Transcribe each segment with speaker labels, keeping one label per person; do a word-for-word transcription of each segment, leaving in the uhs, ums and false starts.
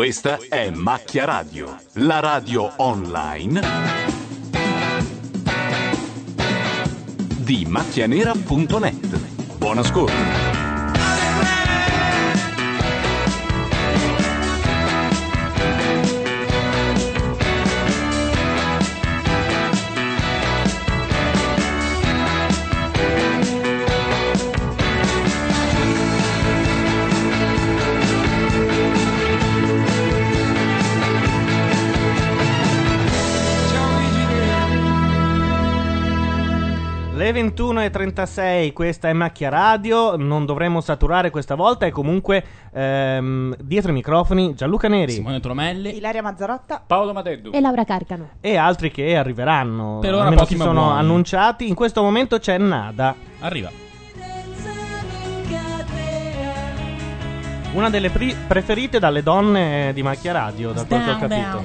Speaker 1: Questa è Macchia Radio, la radio online di macchianera punto net. Buon ascolto.
Speaker 2: Le ventuno e trentasei, questa è Macchia Radio, non dovremmo saturare questa volta e comunque ehm, dietro i microfoni Gianluca Neri,
Speaker 3: Simone Tromelli,
Speaker 4: Ilaria Mazzarotta,
Speaker 5: Paolo Madeddu
Speaker 6: e Laura Carcano
Speaker 2: e altri che arriveranno,
Speaker 3: per ora
Speaker 2: almeno
Speaker 3: pochi
Speaker 2: si
Speaker 3: ma
Speaker 2: sono
Speaker 3: buoni.
Speaker 2: annunciati. In questo momento c'è Nada,
Speaker 3: arriva.
Speaker 2: una delle pri- preferite dalle donne di Macchia Radio, da quel che ho capito.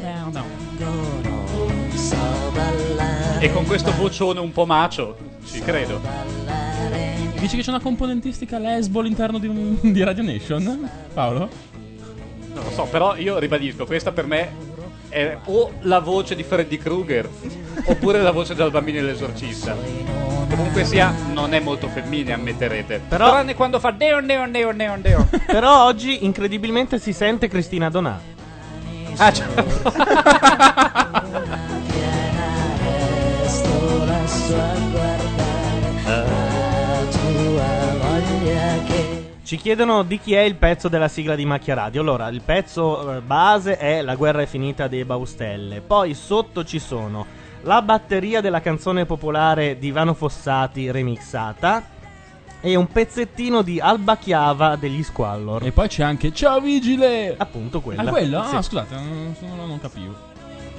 Speaker 5: e con questo vocione un po' macio, ci credo.
Speaker 3: Dici che c'è una componentistica lesbo all'interno di, un, di Radio Nation, Paolo?
Speaker 5: Non lo so, però io ribadisco, questa per me è o la voce di Freddy Krueger oppure la voce del bambino dell'esorcista. Comunque sia, non è molto femminile, ammetterete.
Speaker 2: Però-
Speaker 5: Tranne quando fa deon deon deon deon deon.
Speaker 2: Però oggi incredibilmente si sente Cristina Donà.
Speaker 5: Ah, certo.
Speaker 2: Ci chiedono di chi è il pezzo della sigla di Macchia Radio. Allora, il pezzo eh, base è La guerra è finita dei Baustelle. Poi sotto ci sono la batteria della canzone popolare di Ivano Fossati remixata e un pezzettino di Alba Chiava degli Squallor.
Speaker 3: E poi c'è anche Ciao Vigile!
Speaker 2: Appunto quella.
Speaker 3: Ah, quello? Ah,
Speaker 2: Sì.
Speaker 3: scusate, non, non, non capivo.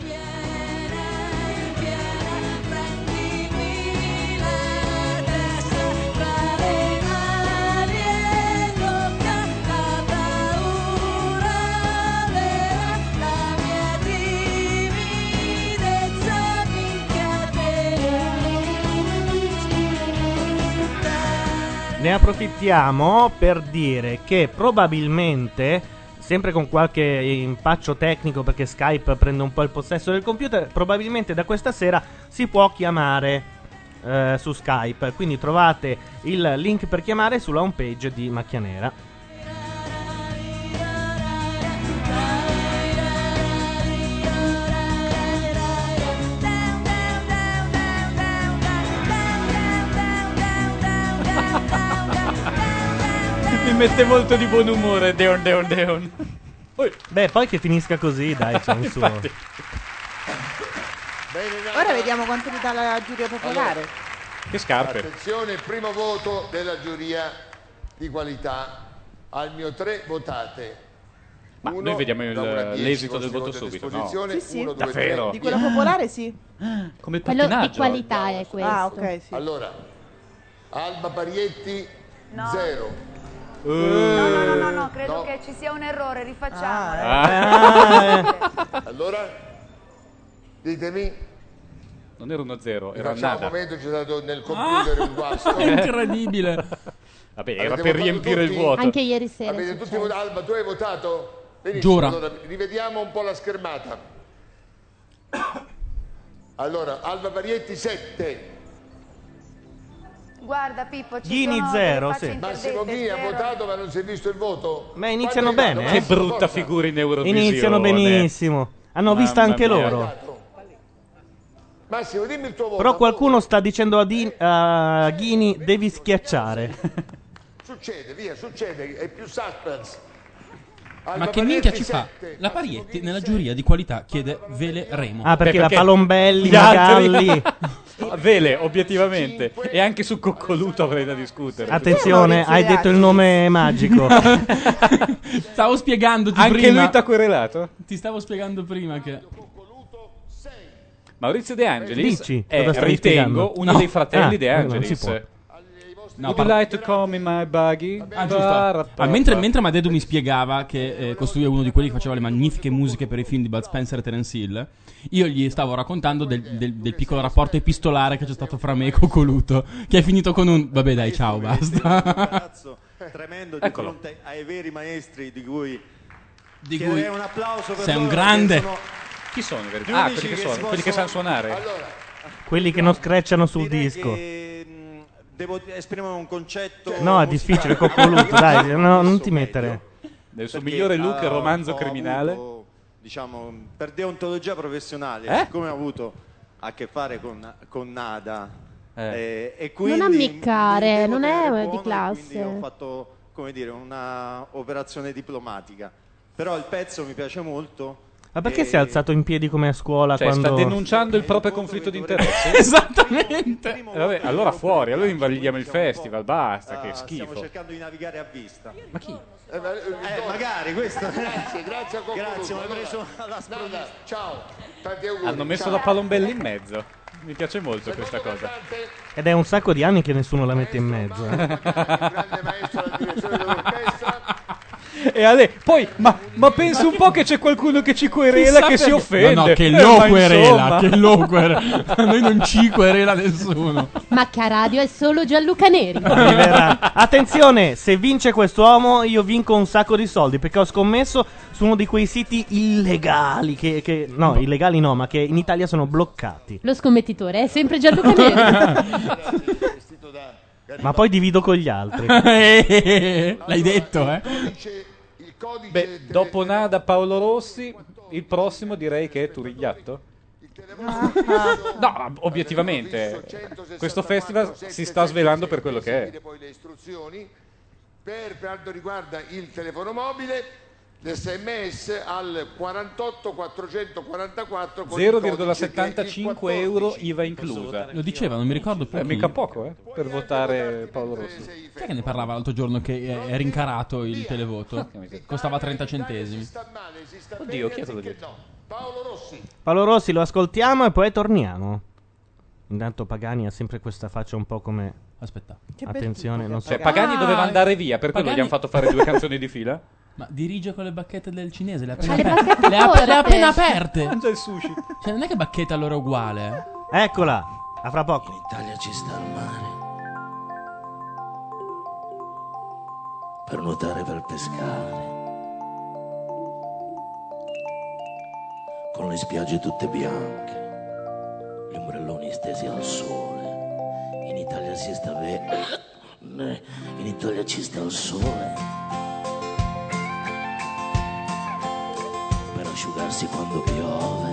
Speaker 2: Ne approfittiamo per dire che probabilmente, sempre con qualche impaccio tecnico perché Skype prende un po' il possesso del computer, probabilmente da questa sera si può chiamare eh, su Skype. Quindi trovate il link per chiamare sulla homepage di Macchia Nera.
Speaker 5: Mi mette molto di buon umore, deon deon deon. Oi.
Speaker 2: Beh, poi che finisca così, dai, c'è un suo.
Speaker 5: Infatti.
Speaker 7: Bene, Nada.
Speaker 4: Ora vediamo quanto gli dà la giuria popolare.
Speaker 5: Che scarpe.
Speaker 7: Attenzione, il primo voto della giuria di qualità. Al mio tre votate.
Speaker 5: Ma
Speaker 7: Uno,
Speaker 5: noi vediamo il-
Speaker 7: da uno a dieci,
Speaker 5: l'esito del
Speaker 7: vostri
Speaker 5: voto
Speaker 7: voti a
Speaker 5: subito,
Speaker 7: disposizione.
Speaker 4: no? Sì, sì.
Speaker 7: Uno, due,
Speaker 5: Davvero?
Speaker 7: tre.
Speaker 4: Di quello popolare sì.
Speaker 5: Come il
Speaker 6: quello di
Speaker 5: pattinaggio.
Speaker 6: qualità è questo.
Speaker 4: Ah, ok, sì.
Speaker 7: Allora, Alba Parietti,
Speaker 8: No.
Speaker 7: zero.
Speaker 8: No, no, no, no, no, credo
Speaker 7: No.
Speaker 8: che ci sia un errore, rifacciamo.
Speaker 5: Ah.
Speaker 7: Allora, ditemi,
Speaker 5: Non era uno zero, era
Speaker 7: facciamo un
Speaker 5: nada.
Speaker 7: momento, c'è stato nel computer un guasto.
Speaker 3: Incredibile!
Speaker 5: Vabbè, era
Speaker 7: Avete
Speaker 5: per
Speaker 7: votato
Speaker 5: riempire il
Speaker 7: tutti?
Speaker 5: vuoto.
Speaker 6: Anche ieri sera. è
Speaker 7: Avete tutti
Speaker 6: successo.
Speaker 7: votato? Alba, tu hai votato? Benissimo,
Speaker 3: Giura.
Speaker 7: allora rivediamo un po' la schermata. Allora, Alba Parietti sette,
Speaker 8: Guarda Pippo, ci
Speaker 2: Ghini
Speaker 8: sono
Speaker 2: zero,
Speaker 8: delle facce
Speaker 2: sì.
Speaker 8: interdette,
Speaker 7: Massimo Ghi ha
Speaker 8: spero.
Speaker 7: votato ma non si è visto il voto.
Speaker 2: Ma iniziano
Speaker 7: Quanto hai
Speaker 2: bene,
Speaker 7: dato,
Speaker 2: eh?
Speaker 5: Che
Speaker 7: Massimo?
Speaker 5: brutta
Speaker 7: Forza.
Speaker 5: figura in Eurovisione.
Speaker 2: Iniziano benissimo. Hanno
Speaker 5: Mamma
Speaker 2: visto anche
Speaker 5: mia.
Speaker 2: loro.
Speaker 7: Dato. Massimo, dimmi il tuo voto.
Speaker 2: Però qualcuno sta dicendo a, Di- a Ghini devi schiacciare.
Speaker 7: Succede, via, succede, è più suspense. Alba
Speaker 3: Ma che
Speaker 7: Parietti
Speaker 3: minchia ci fa?
Speaker 7: sette,
Speaker 3: La
Speaker 7: Massimo
Speaker 3: Parietti
Speaker 7: Ghi
Speaker 3: nella
Speaker 7: sette.
Speaker 3: giuria di qualità chiede Vele Remo.
Speaker 2: Ah, perché,
Speaker 5: Beh,
Speaker 2: la
Speaker 5: perché
Speaker 2: Palombelli,
Speaker 5: gli altri-
Speaker 2: Magalli.
Speaker 5: Vele, obiettivamente. E anche su Coccoluto avrei da discutere.
Speaker 2: Attenzione, hai detto il nome magico.
Speaker 3: Stavo spiegandoti
Speaker 5: Anche
Speaker 3: prima.
Speaker 5: lui t'ha querelato?
Speaker 3: Ti stavo spiegando prima che
Speaker 5: Maurizio De Angelis
Speaker 2: Dici,
Speaker 5: è,
Speaker 2: cosa stavi
Speaker 5: ritengo,
Speaker 2: spiegando?
Speaker 5: uno
Speaker 2: No.
Speaker 5: dei fratelli
Speaker 2: Ah,
Speaker 5: De
Speaker 2: non si
Speaker 5: Angelis.
Speaker 2: può.
Speaker 3: No,
Speaker 5: Would you
Speaker 3: parlo-
Speaker 5: like to come in my buggy?
Speaker 3: Ah, giusto. Ah, mentre, mentre Madedu mi spiegava che eh, costui è uno di quelli che faceva le magnifiche musiche per i film di Bud Spencer e Terence Hill, io gli stavo raccontando del, del- del piccolo rapporto epistolare che c'è stato fra me e Coccoluto, che è finito con un vabbè dai ciao
Speaker 9: Un
Speaker 3: basta.
Speaker 9: imbarazzo tremendo di
Speaker 5: Eccolo.
Speaker 9: fronte ai veri maestri di cui
Speaker 3: Di
Speaker 6: chiederei
Speaker 3: cui
Speaker 6: un applauso per
Speaker 3: sei un
Speaker 6: loro,
Speaker 3: grande.
Speaker 6: che sono
Speaker 5: Chi sono i veri?
Speaker 6: gli
Speaker 5: Ah,
Speaker 6: unici
Speaker 5: quelli che,
Speaker 6: che
Speaker 5: sono,
Speaker 6: si
Speaker 5: quelli che
Speaker 6: possono-
Speaker 5: sanno suonare.
Speaker 7: Allora,
Speaker 2: Quelli che non screcciano sul
Speaker 6: direi
Speaker 2: disco.
Speaker 6: che, mh, devo esprimere un concetto
Speaker 2: No, è
Speaker 6: musicale.
Speaker 2: difficile, è coccoluto, dai, no, non ti mettere.
Speaker 5: Nel suo
Speaker 6: Perché,
Speaker 5: migliore look
Speaker 6: ah,
Speaker 5: romanzo
Speaker 6: ho
Speaker 5: criminale.
Speaker 6: avuto, diciamo, per deontologia professionale,
Speaker 5: Eh?
Speaker 6: siccome ho avuto a che fare con, con Nada
Speaker 5: Eh.
Speaker 6: eh, e quindi
Speaker 9: Non ammiccare,
Speaker 6: mi devo
Speaker 9: non è
Speaker 6: tenere
Speaker 9: di
Speaker 6: buono, e
Speaker 9: classe.
Speaker 6: quindi ho fatto, come dire, una operazione diplomatica. Però il pezzo mi piace molto.
Speaker 2: Ma perché
Speaker 6: e-
Speaker 2: si è alzato in piedi come a scuola
Speaker 5: Cioè,
Speaker 2: quando...
Speaker 5: sta denunciando il proprio conflitto di interessi?
Speaker 3: Esattamente.
Speaker 6: Primo
Speaker 5: Eh, vabbè,
Speaker 6: voto
Speaker 5: allora
Speaker 6: che
Speaker 5: fuori, allora
Speaker 6: siamo
Speaker 5: invagliamo il
Speaker 6: un po',
Speaker 5: festival, basta,
Speaker 6: ah,
Speaker 5: che
Speaker 6: Stiamo
Speaker 5: schifo.
Speaker 6: cercando di navigare a vista.
Speaker 5: Ma chi?
Speaker 7: eh, ma-
Speaker 6: Eh, magari questo.
Speaker 7: Grazie, grazie a Coccoluto.
Speaker 6: Grazie, mi hai
Speaker 7: Allora,
Speaker 6: preso alla sprovvista.
Speaker 7: Nada, ciao, tanti auguri.
Speaker 5: Hanno messo
Speaker 7: ciao.
Speaker 5: la palombella in mezzo. Mi piace molto questa
Speaker 7: Secondo
Speaker 5: cosa.
Speaker 7: cantante,
Speaker 2: Ed è un sacco di anni che nessuno la mette in mezzo. eh.
Speaker 7: Mauro Macari, grande maestro alla direzione dell'orchestra.
Speaker 5: E Ale, poi, ma, ma penso un po' che c'è qualcuno che ci querela,
Speaker 3: Chissà
Speaker 5: che si
Speaker 3: perché-
Speaker 5: offende.
Speaker 3: No, no, che
Speaker 5: Eh,
Speaker 3: lo
Speaker 5: ma
Speaker 3: querela,
Speaker 5: insomma.
Speaker 3: che lo querela. A noi non ci querela nessuno.
Speaker 9: Macchia Radio è solo Gianluca Neri.
Speaker 2: Arriverà. Attenzione, se vince quest'uomo io vinco un sacco di soldi perché ho scommesso su uno di quei siti illegali che, che- no, illegali no, ma che in Italia sono bloccati.
Speaker 9: Lo scommettitore è sempre Gianluca Neri.
Speaker 7: Vestito da
Speaker 2: Ma poi divido con gli altri.
Speaker 3: L'hai detto, eh?
Speaker 7: Codice- il codice
Speaker 5: Beh,
Speaker 7: tele-
Speaker 5: dopo Nada, Paolo Rossi, il prossimo direi che è Turigliatto.
Speaker 7: il televoto-
Speaker 5: No, obiettivamente, questo festival si sta svelando per quello che è.
Speaker 7: Poi le istruzioni per quanto riguarda il telefono mobile, l'esse emme esse al quarantotto quattrocentoquarantaquattro con il
Speaker 5: zero virgola
Speaker 7: codice che è il
Speaker 5: settantacinque euro I V A inclusa.
Speaker 3: Lo diceva, non mi ricordo più.
Speaker 5: È
Speaker 3: chi.
Speaker 5: mica poco, eh, per votare Paolo Rossi.
Speaker 3: Chi è che ne parlava l'altro giorno che è, è rincarato il televoto? Costava trenta centesimi.
Speaker 7: Si sta male, si sta
Speaker 5: Oddio,
Speaker 7: bene,
Speaker 5: chi è quello
Speaker 7: anziché
Speaker 5: lì?
Speaker 7: no. Paolo Rossi.
Speaker 2: Paolo Rossi lo ascoltiamo e poi torniamo. Intanto Pagani ha sempre questa faccia un po' come...
Speaker 3: Aspetta.
Speaker 2: Attenzione, non so...
Speaker 5: Cioè, Pagani
Speaker 3: Ah,
Speaker 5: doveva andare via, per quello
Speaker 3: Pagani-
Speaker 5: gli hanno fatto fare due canzoni di fila.
Speaker 3: Ma dirige con le bacchette del cinese, le ha
Speaker 9: Ha
Speaker 3: appena
Speaker 9: le
Speaker 3: aperte.
Speaker 9: bacchette
Speaker 3: Le ha,
Speaker 9: corte.
Speaker 3: le ha appena aperte.
Speaker 5: Mangia il sushi.
Speaker 3: Cioè, non è che bacchetta allora è uguale, eh?
Speaker 2: Eccola, a fra poco.
Speaker 10: In Italia ci sta il mare per nuotare, per pescare, con le spiagge tutte bianche, gli ombrelloni stesi al sole. In Italia si sta bene, in Italia ci sta il sole per asciugarsi quando piove,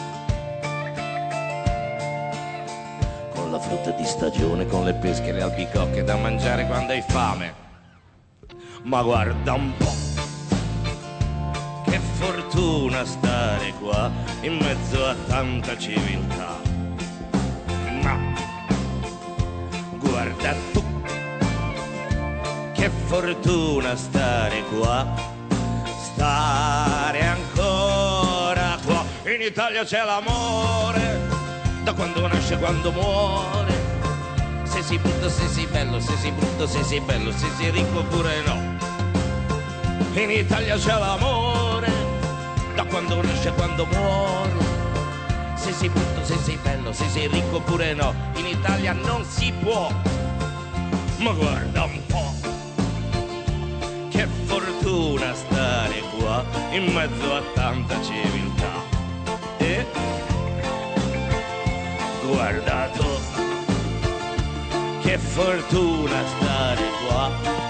Speaker 10: con la frutta di stagione, con le pesche e le albicocche da mangiare quando hai fame. Ma guarda un po', che fortuna stare qua in mezzo a tanta civiltà. Ma guarda tu, che fortuna stare qua, stare ancora qua. In Italia c'è l'amore, da quando nasce, quando muore. Se sei brutto, se sei bello, se sei brutto, se sei bello, se sei ricco oppure no. In Italia c'è l'amore, da quando nasce, quando muore. Se sei brutto, se sei bello, se sei ricco oppure no. In Italia non si può. Ma guarda un po', che fortuna stare qua in mezzo a tanta civiltà. E guarda tu, che fortuna stare qua,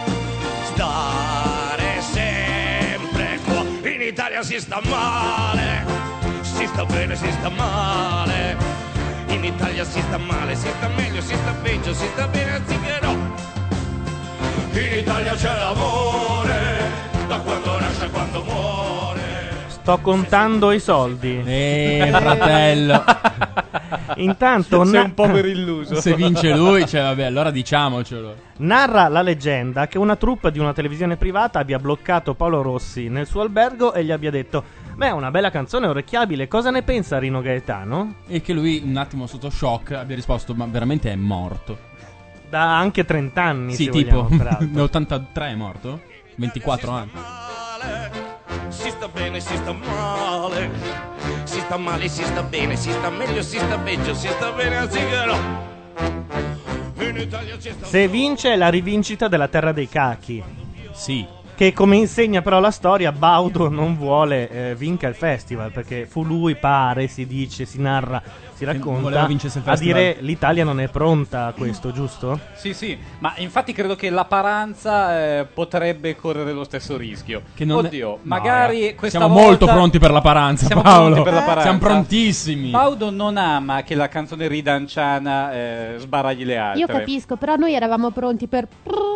Speaker 10: stare sempre qua. In Italia si sta male, si sta bene, si sta male. In Italia si sta male, si sta meglio, si sta peggio, si sta bene anziché no. In Italia c'è l'amore, da quando nasce, quando muore.
Speaker 2: Sto contando i soldi.
Speaker 3: Eh, fratello.
Speaker 2: Intanto
Speaker 5: Sei
Speaker 2: na-
Speaker 5: un povero illuso.
Speaker 3: Se vince lui, cioè vabbè, allora diciamocelo.
Speaker 2: narra la leggenda che una troupe di una televisione privata abbia bloccato Paolo Rossi nel suo albergo e gli abbia detto: beh, una bella canzone orecchiabile, cosa ne pensa Rino Gaetano?
Speaker 3: E che lui, un attimo sotto shock, abbia risposto: ma veramente è morto.
Speaker 2: Da anche trenta anni,
Speaker 3: Sì,
Speaker 2: se
Speaker 3: tipo,
Speaker 2: vogliamo, peraltro.
Speaker 3: nell'ottantatré è morto? ventiquattro anni.
Speaker 10: Si sta bene, si sta male, si sta male, si sta bene, si sta meglio, si sta peggio, si sta bene anziché no. In Italia ci sta
Speaker 2: Se vince è la rivincita della terra dei cachi.
Speaker 3: Sì.
Speaker 2: Che che come insegna però la storia, Baudo non vuole eh, vinca il festival, perché fu lui, pare, si dice, si narra, si racconta,
Speaker 3: voleva vincesse il
Speaker 2: a
Speaker 3: festival.
Speaker 2: dire l'Italia non è pronta a questo, giusto?
Speaker 5: Sì, sì, ma infatti credo che la Paranza eh, potrebbe correre lo stesso rischio.
Speaker 3: Che non è-
Speaker 5: Oddio,
Speaker 3: No,
Speaker 5: magari
Speaker 3: ragazzi,
Speaker 5: questa
Speaker 3: siamo
Speaker 5: volta...
Speaker 3: molto pronti per la Paranza,
Speaker 5: Siamo
Speaker 3: Paolo.
Speaker 5: pronti per la Paranza.
Speaker 3: Siamo prontissimi.
Speaker 5: Baudo non ama che la canzone ridanciana eh, sbaragli le altre.
Speaker 9: Io capisco, però noi eravamo pronti per...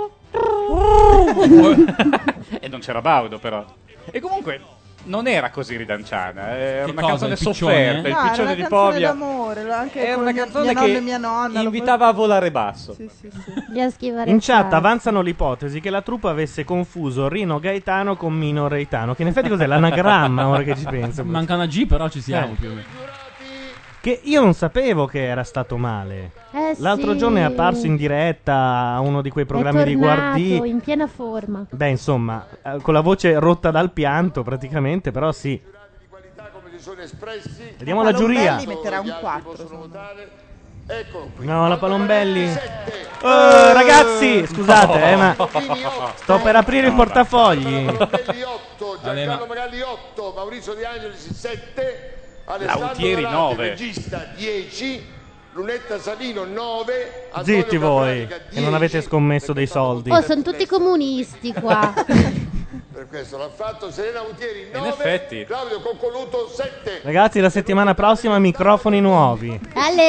Speaker 5: E non c'era Baudo però. E comunque non era così ridanciana, era
Speaker 3: Che
Speaker 5: una
Speaker 3: cosa,
Speaker 5: canzone
Speaker 3: il piccione?
Speaker 5: sofferta, il
Speaker 4: No, era
Speaker 5: piccione
Speaker 4: una
Speaker 5: di
Speaker 4: canzone
Speaker 5: Povia.
Speaker 4: d'amore, anche
Speaker 5: È
Speaker 4: con
Speaker 5: una
Speaker 4: mia-
Speaker 5: canzone
Speaker 4: mia nonna
Speaker 5: che
Speaker 4: e mia nonna, lo
Speaker 5: invitava a volare basso.
Speaker 4: Sì, sì, sì.
Speaker 9: Gli a schivare
Speaker 2: In chat
Speaker 9: fare.
Speaker 2: avanzano l'ipotesi che la troupe avesse confuso Rino Gaetano con Mino Reitano, che in effetti cos'è? L'anagramma, ora che ci penso.
Speaker 3: Manca una G, però ci siamo
Speaker 2: Eh.
Speaker 3: più o meno.
Speaker 2: Che io non sapevo che era stato male.
Speaker 9: Eh
Speaker 2: L'altro
Speaker 9: sì.
Speaker 2: giorno è apparso in diretta a uno di quei programmi
Speaker 9: È
Speaker 2: di
Speaker 9: tornato
Speaker 2: Guardì.
Speaker 9: in piena forma.
Speaker 2: Beh, insomma, eh, con la voce rotta dal pianto praticamente, però sì.
Speaker 7: come si sono espressi.
Speaker 2: Vediamo la giuria.
Speaker 4: Palombelli metterà un quattro. secondo me.
Speaker 7: Eccolo qui.
Speaker 2: No, la Palombelli.
Speaker 7: sette.
Speaker 2: Oh, ragazzi, scusate, eh, ma
Speaker 7: Bambini otto.
Speaker 2: sto per aprire il portafogli.
Speaker 7: Palombelli otto,
Speaker 3: Ale,
Speaker 7: Giancarlo
Speaker 3: ma-
Speaker 7: Magalli otto, Maurizio De Angelis sette, Alessandro
Speaker 5: Lautieri
Speaker 7: Dorati,
Speaker 5: nove.
Speaker 7: regista dieci, Lunetta Savino nove,
Speaker 2: Zitti
Speaker 7: Antonio
Speaker 2: voi,
Speaker 7: Capranica,
Speaker 2: che non avete
Speaker 7: dieci.
Speaker 2: scommesso dei soldi.
Speaker 9: Oh, sono tutti comunisti qua.
Speaker 7: Per questo l'ha fatto Serena Autieri
Speaker 5: In
Speaker 7: nove,
Speaker 5: effetti.
Speaker 7: Claudio Coccoluto sette.
Speaker 2: Ragazzi, la settimana prossima microfoni nuovi.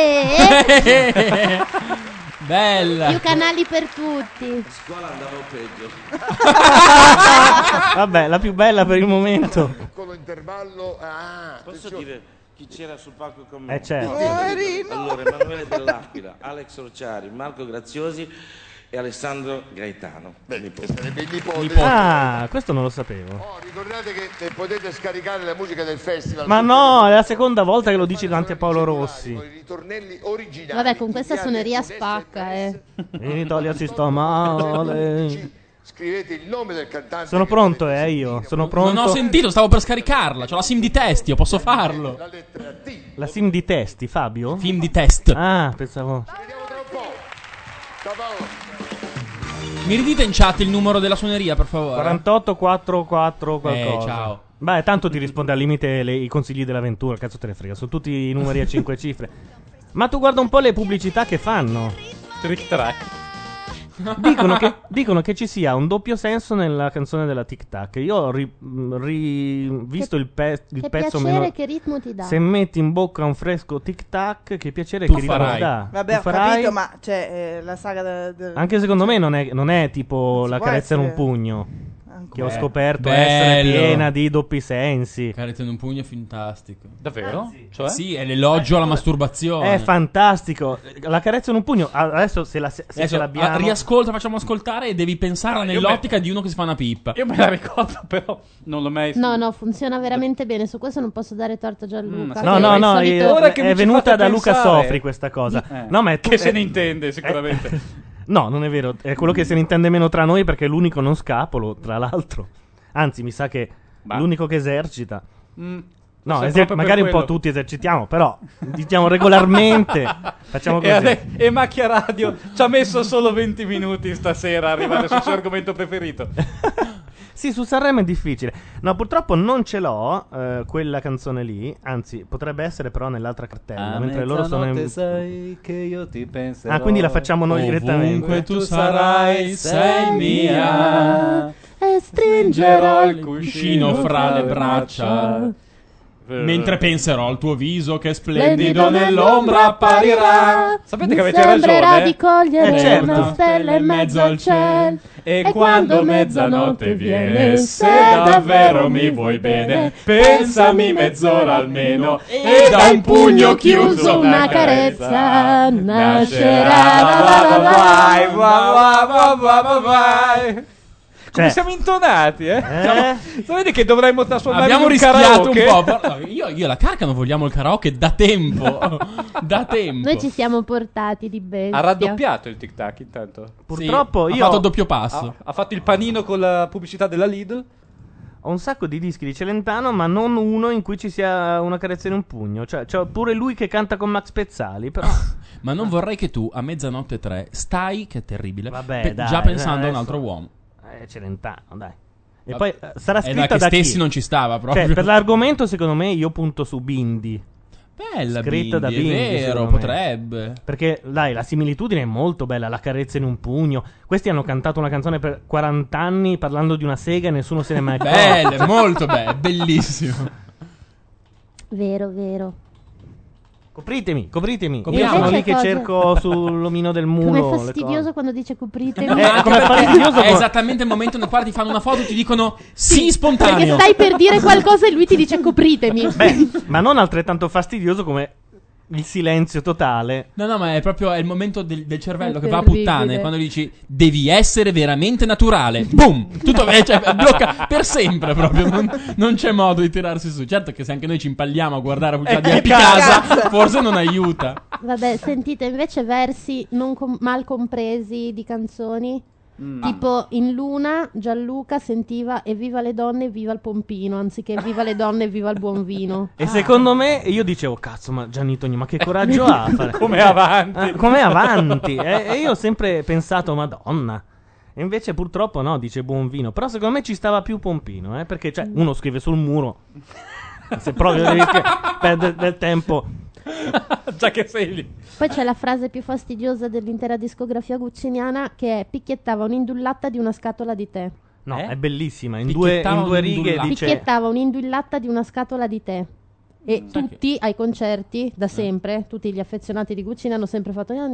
Speaker 9: Ale!
Speaker 3: Bella.
Speaker 9: Più canali per tutti.
Speaker 10: Scuola andavo peggio.
Speaker 2: Vabbè, la più bella per il momento.
Speaker 7: Piccolo intervallo. Ah,
Speaker 10: Posso
Speaker 7: attenzione.
Speaker 10: dire chi c'era sul palco con me?
Speaker 2: Eh, certo.
Speaker 4: Poverino.
Speaker 10: Allora, Emanuele Dell'Aquila, Alex Orciari, Marco Graziosi e Alessandro Gaetano.
Speaker 7: Beh, che sarebbe il nipote.
Speaker 3: Nipote.
Speaker 2: Ah, questo non lo sapevo.
Speaker 7: Oh, ricordate che eh, potete scaricare la musica del festival.
Speaker 2: Ma
Speaker 7: sul
Speaker 2: no,
Speaker 7: telefono.
Speaker 2: è la seconda volta che lo dici davanti a Paolo Rossi.
Speaker 7: Con i ritornelli originali.
Speaker 9: Vabbè, con questa
Speaker 7: Inviate
Speaker 9: suoneria
Speaker 7: un S M S.
Speaker 9: spacca, eh.
Speaker 2: In Italia si sta male.
Speaker 7: Scrivete il nome del cantante.
Speaker 2: Sono
Speaker 7: che
Speaker 2: pronto,
Speaker 7: volete
Speaker 2: eh, io.
Speaker 7: sentire.
Speaker 2: Sono pronto.
Speaker 3: Non ho sentito, stavo per scaricarla. C'ho la sim di testi, io posso farlo.
Speaker 7: La lettera T.
Speaker 2: La sim di testi, Fabio?
Speaker 3: Film di test.
Speaker 2: Ah, pensavo.
Speaker 7: Ci vediamo tra un po'. Ciao Paolo.
Speaker 3: Mi ridite in chat il numero della suoneria, per favore?
Speaker 2: quarantotto quarantaquattro qualcosa.
Speaker 3: Eh, ciao.
Speaker 2: Beh, tanto ti risponde al limite le- i consigli dell'avventura, cazzo te ne frega, sono tutti i numeri a cinque cifre. Ma tu guarda un po' le pubblicità che fanno.
Speaker 5: Trick track.
Speaker 2: Dicono che, dicono che ci sia un doppio senso nella canzone della Tic Tac. Io ho ri- ri- visto
Speaker 9: Che-
Speaker 2: il, pe- il
Speaker 9: Che
Speaker 2: pezzo
Speaker 9: piacere,
Speaker 2: meno.
Speaker 9: che ritmo ti dà.
Speaker 2: Se metti in bocca un fresco Tic Tac, che piacere
Speaker 3: Tu
Speaker 2: che ritmo
Speaker 3: farai.
Speaker 2: ti dà.
Speaker 4: Vabbè,
Speaker 2: Tu
Speaker 4: ho
Speaker 2: farai?
Speaker 4: capito, ma c'è eh, la saga de- de-
Speaker 2: Anche secondo me non è, non è tipo
Speaker 4: Non si
Speaker 2: la
Speaker 4: può
Speaker 2: carezza in un
Speaker 4: essere-
Speaker 2: pugno. Che ho
Speaker 3: Beh,
Speaker 2: scoperto
Speaker 3: bello.
Speaker 2: essere piena di doppi sensi.
Speaker 3: Carezza in un pugno è fantastico.
Speaker 5: Davvero? Cioè?
Speaker 3: Sì, è l'elogio alla masturbazione.
Speaker 2: È fantastico. La carezza in un pugno. Adesso se, la, se ce
Speaker 3: Adesso,
Speaker 2: l'abbiamo.
Speaker 3: ah, riascolta, facciamo ascoltare e devi pensare
Speaker 5: io
Speaker 3: nell'ottica di uno che si fa una pippa.
Speaker 5: Io me la ricordo, però non l'ho mai.
Speaker 9: No, no, funziona veramente bene. Su questo non posso dare torto a Gianluca.
Speaker 5: Mm,
Speaker 2: No,
Speaker 9: che
Speaker 2: no,
Speaker 9: al
Speaker 2: no,
Speaker 9: solito-
Speaker 2: eh,
Speaker 5: Ora che mi
Speaker 2: è
Speaker 5: ci
Speaker 2: venuta
Speaker 5: fate
Speaker 2: da Luca
Speaker 5: pensare-
Speaker 2: Sofri questa cosa.
Speaker 5: Eh.
Speaker 2: No, ma è tu-
Speaker 5: Che se
Speaker 2: eh,
Speaker 5: ne intende sicuramente.
Speaker 2: eh, no, non è vero. È quello che se ne intende meno tra noi perché è l'unico non scapolo, tra l'altro. Anzi, mi sa che
Speaker 5: Ma-
Speaker 2: l'unico che esercita.
Speaker 5: Mm.
Speaker 2: No,
Speaker 5: Forse
Speaker 2: eser-
Speaker 5: proprio per
Speaker 2: magari un po'
Speaker 5: quello.
Speaker 2: tutti esercitiamo, però diciamo regolarmente facciamo
Speaker 5: E,
Speaker 2: così.
Speaker 5: ade- e Macchia Radio ci ha messo solo venti minuti stasera a arrivare sul suo argomento preferito.
Speaker 2: Sì, su Sanremo è difficile. No, purtroppo non ce l'ho eh, quella canzone lì. Anzi, potrebbe essere però nell'altra cartella. mentre loro sono in...
Speaker 5: sai che io ti penserò.
Speaker 2: Ah, quindi la facciamo noi
Speaker 3: Ovunque
Speaker 2: direttamente.
Speaker 3: tu sarai, sei mia.
Speaker 9: E
Speaker 5: Stringerò il
Speaker 3: Cuscino fra le braccia. Mentre penserò al tuo viso che
Speaker 9: splendido
Speaker 3: splendido nell'ombra apparirà.
Speaker 5: Sapete che
Speaker 9: Mi
Speaker 5: avete
Speaker 9: sembrerà
Speaker 5: ragione?
Speaker 9: di cogliere
Speaker 2: Eh, certo.
Speaker 9: una stella in mezzo al cielo.
Speaker 5: E,
Speaker 9: E quando mezzanotte viene, se davvero mi vuoi bene, pensami mezz'ora almeno, e da un pugno chiuso una carezza nascerà.
Speaker 5: Vai, vai, vai, vai, vai, vai. Come
Speaker 2: Cioè-
Speaker 5: siamo intonati, eh?
Speaker 2: Eh?
Speaker 5: Sapete che dovremmo trasformare
Speaker 3: Abbiamo
Speaker 5: in un
Speaker 3: rischiato
Speaker 5: karaoke?
Speaker 3: un po'. però- no, io, io e la Carca non vogliamo il karaoke da tempo. Da tempo.
Speaker 9: Noi ci siamo portati di bestia.
Speaker 5: Ha raddoppiato il tic tac intanto.
Speaker 2: Purtroppo
Speaker 3: Sì,
Speaker 2: io
Speaker 3: ha fatto il doppio passo.
Speaker 5: Ha, ha fatto il panino con la pubblicità della Lidl.
Speaker 2: ho un sacco di dischi di Celentano, ma non uno in cui ci sia una carezza in un pugno. Cioè, c'è pure lui che canta con Max Pezzali, però...
Speaker 3: Ma non vorrei che tu a mezzanotte e tre stai, che è terribile,
Speaker 2: Vabbè,
Speaker 3: pe-
Speaker 2: dai,
Speaker 3: già pensando
Speaker 2: dai,
Speaker 3: a un altro
Speaker 2: adesso-
Speaker 3: uomo.
Speaker 2: Eh, Celentano, dai. E poi eh, sarà
Speaker 3: E da
Speaker 2: scritta
Speaker 3: che
Speaker 2: da
Speaker 3: stessi
Speaker 2: chi?
Speaker 3: non ci stava proprio.
Speaker 2: Cioè, per l'argomento, secondo me, io punto su Bindi.
Speaker 3: Bella
Speaker 2: Scritta da
Speaker 3: Bindi,
Speaker 2: Bindi,
Speaker 3: è vero,
Speaker 2: secondo me.
Speaker 3: potrebbe.
Speaker 2: Perché, dai, la similitudine è molto bella. La carezza in un pugno. Questi hanno cantato una canzone per quaranta anni parlando di una sega e nessuno se ne è mai accorto.
Speaker 3: Belle, molto belle, bellissimo.
Speaker 9: Vero, vero.
Speaker 2: Copritemi, copritemi.
Speaker 3: Copriamo.
Speaker 2: Io sono lì
Speaker 9: Invece
Speaker 2: che
Speaker 9: cosa-
Speaker 2: cerco sull'omino del muro.
Speaker 9: Com'è
Speaker 2: le
Speaker 9: fastidioso
Speaker 2: cose.
Speaker 9: quando dice copritemi.
Speaker 2: Eh,
Speaker 3: Anche
Speaker 2: come
Speaker 3: perché
Speaker 2: fastidioso
Speaker 3: è
Speaker 2: co-
Speaker 3: esattamente il momento nel quale ti fanno una foto e ti dicono sì,
Speaker 9: Perché
Speaker 3: spontaneo.
Speaker 9: stai per dire qualcosa e lui ti dice copritemi.
Speaker 2: Beh, ma non altrettanto fastidioso come il silenzio totale.
Speaker 3: No, no, ma è proprio è il momento del, del cervello
Speaker 9: È
Speaker 3: che va a
Speaker 9: terribile.
Speaker 3: puttane quando dici devi essere veramente naturale. Boom! Tutto eh, cioè, blocca per sempre proprio. Non, non c'è modo di tirarsi su. Certo che se anche noi ci impalliamo a guardare la pubblicità di
Speaker 2: Eh,
Speaker 3: Happy
Speaker 2: cazzo.
Speaker 3: Casa, forse non aiuta.
Speaker 9: Vabbè, sentite invece versi non com- mal compresi di canzoni.
Speaker 5: Mm.
Speaker 9: Tipo in Luna Gianluca sentiva evviva le donne, evviva il pompino, anziché evviva le donne, evviva il buon vino.
Speaker 2: E secondo me, io dicevo, cazzo, ma Gianni Togni, ma che coraggio ha a fare?
Speaker 5: Com'è avanti?
Speaker 2: Eh, com'è avanti? E, e io ho sempre pensato, madonna. E invece purtroppo no, dice buon vino. Però secondo me ci stava più pompino, eh, perché cioè, uno scrive sul muro. Se proprio devi perdere del tempo.
Speaker 5: Già che sei lì.
Speaker 9: Poi c'è la frase più fastidiosa dell'intera discografia gucciniana che è picchiettava un'indullatta di una scatola di tè.
Speaker 2: No,
Speaker 3: Eh?
Speaker 2: è bellissima. In due,
Speaker 3: Picchiettava
Speaker 2: in due
Speaker 3: un
Speaker 2: righe
Speaker 3: indullato.
Speaker 2: dice...
Speaker 9: Picchiettava un'indullatta di una scatola di tè. E
Speaker 3: Sai
Speaker 9: tutti ai concerti, da sempre, tutti gli affezionati di cucina hanno sempre fatto
Speaker 2: Non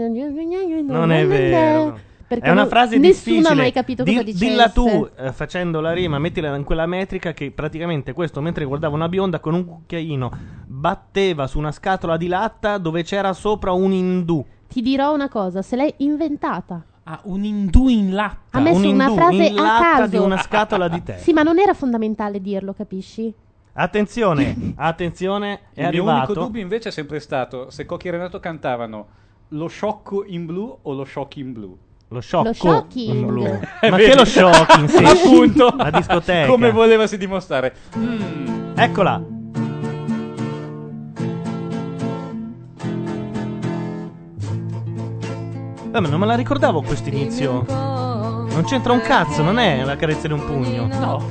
Speaker 2: è vero.
Speaker 9: Perché
Speaker 2: È una
Speaker 9: non-
Speaker 2: frase
Speaker 9: nessuno
Speaker 2: difficile.
Speaker 9: ha mai capito cosa
Speaker 2: Di-
Speaker 9: dicesse.
Speaker 2: Dilla tu, eh, facendo la rima, mettila in quella metrica che praticamente questo, mentre guardava una bionda con un cucchiaino, batteva su una scatola di latta dove c'era sopra un indù.
Speaker 9: Ti dirò una cosa, se l'hai inventata.
Speaker 3: Ah, un indù in latta.
Speaker 9: Ha messo
Speaker 2: un
Speaker 9: una
Speaker 2: indù
Speaker 9: frase
Speaker 2: in
Speaker 9: a
Speaker 2: latta
Speaker 9: caso.
Speaker 2: di una scatola di tè.
Speaker 9: Sì, ma non era fondamentale dirlo, capisci?
Speaker 2: Attenzione, attenzione, è
Speaker 5: Il mio unico
Speaker 2: arrivato.
Speaker 5: dubbio invece è sempre stato se Cocchi e Renato cantavano lo sciocco in blu o lo sciocchi in blu.
Speaker 2: Lo sciocco
Speaker 9: Lo shocking.
Speaker 2: in blu.
Speaker 5: Eh,
Speaker 2: Ma
Speaker 5: vedi?
Speaker 2: che lo shocking, sì.
Speaker 5: Appunto.
Speaker 2: La discoteca.
Speaker 5: Come volevasi dimostrare. Mm.
Speaker 2: Eccola. Eh, ma non me la ricordavo questo inizio. Non c'entra un cazzo, non è la carezza di un pugno.
Speaker 5: No.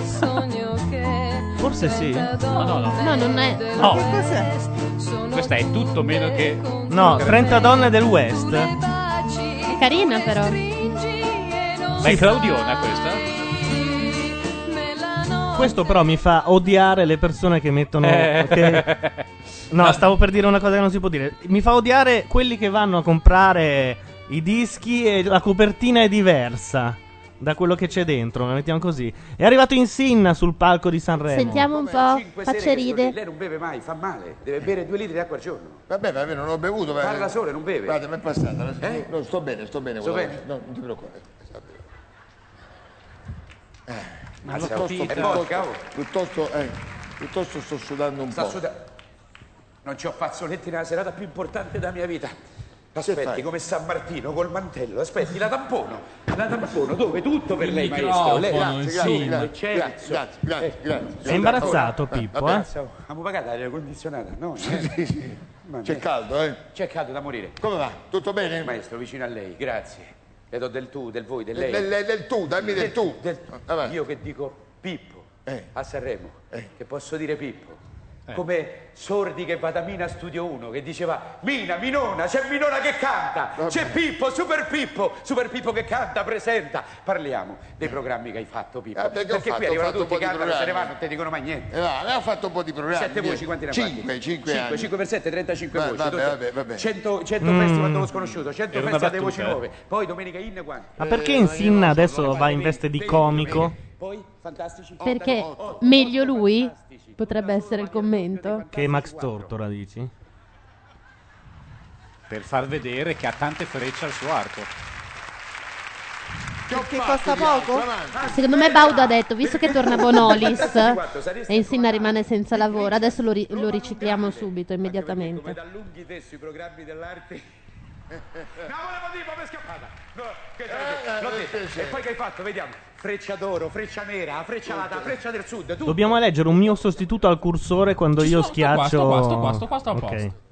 Speaker 2: Forse sì.
Speaker 5: No, no, no.
Speaker 9: No, non è.
Speaker 5: No.
Speaker 4: Che cos'è?
Speaker 5: Questa è tutto meno che...
Speaker 2: No, trenta donne del West.
Speaker 9: È carina però.
Speaker 5: Ma è Claudiona questa?
Speaker 2: Questo però mi fa odiare le persone che mettono...
Speaker 5: Eh.
Speaker 2: che- No, stavo per dire una cosa che non si può dire. Mi fa odiare quelli che vanno a comprare i dischi e la copertina è diversa da quello che c'è dentro, la mettiamo così. È arrivato Insinna sul palco di Sanremo.
Speaker 9: Sentiamo un po',
Speaker 11: Cinque
Speaker 9: faccia
Speaker 11: sere che sto lì,
Speaker 9: ride.
Speaker 11: lei non beve mai, fa male. Deve bere due litri d'acqua al giorno.
Speaker 7: Vabbè, vabbè, non ho bevuto. vai.
Speaker 11: Parla solo, non beve.
Speaker 7: Guarda, mi è passata.
Speaker 11: Eh?
Speaker 7: No, sto bene, sto bene.
Speaker 11: Sto
Speaker 7: guarda.
Speaker 11: bene?
Speaker 7: No, non ti preoccupare. Eh,
Speaker 11: Mazza,
Speaker 7: piuttosto,
Speaker 11: è
Speaker 7: piuttosto,
Speaker 11: porca, oh.
Speaker 7: piuttosto, eh, piuttosto sto sudando un
Speaker 11: Sta
Speaker 7: po'.
Speaker 11: suda- Non c'ho fazzoletti nella serata più importante della mia vita.
Speaker 7: Che
Speaker 11: Aspetti
Speaker 7: fai?
Speaker 11: come San Martino col mantello. Aspetti, la tampono. La tampono dove? Tutto per
Speaker 3: Il
Speaker 11: lei,
Speaker 3: microfono,
Speaker 11: maestro. Lei,
Speaker 3: il
Speaker 11: grazie,
Speaker 3: sì.
Speaker 11: grazie, grazie,
Speaker 7: Grazie, grazie, grazie, grazie.
Speaker 2: È imbarazzato Pippo, eh?
Speaker 11: Grazie, oh. Abbiamo pagato l'aria condizionata? No, niente. Ma
Speaker 7: C'è
Speaker 11: niente.
Speaker 7: caldo, eh?
Speaker 11: C'è caldo da morire.
Speaker 7: Come va? Tutto bene?
Speaker 11: Maestro, vicino a lei, grazie. Le do del tu, del voi, del lei.
Speaker 7: Del, del- del tu, dammi del tu.
Speaker 11: Del-
Speaker 7: Avanti.
Speaker 11: io che dico Pippo
Speaker 7: Eh.
Speaker 11: a Sanremo,
Speaker 7: Eh.
Speaker 11: che posso dire Pippo. Come Sordi che va da Mina Studio uno che diceva Mina, Minona, c'è Minona che canta, c'è Pippo, Super Pippo, Super Pippo che canta, presenta. Parliamo dei programmi che hai fatto, Pippo.
Speaker 7: Eh, perché ho
Speaker 11: Perché
Speaker 7: fatto-
Speaker 11: qui
Speaker 7: ho
Speaker 11: arrivano
Speaker 7: fatto un
Speaker 11: tutti,
Speaker 7: po' di
Speaker 11: cantano, se ne
Speaker 7: programmi.
Speaker 11: vanno, non ti dicono mai niente.
Speaker 7: Eh, va, abbiamo fatto un po' di programmi.
Speaker 11: Sette voci quanti ne ha fatti?
Speaker 7: Cinque, cinque
Speaker 11: cinque,
Speaker 7: anni.
Speaker 11: cinque per sette, trentacinque
Speaker 7: Va-
Speaker 11: voci.
Speaker 7: vabbè,
Speaker 11: dodici.
Speaker 7: vabbè, vabbè.
Speaker 11: cento, cento
Speaker 2: Mm.
Speaker 11: festival dello sconosciuto, cento
Speaker 5: Era una
Speaker 11: festival delle voci
Speaker 5: battuta, eh.
Speaker 11: nuove. Poi Domenica In quanti?
Speaker 2: Ma perché
Speaker 7: Eh,
Speaker 2: Insinna
Speaker 7: io non so,
Speaker 2: adesso
Speaker 7: non lo
Speaker 2: va
Speaker 7: so.
Speaker 2: in veste di
Speaker 11: Vedi,
Speaker 2: comico?
Speaker 11: vedi. Poi, fantastici.
Speaker 9: Perché
Speaker 11: Otto, otto,
Speaker 9: meglio
Speaker 11: otto,
Speaker 9: lui?
Speaker 11: fantastici.
Speaker 9: Potrebbe essere il commento.
Speaker 2: Che Max Tortora, dici?
Speaker 5: Per far vedere che ha tante frecce al suo arco.
Speaker 4: Che costa poco?
Speaker 9: Secondo me Baudo ha detto, visto che torna Bonolis e Insinna rimane senza lavoro, adesso lo, ri- lo ricicliamo subito,
Speaker 11: Come
Speaker 9: immediatamente.
Speaker 11: da lunghi te sui programmi dell'arte. No, volevo dire, ma mi è scappata. No, che
Speaker 7: Eh,
Speaker 11: l'ho
Speaker 7: eh,
Speaker 11: detto.
Speaker 7: sì, sì.
Speaker 11: E poi che hai fatto? Vediamo. Freccia d'oro, freccia nera, freccia alata, freccia del sud. Tu.
Speaker 2: Dobbiamo eleggere un mio sostituto al cursore quando io
Speaker 3: Sto- sto qua,
Speaker 2: schiaccio.
Speaker 3: sto qua, sto qua, sto qua, sto a
Speaker 2: Ok.
Speaker 3: posto.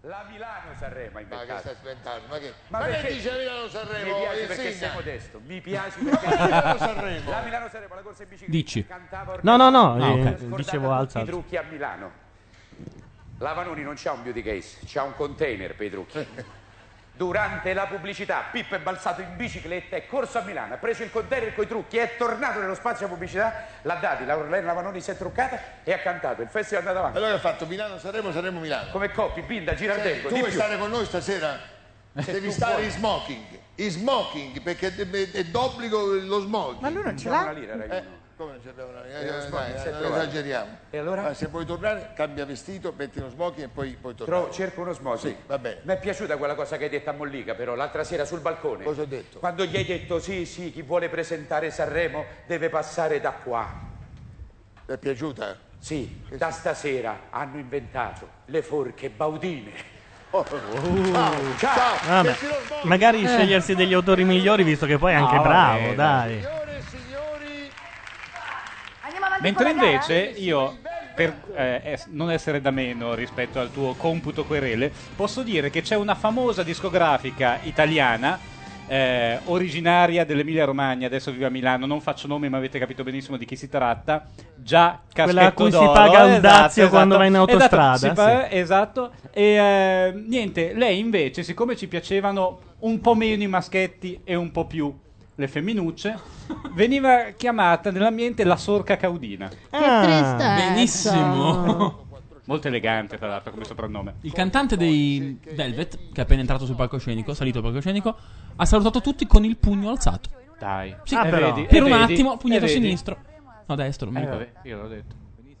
Speaker 11: La Milano-Sanremo ha inventato.
Speaker 7: Ma che stai aspettando? Ma che,
Speaker 11: Ma
Speaker 7: ma che
Speaker 11: perché-
Speaker 7: dice la Milano-Sanremo?
Speaker 11: Mi piace
Speaker 7: Il
Speaker 11: perché
Speaker 7: Sinna?
Speaker 11: sei modesto. Mi piace perché
Speaker 7: La Milano-Sanremo.
Speaker 11: La Milano-Sanremo, la corsa in bicicletta.
Speaker 3: Dici.
Speaker 11: Cantava
Speaker 2: No, no, no,
Speaker 11: ormai-
Speaker 2: eh,
Speaker 11: scordate
Speaker 2: dicevo
Speaker 11: tutti
Speaker 2: alza,
Speaker 11: i
Speaker 2: alza.
Speaker 11: trucchi a Milano. La Vanoni non c'ha un beauty case, c'ha un container per i trucchi. Durante la pubblicità Pippo è balzato in bicicletta, è corso a Milano, ha preso il container con i trucchi, è tornato nello spazio della pubblicità, l'ha dati, la Orlena Vanoni si è truccata e ha cantato. Il festival è andato avanti.
Speaker 7: Allora ha fatto Milano-Sanremo, Sanremo-Milano.
Speaker 11: Come Coppi, Binda, Girardengo.
Speaker 7: Senti, tu
Speaker 11: di
Speaker 7: vuoi
Speaker 11: più.
Speaker 7: stare con noi stasera? Devi
Speaker 11: tu
Speaker 7: stare
Speaker 11: vuoi.
Speaker 7: in smoking. In smoking, perché è- è d'obbligo lo smoking.
Speaker 4: Ma lui non ce
Speaker 11: C'ha una
Speaker 4: l'ha?
Speaker 11: lira,
Speaker 7: Eh,
Speaker 11: ragazzi.
Speaker 7: come non c'abbiamo una
Speaker 11: Eh,
Speaker 7: eh,
Speaker 11: lo
Speaker 7: dai,
Speaker 11: smoking si è
Speaker 7: non
Speaker 11: trovato.
Speaker 7: esageriamo.
Speaker 11: E allora?
Speaker 7: Ma se vuoi tornare, cambia vestito, metti lo smoking e poi, poi tornare.
Speaker 11: Trovo- cerco uno smoking.
Speaker 7: Sì, va bene.
Speaker 11: Mi è piaciuta quella cosa che hai detto a Mollica, però l'altra sera sul balcone.
Speaker 7: Cosa ho detto?
Speaker 11: Quando gli hai detto sì, sì, chi vuole presentare Sanremo deve passare da qua.
Speaker 7: Ti è piaciuta?
Speaker 11: Sì, da stasera hanno inventato le forche baudine.
Speaker 7: Oh. Ciao, ciao.
Speaker 2: Vabbè,
Speaker 7: Metti lo smoking.
Speaker 2: magari scegliersi degli autori migliori, visto che poi è anche
Speaker 5: No,
Speaker 2: bravo,
Speaker 5: vabbè,
Speaker 2: dai.
Speaker 7: Signore e signori,
Speaker 8: Andiamo avanti
Speaker 5: Mentre
Speaker 8: con la gara?
Speaker 5: invece io, per eh, es- non essere da meno rispetto al tuo computo querele, posso dire che c'è una famosa discografica italiana, eh, originaria dell'Emilia Romagna, adesso vive a Milano, non faccio nome ma avete capito benissimo di chi si tratta, già caschetto
Speaker 2: Quella a cui si
Speaker 5: d'oro,
Speaker 2: paga il
Speaker 5: esatto,
Speaker 2: dazio quando vai in autostrada,
Speaker 5: esatto, si pa- esatto. E eh, niente, lei invece, siccome ci piacevano un po' meno i maschetti e un po' più le femminucce, veniva chiamata nell'ambiente la sorca caudina.
Speaker 2: Ah,
Speaker 9: tristezza.
Speaker 3: Benissimo.
Speaker 5: Molto elegante, tra l'altro, come soprannome.
Speaker 3: Il cantante dei Velvet, che è appena entrato sul palcoscenico, salito al palcoscenico, ha salutato tutti con il pugno alzato.
Speaker 5: Dai.
Speaker 3: Sì,
Speaker 2: Ah,
Speaker 5: E
Speaker 2: però.
Speaker 5: vedi,
Speaker 3: per
Speaker 5: e
Speaker 3: un
Speaker 5: vedi,
Speaker 3: attimo,
Speaker 5: e
Speaker 3: pugnetto
Speaker 5: vedi.
Speaker 3: sinistro. No, destro, non mi
Speaker 5: Eh,
Speaker 3: ricordo.
Speaker 5: vabbè, io l'ho detto.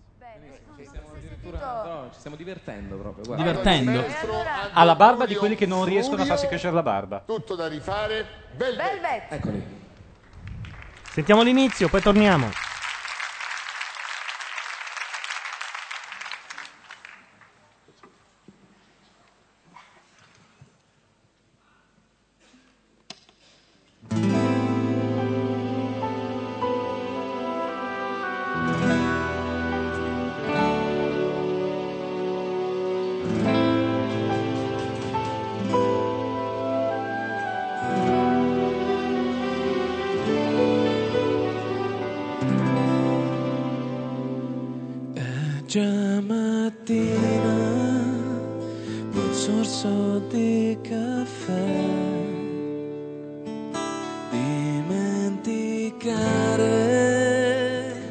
Speaker 9: No, ci stiamo divertendo proprio. Guarda.
Speaker 3: Divertendo.
Speaker 5: Ha la barba di quelli che non riescono a farsi crescere la barba.
Speaker 7: tutto da rifare. Velvet.
Speaker 8: Velvet.
Speaker 9: Eccoli.
Speaker 2: Sentiamo l'inizio, poi torniamo.
Speaker 12: Già mattina, un sorso di caffè, dimenticare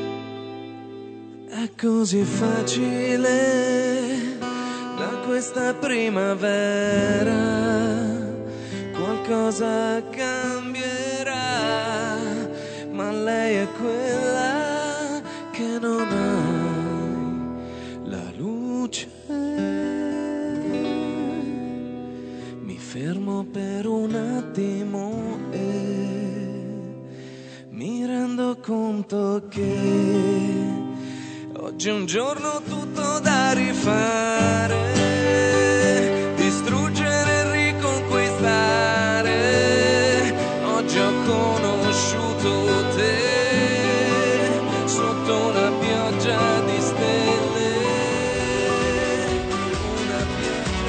Speaker 12: è così facile da questa primavera, qualcosa cambierà, ma lei è quella che non ha la luce. Mi fermo per un attimo e mi rendo conto che oggi è un giorno tutto da rifare, distruggere e riconquistare. Oggi ho conosciuto te sotto una pioggia di stelle, una pioggia.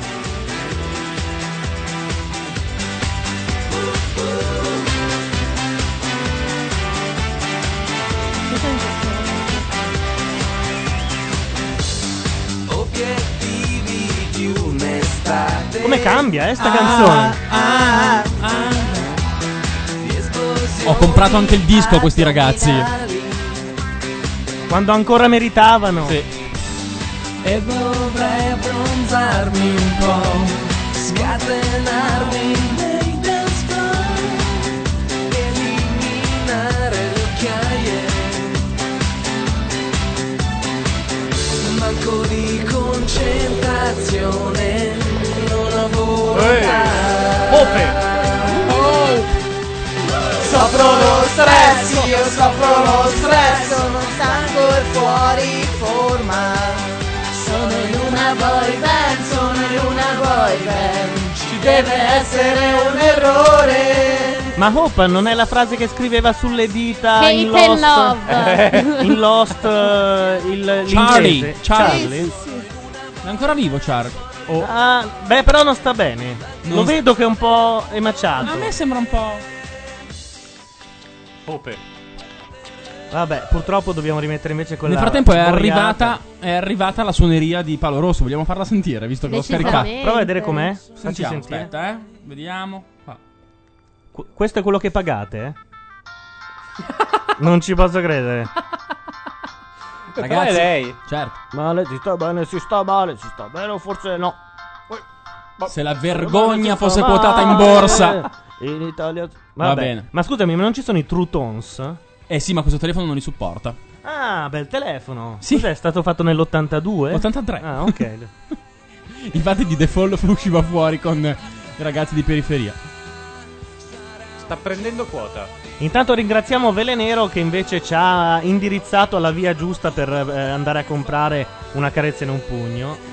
Speaker 12: Obiettivi di un'estate.
Speaker 2: Come cambia, eh, sta canzone?
Speaker 12: Ah, ah,
Speaker 3: Ho comprato anche il disco a questi ragazzi.
Speaker 2: Quando ancora meritavano.
Speaker 3: Sì.
Speaker 12: E dovrei abbronzarmi un po', scatenarmi nei dance floor, eliminare le occhiaie, manco di concentrazione, non ho volontà.
Speaker 5: Ope!
Speaker 4: Soffro lo stress, io soffro lo stress, sono stanco e fuori forma. Sono in una boy band, sono in una boy band. Ci deve essere un errore.
Speaker 2: Ma Hope non è la frase che scriveva sulle dita
Speaker 9: Hate
Speaker 2: in
Speaker 9: and
Speaker 2: Lost?
Speaker 9: love.
Speaker 2: In Lost eh, il
Speaker 3: Charlie,
Speaker 2: l'inglese?
Speaker 3: Charlie.
Speaker 2: Charlie.
Speaker 3: È ancora vivo, Char. Oh.
Speaker 2: Ah, beh, però non sta bene.
Speaker 3: Non
Speaker 2: Lo
Speaker 3: st-
Speaker 2: vedo che è un po' emaciato.
Speaker 3: A me sembra un po'.
Speaker 5: Ope.
Speaker 2: Vabbè, purtroppo dobbiamo rimettere invece quella.
Speaker 3: Nel frattempo è
Speaker 2: sboiata.
Speaker 3: arrivata, è arrivata la suoneria di Paolo Rosso. Vogliamo farla sentire, visto che l'ho scaricata.
Speaker 2: Decisamente. Prova a vedere com'è. Facci
Speaker 3: Sentiamo,
Speaker 2: sentire.
Speaker 3: aspetta, eh. Vediamo. Qua.
Speaker 2: Qu- questo è quello che pagate, eh? Non ci posso credere.
Speaker 3: Ragazzi,
Speaker 5: è lei.
Speaker 3: Certo.
Speaker 2: Male, si sta bene, si sta male, si sta bene o forse no.
Speaker 3: Se la vergogna
Speaker 2: Si sta
Speaker 3: fosse
Speaker 2: male.
Speaker 3: quotata in borsa.
Speaker 2: In Italia.
Speaker 3: Va
Speaker 2: Vabbè.
Speaker 3: bene.
Speaker 2: Ma scusami, ma non ci sono i True Tones?
Speaker 3: Eh sì, ma questo telefono non li supporta.
Speaker 2: Ah, bel telefono.
Speaker 3: Sì.
Speaker 2: Cos'è stato fatto nell'ottantadue?
Speaker 3: ottantatré.
Speaker 2: Ah, ok.
Speaker 3: Infatti di default usciva fuori con i ragazzi di periferia.
Speaker 5: Sta prendendo quota.
Speaker 2: Intanto ringraziamo Velenero che invece ci ha indirizzato alla via giusta per eh, andare a comprare una carezza in un pugno.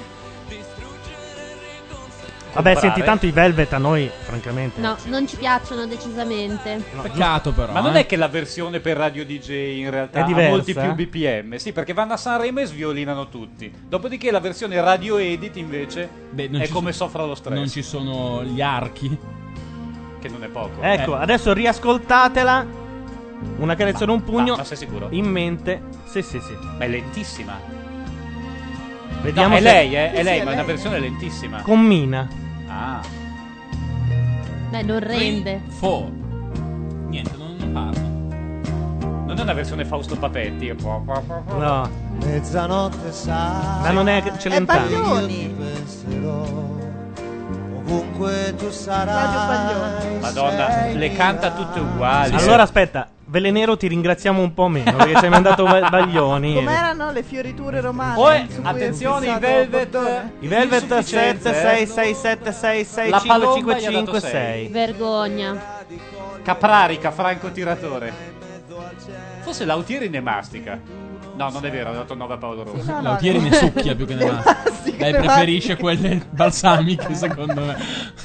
Speaker 2: Vabbè,
Speaker 5: Comprare?
Speaker 2: senti, tanto i Velvet a noi, francamente.
Speaker 13: No, non ci piacciono decisamente.
Speaker 3: Peccato però.
Speaker 5: Ma non
Speaker 3: eh.
Speaker 5: è che la versione per radio D J in realtà
Speaker 2: È
Speaker 5: ha
Speaker 2: diversa,
Speaker 5: molti più
Speaker 2: eh?
Speaker 5: B P M? Sì, perché vanno a Sanremo e sviolinano tutti. Dopodiché la versione radio edit invece
Speaker 3: Beh, non
Speaker 5: è
Speaker 3: ci
Speaker 5: come
Speaker 3: so-
Speaker 5: soffra lo stress.
Speaker 3: Non ci sono gli archi.
Speaker 5: Che non è poco.
Speaker 2: Ecco,
Speaker 3: Eh.
Speaker 2: adesso riascoltatela. Una carezza in un pugno.
Speaker 5: ma- ma sei sicuro?
Speaker 2: In mente. Sì, sì, sì.
Speaker 5: Ma è lentissima.
Speaker 2: Vediamo
Speaker 5: No, è
Speaker 2: se-
Speaker 5: lei, eh?
Speaker 2: Sì,
Speaker 5: è
Speaker 2: sì,
Speaker 5: lei,
Speaker 2: è
Speaker 5: ma è
Speaker 2: lei.
Speaker 5: una versione lentissima.
Speaker 2: Commina.
Speaker 5: Ah.
Speaker 13: Beh, non rende.
Speaker 3: Fo. Niente, non, non parla.
Speaker 5: Non è una versione Fausto Papetti.
Speaker 2: No.
Speaker 6: Mezzanotte sa.
Speaker 2: Ma non è Celentano.
Speaker 4: Baglioni.
Speaker 6: Ovunque tu
Speaker 4: Claudio Baglioni.
Speaker 6: sarai.
Speaker 5: Madonna, le canta tutte uguali.
Speaker 2: Allora aspetta, Velenero ti ringraziamo un po' meno perché ci hai mandato ba- Baglioni.
Speaker 4: Com'erano le fioriture romane?
Speaker 5: Poi,
Speaker 4: su cui è
Speaker 5: attenzione, i
Speaker 4: fissato
Speaker 5: Velvet.
Speaker 4: Bordone?
Speaker 2: I Velvet
Speaker 5: Insufficienze,
Speaker 2: sette
Speaker 5: eh.
Speaker 2: sei sei sette sei sei
Speaker 5: La
Speaker 2: cinque
Speaker 5: Palomba
Speaker 2: cinque
Speaker 5: gli ha dato
Speaker 2: cinque
Speaker 5: sei.
Speaker 2: sei.
Speaker 13: Vergogna.
Speaker 5: Caprarica, francotiratore. Forse Lautieri ne mastica. No, non è vero, ha dato nove a Paolo Rossi.
Speaker 4: No, no,
Speaker 3: Lautieri
Speaker 4: no.
Speaker 3: ne succhia più che ne
Speaker 4: Le
Speaker 3: mastica.
Speaker 4: mastiche,
Speaker 3: Lei
Speaker 4: le
Speaker 3: preferisce
Speaker 4: mastiche.
Speaker 3: quelle balsamiche, secondo me.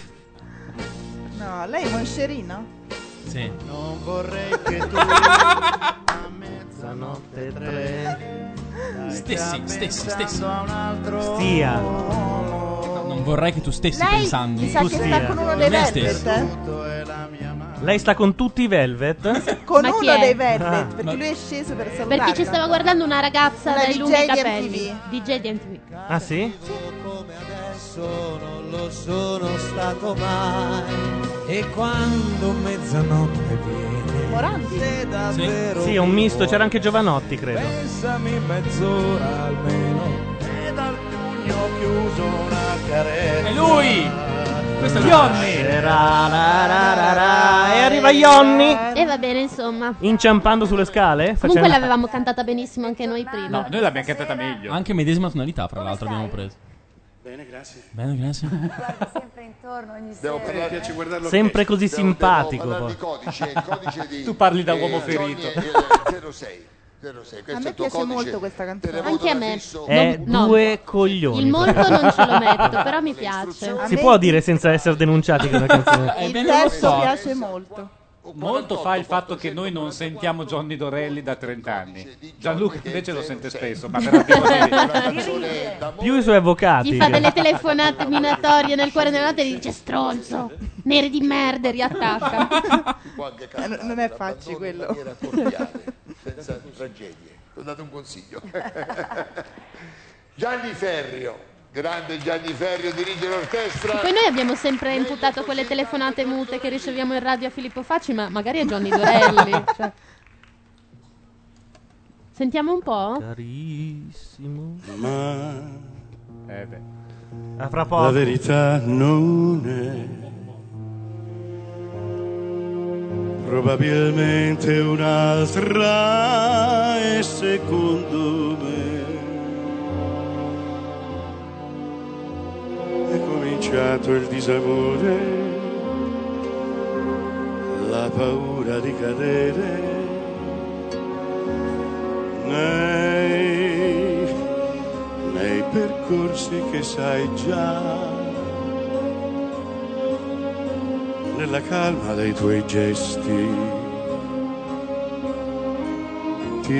Speaker 4: No, lei è Monscerino?
Speaker 3: Sì.
Speaker 6: Non vorrei che tu a mezzanotte tre
Speaker 3: Stessi, stessi, stessi.
Speaker 6: a un altro
Speaker 2: Stia.
Speaker 3: No, non vorrei che tu stessi
Speaker 4: Lei
Speaker 3: pensando.
Speaker 4: mi sa
Speaker 2: Tu
Speaker 4: che
Speaker 2: stia.
Speaker 4: sta con uno dei
Speaker 3: Me
Speaker 4: Velvet,
Speaker 3: stesso.
Speaker 4: eh?
Speaker 2: Lei sta con tutti i Velvet?
Speaker 4: Con
Speaker 13: Ma chi
Speaker 4: uno
Speaker 13: è?
Speaker 4: dei Velvet,
Speaker 2: Ah.
Speaker 4: perché
Speaker 3: Ma-
Speaker 4: lui è sceso per salutarla.
Speaker 13: Perché ci stava guardando una ragazza
Speaker 4: Una
Speaker 13: dai
Speaker 4: D J
Speaker 13: lunghi
Speaker 4: di
Speaker 13: capelli.
Speaker 4: M T V.
Speaker 13: D J di M T V.
Speaker 2: Ah sì?
Speaker 6: come adesso non lo sono stato mai. E quando mezzanotte viene,
Speaker 4: Morandi.
Speaker 6: se davvero
Speaker 2: Sì, è un
Speaker 6: mi
Speaker 2: misto,
Speaker 6: vuoi,
Speaker 2: c'era anche Giovanotti, credo.
Speaker 6: pensami mezz'ora almeno e dal pugno chiuso una carezza.
Speaker 3: È lui! Questo è
Speaker 5: Johnny!
Speaker 2: Ra, ra, ra, ra, ra. E arriva Ionni
Speaker 13: E va bene, insomma.
Speaker 2: inciampando sulle scale.
Speaker 13: Comunque
Speaker 2: facendo-
Speaker 13: l'avevamo cantata benissimo anche noi prima.
Speaker 5: No, noi l'abbiamo cantata meglio.
Speaker 3: Anche medesima tonalità, fra l'altro, abbiamo preso.
Speaker 6: Bene, grazie.
Speaker 3: Bene, grazie.
Speaker 8: Guarda sempre intorno ogni
Speaker 7: Devo
Speaker 8: sera.
Speaker 7: parlare,
Speaker 6: piace guardarlo
Speaker 2: Sempre così
Speaker 7: devo-
Speaker 2: simpatico.
Speaker 7: Devo parlare
Speaker 2: poi.
Speaker 7: di codice, il codice di
Speaker 5: Tu parli da uomo
Speaker 7: eh,
Speaker 5: ferito.
Speaker 7: Johnny, eh, zero sei. zero sei. Questo
Speaker 4: A
Speaker 7: è
Speaker 4: me
Speaker 7: il tuo
Speaker 4: piace
Speaker 7: codice.
Speaker 4: molto questa canzone.
Speaker 7: Televoto
Speaker 13: Anche a
Speaker 7: da
Speaker 13: me.
Speaker 7: fisso.
Speaker 2: È
Speaker 13: No,
Speaker 2: due coglioni.
Speaker 13: Il molto non ce lo metto, però mi piace.
Speaker 4: A
Speaker 2: Si
Speaker 4: me
Speaker 2: può dire senza essere denunciati che è una canzone.
Speaker 3: Eh,
Speaker 4: il
Speaker 3: bene, lo
Speaker 4: testo
Speaker 3: so.
Speaker 4: piace molto.
Speaker 5: Molto fa il fatto che noi non sentiamo Johnny Dorelli da trenta anni. Gianluca invece lo sente spesso, ma per altri motivi.
Speaker 7: Una canzone d'amore.
Speaker 2: Più i suoi avvocati.
Speaker 13: Gli fa delle telefonate minatorie nel cuore della notte e gli dice stronzo, neri di merda e riattacca.
Speaker 7: Può anche
Speaker 4: Eh,
Speaker 7: cantare,
Speaker 4: non è
Speaker 7: la
Speaker 4: facile
Speaker 7: canzone
Speaker 4: quello.
Speaker 7: in maniera cordiale, senza tragedie. Ti ho dato un consiglio. Gianni Ferrio, grande Gianni Ferrio dirige l'orchestra.
Speaker 13: Poi noi abbiamo sempre imputato quelle telefonate mute che riceviamo in radio a Filippo Facci, ma magari a Johnny Dorelli. Cioè. Sentiamo un po'?
Speaker 2: Carissimo.
Speaker 14: Ma
Speaker 5: Eh beh.
Speaker 2: Ah, fra poco.
Speaker 14: la verità non è probabilmente un'altra e secondo me è cominciato il disamore, la paura di cadere nei, nei percorsi che sai già, nella calma dei tuoi gesti ti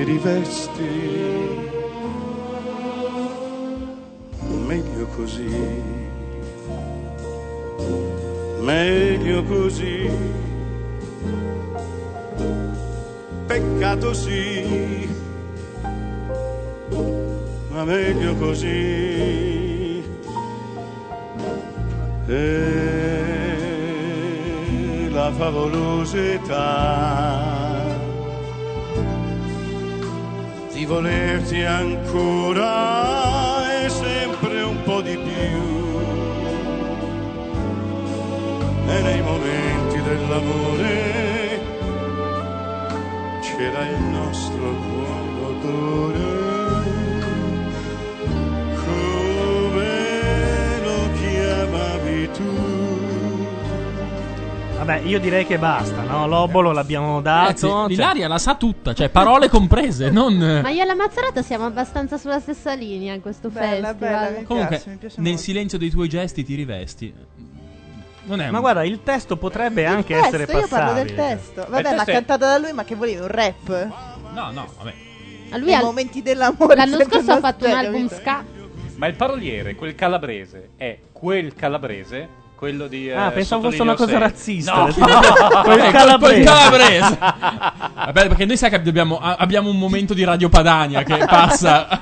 Speaker 14: rivesti, meglio così. meglio così, peccato sì, ma meglio così. E la favolosità di volerti ancora e sempre un po' di più, e nei momenti dell'amore c'era il nostro buon odore, come lo chiamavi tu.
Speaker 2: Vabbè, io direi che basta, no? L'obolo l'abbiamo dato.
Speaker 3: Ragazzi, l'Ilaria la sa tutta, cioè parole comprese, non...
Speaker 13: Ma io e la Mazzarata siamo abbastanza sulla stessa linea in questo
Speaker 15: Bella,
Speaker 13: festival.
Speaker 15: bella, mi
Speaker 3: Comunque,
Speaker 15: piace, mi piace
Speaker 3: nel
Speaker 15: molto.
Speaker 3: silenzio dei tuoi gesti ti rivesti. Non è
Speaker 2: Ma
Speaker 3: un-
Speaker 2: guarda, il testo potrebbe anche
Speaker 15: Testo,
Speaker 2: essere
Speaker 15: io parlo
Speaker 2: passabile.
Speaker 15: del testo.
Speaker 3: il
Speaker 15: Vabbè, ma
Speaker 3: testo è-
Speaker 15: cantata da lui, ma che volevi? Un rap?
Speaker 3: No, no, vabbè.
Speaker 13: A lui
Speaker 15: Nei
Speaker 13: al-
Speaker 15: momenti dell'amore.
Speaker 13: L'anno
Speaker 15: sempre
Speaker 13: scorso ha
Speaker 15: non
Speaker 13: fatto un
Speaker 15: c'è,
Speaker 13: album
Speaker 15: capito?
Speaker 13: ska.
Speaker 5: Ma il paroliere, quel calabrese, è quel calabrese, quello di...
Speaker 2: Ah,
Speaker 5: eh,
Speaker 2: pensavo fosse una
Speaker 5: Sottolineo
Speaker 2: cosa
Speaker 5: sei.
Speaker 2: razzista.
Speaker 5: No,
Speaker 2: Quel
Speaker 3: Eh,
Speaker 2: calabrese.
Speaker 3: quel calabrese. Vabbè, perché noi sai che dobbiamo, a- abbiamo un momento di Radio Padania che passa.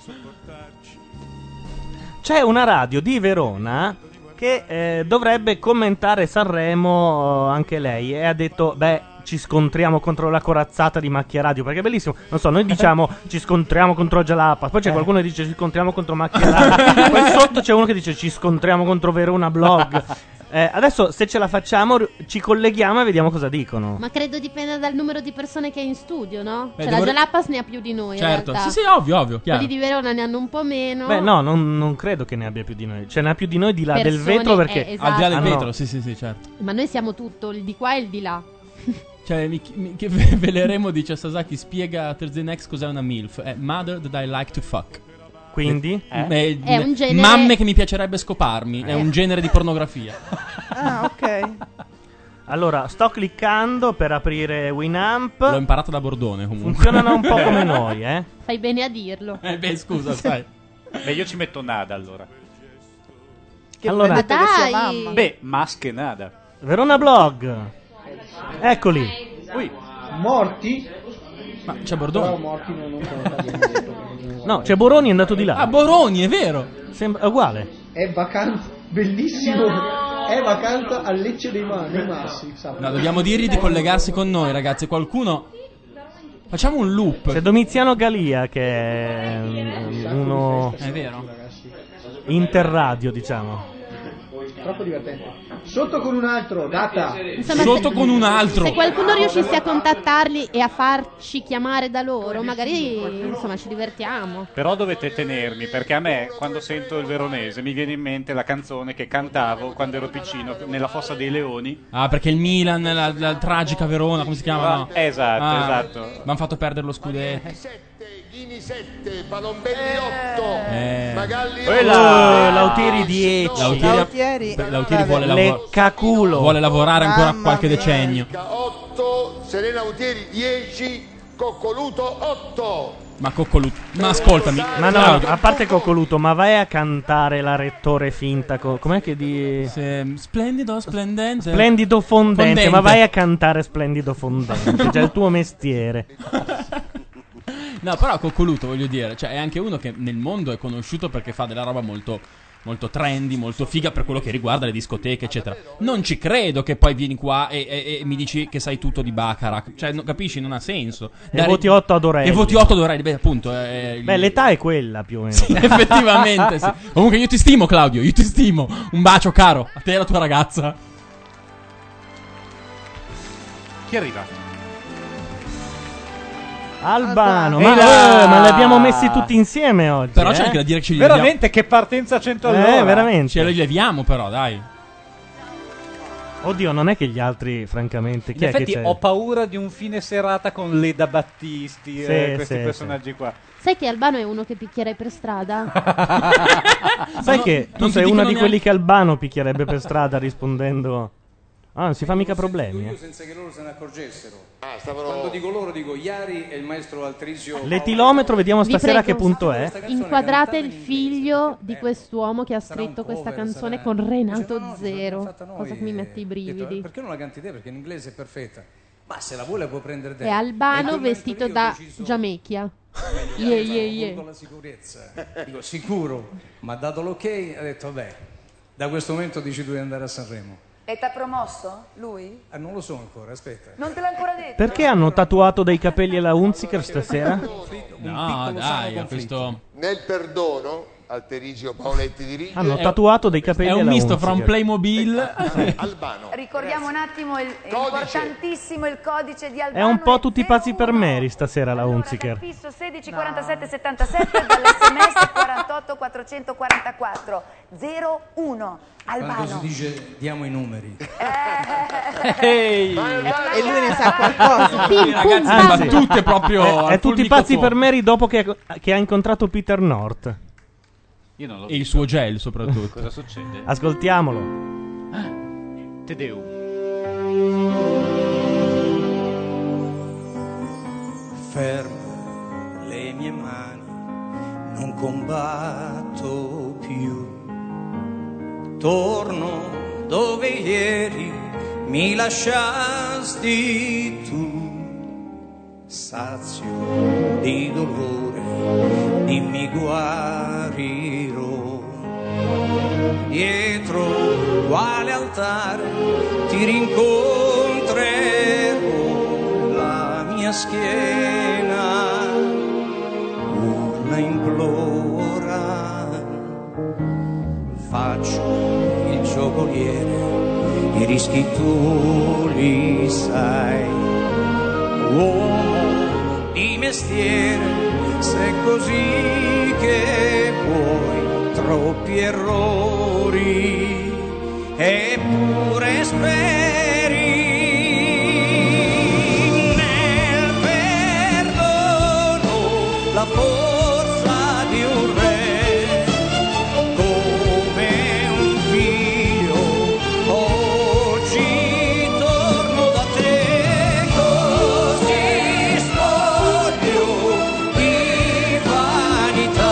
Speaker 2: C'è una radio di Verona che eh, dovrebbe commentare Sanremo eh, anche lei, e ha detto, beh, ci scontriamo contro la corazzata di Macchia Radio, perché è bellissimo. Non so, noi diciamo ci scontriamo contro Jalapa, poi c'è qualcuno che dice ci scontriamo contro Macchia Radio, poi sotto c'è uno che dice ci scontriamo contro Verona Blog. Eh, adesso se ce la facciamo r- ci colleghiamo e vediamo cosa dicono.
Speaker 13: Ma credo dipenda dal numero di persone che è in studio, no?
Speaker 2: Beh,
Speaker 13: cioè
Speaker 2: devo-
Speaker 13: la Jalapas ne ha più di noi,
Speaker 3: Certo,
Speaker 13: in realtà.
Speaker 3: sì, sì, ovvio, ovvio, chiaro.
Speaker 13: Quelli di Verona ne hanno un po' meno.
Speaker 2: Beh, no, non, non credo che ne abbia più di noi. Ce n'ha più di noi di là del
Speaker 13: Persone,
Speaker 2: vetro perché...
Speaker 13: eh, esatto.
Speaker 3: Al di là del
Speaker 2: Ah, no.
Speaker 3: vetro, sì, sì, sì, certo.
Speaker 13: Ma noi siamo tutto, il di qua e il di là.
Speaker 3: Cioè, mi, mi, che ve- veleremo, dice Sasaki, spiega a Thursday Next cos'è una MILF. È Mother that I like to fuck.
Speaker 2: Quindi?
Speaker 3: Eh,
Speaker 13: È un genere-
Speaker 3: Mamme che mi piacerebbe scoparmi. È un genere di pornografia.
Speaker 15: Ah, ok.
Speaker 2: Allora, sto cliccando per aprire Winamp.
Speaker 3: L'ho imparato da Bordone comunque.
Speaker 2: Funzionano un po' come noi, eh.
Speaker 13: Fai bene a dirlo.
Speaker 3: Eh, beh, scusa, sai.
Speaker 5: Beh, io ci metto nada allora.
Speaker 15: Che
Speaker 2: Allora-
Speaker 15: detto che sia
Speaker 13: Dai.
Speaker 15: mamma.
Speaker 5: Beh, masche nada.
Speaker 2: Verona Blog. Eccoli.
Speaker 5: Ui.
Speaker 16: Morti?
Speaker 3: Ma c'è
Speaker 16: Però
Speaker 3: Bordone.
Speaker 16: morti non, non conta.
Speaker 2: No, c'è Boroni, è andato di là.
Speaker 3: Ah, Boroni, è vero.
Speaker 2: Sembra è uguale.
Speaker 16: È vacanza, bellissimo. È vacanza al Lecce dei, ma- dei Massi. sabato.
Speaker 3: No, dobbiamo dirgli di collegarsi con noi, ragazzi. Qualcuno. Facciamo un loop.
Speaker 2: C'è Domiziano Galia che è mm, uno
Speaker 3: È vero.
Speaker 2: interradio, diciamo.
Speaker 16: Troppo divertente. Sotto con un altro, data.
Speaker 13: Insomma,
Speaker 3: Sotto
Speaker 13: se-
Speaker 3: con un altro.
Speaker 13: Se qualcuno riuscisse a contattarli e a farci chiamare da loro, magari insomma ci divertiamo.
Speaker 5: Però dovete tenermi, perché a me, quando sento il veronese, mi viene in mente la canzone che cantavo quando ero piccino, nella Fossa dei Leoni.
Speaker 3: Ah, perché il Milan, la, la tragica Verona, come si chiama? No?
Speaker 5: Esatto,
Speaker 3: Ah,
Speaker 5: esatto.
Speaker 3: Mi hanno fatto perdere lo scudetto.
Speaker 7: Ghini sette, Palombelli otto,
Speaker 3: Eh.
Speaker 7: Magalli
Speaker 2: Oh, Lautieri dieci.
Speaker 3: Lautieri,
Speaker 15: Lautieri.
Speaker 3: beh, Lautieri vuole, lavo-
Speaker 2: Leccaculo.
Speaker 3: vuole lavorare ancora
Speaker 15: Mamma
Speaker 3: qualche
Speaker 15: mia.
Speaker 3: decennio.
Speaker 7: otto, Serena Autieri dieci, Coccoluto otto.
Speaker 3: Ma Coccoluto. Ma ascoltami.
Speaker 2: Ma no,
Speaker 3: Claudio,
Speaker 2: a parte Coccoluto, ma vai a cantare la rettore finta. co- com'è che di.
Speaker 3: se- splendido, splendente.
Speaker 2: Splendido fondente,
Speaker 3: Fondente.
Speaker 2: ma vai a cantare Splendido fondente. Cioè il tuo mestiere.
Speaker 3: No, però Coccoluto, voglio dire, cioè è anche uno che nel mondo è conosciuto perché fa della roba molto molto trendy, molto figa per quello che riguarda le discoteche, eccetera. Non ci credo che poi vieni qua e, e- e mi dici che sai tutto di Baccarat. Cioè, no, capisci? Non ha senso.
Speaker 2: E voti otto ad Orelli.
Speaker 3: E voti otto ad Orelli, beh, appunto. È il-
Speaker 2: Beh, l'età è quella più o meno.
Speaker 3: Sì, effettivamente, sì. Comunque io ti stimo, Claudio, io ti stimo. Un bacio, caro, a te e alla tua ragazza.
Speaker 5: Chi arriva?
Speaker 2: Albano,
Speaker 5: E
Speaker 2: ma,
Speaker 5: là.
Speaker 2: eh, ma li abbiamo messi tutti insieme oggi.
Speaker 3: Però
Speaker 2: eh?
Speaker 3: c'è anche da dire che ci li
Speaker 5: Veramente che partenza a cento
Speaker 2: Eh,
Speaker 5: all'ora.
Speaker 2: veramente.
Speaker 3: Ce li leviamo, però, dai.
Speaker 2: Oddio, non è che gli altri, francamente. Chi
Speaker 5: In
Speaker 2: è che
Speaker 5: effetti
Speaker 2: c'è?
Speaker 5: ho paura di un fine serata con Leda Battisti
Speaker 2: Sì,
Speaker 5: e questi
Speaker 2: sì,
Speaker 5: personaggi qua.
Speaker 13: Sai che Albano è uno che picchierai per strada?
Speaker 2: Sai
Speaker 3: No,
Speaker 2: che tu
Speaker 3: non ti
Speaker 2: sei
Speaker 3: dicono
Speaker 2: uno di quelli
Speaker 3: neanche-
Speaker 2: che Albano picchierebbe per strada rispondendo Ah, non si fa mica problemi.
Speaker 17: Io
Speaker 2: eh.
Speaker 17: senza che loro se ne accorgessero.
Speaker 7: Ah, stavano...
Speaker 17: Quando dico loro dico Iari e il maestro Altrisio.
Speaker 2: L'etilometro, vediamo
Speaker 13: Vi
Speaker 2: stasera a che
Speaker 13: prego,
Speaker 2: punto è.
Speaker 13: Inquadrate il figlio di quest'uomo che ha scritto questa canzone con Renato Zero. Cosa che mi mette i brividi.
Speaker 17: Perché non la canti te? Perché in inglese è perfetta. Ma se la vuole può prendere te.
Speaker 13: È Albano vestito da Giamecchia. Yeah, yeah, yeah.
Speaker 17: Con la sicurezza. Dico sicuro, ma dato l'ok ha detto vabbè, da questo momento dici tu di andare a Sanremo.
Speaker 8: E t'ha promosso? Lui?
Speaker 17: Ah, non lo so ancora, aspetta.
Speaker 8: Non te l'ha ancora detto?
Speaker 2: Perché hanno tatuato dei capelli alla Hunziker stasera?
Speaker 3: No, dai, a questo...
Speaker 7: Nel perdono, Alterigio Paoletti di Righi.
Speaker 2: Hanno tatuato dei capelli
Speaker 3: È un
Speaker 2: alla
Speaker 3: misto fra un
Speaker 2: Hunziker.
Speaker 3: Playmobil.
Speaker 7: Albano.
Speaker 8: Ricordiamo un attimo il è importantissimo il codice di Albano.
Speaker 2: È un po' tutti pazzi per Mary stasera la Hunziker.
Speaker 8: Fisso sedici quarantasette settantasette dall'sms quarantotto quattrocentoquarantaquattro zero uno
Speaker 17: Quando si
Speaker 8: Albano.
Speaker 17: dice diamo i numeri.
Speaker 2: Ehi.
Speaker 15: E lui ne sa qualcosa.
Speaker 3: Ragazzi,
Speaker 2: Anzi,
Speaker 3: battute proprio
Speaker 2: è,
Speaker 3: al
Speaker 2: è tutti
Speaker 3: fulmico
Speaker 2: pazzi
Speaker 3: fuoco.
Speaker 2: per Mary dopo che, che ha incontrato Peter North.
Speaker 5: Io non l'ho
Speaker 3: E il
Speaker 5: visto.
Speaker 3: suo gel soprattutto.
Speaker 5: Cosa succede?
Speaker 2: Ascoltiamolo.
Speaker 5: Te Deum.
Speaker 10: Fermo le mie mani, non combatto più. Torno dove ieri mi lasciasti tu. Sazio di dolore, dimmi guarirò. Dietro quale altare ti rincontrerò, la mia schiena urla implora. Faccio il giocoliere, i rischi tu li sai. Uomo di mestiere, se è così che vuoi, troppi errori eppure speri nel perdono la forza di un re, come un figlio oggi torno da te, così spoglio di vanità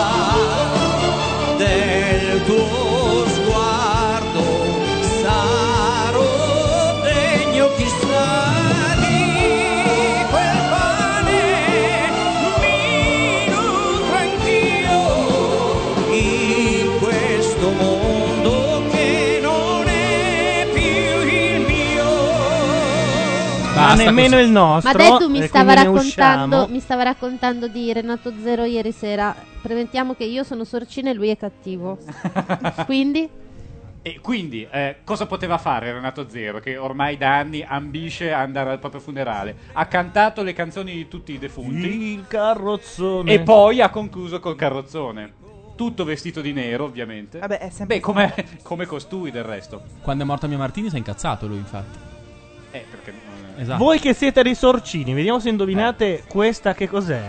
Speaker 10: del tuo sguardo, sarò degno chissà di quel pane, mi nutro anch'io in questo mondo che non è più il mio.
Speaker 2: Ma nemmeno il nostro.
Speaker 13: Ma Deddu mi
Speaker 2: e
Speaker 13: stava
Speaker 2: quindi ne
Speaker 13: raccontando
Speaker 2: usciamo.
Speaker 13: mi stava raccontando di Renato Zero ieri sera. Premettiamo che io sono sorcina e lui è cattivo. Quindi
Speaker 5: E quindi, eh, cosa poteva fare Renato Zero, che ormai da anni ambisce a andare al proprio funerale? Ha cantato le canzoni di tutti i defunti.
Speaker 2: Il carrozzone.
Speaker 5: E poi ha concluso col carrozzone. Tutto vestito di nero, ovviamente.
Speaker 15: Vabbè, è sempre
Speaker 5: Beh, come, come costui del resto.
Speaker 3: Quando è morta mia Martini si è incazzato lui, infatti.
Speaker 5: Eh, perché non è...
Speaker 3: Esatto.
Speaker 2: Voi che siete dei sorcini, vediamo se indovinate questa che cos'è.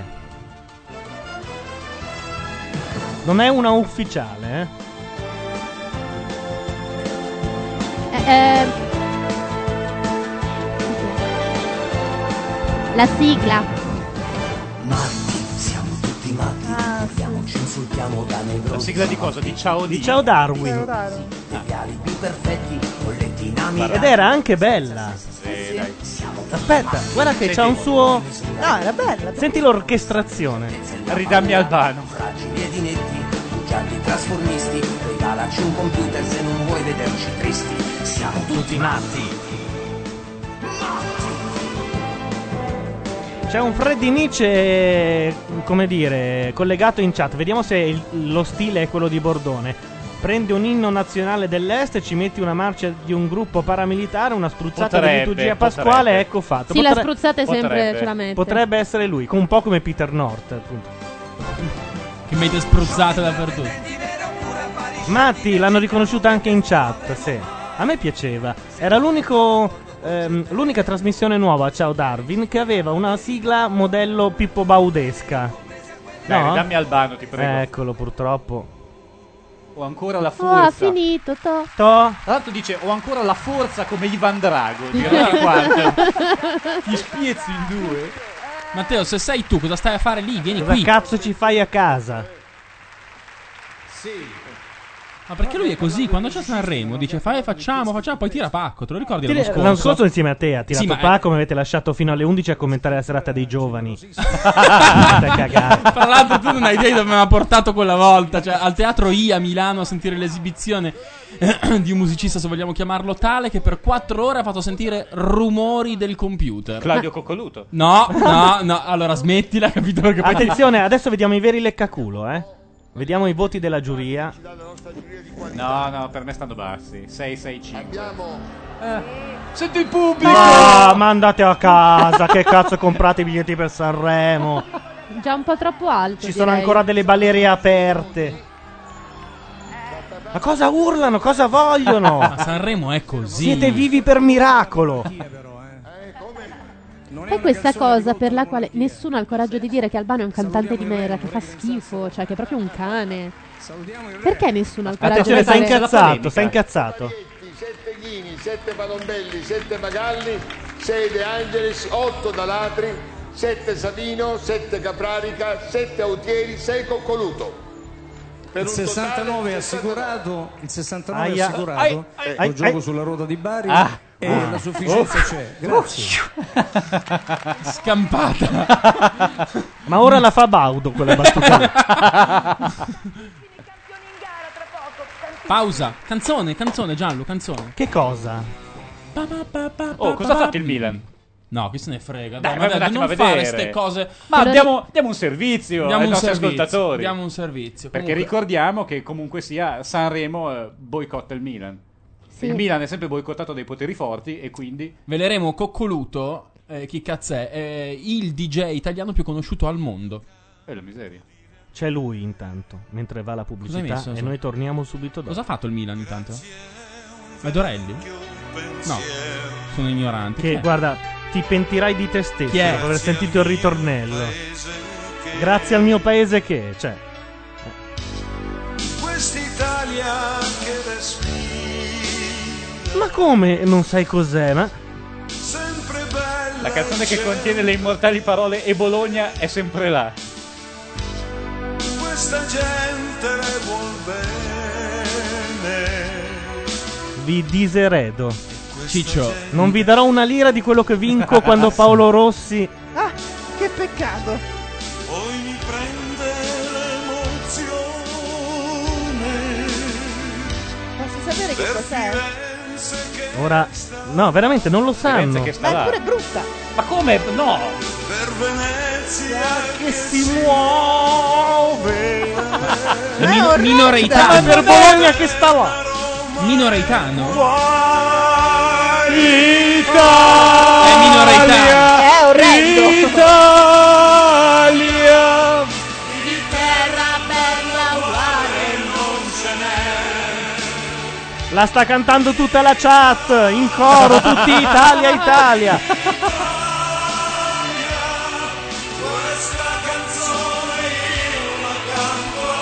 Speaker 2: Non è una ufficiale, eh?
Speaker 13: eh, eh, la sigla.
Speaker 12: Matti, siamo tutti matti. Parliamo, ci insultiamo da nevrosi.
Speaker 5: La sigla di cosa? Di Ciao
Speaker 2: Di Ciao Darwin.
Speaker 12: Gli alibi perfetti, colletti in amiranti.
Speaker 2: Ed era anche bella.
Speaker 5: Sì, dai.
Speaker 2: Aspetta, guarda che c'ha un suo.
Speaker 15: No, era bella.
Speaker 2: Senti l'orchestrazione.
Speaker 5: Ridammi Albano.
Speaker 12: Fragili ed inetti, bugiardi trasformisti. Regalaci un computer se non vuoi vederci tristi. Siamo tutti matti.
Speaker 2: C'è un Freddy Nietzsche, come dire, collegato in chat. Vediamo se il- lo stile è quello di Bordone. Prendi un inno nazionale dell'est, ci metti una marcia di un gruppo paramilitare, una spruzzata
Speaker 5: Potrebbe,
Speaker 2: di liturgia pasquale,
Speaker 5: potrebbe.
Speaker 2: ecco fatto.
Speaker 13: Sì, la
Speaker 2: Potre-
Speaker 13: spruzzata è sempre
Speaker 5: potrebbe.
Speaker 13: ce la mette.
Speaker 2: Potrebbe essere lui, un po' come Peter North, appunto.
Speaker 3: Che mette spruzzate dappertutto.
Speaker 2: Matti, l'hanno riconosciuta anche in chat, sì. A me piaceva. Era l'unico, ehm, l'unica trasmissione nuova a Ciao Darwin che aveva una sigla modello Pippo Baudesca.
Speaker 5: Dai,
Speaker 2: No?
Speaker 5: ridammi Albano, ti prego.
Speaker 2: Eccolo, purtroppo.
Speaker 5: ho ancora la
Speaker 13: Oh, ha
Speaker 5: forza.
Speaker 13: finito, to.
Speaker 2: To.
Speaker 5: Tra l'altro dice ho ancora la forza come Ivan Drago. Direi quanto.
Speaker 3: Ti spiezzi in due. Matteo, se sei tu, cosa stai a fare lì? Vieni
Speaker 2: Cosa
Speaker 3: qui.
Speaker 2: cazzo ci fai a casa?
Speaker 17: Sì.
Speaker 3: Ma perché lui è così? Quando c'è Sanremo dice fai, facciamo, facciamo, poi tira pacco. Te lo ricordi
Speaker 2: Ti-
Speaker 3: l'anno scorso?
Speaker 2: L'anno scorso insieme a te ha tirato
Speaker 3: Sì, ma-
Speaker 2: pacco, mi avete lasciato fino alle undici a commentare la serata dei giovani. State a cagare.
Speaker 3: Tra l'altro tu non hai idea di dove mi ha portato quella volta. Cioè, al teatro I a Milano a sentire l'esibizione eh, di un musicista, se vogliamo chiamarlo tale, che per quattro ore ha fatto sentire rumori del computer.
Speaker 5: Claudio Coccoluto.
Speaker 3: No, no, no. Allora smettila, capito? Perché poi-
Speaker 2: Attenzione, adesso vediamo i veri leccaculo, eh. Vediamo i voti della giuria.
Speaker 5: No, no, per me stanno bassi. sei, sei, cinque.
Speaker 17: Eh, sento il pubblico.
Speaker 2: Ah, ma andate a casa, che cazzo comprate i biglietti per Sanremo?
Speaker 13: Già un po' troppo alto.
Speaker 2: Ci sono
Speaker 13: direi.
Speaker 2: ancora delle ballerie aperte. Ma cosa urlano? Cosa vogliono?
Speaker 3: Ma Sanremo è così.
Speaker 2: Siete vivi per miracolo.
Speaker 13: Poi questa cosa per la quale nessuno ha il coraggio di dire che Albano è un cantante di merda, che fa schifo, cioè che è proprio un cane. Perché nessuno ha il coraggio
Speaker 2: Attenzione,
Speaker 13: di
Speaker 2: sei
Speaker 13: dire
Speaker 2: incazzato, sei incazzato.
Speaker 7: sette ghini, sette palombelli, sette pagalli, sei De Angelis, otto Dalatri, sette Savino, sette Caprarica, sette Autieri, sei Coccoluto. Per
Speaker 17: Il
Speaker 7: un
Speaker 17: sessantanove è
Speaker 7: totale di
Speaker 17: assicurato, il sessantanove è
Speaker 2: Aia.
Speaker 17: assicurato,
Speaker 2: Ai,
Speaker 17: lo
Speaker 2: ai, ai,
Speaker 17: gioco
Speaker 2: ai.
Speaker 17: sulla ruota di Bari
Speaker 2: Ah.
Speaker 17: e
Speaker 2: Ah.
Speaker 17: la sufficienza
Speaker 2: Oh.
Speaker 17: c'è. Grazie.
Speaker 3: Scampata.
Speaker 2: Ma ora la fa Baudo quella battuta lì.
Speaker 3: Pausa. Canzone, canzone, Gianlu, canzone.
Speaker 2: Che cosa?
Speaker 5: Oh, cosa ha fatto il Milan?
Speaker 3: No, chi se ne frega.
Speaker 5: Dai,
Speaker 3: Dai,
Speaker 5: vai un
Speaker 3: ma dai,
Speaker 5: attimo
Speaker 3: non
Speaker 5: a
Speaker 3: fare
Speaker 5: vedere.
Speaker 3: ste cose.
Speaker 5: Ma
Speaker 3: Però-
Speaker 5: diamo, diamo un servizio
Speaker 3: Diamo
Speaker 5: ai
Speaker 3: un
Speaker 5: nostri
Speaker 3: servizio,
Speaker 5: ascoltatori.
Speaker 3: diamo un servizio.
Speaker 5: Perché
Speaker 3: Comunque-
Speaker 5: ricordiamo che comunque sia Sanremo eh, boicotta il Milan.
Speaker 13: Sì.
Speaker 5: Il Milan è sempre boicottato dai poteri forti e quindi
Speaker 3: Veleremo Coccoluto, eh, chi cazzo è, eh, il D J italiano più conosciuto al mondo.
Speaker 5: è la miseria.
Speaker 2: C'è lui intanto, mentre va la
Speaker 3: Cosa hai
Speaker 2: pubblicità
Speaker 3: messo?
Speaker 2: e noi torniamo subito dopo.
Speaker 3: Cosa ha fatto il Milan intanto? È Dorelli? No, sono ignorante.
Speaker 2: Che
Speaker 3: Chi è?
Speaker 2: guarda, ti pentirai di te stesso
Speaker 3: Chi è?
Speaker 2: dopo aver sentito il ritornello. Grazie al mio paese che, cioè,
Speaker 14: Quest'Italia che respiri,
Speaker 2: ma come non sai cos'è? Ma
Speaker 14: sempre bella.
Speaker 5: La canzone che contiene le immortali parole e Bologna è sempre là.
Speaker 14: Questa gente vuol bene.
Speaker 2: vi diseredo.
Speaker 3: Ciccio,
Speaker 2: Non vi darò una lira di quello che vinco quando Paolo Rossi.
Speaker 15: Ah, che peccato.
Speaker 14: Poi mi prende l'emozione.
Speaker 15: Posso sapere che cos'è?
Speaker 2: Ora, no, veramente non lo sanno.
Speaker 5: Che sta
Speaker 15: Ma è
Speaker 5: là.
Speaker 15: pure brutta.
Speaker 5: Ma come? No!
Speaker 14: Per Venezia
Speaker 2: Che si muove.
Speaker 3: è
Speaker 15: è
Speaker 3: min-
Speaker 15: orrenda.
Speaker 3: minoreitano.
Speaker 2: Ma per Bologna che sta là.
Speaker 3: Minoreitano?
Speaker 2: Italia.
Speaker 3: È minoreitano.
Speaker 15: È orrendo.
Speaker 2: Italia.
Speaker 4: Di terra bella uguale non ce n'è.
Speaker 2: La sta cantando tutta la chat in coro, tutti Italia, Italia.
Speaker 14: questa canzone io la canto a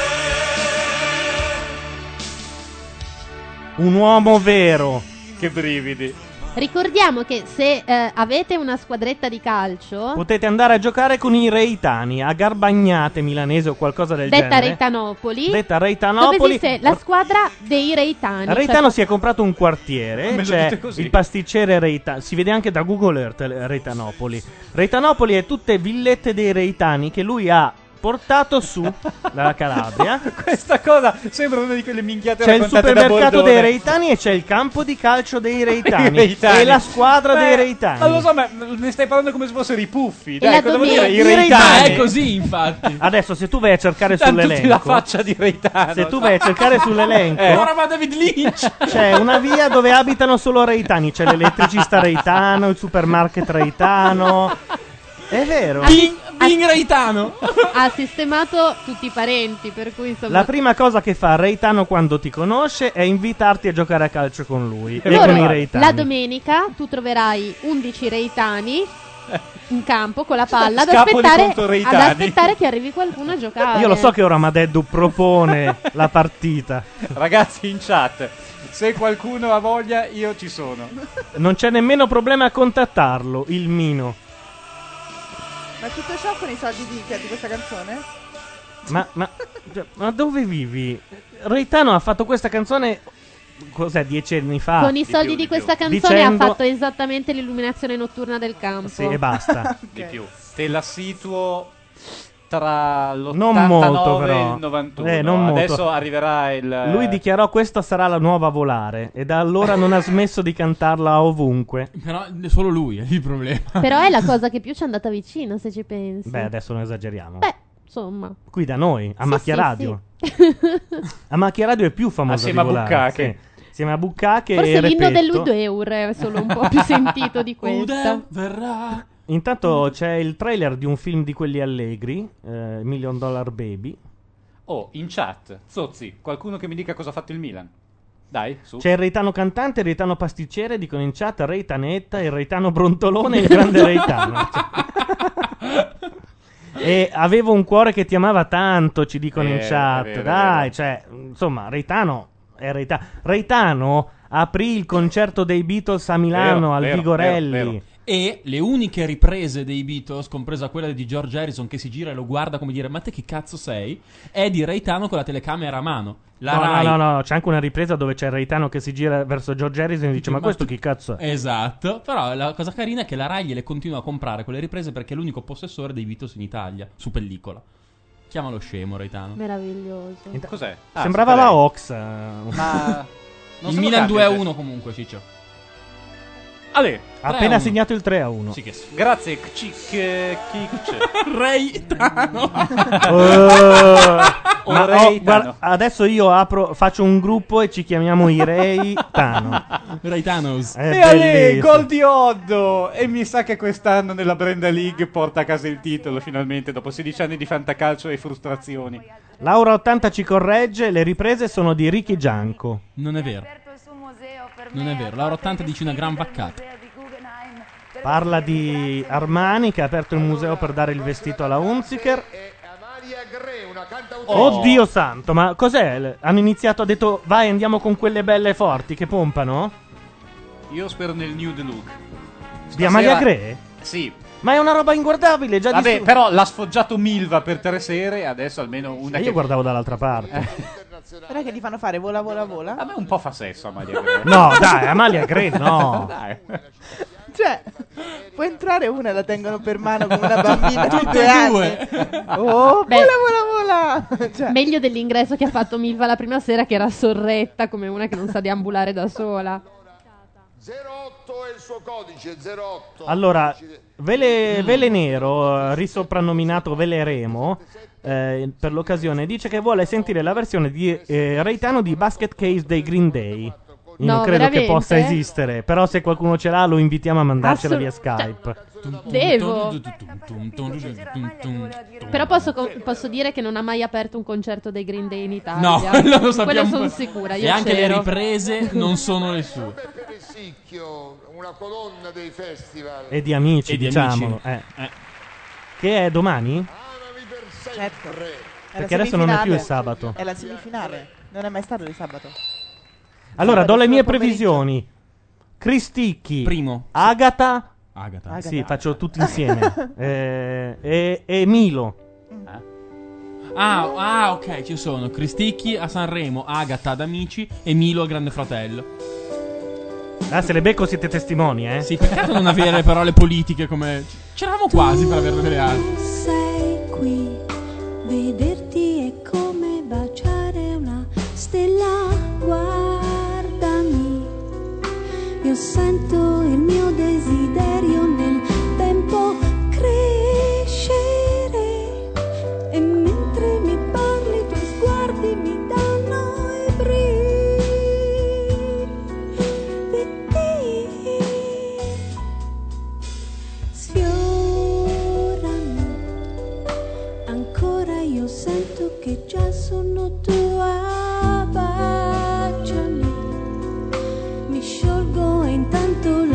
Speaker 14: te.
Speaker 2: Un uomo vero.
Speaker 5: Che brividi.
Speaker 13: Ricordiamo che se eh, avete una squadretta di calcio,
Speaker 2: Potete andare a giocare con i Reitani a Garbagnate milanese o qualcosa del
Speaker 13: detta
Speaker 2: genere.
Speaker 13: Reitanopoli,
Speaker 2: Detta
Speaker 13: dove
Speaker 2: Reitanopoli.
Speaker 13: esiste la squadra dei Reitani.
Speaker 2: Reitano
Speaker 13: cioè-
Speaker 2: si è comprato un quartiere,
Speaker 5: Me lo
Speaker 2: c'è
Speaker 5: dite così?
Speaker 2: il pasticcere Reitano, si vede anche da Google Earth eh, Reitanopoli. Reitanopoli è tutte villette dei Reitani che lui ha portato su dalla Calabria.
Speaker 5: Questa cosa sembra una di quelle minchiate
Speaker 2: C'è il
Speaker 5: raccontate da
Speaker 2: supermercato
Speaker 5: Bordone.
Speaker 2: dei Reitani e c'è il campo di calcio dei Reitani,
Speaker 5: I Reitani.
Speaker 2: e la squadra
Speaker 5: Beh,
Speaker 2: dei Reitani.
Speaker 5: Ma lo so, ma ne stai parlando come se fossero i puffi.
Speaker 13: la
Speaker 5: Dai, cosa vuol
Speaker 13: domenica-
Speaker 5: dire i
Speaker 2: I
Speaker 5: Reitani?
Speaker 2: Reitani.
Speaker 3: È così, infatti.
Speaker 2: Adesso se tu vai a cercare
Speaker 5: C'hanno tutti la
Speaker 2: sull'elenco,
Speaker 5: faccia di Reitano.
Speaker 2: se tu vai a cercare sull'elenco,
Speaker 5: Eh.
Speaker 3: Ora va David Lynch.
Speaker 2: c'è una via dove abitano solo Reitani, c'è l'elettricista Reitano, il supermarket Reitano. È vero.
Speaker 3: Bing, Bing Reitano.
Speaker 13: ha sistemato tutti i parenti, per cui insomma
Speaker 2: La prima cosa che fa Reitano quando ti conosce è invitarti a giocare a calcio con lui e
Speaker 13: loro,
Speaker 2: con i Reitani.
Speaker 13: la domenica tu troverai undici Reitani in campo con la palla ad
Speaker 5: Scapoli
Speaker 13: aspettare,
Speaker 5: contro
Speaker 13: ad
Speaker 5: Reitani.
Speaker 13: aspettare che arrivi qualcuno a giocare.
Speaker 2: Io lo so che ora Madeddu propone la partita.
Speaker 5: Ragazzi in chat, se qualcuno ha voglia, io ci sono.
Speaker 2: Non c'è nemmeno problema a contattarlo, il Mino.
Speaker 15: Ma tutto ciò con i soldi di, di questa canzone?
Speaker 2: Ma, ma, ma dove vivi? Reitano ha fatto questa canzone, cos'è, dieci anni fa?
Speaker 13: Con i soldi di, questa canzone
Speaker 2: Dicendo-
Speaker 13: ha fatto esattamente l'illuminazione notturna del campo.
Speaker 2: Sì, e basta.
Speaker 5: Di più. Te la situo tra
Speaker 2: Non
Speaker 5: l'ottantanove
Speaker 2: molto,
Speaker 5: e
Speaker 2: però.
Speaker 5: il novantuno.
Speaker 2: Eh, non molto.
Speaker 5: Adesso arriverà il...
Speaker 2: Lui dichiarò questa sarà la nuova Volare e da allora non ha smesso di cantarla ovunque.
Speaker 3: Però solo lui è il problema.
Speaker 13: Però è la cosa che più ci è andata vicino, se ci pensi.
Speaker 2: Beh, adesso non esageriamo.
Speaker 13: Beh, insomma.
Speaker 2: Qui da noi, a
Speaker 13: Sì,
Speaker 2: Macchia
Speaker 13: sì,
Speaker 2: Radio.
Speaker 13: sì.
Speaker 2: A Macchia Radio è più famosa
Speaker 5: Assieme
Speaker 2: di
Speaker 5: a
Speaker 2: Volare.
Speaker 5: Buccache.
Speaker 2: Sì. Insieme a Buccache
Speaker 13: Forse
Speaker 2: e
Speaker 13: l'inno
Speaker 2: Repetto.
Speaker 13: dell'Udeur è solo un po' più sentito di questa.
Speaker 3: verrà.
Speaker 2: Intanto c'è il trailer di un film di quelli allegri, eh, Million Dollar Baby.
Speaker 5: Oh, in chat, Zozzi, qualcuno che mi dica cosa ha fatto il Milan. Dai, su.
Speaker 2: C'è il Reitano cantante, il Reitano pasticcere, dicono in chat Reitanetta, il Reitano brontolone e il grande Reitano. E avevo un cuore che ti amava tanto, ci dicono in
Speaker 5: Eh,
Speaker 2: chat.
Speaker 5: è vero, è
Speaker 2: Dai,
Speaker 5: vero.
Speaker 2: cioè, insomma, Reitano è Reitano. Reitano aprì il concerto dei Beatles a Milano,
Speaker 3: Vero,
Speaker 2: al
Speaker 3: vero,
Speaker 2: Vigorelli.
Speaker 3: vero, vero. E le uniche riprese dei Beatles, compresa quella di George Harrison che si gira e lo guarda come dire ma te che cazzo sei, è di Reitano con la telecamera a mano. La
Speaker 2: no,
Speaker 3: Rai...
Speaker 2: no, no, no, c'è anche una ripresa dove c'è il Reitano che si gira verso George Harrison e dice ma,
Speaker 3: Ma
Speaker 2: questo
Speaker 3: tu-
Speaker 2: chi cazzo è?
Speaker 3: Esatto, però la cosa carina è che la Rai gliele continua a comprare quelle riprese perché è l'unico possessore dei Beatles in Italia, su pellicola. Chiamalo scemo Reitano.
Speaker 13: Meraviglioso.
Speaker 5: Cos'è?
Speaker 2: Sembrava la Ox. eh.
Speaker 5: Ma...
Speaker 3: Il Milan due a uno comunque, Ciccio.
Speaker 5: Ale,
Speaker 2: Ha appena segnato il tre a uno.
Speaker 3: Sì, che
Speaker 5: Grazie, Cic
Speaker 3: Reitano.
Speaker 2: Oh, ma oh, guarda, adesso io apro, faccio un gruppo e ci chiamiamo i Reitano.
Speaker 3: Reitanos.
Speaker 2: È
Speaker 5: E Ale,
Speaker 2: bellissimo.
Speaker 5: gol di Oddo! E mi sa che quest'anno nella Brenda League porta a casa il titolo finalmente dopo sedici anni di fantacalcio e frustrazioni.
Speaker 2: Laura ottanta ci corregge, le riprese sono di Ricky Gianco.
Speaker 3: Non è vero. Non è vero, Laura ottanta dice una gran vaccata.
Speaker 2: Parla di Armani che ha aperto il museo per dare il vestito alla Hunziker. Oddio santo, ma cos'è? Hanno iniziato, ha detto vai andiamo con quelle belle forti che pompano?
Speaker 5: Io spero nel nude look.
Speaker 2: Di Amalia Gray?
Speaker 5: Sì.
Speaker 2: Ma è una roba inguardabile, già di
Speaker 5: Vabbè,
Speaker 2: su-
Speaker 5: però l'ha sfoggiato Milva per tre sere, adesso almeno una
Speaker 2: E
Speaker 5: che...
Speaker 2: io guardavo dall'altra parte.
Speaker 15: Però che gli fanno fare vola vola vola?
Speaker 5: A me un po' fa sesso Amalia Gray.
Speaker 2: No, dai, Amalia Gray no.
Speaker 5: Dai.
Speaker 15: Cioè, può entrare una e la tengono per mano come una bambina di
Speaker 13: Tutte
Speaker 15: due
Speaker 13: e
Speaker 15: anni.
Speaker 13: due.
Speaker 15: Oh,
Speaker 13: Beh,
Speaker 15: vola vola vola. Cioè,
Speaker 13: Meglio dell'ingresso che ha fatto Milva la prima sera, che era sorretta come una che non sa deambulare da sola.
Speaker 7: zero otto è il suo codice, zero otto.
Speaker 2: Allora, Vele, Vele Nero, eh, risoprannominato Vele Remo, eh, per l'occasione dice che vuole sentire la versione di eh, Reitano di Basket Case dei Green Day. Io
Speaker 13: No,
Speaker 2: non credo
Speaker 13: veramente?
Speaker 2: che possa esistere, però se qualcuno ce l'ha lo invitiamo a mandarcela
Speaker 13: Assolut-
Speaker 2: via Skype.
Speaker 13: Devo. Però posso, co- posso dire che non ha mai aperto un concerto dei Green Day in Italia.
Speaker 3: No, quello lo sappiamo.
Speaker 13: Quello sono sicura. Io
Speaker 3: E anche le
Speaker 13: c'ero.
Speaker 3: riprese non sono le sue.
Speaker 7: Sicchio, una colonna dei festival.
Speaker 2: E di amici,
Speaker 3: E di
Speaker 2: diciamolo.
Speaker 3: amici.
Speaker 2: eh. Che è domani?
Speaker 15: certo. È la
Speaker 2: Perché adesso non è più il
Speaker 15: semifinale.
Speaker 2: sabato.
Speaker 15: È la semifinale. Non è mai stato il sabato.
Speaker 2: Allora,
Speaker 15: Sabato
Speaker 2: do le
Speaker 15: solo
Speaker 2: mie
Speaker 15: pomeriggio.
Speaker 2: previsioni. Cristicchi.
Speaker 3: Primo.
Speaker 2: Agata.
Speaker 3: Agata.
Speaker 2: Sì, faccio tutti insieme. Eh, e, e Milo.
Speaker 3: Ah, ah, ok, ci sono Cristicchi a Sanremo, Agata ad Amici e Milo a Grande Fratello.
Speaker 2: Ah, se le becco siete testimoni, eh?
Speaker 3: Sì, peccato non avere le parole politiche come... C'eravamo quasi per averne delle altre.
Speaker 18: Sei qui, vederti è come baciare una stella, guardami, io sento il mio desiderio nel tempo crescere e mentre mi parli i tuoi sguardi mi danno i brividi, sfiorami, ancora io sento che già sono tua, baciami, mi sciolgo e intanto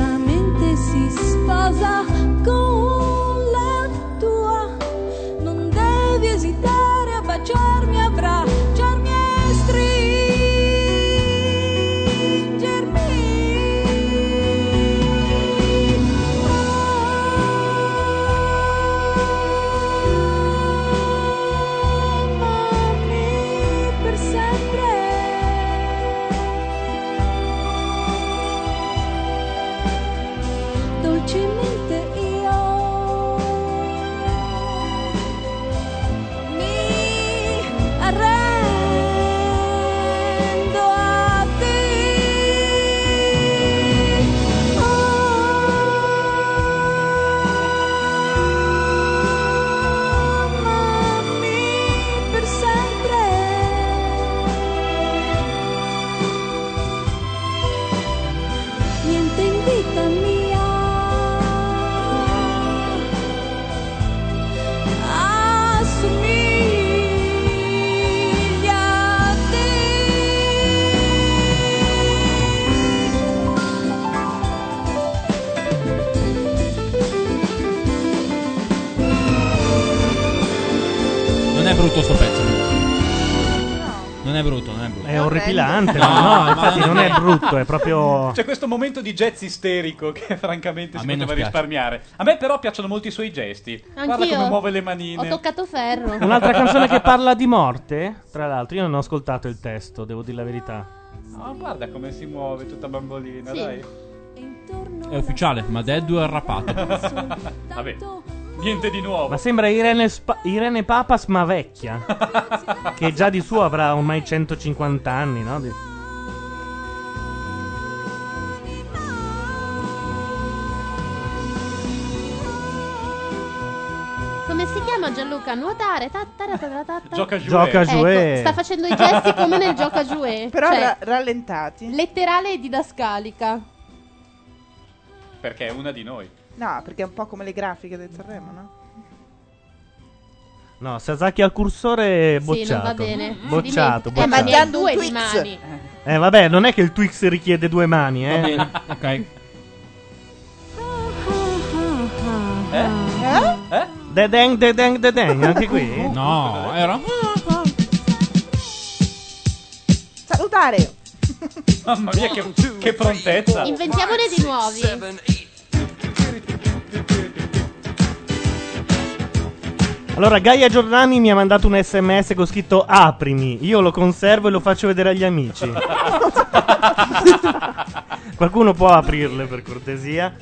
Speaker 3: è brutto sto pezzo. Non è brutto, non è brutto.
Speaker 2: È orripilante,
Speaker 3: No,
Speaker 2: no, no,
Speaker 3: ma
Speaker 2: infatti
Speaker 3: non
Speaker 2: non
Speaker 3: è-
Speaker 2: è brutto, è proprio...
Speaker 5: C'è questo momento di jazz isterico che francamente
Speaker 3: A
Speaker 5: si
Speaker 3: me non
Speaker 5: poteva
Speaker 3: spiace.
Speaker 5: risparmiare. A me però piacciono molto i suoi gesti. Guarda
Speaker 13: Anch'io.
Speaker 5: come muove le manine.
Speaker 13: Ho toccato ferro.
Speaker 2: Un'altra canzone che parla di morte, tra l'altro, io non ho ascoltato il testo, devo dire la verità.
Speaker 5: Oh, guarda come si muove tutta bambolina,
Speaker 13: Sì.
Speaker 5: dai.
Speaker 3: È ufficiale, ma Deddu è arrapato.
Speaker 5: Vabbè, niente di nuovo.
Speaker 2: Ma sembra Irene, Spa- Irene Papas ma vecchia, che già di suo avrà ormai centocinquanta anni, no? Di-
Speaker 13: Come si chiama Gianluca? Nuotare. Ta- ta- ta- ta- ta- ta-
Speaker 5: Gioca giù.
Speaker 2: Gioca giù, eh.
Speaker 13: Ecco, sta facendo i gesti come nel gioca giù.
Speaker 15: Però
Speaker 13: Cioè,
Speaker 15: ra- rallentati.
Speaker 13: letterale e didascalica.
Speaker 5: Perché è una di noi.
Speaker 15: No, perché è un po' come le grafiche del Sanremo, no?
Speaker 2: No, Sasaki al cursore
Speaker 13: Sì,
Speaker 2: bocciato.
Speaker 13: non va bene. Si
Speaker 2: Bocciato,
Speaker 13: dimentica- Eh, ma
Speaker 2: bocciato.
Speaker 13: ne ha
Speaker 15: Mangiando un
Speaker 13: due di
Speaker 15: Twix.
Speaker 13: mani.
Speaker 2: Eh vabbè, non è che il Twix richiede due mani, eh.
Speaker 3: Va bene, ok.
Speaker 5: Eh?
Speaker 15: Eh?
Speaker 5: Eh?
Speaker 2: Dedeng, dedeng, dedeng, anche qui?
Speaker 3: No, era...
Speaker 15: Salutare!
Speaker 5: Mamma mia, che, che prontezza.
Speaker 13: Inventiamone di nuovi.
Speaker 2: Allora, Gaia Giordani mi ha mandato un sms con scritto aprimi. Io lo conservo e lo faccio vedere agli amici. Qualcuno può aprirle per cortesia?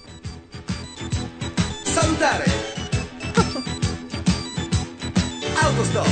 Speaker 12: Salutare. Autostop.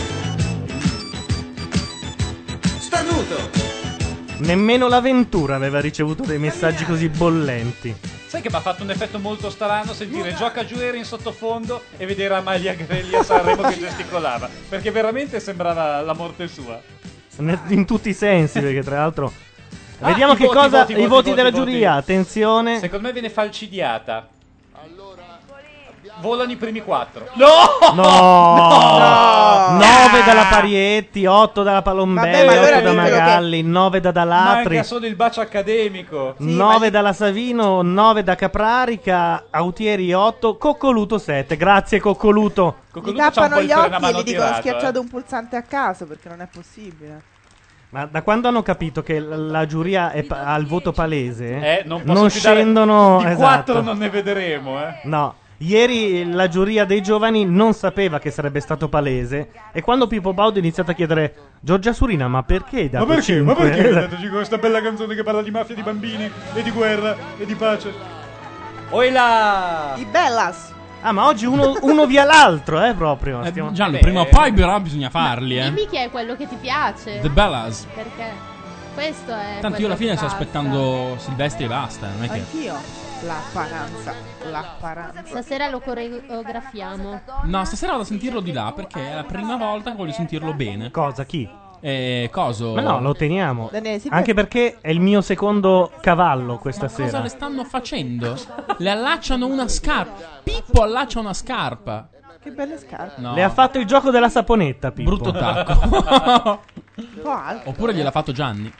Speaker 12: Starnuto.
Speaker 2: Nemmeno l'avventura aveva ricevuto dei messaggi così bollenti.
Speaker 5: Sai che mi ha fatto un effetto molto strano sentire Gioca giù in sottofondo e vedere Amalia Grelli a Sanremo che gesticolava. Perché veramente sembrava la morte sua.
Speaker 2: Ne- In tutti i sensi, perché tra l'altro...
Speaker 5: Ah,
Speaker 2: Vediamo
Speaker 5: i
Speaker 2: che
Speaker 5: voti,
Speaker 2: cosa...
Speaker 5: voti,
Speaker 2: I
Speaker 5: voti,
Speaker 2: voti
Speaker 5: voti,
Speaker 2: della
Speaker 5: voti.
Speaker 2: giuria, attenzione.
Speaker 5: Secondo me viene falcidiata. Volano i primi quattro.
Speaker 2: No!
Speaker 15: No!
Speaker 2: nove dalla Parietti, otto dalla Palombelli,
Speaker 15: Vabbè, ma allora
Speaker 2: otto da
Speaker 15: ditelo che-
Speaker 2: Magalli, nove da Dalatri,
Speaker 5: Manca solo il bacio accademico.
Speaker 2: nove dalla Savino, nove da Caprarica, Autieri otto, Coccoluto sette. Grazie Coccoluto.
Speaker 15: Mi tappano gli occhi e gli dicono ho schiacciato un pulsante a caso perché non è possibile.
Speaker 2: Ma da quando hanno capito che la, la giuria è pa- ha il voto palese,
Speaker 5: Eh, non posso più dare-
Speaker 2: scendono...
Speaker 5: Di
Speaker 2: esatto.
Speaker 5: quattro non ne vedremo, eh.
Speaker 2: No, ieri la giuria dei giovani non sapeva che sarebbe stato palese e quando Pippo Baudo ha iniziato a chiedere Giorgia Surina, ma perché hai dato
Speaker 5: Ma perché? Ma
Speaker 2: cinque?"
Speaker 5: perché hai dato cinque? Questa bella canzone che parla di mafia, di bambini e di guerra e di pace. Oila!
Speaker 15: I Bellas.
Speaker 2: Ah, ma oggi uno, uno via l'altro, eh, proprio.
Speaker 3: Eh,
Speaker 2: Stiamo-
Speaker 3: Gianni,
Speaker 2: Beh,
Speaker 3: prima o poi però bisogna farli, eh.
Speaker 13: Dimmi chi è quello che ti piace.
Speaker 3: The Bellas.
Speaker 13: Perché questo è.
Speaker 3: Tanto io
Speaker 13: quello
Speaker 3: alla fine
Speaker 13: che
Speaker 3: sto
Speaker 13: basta.
Speaker 3: aspettando Silvestri e basta, non è che...
Speaker 15: Anch'io. La paranza. La paranza.
Speaker 13: Stasera lo coreografiamo.
Speaker 3: No, stasera vado a sentirlo di là perché è la prima volta che voglio sentirlo bene.
Speaker 2: Cosa? Chi?
Speaker 3: Eh, coso?
Speaker 2: Ma no, lo teniamo.
Speaker 15: Daniele, sì,
Speaker 2: Anche perché è il mio secondo cavallo questa
Speaker 3: Cosa
Speaker 2: sera.
Speaker 3: le stanno facendo? Le allacciano una scarpa. Pippo allaccia una scarpa.
Speaker 15: Che belle scarpe.
Speaker 3: No.
Speaker 2: Le ha fatto il gioco della saponetta, Pippo.
Speaker 3: Brutto tacco.
Speaker 15: Un po' alto.
Speaker 3: Oppure gliel'ha fatto Gianni.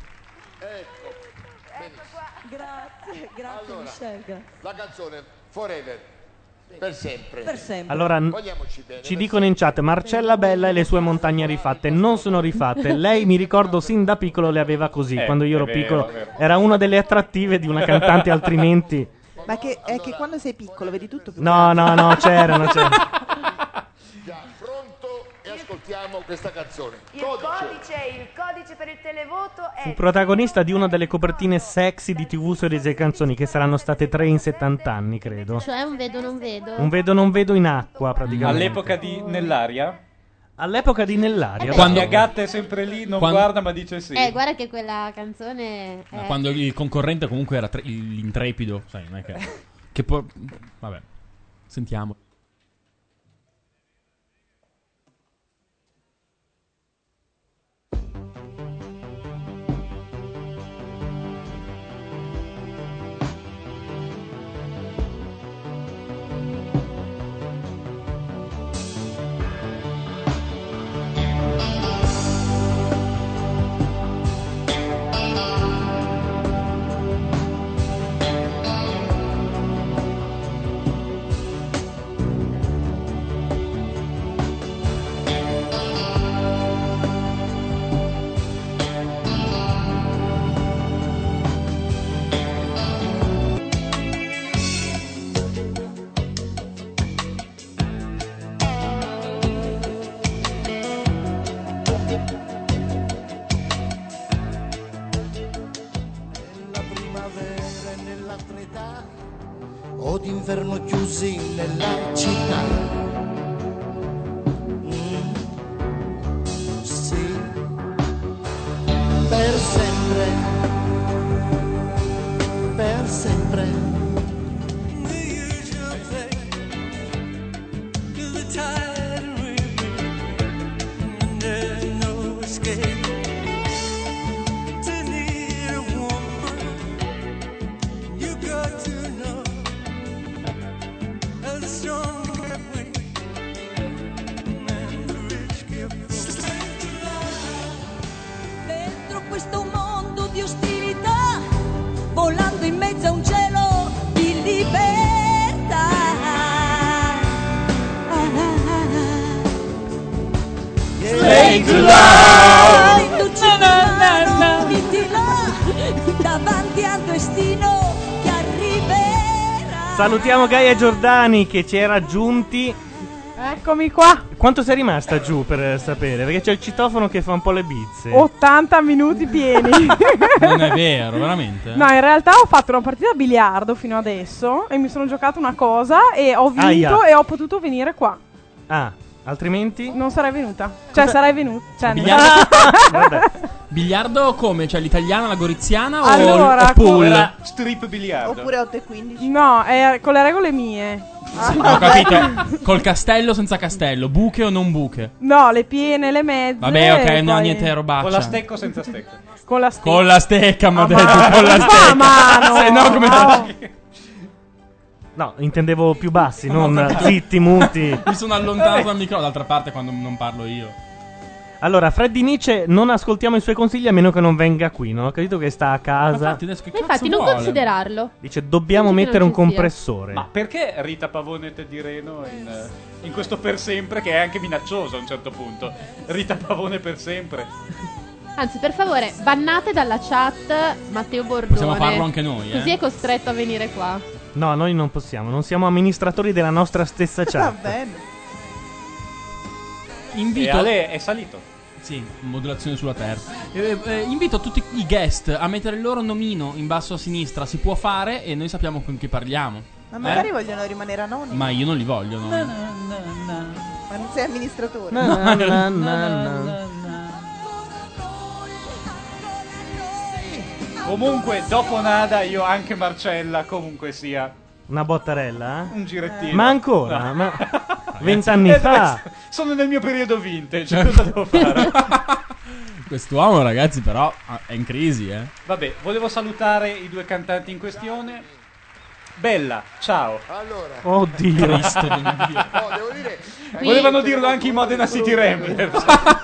Speaker 18: Grazie, grazie Michelle. gra-
Speaker 7: La canzone Forever. Per sempre.
Speaker 18: Per sempre.
Speaker 2: Allora, n-
Speaker 7: Vogliamoci bene.
Speaker 2: ci dicono in chat Marcella Bella e le sue montagne rifatte. Non sono rifatte. Lei, mi ricordo, sin da piccolo le aveva così.
Speaker 5: Eh,
Speaker 2: quando io ero
Speaker 5: è vero,
Speaker 2: piccolo.
Speaker 5: è vero.
Speaker 2: Era una delle attrattive di una cantante, altrimenti.
Speaker 15: Ma che, è che quando sei piccolo vedi tutto più
Speaker 2: No,
Speaker 15: grande.
Speaker 2: no, no, c'era, no, c'era.
Speaker 7: Già, pronto e ascoltiamo questa canzone.
Speaker 8: Il codice, il codice per il televoto
Speaker 2: Fu
Speaker 8: è
Speaker 2: protagonista di una delle copertine sexy di tivù su Rese Canzoni, che saranno state tre in settanta anni, credo.
Speaker 13: Cioè, un vedo, non vedo.
Speaker 2: Un vedo non vedo in acqua, praticamente.
Speaker 5: All'epoca di Nell'aria?
Speaker 2: All'epoca di Nellaria.
Speaker 5: La
Speaker 3: Quando-
Speaker 5: mia gatta è sempre lì, non
Speaker 3: Quando-
Speaker 5: guarda ma dice sì.
Speaker 13: Eh, guarda che quella canzone. È...
Speaker 3: Ma quando il concorrente comunque era tre- l'intrepido, sai, non è che... che poi... Vabbè, sentiamo.
Speaker 19: o d'inverno chiusi nella città. Mm, sì, per sempre, per sempre.
Speaker 18: Dentro questo mondo di ostilità, volando in mezzo a un cielo di libertà.
Speaker 14: Slave to love.
Speaker 18: Tu ci mano, metti là, davanti al destino che arriverà.
Speaker 2: Salutiamo Gaia Giordani che ci era giunti.
Speaker 20: Eccomi qua.
Speaker 2: Quanto sei rimasta giù per sapere? Perché c'è il citofono che fa un po' le bizze.
Speaker 20: ottanta minuti pieni.
Speaker 3: Non è vero, veramente?
Speaker 20: No, in realtà ho fatto una partita a biliardo fino adesso e mi sono giocato una cosa e ho vinto
Speaker 2: Aia.
Speaker 20: e ho potuto venire qua.
Speaker 2: Ah, altrimenti?
Speaker 20: Non sarei venuta. Cioè, sarei venuta. Cioè,
Speaker 3: Biliardo, biliardo come? Cioè l'italiana, la goriziana o
Speaker 20: Allora,
Speaker 3: o pool?
Speaker 20: come-
Speaker 5: Strip biliardo.
Speaker 15: Oppure otto e quindici.
Speaker 20: No, è con le regole mie.
Speaker 3: Ho capito. Col castello o senza castello? Buche o non buche?
Speaker 20: No, le piene, le mezze.
Speaker 3: Vabbè, ok,
Speaker 20: e
Speaker 3: no,
Speaker 20: poi-
Speaker 3: niente robaccia.
Speaker 5: Con la stecca o senza stecca?
Speaker 20: Con la stecca.
Speaker 3: Con la stecca, mi ha
Speaker 20: A
Speaker 3: detto,
Speaker 20: mano.
Speaker 3: con la
Speaker 20: Ma
Speaker 3: stecca.
Speaker 20: a mano.
Speaker 3: Se no, come
Speaker 20: No.
Speaker 2: No, intendevo più bassi,
Speaker 3: No,
Speaker 2: non
Speaker 3: no.
Speaker 2: zitti, muti.
Speaker 3: Mi sono allontanato dal microfono, d'altra parte quando non parlo io.
Speaker 2: Allora, Freddy Nietzsche, non ascoltiamo i suoi consigli a meno che non venga qui, no? Ho capito che sta a casa.
Speaker 3: Infatti, adesso che
Speaker 13: Ma infatti, non considerarlo.
Speaker 2: Dice, dobbiamo
Speaker 13: Dici che
Speaker 2: mettere
Speaker 13: non
Speaker 2: un
Speaker 13: ci sia.
Speaker 2: compressore.
Speaker 5: Ma perché Rita Pavone di Reno in, eh, in questo per sempre che è anche minaccioso a un certo punto? Rita Pavone per sempre.
Speaker 13: Anzi, per favore, bannate dalla chat Matteo Bordone.
Speaker 3: Possiamo farlo anche noi, eh.
Speaker 13: Così è costretto a venire qua.
Speaker 2: No, noi non possiamo, non siamo amministratori della nostra stessa
Speaker 15: Va
Speaker 2: chat.
Speaker 15: bene.
Speaker 3: Invito.
Speaker 5: E Ale è salito.
Speaker 3: Sì, modulazione sulla terra. Eh, eh, invito tutti i guest a mettere il loro nomino in basso a sinistra. Si può fare e noi sappiamo con chi parliamo.
Speaker 15: Ma magari
Speaker 3: Eh?
Speaker 15: vogliono rimanere anonimi.
Speaker 3: Ma io non li voglio, no?
Speaker 15: Ma non sei amministratore.
Speaker 2: Na, na, na, na, na.
Speaker 5: Comunque, dopo Nada, io anche Marcella, comunque sia.
Speaker 2: Una bottarella, eh?
Speaker 5: Un girettino.
Speaker 2: Ma ancora?
Speaker 5: No.
Speaker 2: Ma vent'anni
Speaker 5: Eh,
Speaker 2: fa?
Speaker 5: Sono nel mio periodo vintage, cosa devo fare?
Speaker 3: Quest'uomo, ragazzi, però ah, è in crisi, eh.
Speaker 5: Vabbè, volevo salutare i due cantanti in questione. Bella, ciao.
Speaker 7: Allora.
Speaker 2: Oddio.
Speaker 3: Cristo di Dio.
Speaker 7: No, devo dire.
Speaker 5: Volevano dirlo anche i Modena City Ramblers.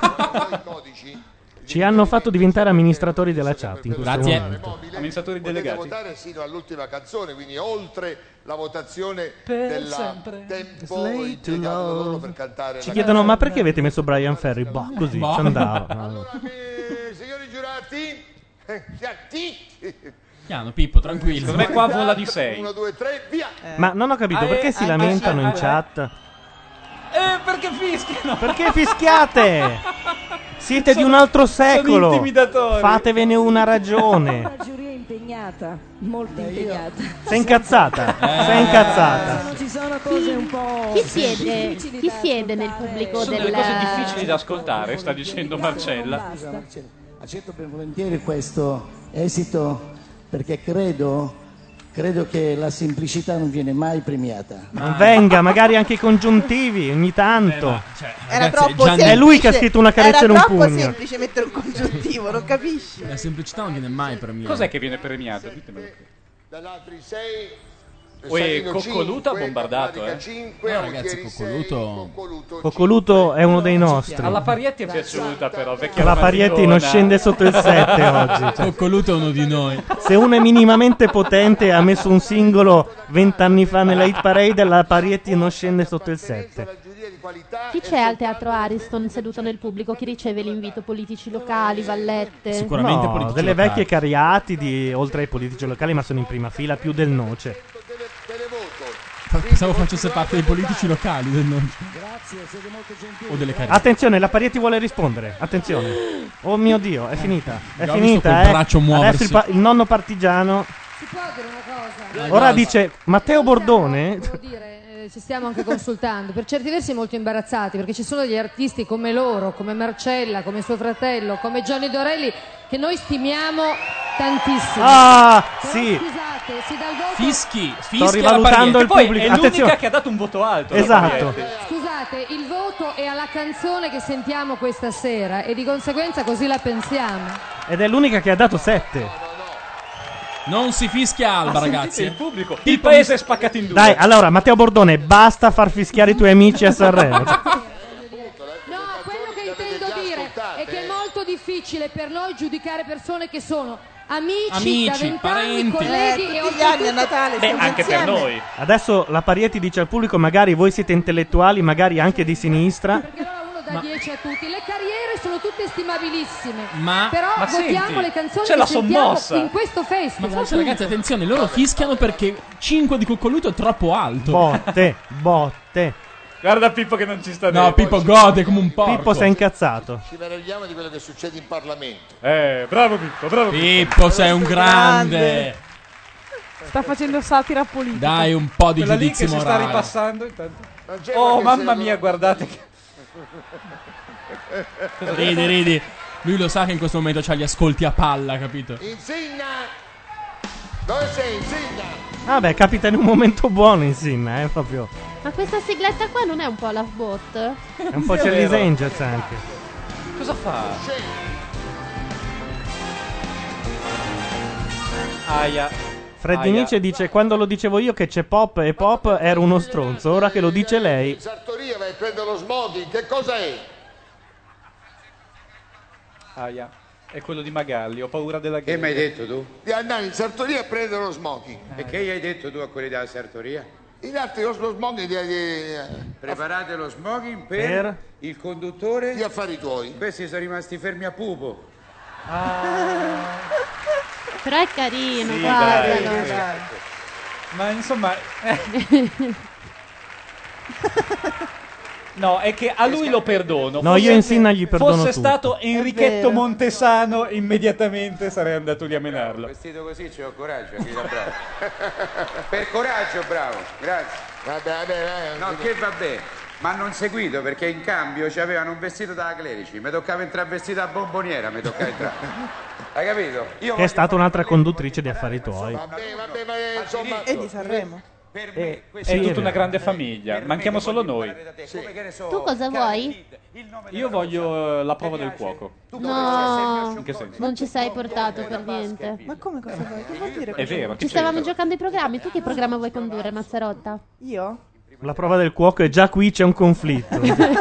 Speaker 2: Ci hanno fatto diventare amministratori della chat in questo
Speaker 3: Grazie.
Speaker 2: momento.
Speaker 5: Amministratori
Speaker 7: Potete
Speaker 5: delegati.
Speaker 7: votare sino all'ultima canzone, quindi oltre la votazione
Speaker 20: Per
Speaker 7: della
Speaker 20: sempre.
Speaker 7: tempo
Speaker 2: Slave
Speaker 7: impiegato
Speaker 2: to
Speaker 7: loro
Speaker 2: love.
Speaker 7: per cantare
Speaker 2: Ci
Speaker 7: la
Speaker 2: chiedono,
Speaker 7: canzone.
Speaker 2: ma perché avete messo Brian Ferry? Boh, così,
Speaker 3: Boh.
Speaker 2: ci andava.
Speaker 7: Eh, signori giurati, eh, zitti.
Speaker 3: Piano, Pippo, tranquillo.
Speaker 5: Secondo me qua vola di sei.
Speaker 7: Uno, due, tre, via.
Speaker 2: Ma non ho capito,
Speaker 5: Ah,
Speaker 2: perché
Speaker 5: eh,
Speaker 2: si
Speaker 5: anche
Speaker 2: lamentano
Speaker 5: sì,
Speaker 2: in
Speaker 5: eh.
Speaker 2: chat?
Speaker 5: Eh, perché fischiano?
Speaker 2: Perché fischiate? Siete di un altro secolo.
Speaker 5: intimidatori.
Speaker 2: Fatevene una ragione.
Speaker 18: La giuria è impegnata, molto impegnata.
Speaker 2: Sei incazzata?
Speaker 3: Eh.
Speaker 2: Sei incazzata?
Speaker 18: Ci sono cose un po'.
Speaker 13: Chi siede,
Speaker 18: difficili
Speaker 13: chi
Speaker 18: da
Speaker 13: siede nel
Speaker 18: ascoltare.
Speaker 13: pubblico
Speaker 5: Sono
Speaker 13: del...
Speaker 5: delle cose difficili da ascoltare, sta dicendo Marcella.
Speaker 16: Accetto ben volentieri questo esito perché credo, credo che la semplicità non viene mai premiata.
Speaker 2: Non venga, magari anche i congiuntivi, ogni tanto.
Speaker 3: Eh, ma, cioè,
Speaker 15: Era
Speaker 3: ragazzi,
Speaker 15: troppo
Speaker 3: già-
Speaker 15: semplice.
Speaker 2: È lui che ha scritto una carezza in un
Speaker 15: Era troppo
Speaker 2: pugno.
Speaker 15: semplice mettere un congiuntivo, non capisci?
Speaker 3: La semplicità non viene mai premiata.
Speaker 5: Cos'è che viene premiato? Ditemelo.
Speaker 7: Dall'altri sei.
Speaker 5: Uè, Coccoluto ha bombardato, eh.
Speaker 7: cinque,
Speaker 3: No, ragazzi, Coccoluto-
Speaker 2: Coccoluto è uno dei nostri.
Speaker 5: Alla Parietti è piaciuta però, vecchia
Speaker 2: La Parietti non scende sotto il sette oggi. cioè.
Speaker 3: Coccoluto è uno di noi.
Speaker 2: Se uno è minimamente potente e ha messo un singolo vent'anni fa nella hit parade, la Parietti non scende sotto il sette.
Speaker 13: Chi c'è al teatro Ariston seduto nel pubblico? Chi riceve l'invito? Politici locali, vallette?
Speaker 3: Sicuramente
Speaker 2: No,
Speaker 3: politici
Speaker 2: delle
Speaker 3: locali.
Speaker 2: vecchie cariatidi, oltre ai politici locali, ma sono in prima fila più del Noce.
Speaker 3: Pensavo facesse parte dei politici locali del nome. O delle carriere.
Speaker 2: Attenzione, la Parietti vuole rispondere. Attenzione. Oh mio Dio, è finita. È
Speaker 3: Abbiamo visto
Speaker 2: finita,
Speaker 3: quel
Speaker 2: eh.
Speaker 3: braccio muoversi.
Speaker 2: Adesso il, pa- il nonno partigiano.
Speaker 21: Si può dire una cosa?
Speaker 2: Ora dice Matteo Bordone.
Speaker 21: Devo dire, eh, ci stiamo anche consultando. Per certi versi molto imbarazzati, perché ci sono degli artisti come loro, come Marcella, come suo fratello, come Johnny Dorelli, che noi stimiamo tantissimo.
Speaker 2: Ah,
Speaker 21: Però,
Speaker 2: sì.
Speaker 21: Scusate, si dà il voto.
Speaker 3: Fischi, fischi
Speaker 2: Sto rivalutando il
Speaker 5: Poi
Speaker 2: pubblico.
Speaker 5: è l'unica
Speaker 2: Attenzione.
Speaker 5: che ha dato un voto alto.
Speaker 2: Esatto.
Speaker 21: Scusate, il voto è alla canzone che sentiamo questa sera e di conseguenza così la pensiamo.
Speaker 2: Ed è l'unica che ha dato sette.
Speaker 3: Non si fischia Alba,
Speaker 5: Ah,
Speaker 3: ragazzi.
Speaker 5: sentite il pubblico. Il paese è spaccato in due.
Speaker 2: Dai, allora, Matteo Bordone, basta far fischiare i tuoi amici a Sanremo.
Speaker 21: No, quello che intendo dire è che è molto difficile per noi giudicare persone che sono amici,
Speaker 2: Amici,
Speaker 21: da vent'anni,
Speaker 2: parenti.
Speaker 21: colleghi
Speaker 15: Eh,
Speaker 21: e
Speaker 15: tutti gli anni a
Speaker 21: oltretutto-
Speaker 15: Natale
Speaker 5: Beh, anche per noi.
Speaker 2: Adesso la Parietti dice al pubblico, magari voi siete intellettuali, magari anche di sinistra.
Speaker 21: da dieci a tutti. Le carriere sono tutte stimabilissime.
Speaker 3: Ma-
Speaker 21: Però
Speaker 3: ma
Speaker 21: votiamo
Speaker 3: senti,
Speaker 21: le canzoni
Speaker 3: c'è
Speaker 21: che
Speaker 3: la
Speaker 21: sentiamo
Speaker 3: sommossa.
Speaker 21: in questo festival.
Speaker 3: Ma forse,
Speaker 21: punto.
Speaker 3: ragazzi, attenzione, loro fischiano perché cinque di coccoluto è troppo alto.
Speaker 2: Botte, botte.
Speaker 5: Guarda Pippo che non ci sta
Speaker 3: No,
Speaker 5: dentro.
Speaker 3: Pippo gode come un porco.
Speaker 2: Pippo si è incazzato.
Speaker 7: Ci meravigliamo di quello che succede in Parlamento.
Speaker 5: Eh, bravo Pippo, bravo
Speaker 3: Pippo, sei un grande.
Speaker 20: Sta facendo satira politica.
Speaker 3: Dai un po' di
Speaker 5: Quella lì
Speaker 3: giudizio
Speaker 5: che si sta
Speaker 3: morale.
Speaker 5: ripassando intanto.
Speaker 7: c'è
Speaker 5: Oh,
Speaker 7: qualche
Speaker 5: mamma
Speaker 7: senatore-
Speaker 5: mia, guardate che...
Speaker 3: Ridi, ridi. Lui lo sa che in questo momento c'ha gli ascolti a palla, capito?
Speaker 7: Insigna! Dove sei, Insigna?
Speaker 2: Ah beh, capita in un momento buono insieme, eh, proprio.
Speaker 13: Ma questa sigletta qua non è un po' la bot?
Speaker 2: È un po'
Speaker 5: Sì, è
Speaker 2: Charlie's
Speaker 5: vero.
Speaker 2: Angels anche.
Speaker 5: Cosa fa? Aia.
Speaker 2: Freddy
Speaker 5: Aia.
Speaker 2: Nietzsche dice, quando lo dicevo io che c'è pop e pop ero uno stronzo, ora che lo dice lei.
Speaker 7: In sartoria vai a prendere lo smoking, che cosa è?
Speaker 5: Aia. È quello di Magalli, ho paura della
Speaker 11: Che mi hai detto tu?
Speaker 7: Di andare in sartoria a prendere lo smoking.
Speaker 11: E che gli hai detto tu a quelli della sartoria?
Speaker 7: In altri lo smoking di, di,
Speaker 11: Preparate lo smoking per,
Speaker 2: Per?
Speaker 11: il conduttore
Speaker 7: di affari tuoi.
Speaker 11: Questi sono rimasti fermi a pupo.
Speaker 13: Però è carino,
Speaker 5: Sì,
Speaker 13: guardalo.
Speaker 5: dai, sì. Ma insomma... No, è che a lui lo perdono.
Speaker 2: No, io in Sinna gli perdono
Speaker 5: Fosse
Speaker 2: tutto.
Speaker 5: stato Enrichetto
Speaker 15: vero.
Speaker 5: Montesano, immediatamente sarei andato lì a menarlo.
Speaker 11: Vestito così c'ho coraggio, chi da bravo. Per coraggio, bravo, grazie.
Speaker 7: Vabbè, vabbè, vabbè.
Speaker 11: No, che vabbè. Ma hanno seguito perché in cambio ci avevano un vestito da clerici. Mi toccava entrare vestita a bomboniera, mi toccava entrare. Hai capito? Io
Speaker 2: Che è stata un'altra conduttrice di Affari Tuoi.
Speaker 7: Vabbè, vabbè, ma eh, insomma...
Speaker 15: E di Sanremo.
Speaker 11: per
Speaker 2: Eh,
Speaker 11: me questo
Speaker 5: È
Speaker 2: Sì,
Speaker 5: tutta
Speaker 2: è
Speaker 5: una
Speaker 2: vero.
Speaker 5: grande famiglia, manchiamo solo noi.
Speaker 11: come che ne so,
Speaker 13: Tu cosa vuoi?
Speaker 5: Io voglio eh, la prova del cuoco.
Speaker 13: No,
Speaker 5: In che senso?
Speaker 13: non ci sei portato per niente.
Speaker 15: Ma come cosa vuoi? Che vuol dire?
Speaker 5: È vero,
Speaker 13: Ci
Speaker 5: che
Speaker 13: stavamo
Speaker 5: c'entra?
Speaker 13: giocando i programmi. Tu che programma vuoi condurre, Mazzarotta?
Speaker 15: Io?
Speaker 2: La prova del cuoco e già qui c'è un conflitto.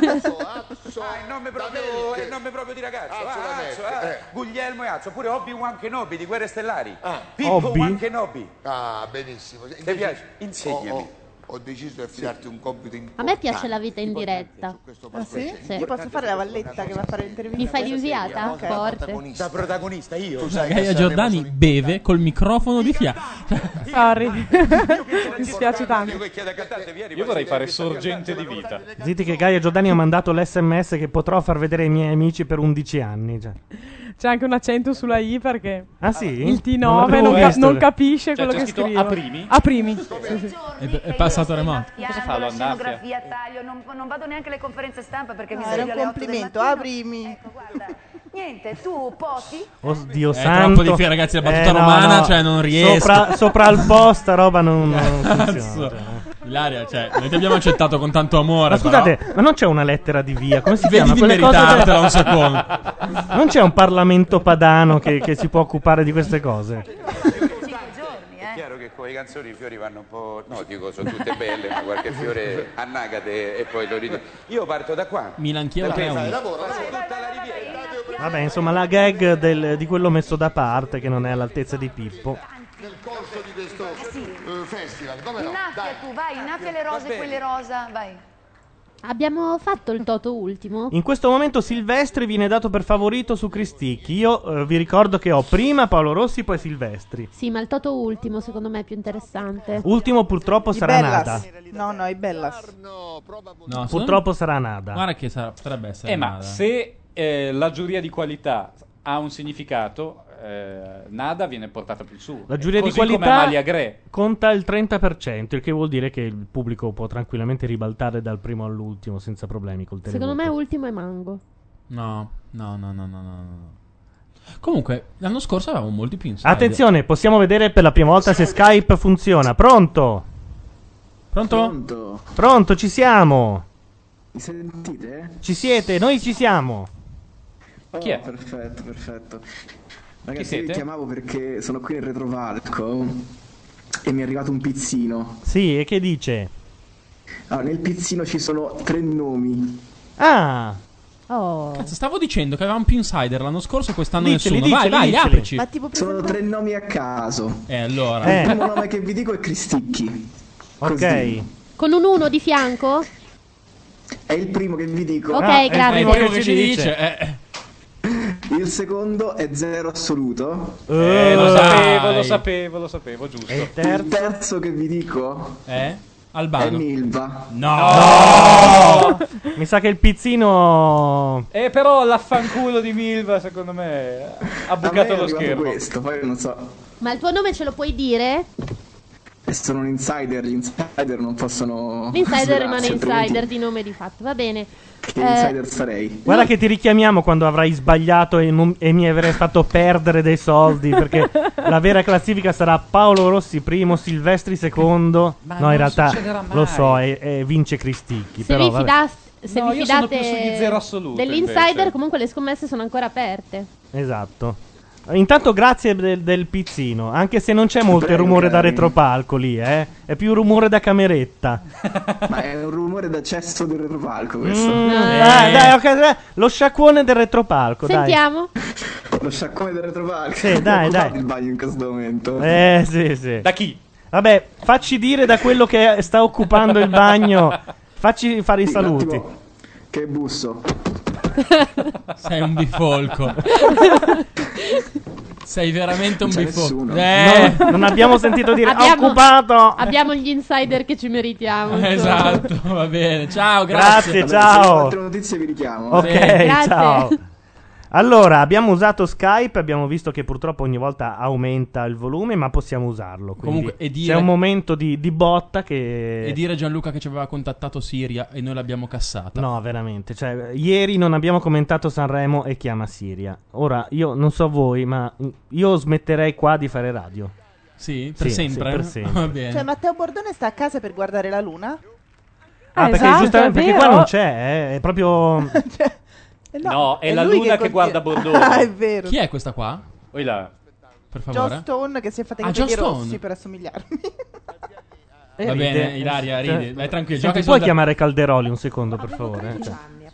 Speaker 11: Ah, il nome proprio, è il nome proprio di ragazzo.
Speaker 7: Azzo
Speaker 11: Ah,
Speaker 7: da
Speaker 11: Azzo,
Speaker 7: me,
Speaker 11: eh.
Speaker 7: eh.
Speaker 11: Guglielmo e Azzo, pure Obi-Wan Kenobi di Guerre Stellari.
Speaker 7: Ah.
Speaker 11: Pippo
Speaker 2: Obi?
Speaker 11: Wan Kenobi.
Speaker 7: Ah, benissimo.
Speaker 11: Ti piace? Insegnami.
Speaker 7: Ho, ho, ho deciso di affidarti un compito importante.
Speaker 13: A me piace la vita in diretta.
Speaker 15: Ah sì?
Speaker 13: Sì.
Speaker 15: Io posso fare la valletta che va a fare l'intervista.
Speaker 13: Mi fai l'inviata?
Speaker 15: Ok.
Speaker 13: Forte.
Speaker 11: Da protagonista io.
Speaker 7: Tu sai che
Speaker 3: Gaia
Speaker 7: Sanremo
Speaker 3: Giordani
Speaker 7: sono in-
Speaker 3: beve col microfono di fianco.
Speaker 20: Sorry. Mi dispiace tanto.
Speaker 11: Io che chiedo a cantante, vieni,
Speaker 5: Io vorrei fare
Speaker 11: questa
Speaker 5: sorgente di
Speaker 11: cantante,
Speaker 5: vita.
Speaker 2: Zitti che Gaia Giordani ha mandato l'esse emme esse che potrò far vedere ai miei amici per undici anni. Già.
Speaker 20: C'è anche un accento sulla I perché
Speaker 2: Ah sì?
Speaker 20: il T
Speaker 2: Non
Speaker 20: nove
Speaker 2: l'avevo
Speaker 20: non, ca-
Speaker 2: visto.
Speaker 20: non capisce
Speaker 5: Cioè,
Speaker 20: quello
Speaker 5: c'è
Speaker 20: che
Speaker 5: scritto
Speaker 20: scrivo.
Speaker 5: a primi?
Speaker 20: A primi. Sì, sì.
Speaker 3: È, è passato remoto.
Speaker 5: Cosa fa, lo
Speaker 8: la
Speaker 5: annaffia?
Speaker 8: scenografia, taglio, non, non vado neanche alle conferenze stampa perché mi
Speaker 15: No, era
Speaker 8: sveglio
Speaker 15: un
Speaker 8: alle otto del
Speaker 15: complimento,
Speaker 8: mattino.
Speaker 15: aprimi.
Speaker 8: Ecco, guarda, niente, tu poti,
Speaker 2: Oddio
Speaker 3: È
Speaker 2: santo.
Speaker 3: troppo difficile, ragazzi, la battuta
Speaker 2: no,
Speaker 3: romana,
Speaker 2: no.
Speaker 3: cioè, non riesco.
Speaker 2: Sopra, sopra al post, sta roba non, non
Speaker 3: Cazzo.
Speaker 2: funziona. cioè.
Speaker 3: Ilaria, cioè, noi ti abbiamo accettato con tanto amore.
Speaker 2: Ma scusate,
Speaker 3: però.
Speaker 2: ma non c'è una lettera di via? Come si
Speaker 3: Vedi
Speaker 2: chiama?
Speaker 3: di
Speaker 2: Quelle cose
Speaker 3: meritartela
Speaker 2: del-
Speaker 3: un secondo.
Speaker 2: Non c'è un Parlamento padano che, che si può occupare di queste cose?
Speaker 11: È chiaro che con le canzoni i fiori vanno un po'. No, dico, sono tutte belle, ma qualche fiore annagate e poi lo rido. Io parto da qua.
Speaker 3: Milan Chievo
Speaker 11: Perché
Speaker 3: tre a uno.
Speaker 11: fai
Speaker 7: Lavora, lavora.
Speaker 11: tutta la riviera.
Speaker 2: Vabbè, insomma, la gag del- di quello messo da parte che non è all'altezza di Pippo.
Speaker 7: Nel corso di questo eh, festival, come no?
Speaker 8: innaffia
Speaker 7: Dai.
Speaker 8: tu, vai, innaffia le rose,
Speaker 11: bene.
Speaker 8: quelle rosa, vai.
Speaker 13: Abbiamo fatto il toto ultimo?
Speaker 2: In questo momento Silvestri viene dato per favorito su Cristicchi. Io eh, vi ricordo che ho prima Paolo Rossi, poi Silvestri.
Speaker 13: Sì, ma il toto ultimo secondo me è più interessante.
Speaker 2: Ultimo purtroppo
Speaker 15: I
Speaker 2: sarà
Speaker 15: Bellas.
Speaker 2: Nada.
Speaker 15: No, no, i Bellas.
Speaker 7: No, probabilmente.
Speaker 3: No, secondo
Speaker 2: Purtroppo sarà Nada.
Speaker 3: me- Guarda che sarà, potrebbe essere
Speaker 5: Eh, ma
Speaker 3: nada.
Speaker 5: se eh, la giuria di qualità ha un significato, eh, Nada viene portata più su.
Speaker 2: La giuria di
Speaker 5: Così come
Speaker 2: qualità
Speaker 5: Amalia Gre.
Speaker 2: conta il trenta per cento, il che vuol dire che il pubblico può tranquillamente ribaltare dal primo all'ultimo senza problemi col televoto.
Speaker 13: Secondo me ultimo è Mango.
Speaker 3: No, no, no, no, no, no. Comunque, l'anno scorso avevamo molti più insider.
Speaker 2: Attenzione, possiamo vedere per la prima volta se Skype funziona. Pronto? Pronto?
Speaker 1: Pronto?
Speaker 2: Pronto, ci siamo.
Speaker 1: Mi sentite?
Speaker 2: Ci siete? Noi ci siamo.
Speaker 1: Oh,
Speaker 5: Chi è?
Speaker 1: Perfetto, perfetto. Ragazzi,
Speaker 5: siete?
Speaker 1: io vi chiamavo perché sono qui nel retrovalco e mi è arrivato un pizzino.
Speaker 2: Sì, e che dice?
Speaker 1: Allora, nel pizzino ci sono tre nomi.
Speaker 2: Ah!
Speaker 13: Oh.
Speaker 3: Cazzo, stavo dicendo che avevamo più insider l'anno scorso e quest'anno
Speaker 1: Diceli,
Speaker 3: nessuno.
Speaker 1: diceli,
Speaker 3: vai, vai,
Speaker 1: diceli.
Speaker 3: aprici.
Speaker 1: Ma tipo, sono tre nomi a caso.
Speaker 3: E allora?
Speaker 1: Il primo nome che vi dico è Cristicchi.
Speaker 2: Ok.
Speaker 13: Con un uno di fianco?
Speaker 1: È il primo che vi dico.
Speaker 13: Ok, Ah, è il grazie. primo
Speaker 1: primo
Speaker 3: che ci dice. Eh.
Speaker 1: Il secondo è zero assoluto.
Speaker 5: Eh, lo sapevo, lo sapevo, lo sapevo, giusto.
Speaker 1: Il terzo che vi dico
Speaker 3: è Albano.
Speaker 1: È Milva.
Speaker 2: No! Mi sa che il pizzino.
Speaker 5: Eh, però l'affanculo di Milva, secondo me, ha bucato lo schermo.
Speaker 1: Questo, poi non so.
Speaker 13: Ma il tuo nome ce lo puoi dire?
Speaker 1: E sono un insider, gli insider non possono.
Speaker 13: L'insider rimane
Speaker 1: svelarsi, altrimenti
Speaker 13: insider di nome di fatto, va bene.
Speaker 1: Che
Speaker 13: Eh,
Speaker 1: insider sarei?
Speaker 2: Guarda che ti richiamiamo quando avrai sbagliato e, non- e mi avrai fatto perdere dei soldi. Perché la vera classifica sarà Paolo Rossi primo, Silvestri secondo.
Speaker 5: Ma
Speaker 2: no,
Speaker 5: non
Speaker 2: in realtà
Speaker 5: succederà mai.
Speaker 2: lo so, e, e vince Cristicchi.
Speaker 13: se
Speaker 2: però,
Speaker 13: vi,
Speaker 2: vabbè.
Speaker 13: fidas- se
Speaker 5: No,
Speaker 13: vi
Speaker 5: io sono
Speaker 13: fidate
Speaker 5: più sugli zero assoluto,
Speaker 13: dell'insider,
Speaker 5: invece.
Speaker 13: comunque le scommesse sono ancora aperte.
Speaker 2: Esatto. Intanto grazie del, del pizzino, anche se non c'è molto
Speaker 1: Prego,
Speaker 2: rumore da
Speaker 1: cari.
Speaker 2: retropalco lì, eh. È più rumore da cameretta.
Speaker 1: Ma è un rumore d'accesso del retropalco questo.
Speaker 2: Mm, dai, dai, ok, dai, lo sciacquone del retropalco,
Speaker 13: Sentiamo.
Speaker 1: Lo sciacquone del retropalco.
Speaker 2: Sì, dai,
Speaker 1: Occupato
Speaker 2: dai.
Speaker 1: il bagno in questo momento.
Speaker 2: dai. Eh, sì, sì.
Speaker 5: Da chi?
Speaker 2: Vabbè, facci dire da quello che sta occupando il bagno. Facci fare i
Speaker 1: Sì, un
Speaker 2: saluti.
Speaker 1: attimo, che busso.
Speaker 3: Sei un bifolco. Sei veramente un
Speaker 1: Non c'è
Speaker 3: bifolco.
Speaker 1: nessuno.
Speaker 3: Eh.
Speaker 2: No, non abbiamo sentito dire
Speaker 13: Abbiamo-
Speaker 2: occupato.
Speaker 13: Abbiamo gli insider che ci meritiamo. insomma.
Speaker 3: Esatto, va bene. Ciao, grazie.
Speaker 2: Grazie, ciao.
Speaker 1: Se ho altre notizie vi richiamo.
Speaker 2: Ok,
Speaker 13: Grazie.
Speaker 2: ciao. Allora, abbiamo usato Skype, abbiamo visto che purtroppo ogni volta aumenta il volume, ma possiamo usarlo. Quindi
Speaker 3: Comunque, e dire-
Speaker 2: c'è un momento di, di botta che...
Speaker 3: E dire Gianluca che ci aveva contattato Siria e noi l'abbiamo cassata.
Speaker 2: No, veramente. Cioè, ieri non abbiamo commentato Sanremo e chiama Siria. Ora, io non so voi, ma io smetterei qua di fare radio.
Speaker 3: Sì? Per
Speaker 2: Sì,
Speaker 3: sempre?
Speaker 2: sì, per sempre.
Speaker 3: Va bene.
Speaker 15: Cioè, Matteo Bordone sta a casa per guardare la luna?
Speaker 2: Ah, perché
Speaker 15: esatto,
Speaker 2: giustamente
Speaker 15: è
Speaker 2: perché
Speaker 15: vero.
Speaker 2: qua non c'è, eh, è proprio...
Speaker 15: Eh
Speaker 5: No, è,
Speaker 15: è
Speaker 5: la
Speaker 15: lui
Speaker 5: luna che,
Speaker 15: conti-
Speaker 5: guarda Bordone.
Speaker 15: Ah, è vero.
Speaker 3: Chi è questa qua?
Speaker 5: Oi là.
Speaker 3: Per
Speaker 15: Joe
Speaker 3: favore.
Speaker 15: Stone che si è fatto i
Speaker 3: Ah,
Speaker 15: capelli
Speaker 3: Joe
Speaker 15: rossi
Speaker 3: Stone.
Speaker 15: per assomigliarmi.
Speaker 2: Eh,
Speaker 3: Va
Speaker 2: ride.
Speaker 3: bene, Ilaria,
Speaker 2: Cioè,
Speaker 3: ridi. Vai tranquillo.
Speaker 2: Senti,
Speaker 3: gioca i
Speaker 2: puoi
Speaker 3: soldi-
Speaker 2: chiamare Calderoli un secondo, per favore? eh? Cioè.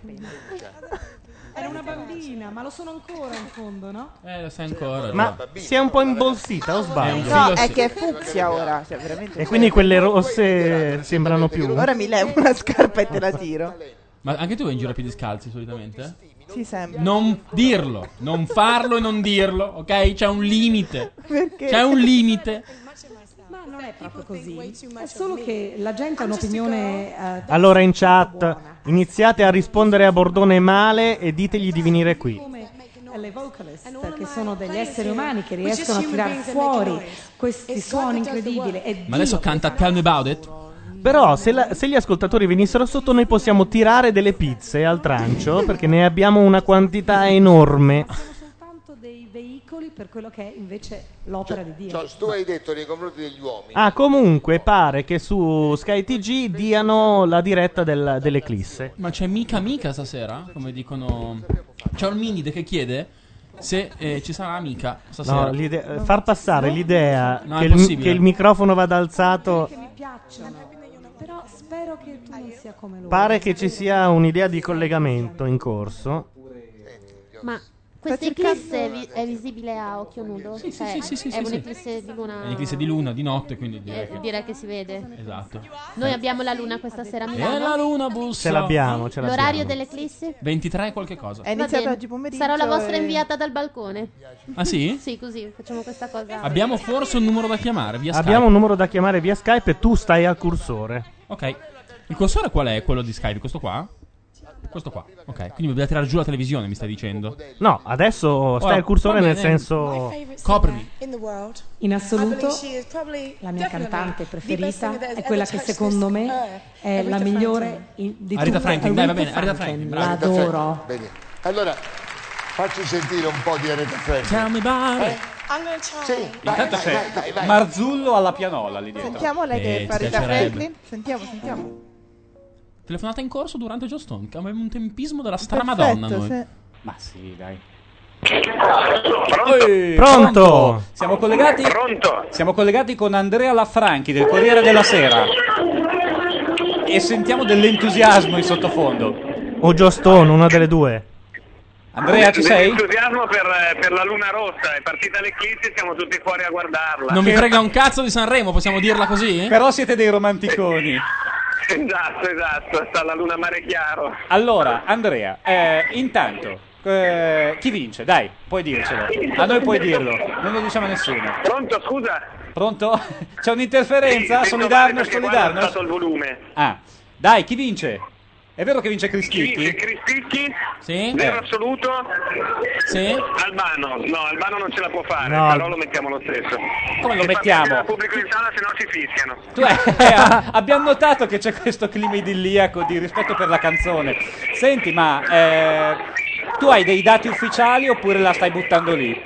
Speaker 22: Era una bambina, ma lo sono ancora in fondo, no?
Speaker 3: Eh, lo sai ancora.
Speaker 2: Ma si è un po' imbolsita o sbaglio?
Speaker 15: No, è che è fucsia ora. Cioè, veramente
Speaker 2: E quindi quelle rosse sembrano più...
Speaker 15: Ora mi levo una scarpa e te la tiro.
Speaker 3: Ma anche tu vai in giro a piedi scalzi solitamente?
Speaker 15: Sì, sempre.
Speaker 3: Non dirlo, non farlo e non dirlo, ok? C'è un limite.
Speaker 15: Perché?
Speaker 3: C'è un limite.
Speaker 22: Ma non è proprio così. È solo che la gente ha un'opinione. eh,
Speaker 2: Allora in chat iniziate a rispondere a Bordone male e ditegli di venire qui.
Speaker 22: come le vocalist, che sono degli esseri umani che riescono a tirar fuori questi suoni incredibili. E
Speaker 3: Ma adesso
Speaker 22: Dio
Speaker 3: canta Tell Me About It?
Speaker 2: Però se, la- se gli ascoltatori venissero sotto noi possiamo tirare delle pizze al trancio perché ne abbiamo una quantità enorme.
Speaker 22: soltanto dei veicoli per quello che è invece l'opera di Dio.
Speaker 7: Cioè, tu hai detto nei confronti degli uomini.
Speaker 2: Ah, comunque pare che su Sky T G diano la diretta del- dell'eclisse.
Speaker 3: Ma c'è mica mica stasera? Come dicono. C'è il Minide che chiede se eh, ci sarà mica stasera.
Speaker 2: No, l'ide- far passare l'idea
Speaker 3: No, è
Speaker 2: che, il,
Speaker 3: possibile.
Speaker 2: che il microfono vada alzato.
Speaker 22: Che mi piacciono, però spero che tu non sia come loro.
Speaker 2: Pare che ci sia un'idea di collegamento in corso.
Speaker 13: Ma questa eclisse è, vi- è visibile a occhio nudo?
Speaker 3: Sì, sì,
Speaker 13: Cioè,
Speaker 3: sì, sì, sì,
Speaker 13: è
Speaker 3: sì, sì.
Speaker 13: un'eclisse di luna.
Speaker 3: È un'eclisse di luna, di notte, quindi direi
Speaker 13: Eh,
Speaker 3: che.
Speaker 13: direi che si vede.
Speaker 3: Esatto.
Speaker 13: Noi abbiamo la luna questa sera a Milano.
Speaker 3: E la luna bussa.
Speaker 2: Ce l'abbiamo, ce l'abbiamo.
Speaker 13: L'orario dell'eclissi?
Speaker 3: ventitré qualche cosa.
Speaker 15: È
Speaker 13: Va
Speaker 15: iniziato
Speaker 13: bene.
Speaker 15: oggi pomeriggio.
Speaker 13: Sarò la vostra
Speaker 15: e-
Speaker 13: inviata dal balcone.
Speaker 3: Ah sì?
Speaker 13: Sì, così facciamo questa cosa.
Speaker 3: Abbiamo forse un numero da chiamare via Skype.
Speaker 2: Abbiamo un numero da chiamare via Skype e tu stai al cursore.
Speaker 3: Ok. Il cursore qual è? Quello di Skype, questo qua? Questo qua, ok. Quindi dobbiamo tirare giù la televisione, mi stai dicendo?
Speaker 2: No, adesso stai
Speaker 3: Ora,
Speaker 2: al cursore
Speaker 3: va
Speaker 2: nel
Speaker 3: bene.
Speaker 2: senso...
Speaker 3: Coprimi.
Speaker 22: In assoluto la mia cantante preferita è quella che secondo me è la migliore in- di tutte.
Speaker 3: Aretha Franklin, dai, va bene,
Speaker 22: Aretha
Speaker 3: Aretha Franklin, bravo.
Speaker 22: L'adoro.
Speaker 7: Bene. Allora, facci sentire un po' di Aretha Franklin.
Speaker 3: Tell me about it.
Speaker 7: Sì, vai,
Speaker 5: Intanto
Speaker 7: vai,
Speaker 5: c'è
Speaker 7: vai, vai, vai.
Speaker 5: Marzullo alla pianola lì dietro.
Speaker 15: Sentiamo lei che
Speaker 3: Eh,
Speaker 15: fa Rita
Speaker 3: piacerebbe.
Speaker 15: Franklin. Sentiamo, sentiamo.
Speaker 3: Telefonata in corso durante Joe Stone, che aveva un tempismo della stra
Speaker 15: Perfetto,
Speaker 3: madonna noi.
Speaker 15: sì.
Speaker 5: Ma sì, dai.
Speaker 2: Pronto?
Speaker 5: Siamo collegati?
Speaker 6: Pronto?
Speaker 5: Siamo collegati con Andrea Lafranchi del Corriere della Sera. E sentiamo dell'entusiasmo in sottofondo.
Speaker 2: O Joe Stone, una delle due.
Speaker 5: Andrea, ci sei?
Speaker 6: Entusiasmo per, per la luna rossa, è partita l'eclissi, siamo tutti fuori a guardarla.
Speaker 3: Non mi frega un cazzo di Sanremo, possiamo dirla così?
Speaker 5: Però siete dei romanticoni.
Speaker 6: Esatto, esatto, sta la luna mare chiaro.
Speaker 5: Allora, Andrea, eh, intanto, eh, chi vince? Dai, puoi dircelo. A noi puoi dirlo, non lo diciamo a nessuno.
Speaker 6: Pronto, scusa?
Speaker 5: Pronto? C'è un'interferenza?
Speaker 6: Sì,
Speaker 5: Solidarnos,
Speaker 6: perché guarda, ho
Speaker 5: Solidarnos?
Speaker 6: alzato il volume.
Speaker 5: Ah, dai, chi vince? È vero che vince
Speaker 6: Chi vince?
Speaker 5: Cristicchi?
Speaker 6: Cristicchi?
Speaker 3: Sì.
Speaker 6: Zero
Speaker 5: Eh.
Speaker 6: assoluto?
Speaker 3: Sì.
Speaker 6: Albano, no, Albano non ce la può fare,
Speaker 2: No.
Speaker 6: però lo mettiamo lo stesso.
Speaker 5: Come lo
Speaker 6: Se fa
Speaker 5: mettiamo?
Speaker 6: piacere al pubblico in sala, se no ci fischiano.
Speaker 5: Tu, eh, abbiamo notato che c'è questo clima idilliaco di rispetto per la canzone. Senti, ma eh, tu hai dei dati ufficiali oppure la stai buttando lì?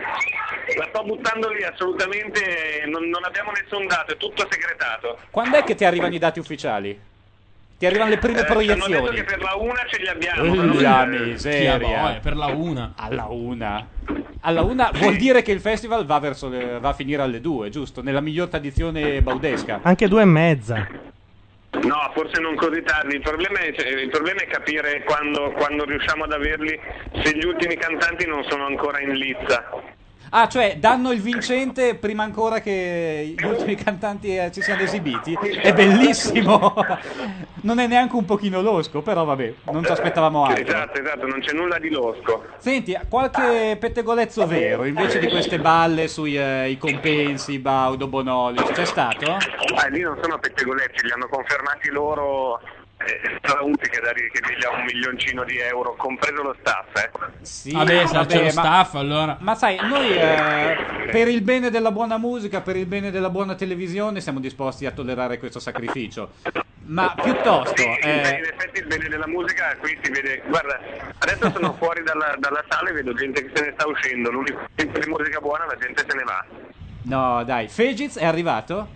Speaker 6: La sto buttando lì, assolutamente, non, non abbiamo nessun dato, è tutto segretato.
Speaker 5: Quando è che ti arrivano i dati ufficiali? Ti arrivano le prime
Speaker 6: Eh, ci hanno detto
Speaker 5: proiezioni?
Speaker 6: che per la una ce li abbiamo.
Speaker 5: Uh,
Speaker 6: però-
Speaker 5: la
Speaker 3: Chi ha
Speaker 5: miseria.
Speaker 3: voglia, per la una.
Speaker 5: Alla una. Alla una vuol dire che il festival va, verso le- va a finire alle due, giusto? Nella miglior tradizione baudesca.
Speaker 2: Anche due e mezza.
Speaker 6: No, forse non così tardi. Il problema è, cioè, il problema è capire quando, quando riusciamo ad averli, se gli ultimi cantanti non sono ancora in lizza.
Speaker 5: Ah, cioè danno il vincente prima ancora che gli ultimi cantanti eh, ci siano esibiti? È bellissimo! Non è neanche un pochino losco, però vabbè, non ci aspettavamo altro.
Speaker 6: Esatto, esatto, non c'è nulla di losco.
Speaker 5: Senti, qualche pettegolezzo vero, invece di queste balle sui eh, i compensi, Baudo, Bonolis, c'è stato?
Speaker 6: Ah, lì non sono pettegolezzi, li hanno confermati loro. Eh, Traunti che dare che piglia un milioncino di euro, compreso lo staff, eh.
Speaker 5: Sì,
Speaker 3: Vabbè, se c'è lo
Speaker 5: ma-
Speaker 3: staff, allora.
Speaker 5: Ma sai, noi eh, per il bene della buona musica, per il bene della buona televisione siamo disposti a tollerare questo sacrificio. Ma piuttosto...
Speaker 6: Sì, sì,
Speaker 5: eh,
Speaker 6: beh, in effetti il bene della musica qui si vede. Guarda, adesso sono fuori dalla, dalla sala e vedo gente che se ne sta uscendo. L'unico tipo di musica buona, la gente se ne va.
Speaker 5: no, dai, Fegiz è arrivato?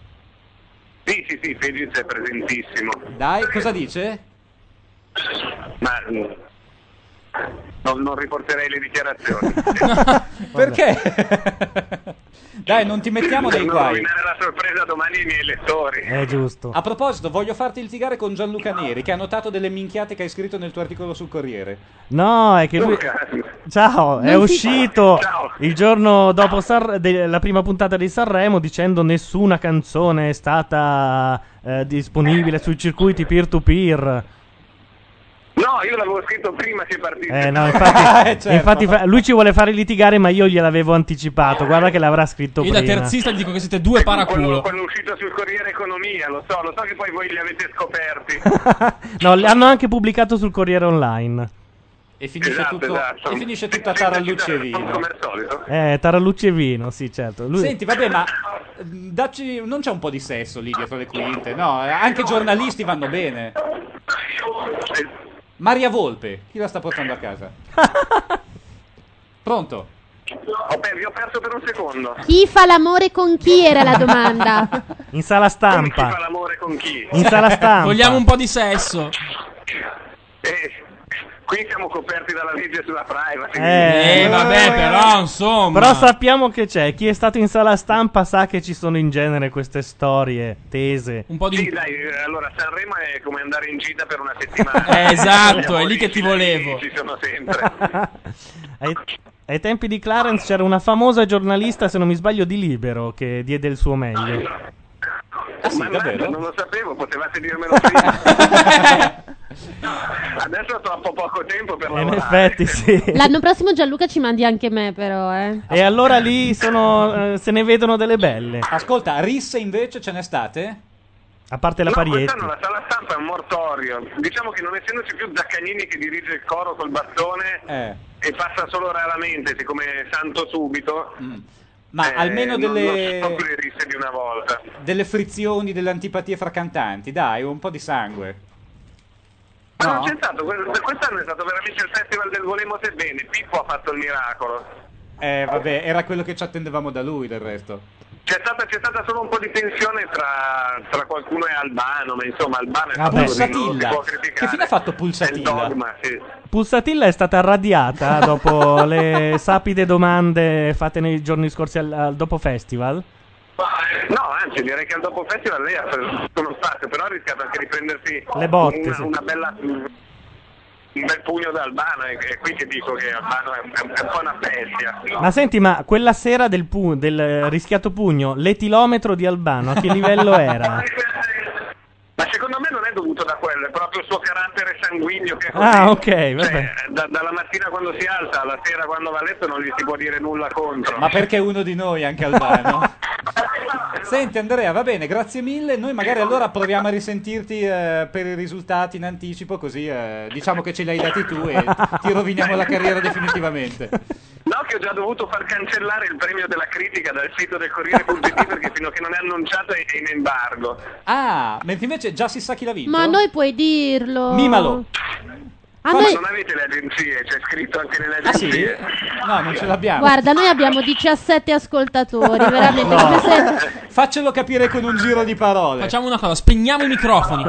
Speaker 6: Sì, sì, sì, Fegiz è presentissimo.
Speaker 5: Dai, cosa dice?
Speaker 6: Ma mm, non, non riporterei le dichiarazioni.
Speaker 5: Perché? Dai, non ti mettiamo
Speaker 6: Per
Speaker 5: nei
Speaker 6: non
Speaker 5: guai.
Speaker 6: rovinare la sorpresa domani ai miei lettori.
Speaker 2: È giusto.
Speaker 5: A proposito, voglio farti litigare con Gianluca Neri, che ha notato delle minchiate che hai scritto nel tuo articolo sul Corriere.
Speaker 2: No, è che lui... Ciao, è
Speaker 5: Non si-
Speaker 2: uscito
Speaker 5: Ciao.
Speaker 2: il giorno dopo Sanre- de- la prima puntata di Sanremo dicendo nessuna canzone è stata eh, disponibile sui circuiti peer-to-peer.
Speaker 6: No, io l'avevo scritto prima si è partito.
Speaker 2: Eh, no, infatti,
Speaker 5: certo.
Speaker 2: infatti fa- lui ci vuole fare litigare, ma io gliel'avevo anticipato. Guarda che l'avrà scritto
Speaker 3: Io
Speaker 2: prima.
Speaker 3: da terzista gli dico che siete due
Speaker 6: Quello,
Speaker 3: paraculo.
Speaker 6: quello uscito sul Corriere Economia, lo so, lo so che poi voi li avete scoperti.
Speaker 2: No, l'hanno anche pubblicato sul Corriere Online.
Speaker 5: E finisce,
Speaker 6: Esatto,
Speaker 5: tutto,
Speaker 6: esatto.
Speaker 5: e finisce tutta Tarallucci e vino.
Speaker 6: Come al solito.
Speaker 2: Eh, Tarallucci e vino, sì, certo. Lui...
Speaker 5: Senti, vabbè, ma eh, dacci, non c'è un po' di sesso lì dietro le quinte? No, eh, anche giornalisti vanno bene. Maria Volpe, chi la sta portando a casa? Pronto?
Speaker 6: Ho per- vi ho perso per un secondo.
Speaker 13: Chi fa l'amore con chi era la domanda?
Speaker 2: In sala
Speaker 6: Chi fa
Speaker 2: stampa.
Speaker 6: l'amore con chi?
Speaker 2: In sala stampa.
Speaker 3: Vogliamo un po' di sesso.
Speaker 6: Eh, qui siamo coperti dalla legge sulla privacy.
Speaker 2: Eh,
Speaker 3: Eh, vabbè, però, insomma.
Speaker 2: Però sappiamo che c'è. Chi è stato in sala stampa sa che ci sono in genere queste storie tese.
Speaker 3: Un po' di...
Speaker 6: Sì, dai, eh, allora Sanremo è come andare in gita per una settimana.
Speaker 3: Eh, esatto,
Speaker 6: Gli
Speaker 3: è lì che ti
Speaker 6: amori
Speaker 3: volevo.
Speaker 6: Ci sono sempre.
Speaker 2: ai, ai tempi di Clarence c'era una famosa giornalista, se non mi sbaglio, di Libero, che diede il suo meglio.
Speaker 5: Ah sì,
Speaker 6: Mannaggia,
Speaker 5: davvero?
Speaker 6: non lo sapevo, potevate dirmelo prima. Adesso ho troppo poco tempo per
Speaker 2: In
Speaker 6: lavorare.
Speaker 2: effetti, sì.
Speaker 13: L'anno prossimo Gianluca ci mandi anche me, però, eh.
Speaker 2: E allora lì sono, eh, se ne vedono delle belle.
Speaker 5: Ascolta, risse invece ce n'è state?
Speaker 2: A parte la
Speaker 6: No,
Speaker 2: Parietti.
Speaker 6: quest'anno la sala stampa è un mortorio. Diciamo che non essendoci più Zaccagnini che dirige il coro col bastone
Speaker 5: Eh.
Speaker 6: e passa solo raramente, siccome è santo subito.
Speaker 5: Ma
Speaker 6: eh,
Speaker 5: almeno
Speaker 6: non-
Speaker 5: delle-
Speaker 6: Non so più le risse di una volta.
Speaker 5: Delle frizioni, delle antipatie fra cantanti, dai, un po' di sangue.
Speaker 6: Ma
Speaker 5: No?
Speaker 6: non c'è stato, que- quest'anno è stato veramente il festival del Volemo se bene. Pippo ha fatto il miracolo.
Speaker 5: Eh, vabbè, era quello che ci attendevamo da lui, del resto.
Speaker 6: C'è stata, c'è stata solo un po' di tensione tra, tra qualcuno e Albano, ma insomma Albano è
Speaker 5: Ah,
Speaker 6: stato così, non si
Speaker 5: Pulsatilla.
Speaker 6: può criticare.
Speaker 5: Che fine ha fatto
Speaker 6: È il
Speaker 5: Pulsatilla?
Speaker 6: dogma, sì.
Speaker 2: Pulsatilla è stata radiata dopo le sapide domande fatte nei giorni scorsi al, al dopo festival.
Speaker 6: No, anzi, direi che al dopo festival lei ha preso uno spazio, però ha rischiato anche di prendersi
Speaker 2: Le botte,
Speaker 6: una,
Speaker 2: sì.
Speaker 6: una bella, un bel pugno da Albano, e è qui che dico che Albano è, è, è un po' una bestia.
Speaker 2: Ma senti, ma quella sera del, pu- del rischiato pugno, l'etilometro di Albano a che livello era?
Speaker 6: Ma secondo me non è dovuto da quello, è proprio il suo carattere sanguigno che è così.
Speaker 2: Ah, ok,
Speaker 6: Cioè,
Speaker 2: vabbè.
Speaker 6: da- dalla mattina quando si alza alla sera quando va a letto non gli si può dire nulla contro.
Speaker 5: Ma perché è uno di noi anche Albano? Senti Andrea, va bene, grazie mille. Noi magari allora proviamo a risentirti eh, per i risultati in anticipo, così eh, diciamo che ce li hai dati tu e ti roviniamo la carriera definitivamente.
Speaker 6: No, che ho già dovuto far cancellare il premio della critica dal sito del Corriere Pubblico perché fino a che non è annunciato è è in embargo.
Speaker 5: Ah, mentre invece già si sa chi l'ha vinto?
Speaker 13: Ma a noi puoi dirlo.
Speaker 5: Mimalo.
Speaker 13: A
Speaker 6: Ma
Speaker 13: noi-
Speaker 6: non avete le agenzie, c'è scritto anche nelle
Speaker 5: Ah sì?
Speaker 6: agenzie.
Speaker 5: No, non ce l'abbiamo.
Speaker 13: Guarda, noi abbiamo diciassette ascoltatori, veramente.
Speaker 5: No.
Speaker 13: Come se-
Speaker 5: Faccelo capire con un giro di parole.
Speaker 3: Facciamo una cosa, spegniamo i microfoni.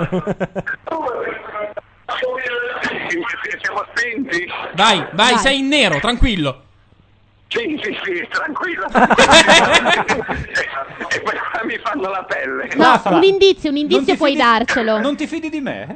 Speaker 6: Siamo spenti?
Speaker 3: Vai, vai, sei in nero, tranquillo.
Speaker 6: Sì, sì, sì, tranquillo. E poi qua mi fanno la pelle.
Speaker 13: No, un indizio, un
Speaker 6: Non
Speaker 13: indizio
Speaker 6: ti
Speaker 13: puoi
Speaker 6: fidi-
Speaker 13: darcelo.
Speaker 5: Non ti fidi di me?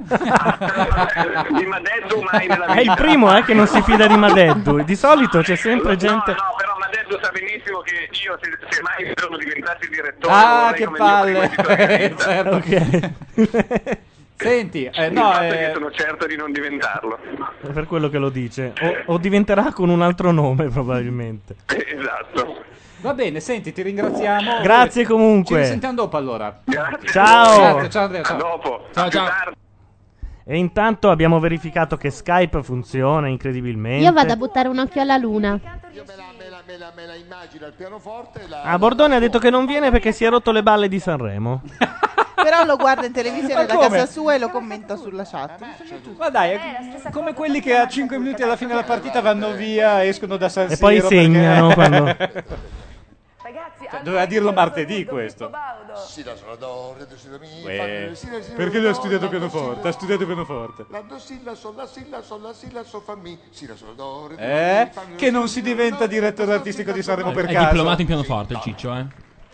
Speaker 6: Di Madeddu mai nella
Speaker 2: È il primo eh, che non si fida di Madeddu. Di solito c'è sempre gente.
Speaker 6: No, però Madeddu sa benissimo che io se, se mai sono diventassi direttore
Speaker 5: Ah,
Speaker 6: vorrei
Speaker 5: che
Speaker 6: come mio primo
Speaker 5: palle.
Speaker 6: titolo di vita.
Speaker 5: Certo.
Speaker 2: Ok.
Speaker 5: Senti, eh,
Speaker 6: Il
Speaker 5: no,
Speaker 6: fatto è
Speaker 5: eh,
Speaker 6: che sono certo di non diventarlo.
Speaker 2: È per quello che lo dice. O, o diventerà con un altro nome, probabilmente.
Speaker 6: Esatto.
Speaker 5: va bene, senti, ti ringraziamo.
Speaker 2: Grazie
Speaker 5: Ci
Speaker 2: comunque.
Speaker 5: risentiamo dopo allora.
Speaker 2: Ciao.
Speaker 5: Grazie, ciao Andrea, ciao.
Speaker 6: A dopo.
Speaker 5: Ciao, ciao.
Speaker 2: E intanto abbiamo verificato che Skype funziona incredibilmente.
Speaker 13: Io vado a buttare un occhio alla luna.
Speaker 7: Me la immagino al pianoforte. La...
Speaker 2: Ah, Bordone ha detto che non viene perché si è rotto le balle di Sanremo.
Speaker 15: Però lo guarda in televisione
Speaker 5: Ma
Speaker 15: da
Speaker 5: come?
Speaker 15: casa sua e lo commenta sulla chat.
Speaker 5: Ma dai, è come quelli che a cinque minuti alla fine della partita vanno via, escono da San
Speaker 2: E
Speaker 5: Siro
Speaker 2: poi segnano
Speaker 5: perché...
Speaker 2: quando-
Speaker 5: Cioè, doveva dirlo martedì questo.
Speaker 7: Sì, la sola do, re, do, si, do, mi,
Speaker 5: Uè,
Speaker 7: fa, si, la, si, la,
Speaker 5: perché
Speaker 7: do,
Speaker 5: lui ha studiato
Speaker 7: la, do,
Speaker 5: pianoforte,
Speaker 7: si, la,
Speaker 5: ha studiato pianoforte.
Speaker 7: La do, si, la, sol, la, si, la, sol, la, si, la, sol, fa, mi, si, la, sola, do, re, do,
Speaker 5: Eh?
Speaker 7: mi, fa, mi,
Speaker 5: Che non si diventa direttore artistico di Sanremo per
Speaker 3: È
Speaker 5: caso.
Speaker 3: diplomato in pianoforte il Ciccio, eh.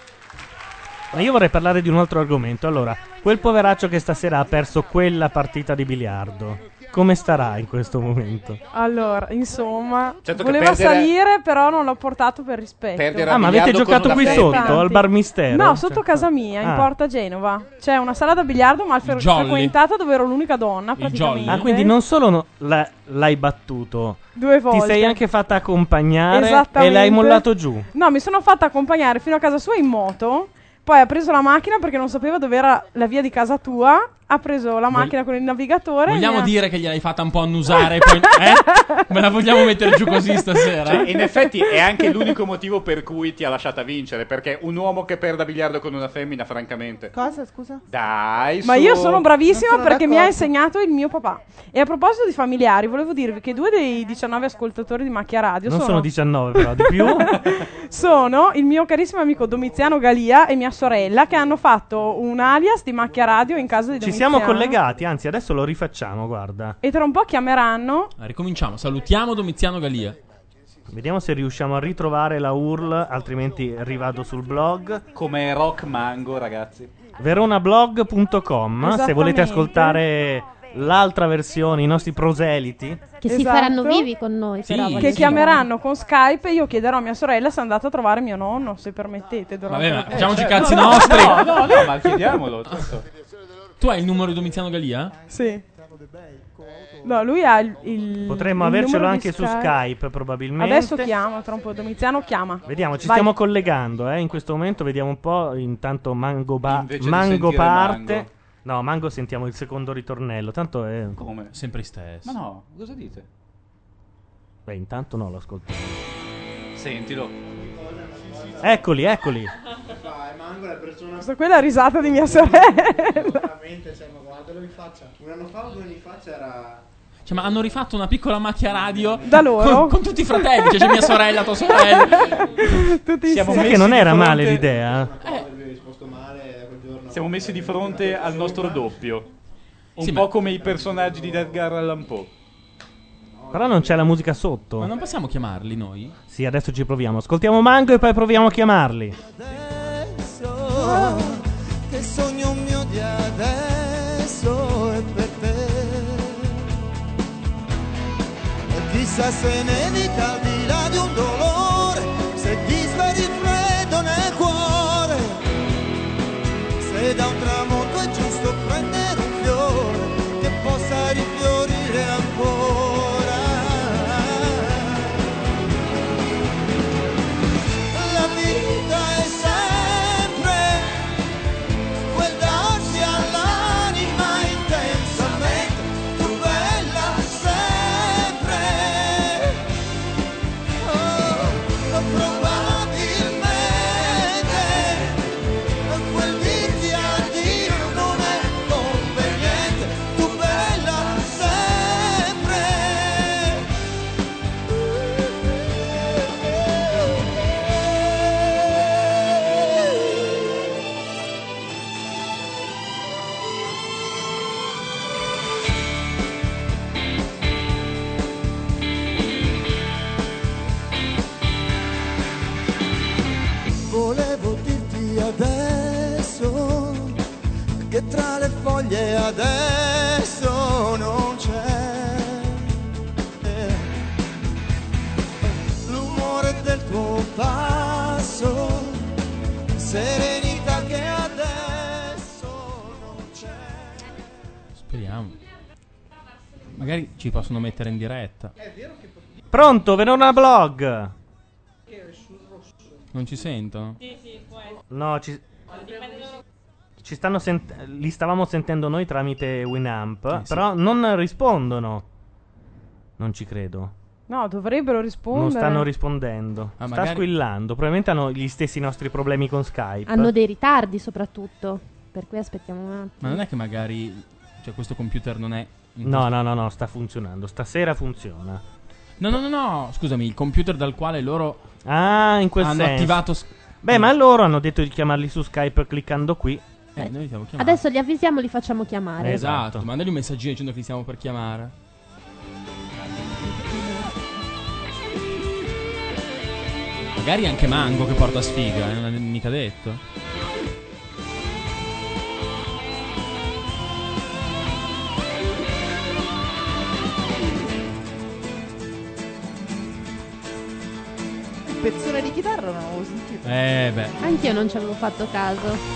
Speaker 2: Ma io vorrei parlare di un altro argomento. Allora, quel poveraccio che stasera ha perso quella partita di biliardo, come starà in questo momento?
Speaker 20: Allora, insomma,
Speaker 2: Certo che
Speaker 20: voleva
Speaker 2: perdere-
Speaker 20: salire, però non l'ho portato per rispetto.
Speaker 5: Perdere
Speaker 2: Ah, ma avete giocato qui sotto, al bar Mistero?
Speaker 20: No, sotto casa mia, in
Speaker 2: Ah.
Speaker 20: Porta Genova. C'è una sala da biliardo mal fre-
Speaker 2: Jolly.
Speaker 20: frequentata dove ero l'unica donna, praticamente.
Speaker 2: Ah, quindi non solo no- la- l'hai battuto,
Speaker 20: Due volte.
Speaker 2: ti sei anche fatta accompagnare e
Speaker 20: Esattamente.
Speaker 2: l'hai mollato giù.
Speaker 20: No, mi sono fatta accompagnare fino a casa sua in moto. Poi ha preso la macchina perché non sapeva dove era la via di casa tua. Ha preso la macchina con il navigatore. e
Speaker 3: Vogliamo
Speaker 20: mi ha-
Speaker 3: dire che gliel'hai fatta un po' annusare? Poi, eh? Me la vogliamo mettere giù così stasera?
Speaker 5: Cioè, in effetti è anche l'unico motivo per cui ti ha lasciata vincere, perché un uomo che perda biliardo con una femmina, francamente.
Speaker 15: Cosa, scusa?
Speaker 5: Dai,
Speaker 20: Ma
Speaker 5: su.
Speaker 20: io sono bravissima
Speaker 15: Non sono
Speaker 20: perché mi ha
Speaker 15: d'accordo.
Speaker 20: insegnato il mio papà. E a proposito di familiari, volevo dirvi che due dei diciannove ascoltatori di Macchia Radio
Speaker 2: Non
Speaker 20: sono,
Speaker 2: sono diciannove però, di più.
Speaker 20: sono il mio carissimo amico Domiziano Galia e mia sorella, che hanno fatto un alias di Macchia Radio in casa di
Speaker 2: Ci
Speaker 20: Domiziano.
Speaker 2: siamo collegati, anzi adesso lo rifacciamo, guarda.
Speaker 20: E tra un po' chiameranno.
Speaker 3: Ah, ricominciamo, salutiamo Domiziano Galia.
Speaker 2: Vediamo se riusciamo a ritrovare la U R L, altrimenti rivado sul blog.
Speaker 5: Come Rock Mango, ragazzi.
Speaker 2: veronablog punto com se
Speaker 20: Esattamente.
Speaker 2: volete ascoltare l'altra versione, i nostri proseliti.
Speaker 13: Che si
Speaker 20: Esatto.
Speaker 13: faranno vivi con noi.
Speaker 2: Sì,
Speaker 13: però,
Speaker 2: sì.
Speaker 13: voglio
Speaker 20: Che
Speaker 13: dire.
Speaker 20: chiameranno con Skype e io chiederò a mia sorella se è andata a trovare mio nonno, se permettete. durante
Speaker 3: Vabbè,
Speaker 20: la-
Speaker 3: ma facciamoci i
Speaker 20: Eh,
Speaker 3: cazzi
Speaker 20: no, no,
Speaker 3: nostri.
Speaker 20: no,
Speaker 5: No, no, ma chiediamolo. certo.
Speaker 3: Tu hai il numero di Domiziano Galia?
Speaker 20: Sì. No, lui ha il, il
Speaker 2: Potremmo
Speaker 20: il
Speaker 2: avercelo
Speaker 20: numero
Speaker 2: anche
Speaker 20: di
Speaker 2: su Skype, probabilmente.
Speaker 20: Adesso chiama, tra un po'. Domiziano chiama.
Speaker 2: Vediamo, ci
Speaker 20: Vai.
Speaker 2: stiamo collegando, eh, in questo momento vediamo un po', intanto Mango, ba-
Speaker 5: Invece di
Speaker 2: Mango
Speaker 5: sentire
Speaker 2: parte.
Speaker 5: Mango.
Speaker 2: No, Mango, sentiamo il secondo ritornello. Tanto è.
Speaker 5: Come?
Speaker 3: Sempre stesso.
Speaker 5: Ma no, cosa dite?
Speaker 2: Beh, intanto no, lo ascoltiamo.
Speaker 5: Sentilo.
Speaker 2: Eccoli, eccoli.
Speaker 15: Mango è la persona.
Speaker 20: Questa qui è la risata di mia sorella.
Speaker 15: Veramente, cioè, ma guardalo in faccia. Un anno fa o due anni fa c'era.
Speaker 3: Cioè, ma hanno rifatto una piccola macchia radio
Speaker 20: da loro
Speaker 3: con, con tutti i fratelli. Cioè, c'è mia sorella, tua sorella.
Speaker 20: Tutti
Speaker 5: Siamo
Speaker 2: Sai
Speaker 5: messi
Speaker 2: che non
Speaker 5: di
Speaker 2: era
Speaker 5: fronte-
Speaker 2: male l'idea?
Speaker 5: Siamo messi di fronte al nostro doppio. Un
Speaker 3: Sì,
Speaker 5: po'
Speaker 3: ma-
Speaker 5: come i personaggi di Edgar Allan Poe.
Speaker 2: Però non c'è la musica sotto.
Speaker 3: Ma non possiamo chiamarli noi?
Speaker 2: Sì, adesso ci proviamo. Ascoltiamo Mango e poi proviamo a chiamarli.
Speaker 19: Adesso, che sogno mio di adesso è per te. E chissà se nevica al di là di un dolore, se disveri il freddo nel cuore, se da un tramonto è giusto prendere un fiore che possa rifiorire ancora. La vita è sempre quel darsi all'anima intensamente, tu bella sempre. Oh, probabilmente quel dirti addio non è conveniente, tu bella sempre. Volevo dirti adesso che tra le foglie adesso non c'è eh, l'umore del tuo passo, serenità che adesso non c'è.
Speaker 3: Speriamo. Magari ci possono mettere in diretta.
Speaker 2: Pronto, Verona Blog.
Speaker 3: Non ci sentono?
Speaker 2: Sì, sì, può essere. No, ci, ci stanno sent- li stavamo sentendo noi tramite Winamp,
Speaker 3: Eh, sì.
Speaker 2: però non rispondono. Non ci credo.
Speaker 20: No, dovrebbero rispondere.
Speaker 2: Non stanno rispondendo.
Speaker 3: Ah,
Speaker 2: Sta
Speaker 3: magari-
Speaker 2: squillando. Probabilmente hanno gli stessi nostri problemi con Skype.
Speaker 13: Hanno dei ritardi soprattutto. Per cui aspettiamo un attimo.
Speaker 3: Ma non è che magari cioè, questo computer non è... in
Speaker 2: No,
Speaker 3: questo-
Speaker 2: no, no, no, sta funzionando. Stasera funziona.
Speaker 3: No, no, no, no, scusami, il computer dal quale loro
Speaker 2: Ah, in quel
Speaker 3: hanno
Speaker 2: senso.
Speaker 3: attivato... s-
Speaker 2: Beh, ma loro hanno detto di chiamarli su Skype cliccando qui.
Speaker 3: Eh, noi li abbiamo chiamati.
Speaker 13: Adesso li avvisiamo e li facciamo chiamare.
Speaker 3: Esatto, mandagli un messaggino dicendo che li stiamo per chiamare. Magari anche Mango che porta sfiga, eh, non è mica detto.
Speaker 15: Il pezzone di chitarra non l'avevo sentito.
Speaker 3: Eh beh.
Speaker 13: Anch'io non ci avevo fatto caso.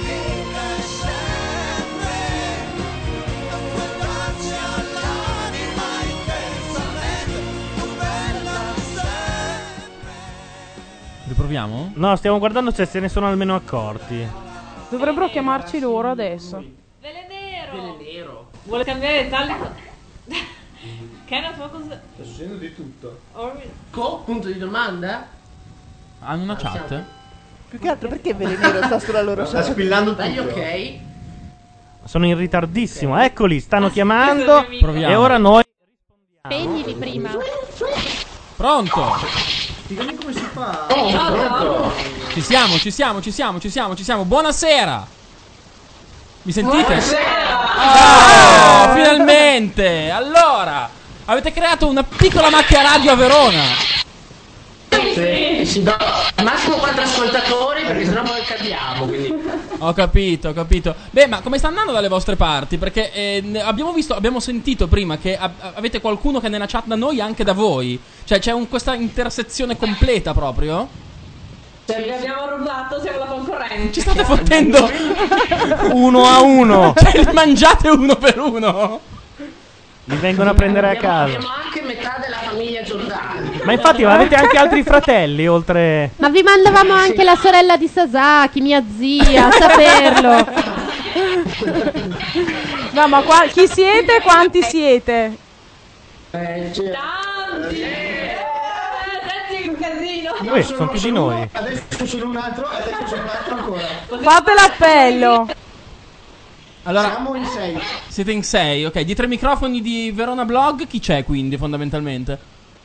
Speaker 3: Riproviamo?
Speaker 2: No, stiamo guardando se se ne sono almeno accorti.
Speaker 20: Dovrebbero chiamarci loro adesso.
Speaker 9: Velenero. Vuole cambiare dettagli? Cannot focus.
Speaker 15: Sta succedendo di tutto.
Speaker 9: Co? Punto di domanda?
Speaker 3: Hanno una chat?
Speaker 15: Più che altro perché Velenero sta sulla loro
Speaker 1: Sta
Speaker 15: chat?
Speaker 1: squillando
Speaker 9: Dai,
Speaker 1: tutto.
Speaker 9: ok.
Speaker 2: Sono in ritardissimo. Eccoli, stanno chiamando.
Speaker 3: Proviamo.
Speaker 2: E ora noi.
Speaker 13: Spegnili prima.
Speaker 3: Pronto?
Speaker 15: Spiegami come si fa.
Speaker 3: Ci siamo, ci siamo, ci siamo, ci siamo, ci siamo. Buonasera! Mi sentite?
Speaker 9: Buonasera!
Speaker 3: Oh, finalmente! Allora, avete creato una piccola macchia radio a Verona.
Speaker 9: Sì, ci do al massimo quattro ascoltatori perché sennò poi cadiamo. Quindi.
Speaker 3: Ho capito, ho capito. Beh, ma come sta andando dalle vostre parti? Perché eh, ne- abbiamo visto, abbiamo sentito prima che a- avete qualcuno che è nella chat da noi e anche da voi. Cioè c'è un- questa intersezione completa proprio.
Speaker 9: Cioè, vi abbiamo rubato, siamo la concorrenza.
Speaker 3: Ci state fottendo
Speaker 2: Uno a uno.
Speaker 3: Cioè li mangiate uno per uno.
Speaker 2: Li vengono a prendere a casa.
Speaker 9: Abbiamo anche metà della famiglia Giordani.
Speaker 2: Ma infatti, ma avete anche altri fratelli oltre.
Speaker 13: Ma vi mandavamo anche la sorella di Sasaki, mia zia, a saperlo.
Speaker 20: No, ma qua, chi siete e quanti siete?
Speaker 9: Tanti! Eh, senti un casino!
Speaker 2: Uè, sono più di noi.
Speaker 16: Adesso sono un altro, adesso sono un altro ancora.
Speaker 20: Fate l'appello.
Speaker 3: Allora,
Speaker 16: Siamo in sei.
Speaker 3: siete in sei, ok. Dietro i microfoni di Verona Blog chi c'è quindi fondamentalmente?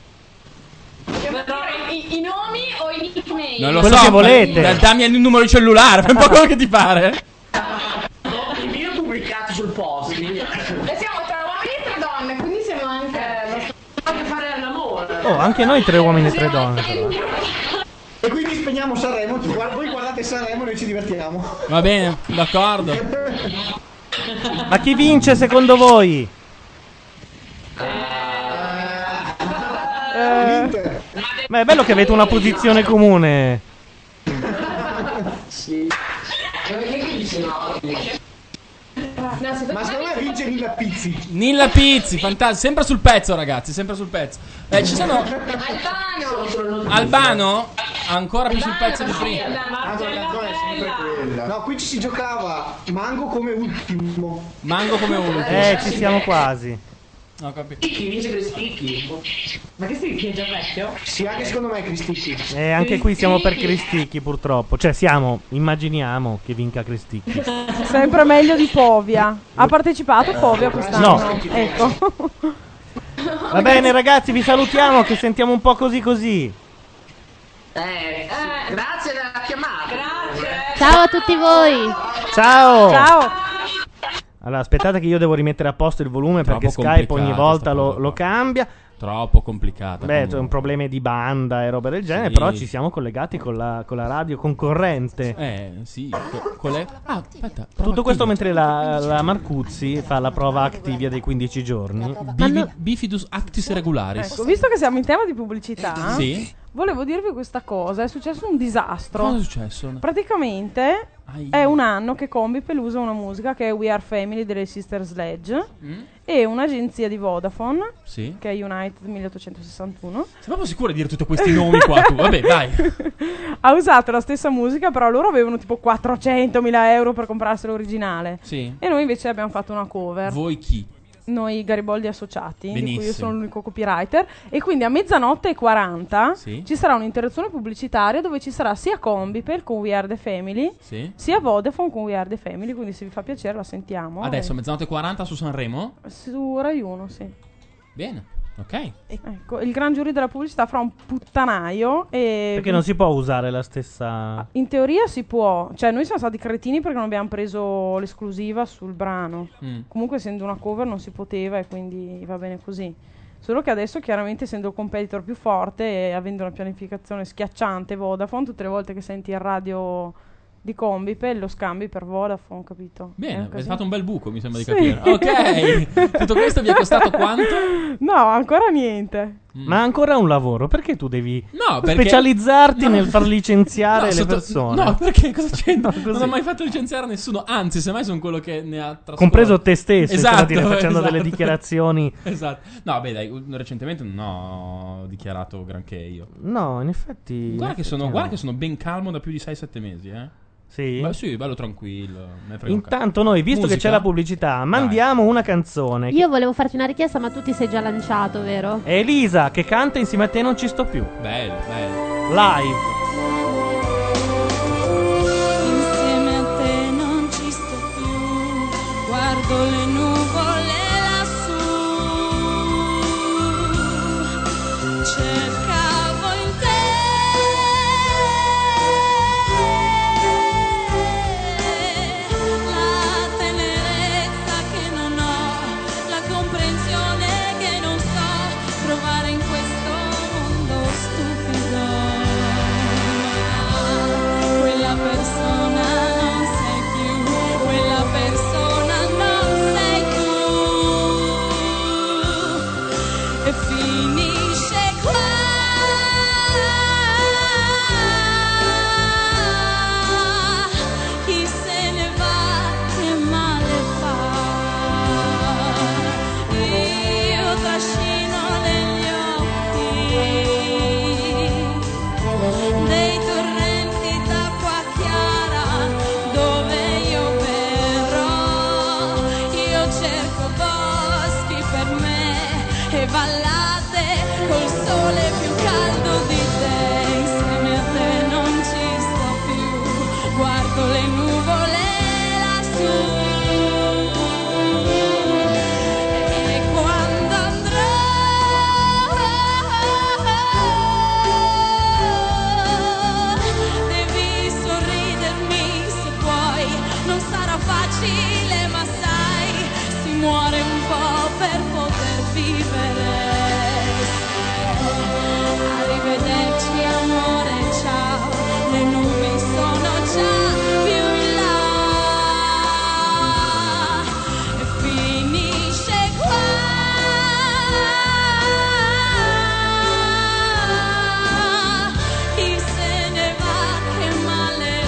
Speaker 9: I, I nomi o i nickname?
Speaker 3: Non lo
Speaker 2: Quello
Speaker 3: so,
Speaker 2: che volete.
Speaker 3: ma- Dammi il numero di cellulare, fai un po' quello che ti pare.
Speaker 9: Il mio pubblicato sul post. E siamo tre uomini e tre donne, quindi siamo anche. Voglio fare l'amore.
Speaker 2: Oh, anche noi tre uomini e tre donne. però.
Speaker 16: E quindi spegniamo Sanremo, voi guardate Sanremo e noi ci divertiamo.
Speaker 3: Va bene, d'accordo.
Speaker 2: Ma chi vince secondo voi?
Speaker 16: L'Inter.
Speaker 2: Ma è bello che avete una posizione comune.
Speaker 16: Sì. Ma secondo me vince Nilla Pizzi.
Speaker 3: Nilla Pizzi, fantastico. Sempre sul pezzo, ragazzi, sempre sul pezzo. Eh, ci sono.
Speaker 9: Albano!
Speaker 3: Albano? Ancora più sul pezzo di prima.
Speaker 16: Tanto la canzone è sempre quella. No, qui ci si giocava Mango come ultimo.
Speaker 3: Mango come uno.
Speaker 2: Eh, ci siamo quasi.
Speaker 3: Ho capito.
Speaker 9: Chi vince Cristicchi? Ma Cristicchi è già vecchio?
Speaker 16: Sì, anche secondo me Cristicchi.
Speaker 2: E anche qui siamo per Cristicchi purtroppo. Cioè siamo, immaginiamo che vinca Cristicchi.
Speaker 20: Sempre meglio di Povia. Ha partecipato Povia quest'anno?
Speaker 2: No.
Speaker 20: Ecco.
Speaker 2: Va bene ragazzi, vi salutiamo che sentiamo un po' così così.
Speaker 9: Eh, sì. Grazie della chiamata. Grazie.
Speaker 13: Ciao a tutti voi.
Speaker 2: Ciao.
Speaker 20: Ciao.
Speaker 2: Allora aspettate che io devo rimettere a posto il volume
Speaker 3: Troppo
Speaker 2: perché Skype ogni
Speaker 3: complicata
Speaker 2: volta
Speaker 3: sta
Speaker 2: lo,
Speaker 3: cosa
Speaker 2: lo
Speaker 3: qua.
Speaker 2: cambia.
Speaker 3: Troppo complicata.
Speaker 2: Beh,
Speaker 3: comunque.
Speaker 2: sono problemi di banda e roba del genere,
Speaker 3: Sì.
Speaker 2: però ci siamo collegati con la, con la radio concorrente.
Speaker 3: Eh, sì. co- Qual è? Ah, aspetta.
Speaker 2: Tutto questo mentre la, la Marcuzzi fa la prova Activia dei quindici giorni.
Speaker 3: Bivi- Bifidus actis regularis.
Speaker 20: Ecco, visto che siamo in tema di pubblicità,
Speaker 3: Sì.
Speaker 20: volevo dirvi questa cosa. È successo un disastro.
Speaker 3: Cosa è successo?
Speaker 20: Praticamente
Speaker 3: Ai.
Speaker 20: è un anno che Combipel usa una musica che è We Are Family delle Sister Sledge
Speaker 3: Mm?
Speaker 20: e un'agenzia di Vodafone
Speaker 3: Sì.
Speaker 20: che è United milleottocentosessantuno
Speaker 3: Sei proprio sicuro di dire tutti questi nomi qua tu? Vabbè, dai.
Speaker 20: ha usato la stessa musica, però loro avevano tipo quattrocentomila euro per comprarsi l'originale
Speaker 3: Sì.
Speaker 20: e noi invece abbiamo fatto una cover.
Speaker 3: Voi chi?
Speaker 20: Noi Gariboldi Associati, di cui io
Speaker 3: Benissimo.
Speaker 20: sono l'unico copywriter, e quindi a mezzanotte e quaranta
Speaker 3: Sì.
Speaker 20: ci sarà un'interruzione pubblicitaria dove ci sarà sia Combipel con We Are The Family
Speaker 3: Sì.
Speaker 20: sia Vodafone con We Are The Family, quindi se vi fa piacere la sentiamo.
Speaker 3: Adesso,
Speaker 20: E-
Speaker 3: mezzanotte e quaranta su Sanremo?
Speaker 20: su Rai uno, sì.
Speaker 3: Bene, ok.
Speaker 20: Ecco, il gran giurì della pubblicità fra un puttanaio e...
Speaker 2: Perché non si può usare la stessa.
Speaker 20: In teoria si può, cioè noi siamo stati cretini perché non abbiamo preso l'esclusiva sul brano.
Speaker 3: Mm.
Speaker 20: Comunque essendo una cover non si poteva e quindi va bene così. Solo che adesso chiaramente essendo il competitor più forte e avendo una pianificazione schiacciante Vodafone, tutte le volte che senti il radio di Combipel lo scambi per Vodafone, capito? È
Speaker 3: Bene,
Speaker 20: un
Speaker 3: avete
Speaker 20: casino.
Speaker 3: fatto un bel buco, mi sembra di
Speaker 20: Sì.
Speaker 3: capire. Ok. Tutto questo vi è costato quanto?
Speaker 20: No, ancora niente.
Speaker 2: Ma ancora un lavoro, perché tu devi
Speaker 3: No, perché-
Speaker 2: specializzarti
Speaker 3: No.
Speaker 2: nel far licenziare
Speaker 3: No,
Speaker 2: le
Speaker 3: sotto-
Speaker 2: persone?
Speaker 3: No, perché cosa c'entra?
Speaker 2: No,
Speaker 3: non
Speaker 2: così.
Speaker 3: ho mai fatto licenziare nessuno. Anzi, semmai sono quello che ne ha trascorso.
Speaker 2: Compreso te stesso,
Speaker 3: Esatto,
Speaker 2: intendo dire, facendo
Speaker 3: esatto.
Speaker 2: delle dichiarazioni.
Speaker 3: Esatto. No, beh, dai, recentemente non ho dichiarato granché io.
Speaker 2: No, in effetti. in
Speaker 3: Guarda che,
Speaker 2: effetti
Speaker 3: sono,
Speaker 2: no.
Speaker 3: guarda che sono ben calmo da più di sei sette mesi, eh.
Speaker 2: Sì?
Speaker 3: Beh, sì, bello tranquillo. me ne frega un
Speaker 2: Intanto noi, visto
Speaker 3: Musica?
Speaker 2: che c'è la pubblicità, mandiamo una canzone.
Speaker 13: Io volevo farti una richiesta, ma tu ti sei già lanciato, vero?
Speaker 2: È Elisa che canta Insieme a te non ci sto più.
Speaker 3: cazzo. Bello, bello.
Speaker 2: Live.
Speaker 18: Insieme a te non ci sto più, guardo le nuvole lassù, cercavo in te la tenerezza che non ho, la comprensione che non so trovare in questo mondo stupido. Quella persona non sei più, quella persona non sei tu. cerco boschi per me e ballate col sole più caldo di te. Insieme a te non ci sto più, guardo le nuvole lassù. E quando andrò devi sorridermi se puoi. Non sarà facile ma sai, si muore un po' per poter vivere. Arrivederci amore, ciao, le nubi sono già più in là e finisce qua. Chi se ne va che male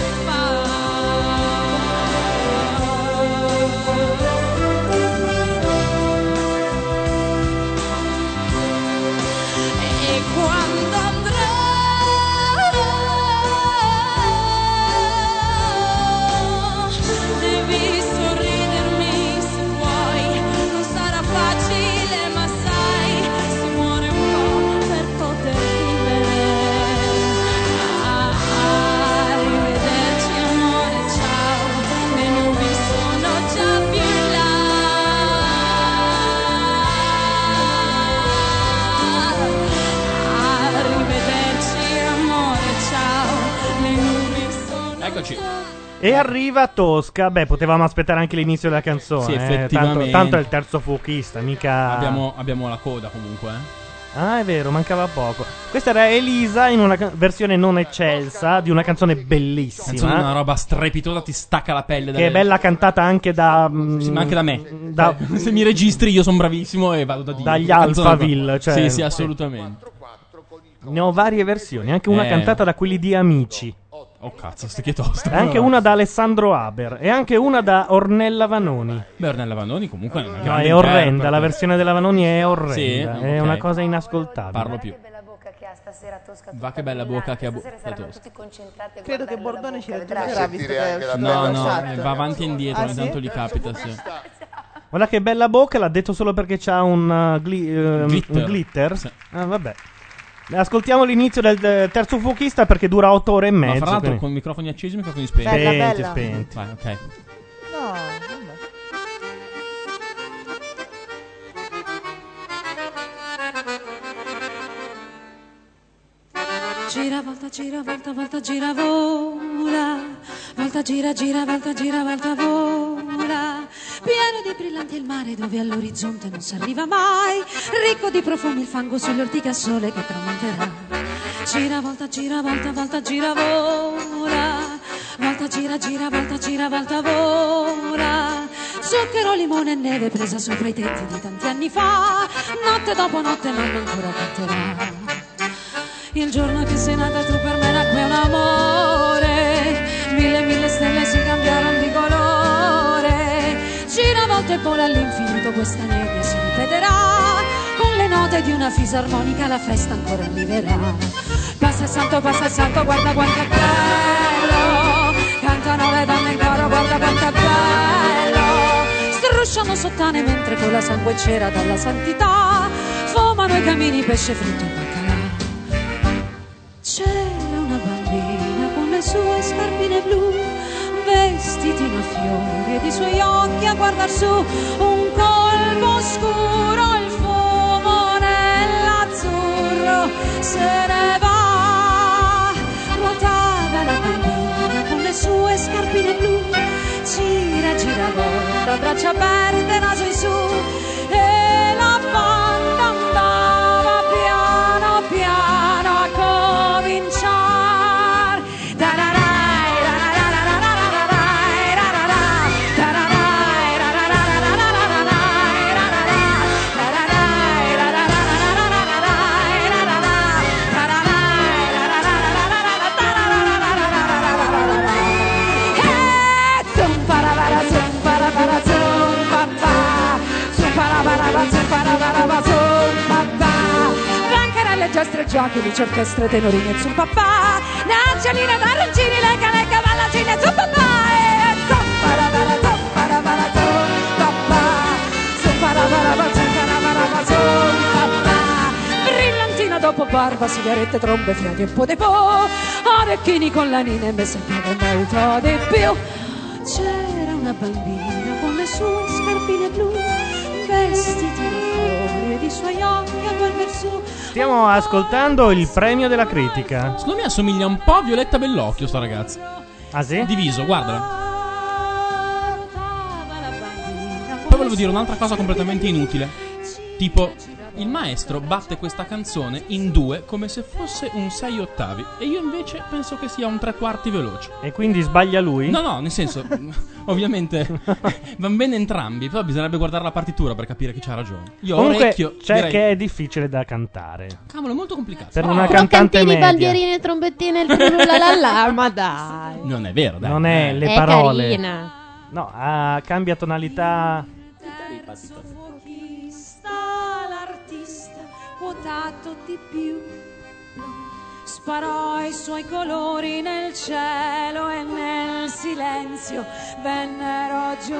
Speaker 18: e quando andrò devi sorridermi se puoi. Non sarà facile ma sai, si muore un po' per poter vivere. Ah, arrivederci amore, ciao, le nubi sono già più in là. Arrivederci amore, ciao, le nubi sono
Speaker 3: Eccoci.
Speaker 2: E arriva Tosca. Beh, potevamo aspettare anche l'inizio della canzone.
Speaker 3: Sì,
Speaker 2: eh.
Speaker 3: effettivamente.
Speaker 2: Tanto, tanto è il terzo fuochista, mica.
Speaker 3: Abbiamo, abbiamo la coda comunque. eh.
Speaker 2: Ah, è vero, mancava poco. Questa era Elisa in una ca- versione non eccelsa di una canzone bellissima.
Speaker 3: Canzone, una roba strepitosa, ti stacca la pelle.
Speaker 2: Che
Speaker 3: dalle-
Speaker 2: è bella cantata anche da. mm,
Speaker 3: Sì, ma anche da me.
Speaker 2: da-
Speaker 3: Cioè, se mi registri io sono bravissimo e vado da Dio.
Speaker 2: Dagli
Speaker 3: Questa canzone
Speaker 2: Alphaville,
Speaker 3: qua.
Speaker 2: cioè-
Speaker 3: Sì, sì,
Speaker 2: sì.
Speaker 3: assolutamente.
Speaker 2: Ne ho varie versioni, anche una
Speaker 3: Eh.
Speaker 2: cantata da quelli di Amici.
Speaker 3: Oh cazzo, sti che tosta.
Speaker 2: E anche una da Alessandro Haber. E anche una da Ornella Vanoni.
Speaker 3: Beh, Ornella Vanoni comunque è una
Speaker 2: No,
Speaker 3: grande
Speaker 2: è orrenda,
Speaker 3: interprete.
Speaker 2: la versione della Vanoni è orrenda.
Speaker 3: Sì?
Speaker 2: È
Speaker 3: Ok.
Speaker 2: una cosa inascoltabile.
Speaker 3: Parlo più. Va che bella bocca che ha bo-
Speaker 8: Stasera
Speaker 3: la
Speaker 8: saranno
Speaker 3: Tosca.
Speaker 8: tutti concentrati a
Speaker 15: Credo che
Speaker 8: guardare la
Speaker 15: Bordone ci
Speaker 8: bocca, vedrai.
Speaker 15: raggiungerà visto che è uscito
Speaker 3: No,
Speaker 15: dallo
Speaker 3: no,
Speaker 15: chat.
Speaker 3: va avanti e indietro,
Speaker 15: Ah,
Speaker 3: ogni
Speaker 15: sì?
Speaker 3: tanto gli capita, sì.
Speaker 2: Guarda che bella bocca, l'ha detto solo perché c'ha un uh, gli- ehm,
Speaker 3: Glitter.
Speaker 2: un glitter.
Speaker 3: Sì.
Speaker 2: Ah, vabbè. Ascoltiamo l'inizio del eh, terzo fuochista perché dura otto ore e
Speaker 3: Ma
Speaker 2: mezzo.
Speaker 3: fra l'altro
Speaker 2: quindi-
Speaker 3: con microfoni accesi e microfoni spenti.
Speaker 15: Bella,
Speaker 2: Spenti,
Speaker 15: bella.
Speaker 2: spenti.
Speaker 3: Vai, ok.
Speaker 15: No, vabbè.
Speaker 18: Gira, volta, gira, volta, volta, gira, vola. Volta, gira, gira, volta, gira, volta, vola. Pieno di brillanti il mare dove all'orizzonte non si arriva mai. Ricco di profumi il fango sugli ortiche a sole che tramonterà. Gira, volta, gira, volta, volta, gira, vola. Volta, gira, gira, volta, gira, volta, vola. Zucchero, limone e neve presa sopra i tetti di tanti anni fa. Notte dopo notte mamma ancora canterà. Il giorno che sei nata tu per me nacque un amore. Mille, mille stelle si cambiarono di colore. Gira, volta e vola all'infinito, questa nebbia si ripeterà. Con le note di una fisarmonica la festa ancora arriverà. Passa il santo, passa il santo, guarda quanto è bello. Cantano le donne in coro, guarda quanto è bello. Strusciano sottane mentre con la sangue c'era dalla santità. Fumano i camini, pesce fritto e baccalà. C'era una bambina con le sue scarpine blu, vestitino a fiori ed i suoi occhi a guardar su. Un colpo scuro, il fumo nell'azzurro se ne va. Ruotava la bambina con le sue scarpine blu, gira, gira, volta, braccia aperte, naso in su. E la banda andava piano piano a cominciare. Tararai, rararai, rararai, rararai, tararai, rararai, rararai, rararai, tararai, rararai, rararai, rararai. E tum parabara, tum parabara, tum papà, tum parabara, tum parabara, tum papà. Bancarelle, giostre, giochi, luci, orchestre, tenorini e zum papà. Angelina, d'arancini, lega, lega, ballatine, zum papà. E tum parabara, tum parabara, tum papà.
Speaker 22: dopo barba, sigarette, trombe, fiati e un po' di po', orecchini con la nina e mi sembrava molto di più. C'era una bambina con le sue scarpine blu, vestiti da fuori ed i suoi occhi a guardar su.
Speaker 2: Stiamo ascoltando il premio della critica.
Speaker 3: Secondo me assomiglia un po' a Violetta Bellocchio sta ragazza.
Speaker 2: Ah sì?
Speaker 3: Diviso, guardala. Poi volevo dire un'altra cosa completamente inutile. Tipo, il maestro batte questa canzone in due come se fosse un sei ottavi. E io invece penso che sia un tre quarti veloce.
Speaker 2: E quindi sbaglia lui?
Speaker 3: No, no, nel senso, ovviamente vanno bene entrambi. Però bisognerebbe guardare la partitura per capire chi c'ha ragione. Io ho
Speaker 2: Comunque
Speaker 3: orecchio.
Speaker 2: c'è
Speaker 3: direi-
Speaker 2: che è difficile da cantare.
Speaker 3: Cavolo, è molto complicato.
Speaker 2: Per una
Speaker 13: Oh,
Speaker 2: cantante
Speaker 13: Croccantini,
Speaker 2: media.
Speaker 13: bandierine, trombettine, il trullulala, ma dai.
Speaker 3: Non è vero, dai.
Speaker 2: Non è le
Speaker 13: È
Speaker 2: parole.
Speaker 13: carina.
Speaker 2: No, ah, cambia tonalità.
Speaker 22: L'artista quotato di più sparò i suoi colori nel cielo e nel silenzio vennero giù.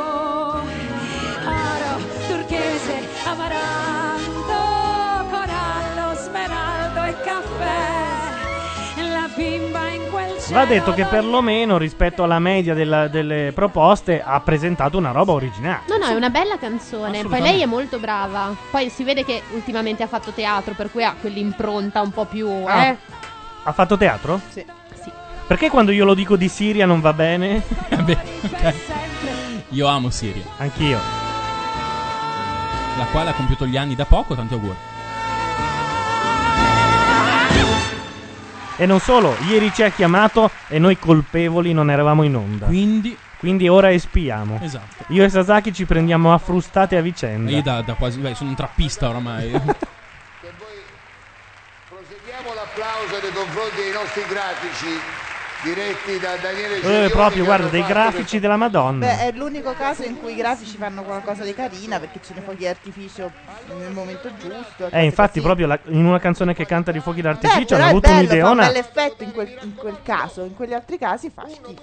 Speaker 22: Oro, turchese, amaranto, corallo, smeraldo e caffè. La bimba in quel cielo.
Speaker 2: Va detto che perlomeno rispetto alla media della- delle proposte ha presentato una roba originale.
Speaker 13: No, no, è una bella canzone. Poi
Speaker 2: Assolutamente.
Speaker 13: lei è molto brava. Poi si vede che ultimamente ha fatto teatro, per cui ha quell'impronta un po' più.
Speaker 2: Ah.
Speaker 13: Eh?
Speaker 2: Ha fatto teatro?
Speaker 15: Sì.
Speaker 13: Sì.
Speaker 2: Perché quando io lo dico di Siria non va bene?
Speaker 3: Vabbè, ok. Io amo Siria.
Speaker 2: Anch'io.
Speaker 3: La quale ha compiuto gli anni da poco, tanti auguri.
Speaker 2: E non solo, ieri ci ha chiamato e noi colpevoli non eravamo in onda.
Speaker 3: Quindi?
Speaker 2: Quindi ora espiamo.
Speaker 3: Esatto.
Speaker 2: Io e Sasaki ci prendiamo a frustate a vicenda.
Speaker 3: Io da, da quasi. Beh, sono un trappista oramai.
Speaker 7: Proseguiamo l'applauso nei confronti dei nostri grafici diretti da Daniele
Speaker 2: Eh,
Speaker 7: Gerioni,
Speaker 2: proprio,
Speaker 7: che
Speaker 2: guarda,
Speaker 7: hanno
Speaker 2: dei
Speaker 7: fatto
Speaker 2: grafici della Madonna.
Speaker 15: Beh, è l'unico caso in cui i grafici fanno qualcosa di carina, perché ce ne fuochi d'artificio nel momento giusto.
Speaker 2: Eh, infatti, proprio la- in una canzone che canta di fuochi d'artificio hanno
Speaker 15: Beh,
Speaker 2: avuto
Speaker 15: però è bello, fa un
Speaker 2: un'ideona.
Speaker 15: bell'effetto in quel, in quel caso, in quegli altri casi fa schifo.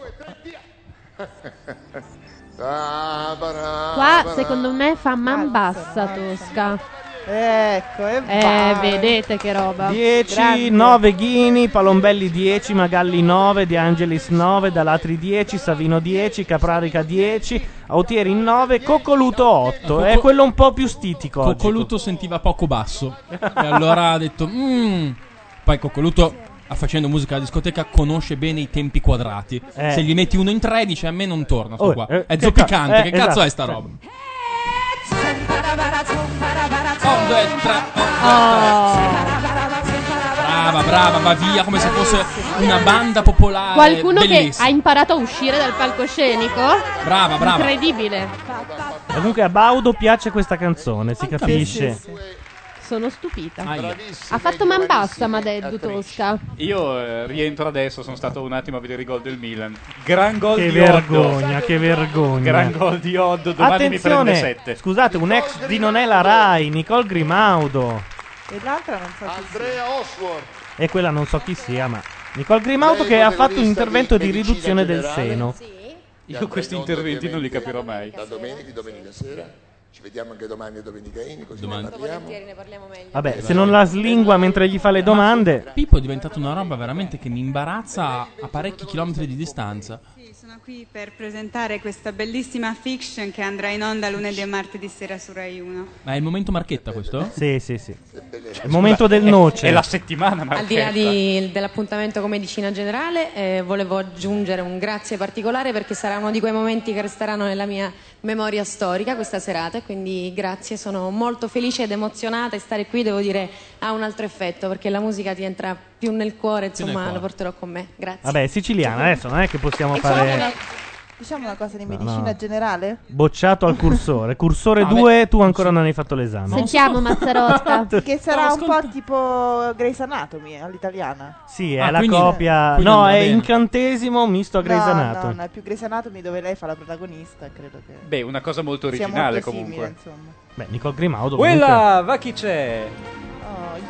Speaker 13: Qua, secondo me, fa man bassa Tosca.
Speaker 15: Ecco, e
Speaker 13: Eh,
Speaker 15: vai.
Speaker 13: vedete che roba.
Speaker 2: dieci,
Speaker 15: Grande.
Speaker 2: nove Ghini, Palombelli dieci, Magalli nove, De Angelis nove, Dalatri dieci, Savino dieci, Caprarica dieci, Autieri nove, Coccoluto otto. È quello un po' più stitico oggi.
Speaker 3: Coccoluto sentiva poco basso. E allora ha detto: "Mm". Poi Coccoluto, a- facendo musica alla discoteca, conosce bene i tempi quadrati.
Speaker 2: Eh.
Speaker 3: Se gli metti uno in tredici, a me non torna. Sto
Speaker 2: Oh,
Speaker 3: qua.
Speaker 2: eh,
Speaker 3: È
Speaker 2: che
Speaker 3: zoppicante.
Speaker 2: ca- eh,
Speaker 3: che cazzo
Speaker 2: esatto.
Speaker 3: è sta roba? Un, due, tre.
Speaker 13: Oh.
Speaker 3: Brava, brava, va via come se fosse una banda popolare.
Speaker 13: Qualcuno che
Speaker 3: bellissima.
Speaker 13: ha imparato a uscire dal palcoscenico?
Speaker 3: Brava, brava.
Speaker 13: Incredibile.
Speaker 2: Comunque a Baudo piace questa canzone, si capisce.
Speaker 13: Sì, sì, sì. Sono stupita.
Speaker 5: Aia.
Speaker 13: Ha fatto man bassa Madeddu Tosca.
Speaker 5: Io eh, rientro adesso, sono stato un attimo a vedere i gol del Milan. Gran gol
Speaker 2: Che
Speaker 5: di
Speaker 2: vergogna,
Speaker 5: Oddo.
Speaker 2: che vergogna.
Speaker 5: Gran gol di Oddo, domani mi prende
Speaker 2: Attenzione,
Speaker 5: sette.
Speaker 2: scusate, un ex di non è la Rai, Nicole Grimaudo.
Speaker 15: E l'altra non so chi
Speaker 7: Andrea Oswald.
Speaker 2: E quella non so chi sia, ma Nicole Grimaudo che ha fatto un intervento di riduzione del seno.
Speaker 5: Io questi interventi non li capirò mai.
Speaker 7: Da domenica, domenica sera. Ci vediamo anche domani a Domenicaini, così
Speaker 3: Domani.
Speaker 7: ne parliamo.
Speaker 21: Volentieri ne parliamo meglio.
Speaker 2: Vabbè, se non la slingua mentre gli fa le domande.
Speaker 3: Pippo è diventato una roba veramente che mi imbarazza a- a parecchi chilometri di distanza.
Speaker 10: Sono qui per presentare questa bellissima fiction che andrà in onda lunedì e martedì sera su Rai uno.
Speaker 3: Ma è il momento Marchetta questo?
Speaker 2: Sì, sì, sì. È il momento del noce.
Speaker 5: È la settimana
Speaker 21: Al di là di- dell'appuntamento con Medicina Generale, eh, volevo aggiungere un grazie particolare perché sarà uno di quei momenti che resteranno nella mia memoria storica questa serata, e quindi grazie, sono molto felice ed emozionata, e stare qui devo dire ha un altro effetto perché la musica ti entra più nel cuore,
Speaker 2: Più nel
Speaker 21: insomma
Speaker 2: cuore.
Speaker 21: lo porterò con me. Grazie.
Speaker 2: Vabbè, è siciliana, adesso non è che possiamo
Speaker 15: Diciamo
Speaker 2: fare
Speaker 15: una, diciamo una cosa di
Speaker 2: No,
Speaker 15: medicina
Speaker 2: no.
Speaker 15: generale?
Speaker 2: bocciato al cursore. Cursore
Speaker 15: Vabbè.
Speaker 2: due, tu ancora non hai fatto l'esame.
Speaker 13: Sentiamo Mazzarotta.
Speaker 15: Che sarà un po' tipo Grey's Anatomy all'italiana.
Speaker 2: Sì, è
Speaker 3: Ah,
Speaker 2: la
Speaker 3: quindi-
Speaker 2: copia.
Speaker 3: quindi
Speaker 2: No,
Speaker 3: andrà
Speaker 2: è
Speaker 3: bene.
Speaker 2: incantesimo misto a Grey's
Speaker 15: no,
Speaker 2: Anatomy.
Speaker 15: No, no, è più Grey's Anatomy dove lei fa la protagonista, credo che
Speaker 5: Beh, una cosa molto
Speaker 15: sia
Speaker 5: originale
Speaker 15: molto
Speaker 5: comunque.
Speaker 15: simile, insomma.
Speaker 2: Beh, Nicole Grimaudo
Speaker 5: Quella, va chi c'è?
Speaker 15: Oh, il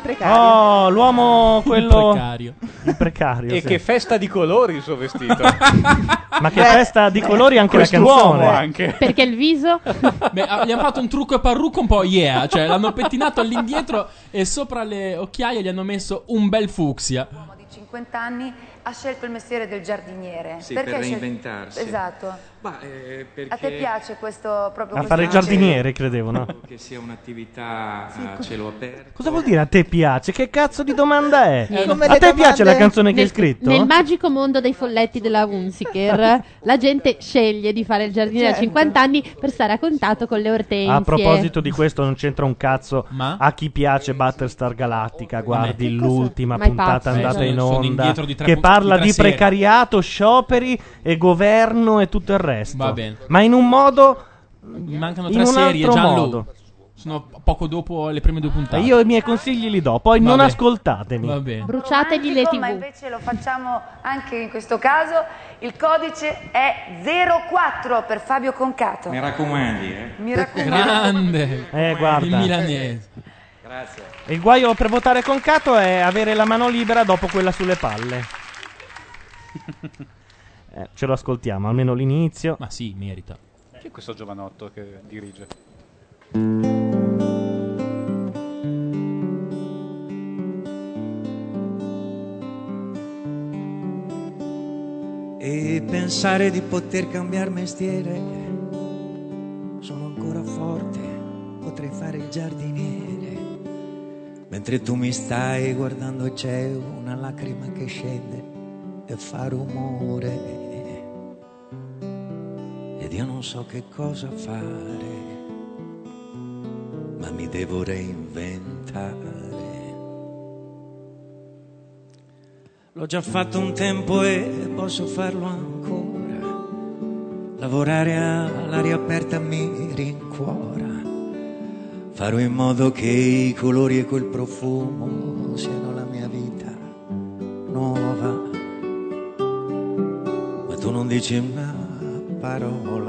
Speaker 15: precario.
Speaker 2: Oh, l'uomo quello...
Speaker 3: Il precario.
Speaker 2: Il precario,
Speaker 5: E
Speaker 2: sì.
Speaker 5: che festa di colori il suo vestito.
Speaker 2: Ma che festa di colori anche la
Speaker 5: Quest'uomo
Speaker 2: canzone.
Speaker 5: anche.
Speaker 13: Perché il viso?
Speaker 3: Beh, ah, gli hanno fatto un trucco e parrucco un po' yeah, cioè l'hanno pettinato all'indietro e sopra le occhiaie gli hanno messo un bel fucsia.
Speaker 8: Un uomo di cinquanta anni ha scelto il mestiere del giardiniere.
Speaker 11: Sì,
Speaker 8: Perché
Speaker 11: per
Speaker 8: hai scel-
Speaker 11: reinventarsi.
Speaker 8: Esatto.
Speaker 11: Ma, eh, perché...
Speaker 8: A te piace questo proprio
Speaker 2: A
Speaker 8: questo
Speaker 2: fare il
Speaker 8: mestiere?
Speaker 2: giardiniere, credevo, no?
Speaker 11: Che sia un'attività a cielo aperto.
Speaker 2: Cosa vuol dire a te piace? Che cazzo di domanda è?
Speaker 13: Eh,
Speaker 2: a
Speaker 13: come
Speaker 2: te
Speaker 13: le
Speaker 2: piace
Speaker 13: domande-
Speaker 2: la canzone che hai
Speaker 13: Nel-
Speaker 2: scritto?
Speaker 13: Nel magico mondo dei folletti della Hunziker, la gente sceglie di fare il giardiniere
Speaker 15: Certo.
Speaker 13: a cinquanta anni per stare a contatto con le ortensie.
Speaker 2: A proposito di questo, non c'entra un cazzo.
Speaker 3: Ma?
Speaker 2: A chi piace Battlestar Galactica, guardi l'ultima
Speaker 13: Ma è
Speaker 2: puntata
Speaker 13: pazzo.
Speaker 2: andata
Speaker 3: Eh,
Speaker 2: in
Speaker 3: sono
Speaker 2: onda
Speaker 3: indietro di tre
Speaker 2: che
Speaker 3: pu-
Speaker 2: parla
Speaker 3: di tre
Speaker 2: di
Speaker 3: serie.
Speaker 2: precariato, scioperi e governo e tutto il resto.
Speaker 3: Va bene.
Speaker 2: Ma in un modo.
Speaker 3: Mi mancano
Speaker 2: in
Speaker 3: tre
Speaker 2: un
Speaker 3: serie,
Speaker 2: altro
Speaker 3: Gianlu.
Speaker 2: modo.
Speaker 3: Sono poco dopo le prime due puntate.
Speaker 2: Io i miei consigli li do, poi non
Speaker 3: Vabbè.
Speaker 2: ascoltatemi.
Speaker 3: Va bene.
Speaker 13: Bruciategli le
Speaker 8: Romantico, Ma
Speaker 13: tivù.
Speaker 8: invece lo facciamo anche in questo caso. Il codice è zero quattro per Fabio Concato.
Speaker 11: Mi raccomandi, eh.
Speaker 8: Mi raccomando.
Speaker 3: Grande.
Speaker 2: Eh, guarda.
Speaker 3: Il milanese.
Speaker 11: Grazie.
Speaker 2: Il guaio per votare Concato è avere la mano libera dopo quella sulle palle. Eh, ce lo ascoltiamo, almeno l'inizio.
Speaker 3: Ma sì, merita.
Speaker 5: Chi è questo giovanotto che dirige?
Speaker 19: E pensare di poter cambiare mestiere, sono ancora forte, potrei fare il giardiniere. Mentre tu mi stai guardando c'è una lacrima che scende e fa rumore. Ed io non so che cosa fare, ma mi devo reinventare. L'ho già fatto un tempo e posso farlo ancora. Lavorare all'aria aperta mi rincuora. Farò in modo che i colori e quel profumo siano la mia vita nuova. Ma tu non dici una parola.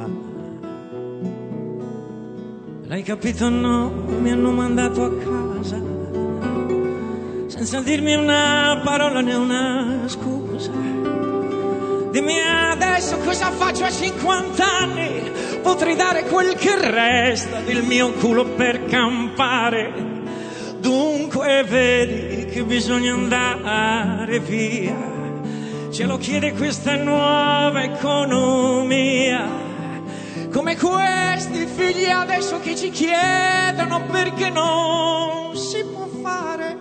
Speaker 19: L'hai capito? No, mi hanno mandato a casa senza dirmi una parola né una scusa. Dimmi adesso cosa faccio a cinquanta anni. Potrei dare quel che resta del mio culo per campare. Dunque vedi che bisogna andare via. Ce lo chiede questa nuova economia. Come questi figli adesso che ci chiedono perché non si può fare.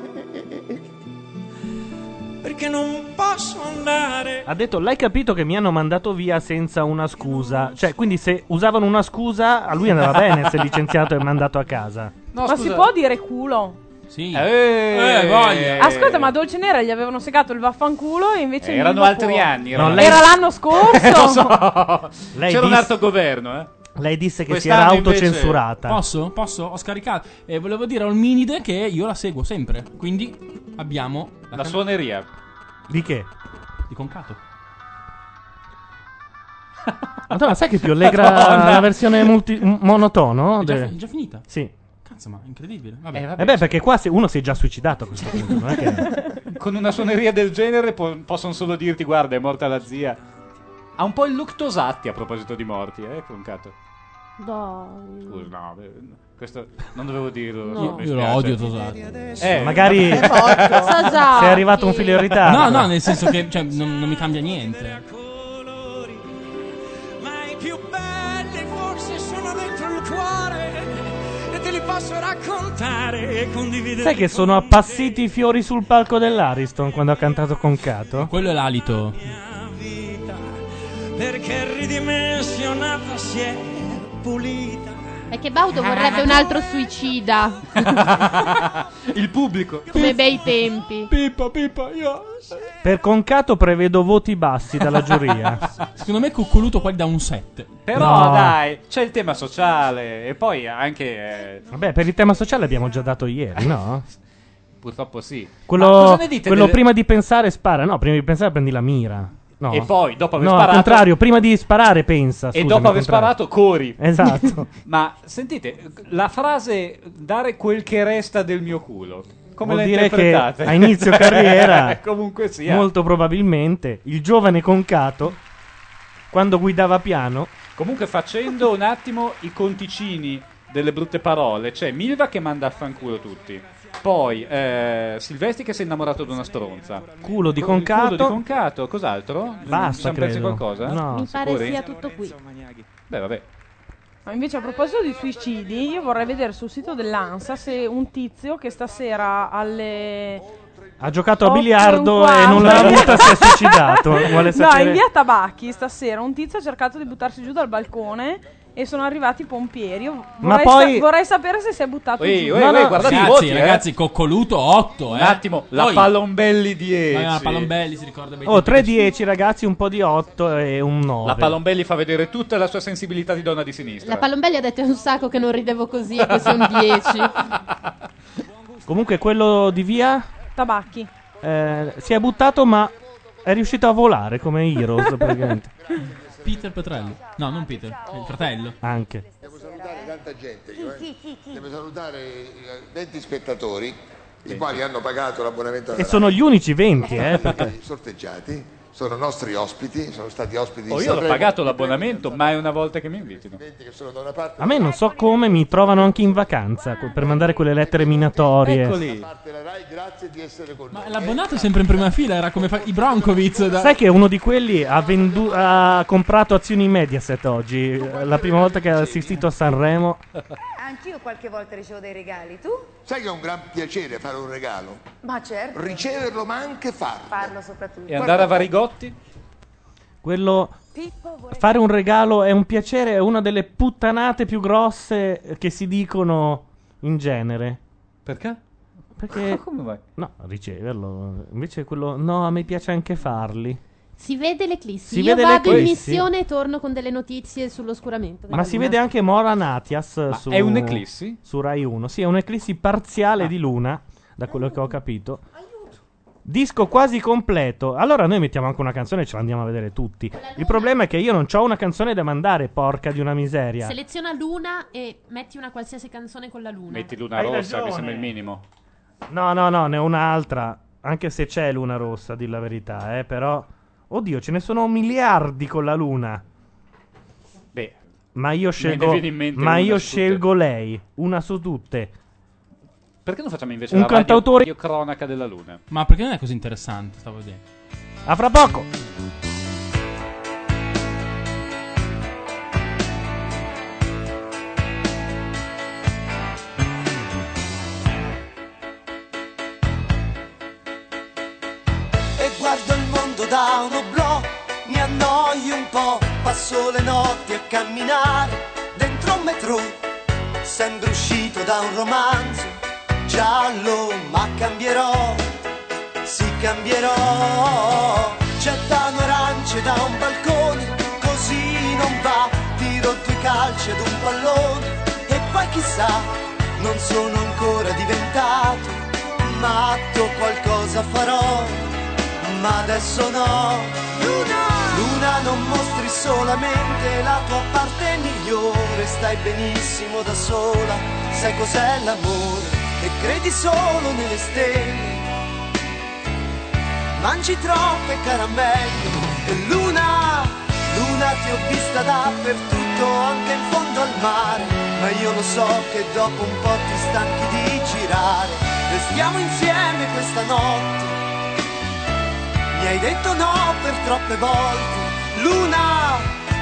Speaker 19: Perché non posso andare.
Speaker 2: Ha detto, l'hai capito che mi hanno mandato via senza una scusa? Cioè, quindi se usavano una scusa, a lui andava bene essere licenziato e mandato a casa.
Speaker 20: Ma si può dire culo?
Speaker 3: Sì.
Speaker 5: Eh,
Speaker 3: Eh, voglia.
Speaker 20: Ascolta, ma a Dolce Nera gli avevano segato il vaffanculo e invece
Speaker 5: Eh, erano
Speaker 20: lui
Speaker 5: altri
Speaker 20: può.
Speaker 5: anni,
Speaker 2: No,
Speaker 5: erano-
Speaker 2: lei-
Speaker 20: Era l'anno scorso.
Speaker 5: Lo so.
Speaker 2: Lei
Speaker 5: C'era un
Speaker 2: disse-
Speaker 5: altro governo, eh.
Speaker 2: Lei disse che
Speaker 5: Quest'anno
Speaker 2: si era
Speaker 5: invece-
Speaker 2: autocensurata.
Speaker 3: Posso? Posso? Ho scaricato. E volevo dire a Olminide che io la seguo sempre. Quindi abbiamo
Speaker 5: La
Speaker 3: can-
Speaker 5: suoneria.
Speaker 2: Di che?
Speaker 3: di Concato.
Speaker 2: Madonna, sai che più allegra
Speaker 5: Madonna.
Speaker 2: la versione multi- m- monotono?
Speaker 3: È già,
Speaker 2: de-
Speaker 3: è già finita?
Speaker 2: Sì.
Speaker 3: Cazzo, ma incredibile. Vabbè.
Speaker 5: Eh, vabbè,
Speaker 2: Eh beh, perché qua se uno si è già suicidato a questo punto, non è che...
Speaker 5: Con una suoneria del genere po- possono solo dirti guarda è morta la zia. Ha un po' il look Tosatti a proposito di morti, eh, Concato.
Speaker 13: Dai.
Speaker 5: Scusa, no, beh, questo non dovevo dirlo.
Speaker 13: No.
Speaker 5: mi
Speaker 3: Io lo
Speaker 5: spiace.
Speaker 3: odio Tosatti.
Speaker 5: Eh,
Speaker 2: Magari
Speaker 15: È morto.
Speaker 13: Sasaki.
Speaker 2: se è arrivato un filo in ritardo.
Speaker 3: No, no, nel senso che cioè, non, non mi cambia niente.
Speaker 19: Ma i più belli forse sono dentro il cuore e te li posso raccontare e condividere.
Speaker 2: Sai che sono appassiti i fiori sul palco dell'Ariston quando ha cantato Concato?
Speaker 3: Quello è l'alito.
Speaker 19: Perché ridimensionata si è pulita.
Speaker 13: È che Baudo vorrebbe un altro suicida.
Speaker 5: il pubblico.
Speaker 13: Come bei tempi.
Speaker 3: Pippa, Pippa, io.
Speaker 2: Per Concato prevedo voti bassi dalla giuria.
Speaker 3: Secondo me Cuccoluto qua gli dà un sette.
Speaker 5: Però
Speaker 2: No.
Speaker 5: dai, c'è il tema sociale e poi anche eh,
Speaker 2: Vabbè, per il tema sociale abbiamo già dato ieri, no?
Speaker 5: purtroppo sì. Ma
Speaker 2: Quello,
Speaker 5: cosa ne dite
Speaker 2: quello
Speaker 5: delle-
Speaker 2: prima di pensare spara. No, prima di pensare prendi la mira. No.
Speaker 5: E poi dopo aver
Speaker 2: No,
Speaker 5: sparato
Speaker 2: al contrario, prima di sparare pensa.
Speaker 5: e
Speaker 2: scusami,
Speaker 5: dopo
Speaker 2: al
Speaker 5: aver
Speaker 2: contrario.
Speaker 5: sparato corri.
Speaker 2: Esatto.
Speaker 5: Ma sentite, la frase dare quel che resta del mio culo. Come
Speaker 2: vuol
Speaker 5: la
Speaker 2: dire che
Speaker 5: interpretate?
Speaker 2: a inizio carriera,
Speaker 5: Comunque sia.
Speaker 2: molto probabilmente, il giovane Concato, quando guidava piano,
Speaker 5: Comunque facendo un attimo i conticini delle brutte parole, c'è Milva che manda a fanculo tutti. Poi eh, Silvestri che si è innamorato di una stronza.
Speaker 2: Culo di
Speaker 5: Il
Speaker 2: Concato.
Speaker 5: Culo di Concato, cos'altro?
Speaker 2: Basta,
Speaker 5: Ci siamo persi
Speaker 2: credo.
Speaker 5: qualcosa?
Speaker 2: No.
Speaker 13: Mi pare
Speaker 5: Sicuri?
Speaker 13: sia tutto qui.
Speaker 5: Beh, vabbè.
Speaker 20: Ma invece a proposito di suicidi, io vorrei vedere sul sito dell'ANSA se un tizio che stasera alle
Speaker 2: ha giocato a
Speaker 20: otto
Speaker 2: biliardo
Speaker 20: un
Speaker 2: e non l'ha
Speaker 20: quarto.
Speaker 2: avuta, si è suicidato. Vuole
Speaker 20: No,
Speaker 2: sapere...
Speaker 20: in via Tabacchi stasera un tizio ha cercato di buttarsi giù dal balcone e sono arrivati i pompieri. Io
Speaker 2: Ma
Speaker 20: vorrei,
Speaker 2: poi-
Speaker 20: sa- vorrei sapere se si è buttato
Speaker 5: Ui,
Speaker 20: giù.
Speaker 5: ui, ui, guardate i
Speaker 3: Ragazzi,
Speaker 5: voti, eh.
Speaker 3: ragazzi, Coccoluto otto,
Speaker 5: Un
Speaker 3: eh.
Speaker 5: attimo, la
Speaker 3: Poi-
Speaker 5: Palombelli dieci.
Speaker 3: Ma la Palombelli si ricorda bene.
Speaker 2: Oh, tre dieci ragazzi, un po' di otto e un nove.
Speaker 5: La Palombelli fa vedere tutta la sua sensibilità di donna di sinistra.
Speaker 13: La Palombelli ha detto un sacco che non ridevo così e questo è un dieci.
Speaker 2: Comunque quello di via
Speaker 20: Tabacchi.
Speaker 2: eh, si è buttato ma è riuscito a volare come Heroes praticamente.
Speaker 3: Peter Petrelli. No, non Peter, è il fratello.
Speaker 2: Anche.
Speaker 7: Devo salutare tanta gente io, eh. Devo salutare i venti spettatori, i quali hanno pagato l'abbonamento alla
Speaker 2: E sono gli unici venti, eh,
Speaker 7: radio.
Speaker 2: perché...
Speaker 7: sorteggiati, sono nostri ospiti, sono stati ospiti di
Speaker 5: Oh, io l'ho
Speaker 7: Sanremo.
Speaker 5: pagato l'abbonamento, mai una volta che mi invitino.
Speaker 7: Che sono da una parte
Speaker 2: A me non so come mi trovano anche in vacanza co- per mandare quelle lettere minatorie.
Speaker 5: Eccoli.
Speaker 7: parte la Rai, grazie di essere con
Speaker 3: Ma
Speaker 7: noi.
Speaker 3: l'abbonato è sempre in prima fila, era come fa- i Broncovic. Da...
Speaker 2: Sai che uno di quelli ha, vendu- ha comprato azioni Mediaset oggi, eh, la prima volta che ha assistito a Sanremo.
Speaker 8: Anch'io qualche volta ricevo dei regali, tu?
Speaker 7: Sai che è un gran piacere fare un regalo?
Speaker 8: Ma certo.
Speaker 7: Riceverlo ma anche farlo.
Speaker 8: Farlo soprattutto.
Speaker 5: E andare a Varigotti?
Speaker 2: Quello fare un regalo è un piacere, è una delle puttanate più grosse che si dicono in genere.
Speaker 5: Perché?
Speaker 2: Perché
Speaker 5: Come vai?
Speaker 2: no, riceverlo. Invece quello no, a me piace anche farli.
Speaker 13: Si vede l'eclissi.
Speaker 2: Si
Speaker 13: Io
Speaker 2: vede
Speaker 13: vado in
Speaker 2: l'eclissi?
Speaker 13: missione e torno con delle notizie sull'oscuramento.
Speaker 2: Ma si vede anche Mora Natias su
Speaker 5: è un'eclissi?
Speaker 2: Su Rai uno. Sì, è un'eclissi parziale di luna, da quello che ho capito. Disco quasi completo. Allora noi mettiamo anche una canzone e ce la andiamo a vedere tutti. Il problema è che io non ho una canzone da mandare, porca di una miseria.
Speaker 13: Seleziona Luna e metti una qualsiasi canzone con la luna.
Speaker 5: Metti Luna
Speaker 2: Hai
Speaker 5: Rossa,
Speaker 2: ragione.
Speaker 5: mi sembra il minimo.
Speaker 2: No, no, no, ne ho un'altra. Anche se c'è Luna Rossa, a dir la verità, eh, però... Oddio, ce ne sono miliardi con la luna.
Speaker 5: Beh,
Speaker 2: Ma io
Speaker 5: ne
Speaker 2: scelgo,
Speaker 5: viene in mente
Speaker 2: ma
Speaker 5: una
Speaker 2: io
Speaker 5: su tutte.
Speaker 2: scelgo lei, una su tutte.
Speaker 5: Perché non facciamo invece
Speaker 2: Un
Speaker 5: la radio,
Speaker 2: cantautore-
Speaker 5: radio cronaca della luna?
Speaker 3: Ma perché non è così interessante, stavo dicendo.
Speaker 2: A fra poco!
Speaker 19: E guardo il mondo da un oblò, mi annoio un po', passo le notti a camminare dentro un metro, sembro uscito da un romanzo giallo, ma cambierò, sì cambierò, gettano arance da un balcone, così non va, tiro due calci ad un pallone, e poi chissà, non sono ancora diventato matto, qualcosa farò, ma adesso no. Luna, Luna, non mostri solamente la tua parte migliore, stai benissimo da sola, sai cos'è l'amore e credi solo nelle stelle, mangi troppe caramelle e Luna, Luna ti ho vista dappertutto, anche in fondo al mare, ma io lo so che dopo un po' ti stanchi di girare, restiamo insieme questa notte. Mi hai detto no per troppe volte, Luna.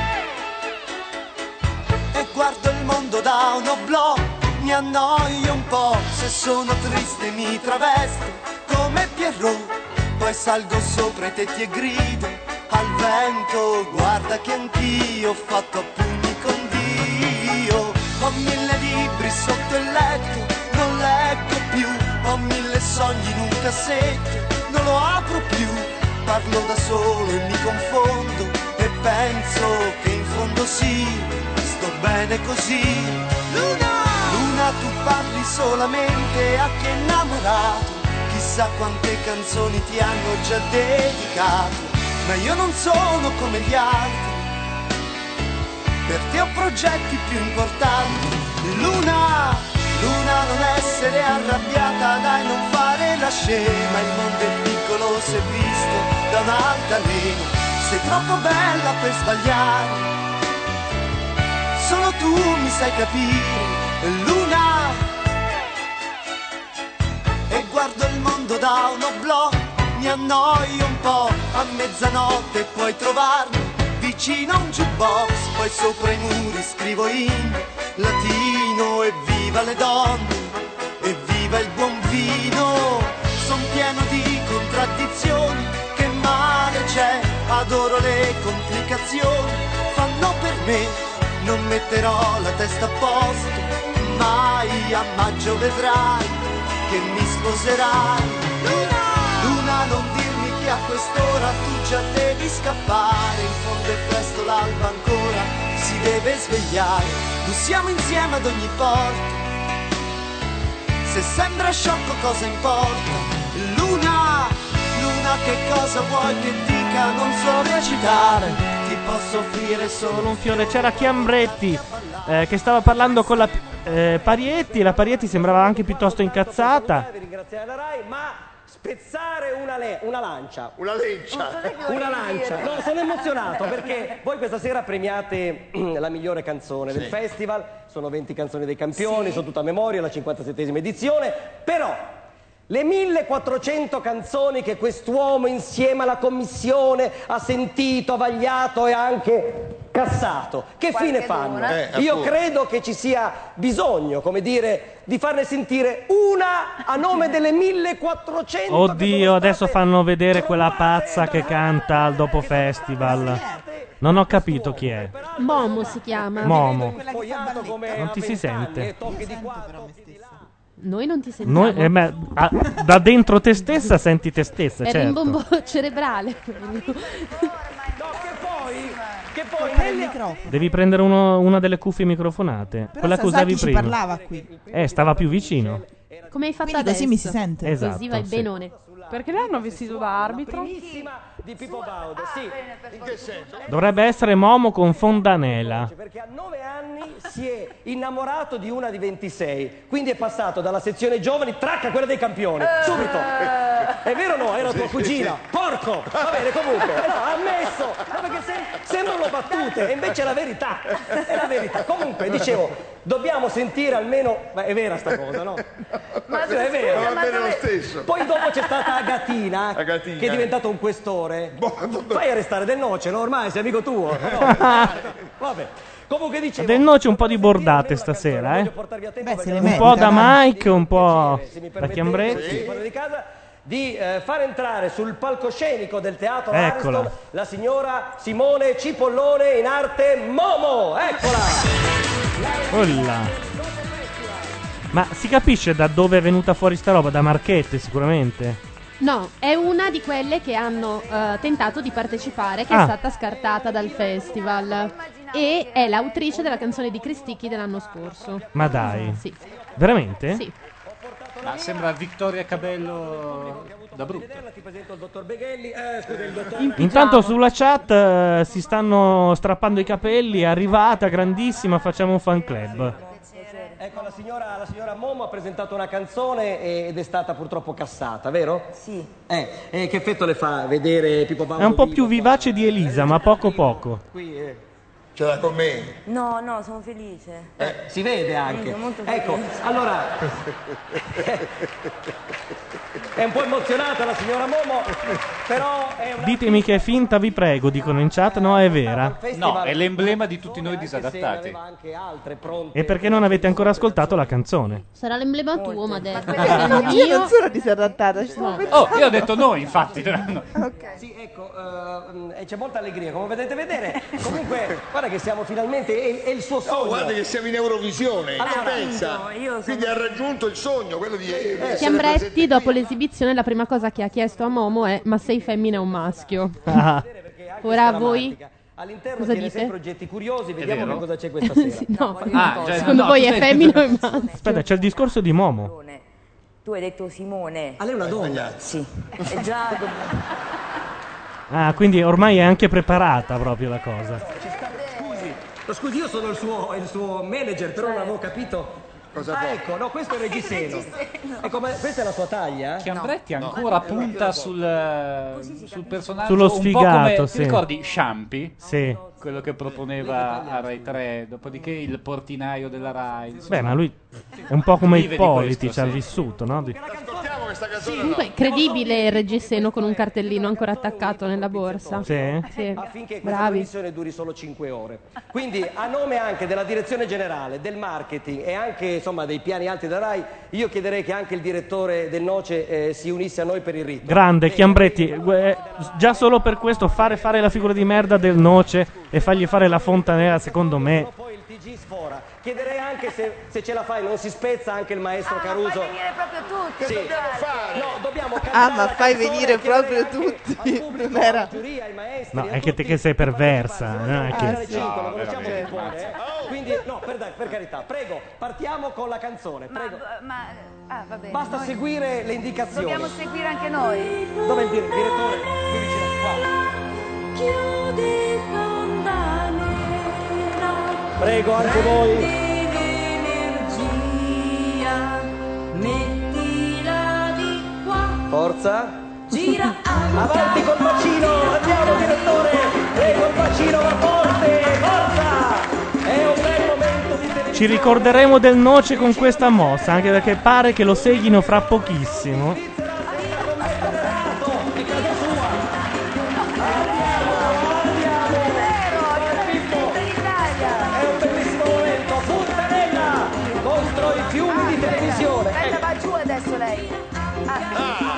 Speaker 19: E guardo il mondo da un oblò, mi annoio un po', se sono triste mi travesto come Pierrot, poi salgo sopra i tetti e grido al vento, guarda che anch'io ho fatto a pugni con Dio, ho mille libri sotto il letto, non leggo più, ho mille sogni in un cassetto, non lo apro più, parlo da solo e mi confondo e penso che in fondo sì, sto bene così. Luna, Luna, tu parli solamente a chi è innamorato, chissà quante canzoni ti hanno già dedicato, ma io non sono come gli altri, per te ho progetti più importanti. Luna, Luna, non essere arrabbiata, dai, non fare scema, il mondo è piccolo se visto da un altaleno. Sei troppo bella per sbagliare, solo tu mi sai capire, luna. E guardo il mondo da un oblò, mi annoio un po', a mezzanotte puoi trovarmi vicino a un jukebox, poi sopra i muri scrivo in latino: evviva le donne, evviva il buon vino. Son pieno di contraddizioni, che male c'è, adoro le complicazioni, fanno per me, non metterò la testa a posto, mai a maggio vedrai che mi sposerai. Luna, Luna, non dirmi che a quest'ora tu già devi scappare, in fondo è presto, l'alba ancora si deve svegliare. Tu siamo insieme ad ogni porta, se sembra sciocco cosa importa. Luna, Luna, che cosa vuoi che dica, non so recitare, ti posso offrire solo
Speaker 2: un fiore. C'era Chiambretti eh, che stava parlando con la eh, Parietti, la Parietti sembrava anche piuttosto incazzata.
Speaker 4: Ringraziare la Rai, ma spezzare una, le- una lancia.
Speaker 7: Una lencia.
Speaker 4: Una lancia. No, sono emozionato perché voi questa sera premiate la migliore canzone del
Speaker 7: Sì.
Speaker 4: festival. Sono venti canzoni dei campioni,
Speaker 7: Sì.
Speaker 4: sono tutta a memoria, la cinquantasettesima edizione. Però le millequattrocento canzoni che quest'uomo insieme alla commissione ha sentito, ha vagliato e anche cassato, che
Speaker 8: Qualche
Speaker 4: fine fanno?
Speaker 8: luna.
Speaker 7: Eh,
Speaker 4: Io
Speaker 7: appunto.
Speaker 4: credo che ci sia bisogno, come dire, di farne sentire una a nome delle millequattrocento.
Speaker 2: Oddio, adesso fanno vedere quella pazza che canta al dopo festival. Non ho capito chi è.
Speaker 13: Momo si chiama.
Speaker 2: Momo.
Speaker 4: Sfogliato come
Speaker 2: Non
Speaker 4: a
Speaker 2: ti si
Speaker 4: vent'anni,
Speaker 2: sente.
Speaker 4: e tocchi di qua, tocchi di là.
Speaker 13: Noi non ti sentiamo.
Speaker 2: Noi, eh, beh, ah, da dentro te stessa senti te stessa,
Speaker 13: È il
Speaker 2: certo.
Speaker 13: rimbombo cerebrale.
Speaker 4: Che poi
Speaker 15: il microfono.
Speaker 2: Devi prendere uno- una delle cuffie microfonate.
Speaker 15: Però
Speaker 2: Quella che usavi
Speaker 15: Sasaki ci
Speaker 2: prima.
Speaker 15: parlava qui.
Speaker 2: Eh, stava più vicino.
Speaker 13: Come hai fatto
Speaker 15: Quindi
Speaker 13: adesso?
Speaker 15: così mi si sente.
Speaker 2: Esatto,
Speaker 13: Così vai
Speaker 2: sì.
Speaker 13: benone.
Speaker 20: Perché lei hanno vestito da arbitro?
Speaker 4: Di Pippo Baudo, sì.
Speaker 7: In che senso?
Speaker 2: Dovrebbe essere Momo con Fondanela.
Speaker 4: Perché a nove anni si è innamorato di una di ventisei, quindi è passato dalla sezione giovani, tracca quella dei campioni, subito. È vero o no? Era tua cugina. Porco! Va bene, comunque. Eh no, ha ammesso. No, perché sem- sembrano battute, e invece è la verità. È la verità. Comunque, dicevo, dobbiamo sentire almeno... Ma è vera sta cosa, no?
Speaker 8: Ma
Speaker 4: Sì, è vero.
Speaker 7: Ma va bene lo stesso.
Speaker 4: Poi dopo c'è stata Agatina,
Speaker 7: Agatina.
Speaker 4: che è diventato un questore. Fai arrestare Del Nocero, ormai sei amico tuo. No? Vabbè. Comunque dicevo,
Speaker 2: Del Noce un po' di bordate stasera, eh.
Speaker 15: Beh, se le
Speaker 2: Un
Speaker 15: merita,
Speaker 2: po' da
Speaker 15: dai.
Speaker 2: Mike, un po'
Speaker 4: se mi
Speaker 2: da
Speaker 4: permettete,
Speaker 2: Chiambretti.
Speaker 4: padrone di casa, di eh, far entrare sul palcoscenico del teatro
Speaker 2: Eccola.
Speaker 4: Ariston la signora Simone Cipollone, in arte Momo. Eccola.
Speaker 2: Olla. Ma si capisce da dove è venuta fuori sta roba? Da Marchette sicuramente.
Speaker 13: No, è una di quelle che hanno eh, tentato di partecipare, che
Speaker 2: Ah.
Speaker 13: è stata scartata dal festival. E è l'autrice della canzone di Cristicchi dell'anno scorso.
Speaker 2: Ma dai.
Speaker 13: Sì.
Speaker 2: Veramente?
Speaker 13: Sì.
Speaker 5: Ma sembra Vittoria Cabello da brutto.
Speaker 4: Ti presento il dottor Beghelli. Eh, scusa, il dottor...
Speaker 2: Intanto sulla chat eh, si stanno strappando i capelli. È arrivata, grandissima, facciamo un fan club.
Speaker 4: Ecco, la signora, la signora Momo ha presentato una canzone ed è stata purtroppo cassata, vero?
Speaker 8: Sì.
Speaker 4: Eh, e che effetto le fa vedere Pippo Baudo
Speaker 2: È un po'
Speaker 4: vivo?
Speaker 2: più vivace di Elisa, ma poco poco.
Speaker 4: Qui, eh.
Speaker 7: Ce l'ha con me.
Speaker 8: No, no, sono felice.
Speaker 4: Eh, si vede anche.
Speaker 8: Sì, molto
Speaker 4: Ecco,
Speaker 8: felice.
Speaker 4: allora è un po' emozionata la signora Momo, però è una
Speaker 2: Ditemi che è finta, vi prego, dicono in chat. No, è vera.
Speaker 5: No, è l'emblema di tutti noi disadattati.
Speaker 4: aveva anche altre pronte.
Speaker 2: E perché non avete ancora ascoltato la canzone?
Speaker 13: Sarà l'emblema tuo, ma detto.
Speaker 15: Io non sono disadattata, ci stavo
Speaker 5: Oh, io ho detto no, infatti.
Speaker 4: Sì, ecco, eh, e c'è molta allegria, come potete vedere. Comunque, guarda che siamo finalmente, è, è il suo sogno.
Speaker 7: Oh, guarda che siamo in Eurovisione.
Speaker 4: Allora,
Speaker 7: che pensa? Quindi ha raggiunto il sogno, quello di eh, essere
Speaker 13: Chiambretti,
Speaker 7: presente
Speaker 13: dopo
Speaker 7: qui.
Speaker 13: l'esibizione, la prima cosa che ha chiesto a Momo è: ma sei femmina o maschio?
Speaker 2: Ah.
Speaker 13: Ora voi.
Speaker 4: All'interno
Speaker 13: Cosa
Speaker 4: tiene
Speaker 13: dite?
Speaker 4: sempre oggetti curiosi, vediamo
Speaker 5: vero?
Speaker 4: che cosa c'è questa sera.
Speaker 13: Sì, no,
Speaker 5: Ah, già,
Speaker 13: secondo
Speaker 5: no,
Speaker 13: voi
Speaker 5: tu
Speaker 13: è
Speaker 5: sei-
Speaker 13: femmina o è maschio?
Speaker 2: Aspetta, c'è il discorso di Momo.
Speaker 8: Tu hai detto Simone.
Speaker 4: Ah, lei è una donna?
Speaker 8: Sì. È già...
Speaker 2: Ah, quindi ormai è anche preparata proprio la cosa.
Speaker 4: Scusi, scusi, io sono il suo, il suo manager, però non avevo capito.
Speaker 7: Cosa
Speaker 4: Ah,
Speaker 7: può?
Speaker 4: ecco, no, questo è il reggiseno. È come- questa è la sua taglia?
Speaker 5: Chiambretti ancora punta sul, sul personaggio
Speaker 2: Sullo
Speaker 5: un po'
Speaker 2: sfigato,
Speaker 5: come,
Speaker 2: sì.
Speaker 5: ti ricordi Sciampi?
Speaker 2: Sì.
Speaker 5: Quello che proponeva a Rai tre, dopodiché il portinaio della Rai. insomma.
Speaker 2: Beh, ma lui è un po' come
Speaker 5: Vive di
Speaker 2: Ippoliti,
Speaker 5: questo,
Speaker 2: ci ha
Speaker 5: sì.
Speaker 2: vissuto, no? Di-
Speaker 7: Ascoltiamo questa canzone.
Speaker 13: Comunque, credibile il reggiseno con un cartellino ancora attaccato nella borsa.
Speaker 2: Sì?
Speaker 13: Sì.
Speaker 4: Affinché questa
Speaker 13: Bravi.
Speaker 4: trasmissione duri solo cinque ore. Quindi, a nome anche della direzione generale, del marketing e anche insomma dei piani alti della Rai, io chiederei che anche il direttore del Noce eh, si unisse a noi per il rito.
Speaker 2: Grande, Chiambretti. eh, Già solo per questo fare fare la figura di merda del Noce e fargli fare la fontanella, secondo me.
Speaker 4: Poi il T G sfora. Chiederei anche se, se ce la fai, non si spezza anche il maestro Caruso.
Speaker 8: Fai venire proprio tutti.
Speaker 4: Sì.
Speaker 8: dobbiamo fare?
Speaker 4: No, dobbiamo
Speaker 15: Ah, ma fai venire proprio tutti. Non era.
Speaker 2: No, è che te che sei perversa. Non è che...
Speaker 4: alle cinque, lo conosciamo un po', eh? Quindi, no, per, dai, per carità, prego, partiamo con la canzone. Prego.
Speaker 8: Ma, ah, va bene.
Speaker 4: Basta
Speaker 8: noi-
Speaker 4: seguire le indicazioni.
Speaker 8: Dobbiamo seguire anche noi.
Speaker 4: Dove è il dir- direttore? Qui vicino, qua.
Speaker 14: Chiudi l'onda nera.
Speaker 4: Prego, anche voi.
Speaker 14: L'energia, mettila di qua.
Speaker 4: Forza.
Speaker 14: Gira
Speaker 4: Avanti col bacino, andiamo direttore. E col bacino va forte, forza. È un bel momento di televisione.
Speaker 2: Ci ricorderemo del Noce con questa mossa, anche perché pare che lo seghino fra pochissimo.
Speaker 4: È un bellissimo momento. Fontanella contro i fiumi di televisione.
Speaker 8: Aspetta, va giù adesso lei. Ah.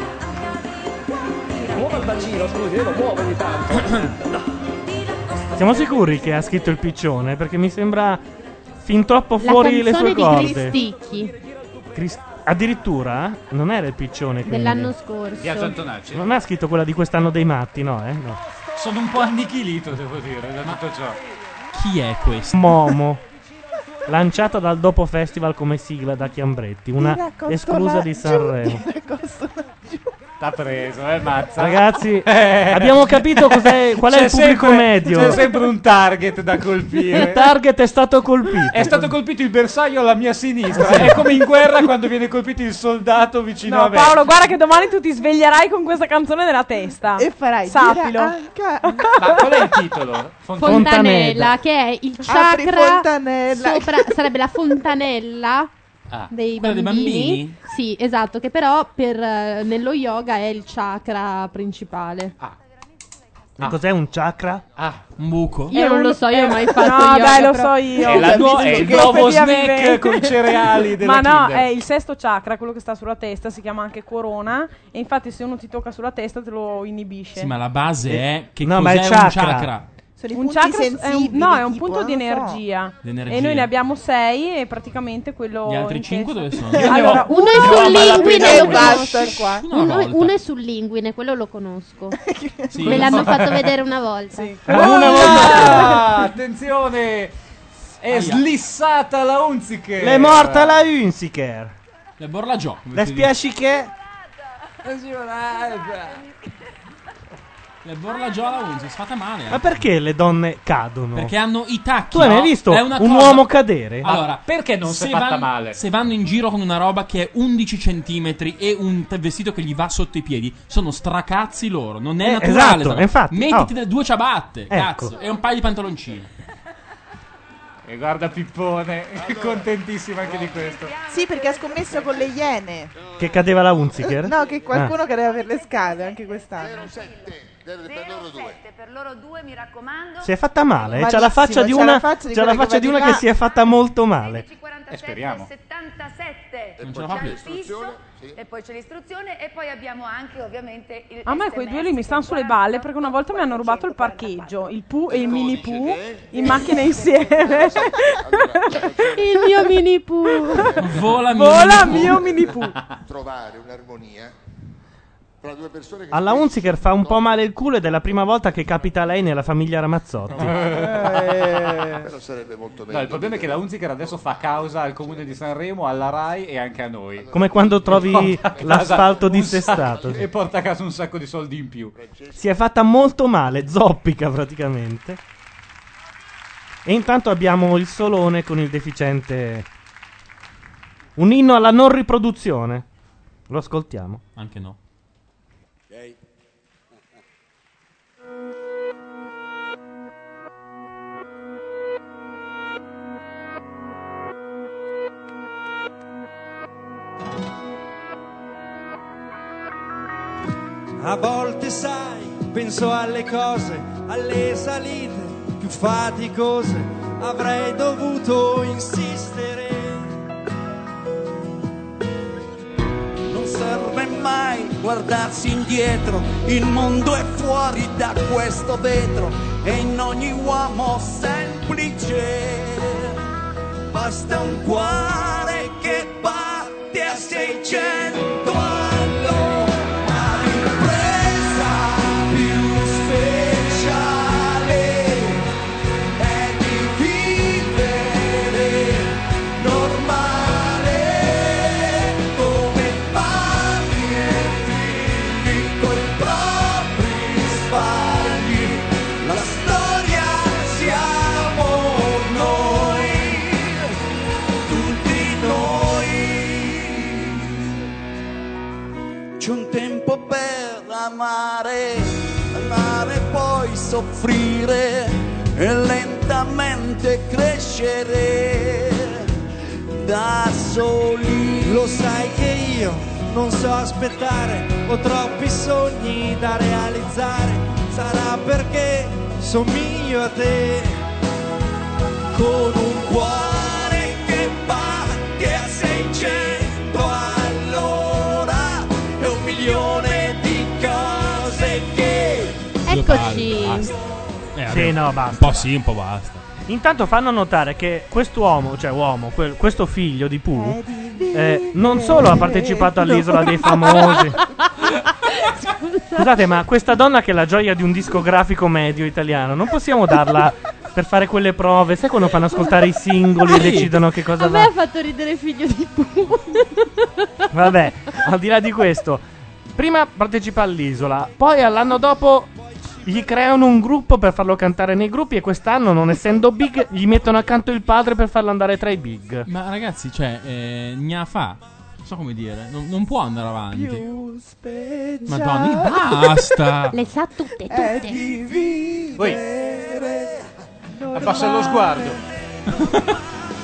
Speaker 4: Muova il bacino, scusi, io lo muovo ogni tanto.
Speaker 2: Siamo sicuri che ha scritto il piccione? Perché mi sembra fin troppo
Speaker 13: La
Speaker 2: fuori le
Speaker 13: canzone
Speaker 2: sue
Speaker 13: di
Speaker 2: corde.
Speaker 13: Cristicchi
Speaker 2: Cris- Addirittura non era il piccione. quindi.
Speaker 13: dell'anno scorso.
Speaker 5: Piazza Antonacci.
Speaker 2: Non ha scritto quella di quest'anno dei matti, no? Eh? No.
Speaker 5: Sono un po' annichilito, devo dire, da tutto ciò.
Speaker 3: Chi è questo?
Speaker 2: Momo. Lanciata dal Dopo Festival come sigla da Chiambretti, una
Speaker 15: Tira costola
Speaker 2: esclusa di
Speaker 15: giù,
Speaker 2: Sanremo.
Speaker 15: tira costola giù.
Speaker 5: T'ha preso, eh, mazza.
Speaker 2: Ragazzi, abbiamo capito cos'è, qual è
Speaker 5: C'è
Speaker 2: il pubblico
Speaker 5: sempre-
Speaker 2: medio.
Speaker 5: C'è sempre un target da colpire.
Speaker 2: Il target è stato colpito.
Speaker 5: È stato colpito il bersaglio alla mia sinistra. È come in guerra quando viene colpito il soldato vicino
Speaker 20: No,
Speaker 5: a me.
Speaker 20: Paolo, guarda che domani tu ti sveglierai con questa canzone nella testa.
Speaker 15: E farai
Speaker 20: Sappilo.
Speaker 15: gira anca-
Speaker 5: Ma qual è il titolo?
Speaker 13: Fontanella, che è il
Speaker 15: Apri
Speaker 13: chakra
Speaker 15: fontanella.
Speaker 13: sopra, sarebbe la fontanella
Speaker 5: Ah,
Speaker 13: dei
Speaker 3: quella dei
Speaker 13: bambini.
Speaker 3: bambini?
Speaker 13: Sì, esatto, che però per, eh, nello yoga è il chakra principale.
Speaker 2: Ma cos'è un chakra?
Speaker 5: Ah,
Speaker 3: un buco.
Speaker 13: Io non lo so, io ho mai fatto
Speaker 20: No,
Speaker 13: yoga.
Speaker 20: dai, lo
Speaker 13: però-
Speaker 20: so io.
Speaker 5: È, la nuo- è il nuovo
Speaker 20: Enciclopedia
Speaker 5: snack
Speaker 20: vivente.
Speaker 5: con cereali della
Speaker 20: Ma no,
Speaker 5: Kinder.
Speaker 20: è il sesto chakra, quello che sta sulla testa, si chiama anche corona. E infatti, se uno ti tocca sulla testa, te lo inibisce.
Speaker 3: Sì, ma la base è che
Speaker 2: No, ma
Speaker 3: cos'è
Speaker 2: è
Speaker 3: un
Speaker 2: chakra.
Speaker 3: chakra?
Speaker 15: Sono i
Speaker 20: Un
Speaker 15: punti
Speaker 20: chakra è un,
Speaker 15: sensibili,
Speaker 20: no, è un
Speaker 15: tipo,
Speaker 20: punto di
Speaker 15: non so.
Speaker 20: energia.
Speaker 3: Di energia.
Speaker 20: E noi ne abbiamo sei e praticamente quello
Speaker 3: Gli altri
Speaker 20: in
Speaker 3: cinque
Speaker 20: testa-
Speaker 3: dove sono?
Speaker 20: Allora,
Speaker 13: Uno è
Speaker 20: uno
Speaker 13: sul linguine,
Speaker 15: E
Speaker 13: lo
Speaker 15: basta
Speaker 13: conosco.
Speaker 15: qua.
Speaker 3: Una
Speaker 13: Uno,
Speaker 3: volta.
Speaker 13: uno è sul linguine, quello lo conosco.
Speaker 3: Sì.
Speaker 13: Me l'hanno fatto vedere una volta.
Speaker 5: Una volta. Attenzione! È
Speaker 3: Aia.
Speaker 5: slissata la Unziker.
Speaker 2: L'è morta la Unziker.
Speaker 3: Le Borlagiò.
Speaker 2: Le spiaci che...
Speaker 3: Le Borlagiò alla Unzi, è fatta male.
Speaker 2: Ma
Speaker 3: eh.
Speaker 2: perché le donne cadono?
Speaker 3: Perché hanno i tacchi.
Speaker 2: Tu hai mai
Speaker 3: no?
Speaker 2: visto
Speaker 3: È una
Speaker 2: un
Speaker 3: cosa-
Speaker 2: uomo cadere?
Speaker 3: Allora,
Speaker 5: perché non si
Speaker 3: se
Speaker 5: è fatta
Speaker 3: van-
Speaker 5: male?
Speaker 3: Se vanno in giro con una roba che è undici centimetri e un t- vestito che gli va sotto i piedi, sono stracazzi loro. Non è
Speaker 2: Eh,
Speaker 3: naturale.
Speaker 2: esatto,
Speaker 3: sta roba.
Speaker 2: infatti,
Speaker 3: Mettiti
Speaker 2: oh.
Speaker 3: le due ciabatte,
Speaker 2: Ecco.
Speaker 3: cazzo, e un paio di pantaloncini.
Speaker 5: E guarda Pippone, contentissimo anche di questo.
Speaker 15: Sì, perché ha scommesso con le Iene.
Speaker 2: Che cadeva la Unziker?
Speaker 15: No, che qualcuno
Speaker 2: Ah.
Speaker 15: cadeva per le scale anche quest'anno.
Speaker 7: Per loro due.
Speaker 8: Per loro due, mi raccomando.
Speaker 2: Si è fatta male, eh? C'ha
Speaker 15: Malissimo,
Speaker 2: la faccia di
Speaker 15: c'ha
Speaker 2: una,
Speaker 15: la faccia di
Speaker 2: c'ha la
Speaker 15: quella che
Speaker 2: faccia
Speaker 15: va
Speaker 2: di
Speaker 15: di
Speaker 2: una
Speaker 15: là.
Speaker 2: che si è fatta molto male.
Speaker 5: E speriamo.
Speaker 8: settantasette.
Speaker 3: Non ce la fa più.
Speaker 8: C'è il fisso, e poi c'è l'istruzione e poi abbiamo anche ovviamente il
Speaker 20: A me quei due lì mi stanno sulle balle perché una volta mi hanno rubato il parcheggio, il Pooh e il mini Pooh in macchina insieme.
Speaker 13: Il mio mini Pooh.
Speaker 3: Vola,
Speaker 20: Vola
Speaker 3: mini
Speaker 20: mio
Speaker 3: Pooh.
Speaker 20: mini Pooh.
Speaker 7: Trovare un'armonia tra due persone che
Speaker 2: Alla Unziker fa un po' male il culo ed è la prima volta che capita a lei nella famiglia Ramazzotti.
Speaker 7: però sarebbe molto meglio.
Speaker 5: No, il problema è che la Unziker adesso fa causa al comune di Sanremo, alla Rai e anche a noi.
Speaker 2: Come quando trovi
Speaker 5: Porta a casa
Speaker 2: l'asfalto
Speaker 5: un
Speaker 2: dissestato.
Speaker 5: sacco- E porta a casa un sacco di soldi in più.
Speaker 2: Si è fatta molto male, zoppica praticamente. E intanto abbiamo il solone con il deficiente Un inno alla non riproduzione. Lo ascoltiamo.
Speaker 3: Anche no.
Speaker 19: A volte sai, penso alle cose, alle salite più faticose, avrei dovuto insistere.
Speaker 12: Non serve mai guardarsi indietro, il mondo è fuori da questo vetro e in ogni uomo semplice basta un cuore che batte a seicento all'ora. C'è un tempo per amare, amare poi soffrire e lentamente crescere da soli.
Speaker 19: Lo sai che io non so aspettare, ho troppi sogni da realizzare, sarà perché somiglio a te.
Speaker 12: Con un cuore che batte a seicento all'ora e un milione di cose che...
Speaker 13: Eccoci.
Speaker 3: Basta. Eh,
Speaker 2: Sì,
Speaker 3: vabbè,
Speaker 2: no, basta.
Speaker 3: Un po' sì, un po' basta.
Speaker 2: Intanto fanno notare che quest'uomo, cioè uomo, quel- questo figlio di Pooh, eh, non solo ha partecipato all'Isola dei Famosi. Scusate, ma questa donna che è la gioia di un discografico medio italiano, non possiamo darla per fare quelle prove? Sai quando fanno ascoltare i singoli e decidono che cosa
Speaker 13: A me
Speaker 2: va?
Speaker 13: ha fatto ridere il figlio di Pooh.
Speaker 2: Vabbè, al di là di questo, prima partecipa all'Isola, poi all'anno dopo gli creano un gruppo per farlo cantare nei gruppi e quest'anno, non essendo big, gli mettono accanto il padre per farlo andare tra i big.
Speaker 3: Ma ragazzi, cioè, eh, gna fa. Non so come dire. Non, non può andare avanti.
Speaker 19: Più speciale.
Speaker 3: Madonna, basta.
Speaker 13: Le sa tutte,
Speaker 19: È
Speaker 13: tutte.
Speaker 19: di vivere.
Speaker 5: Abbassa lo sguardo.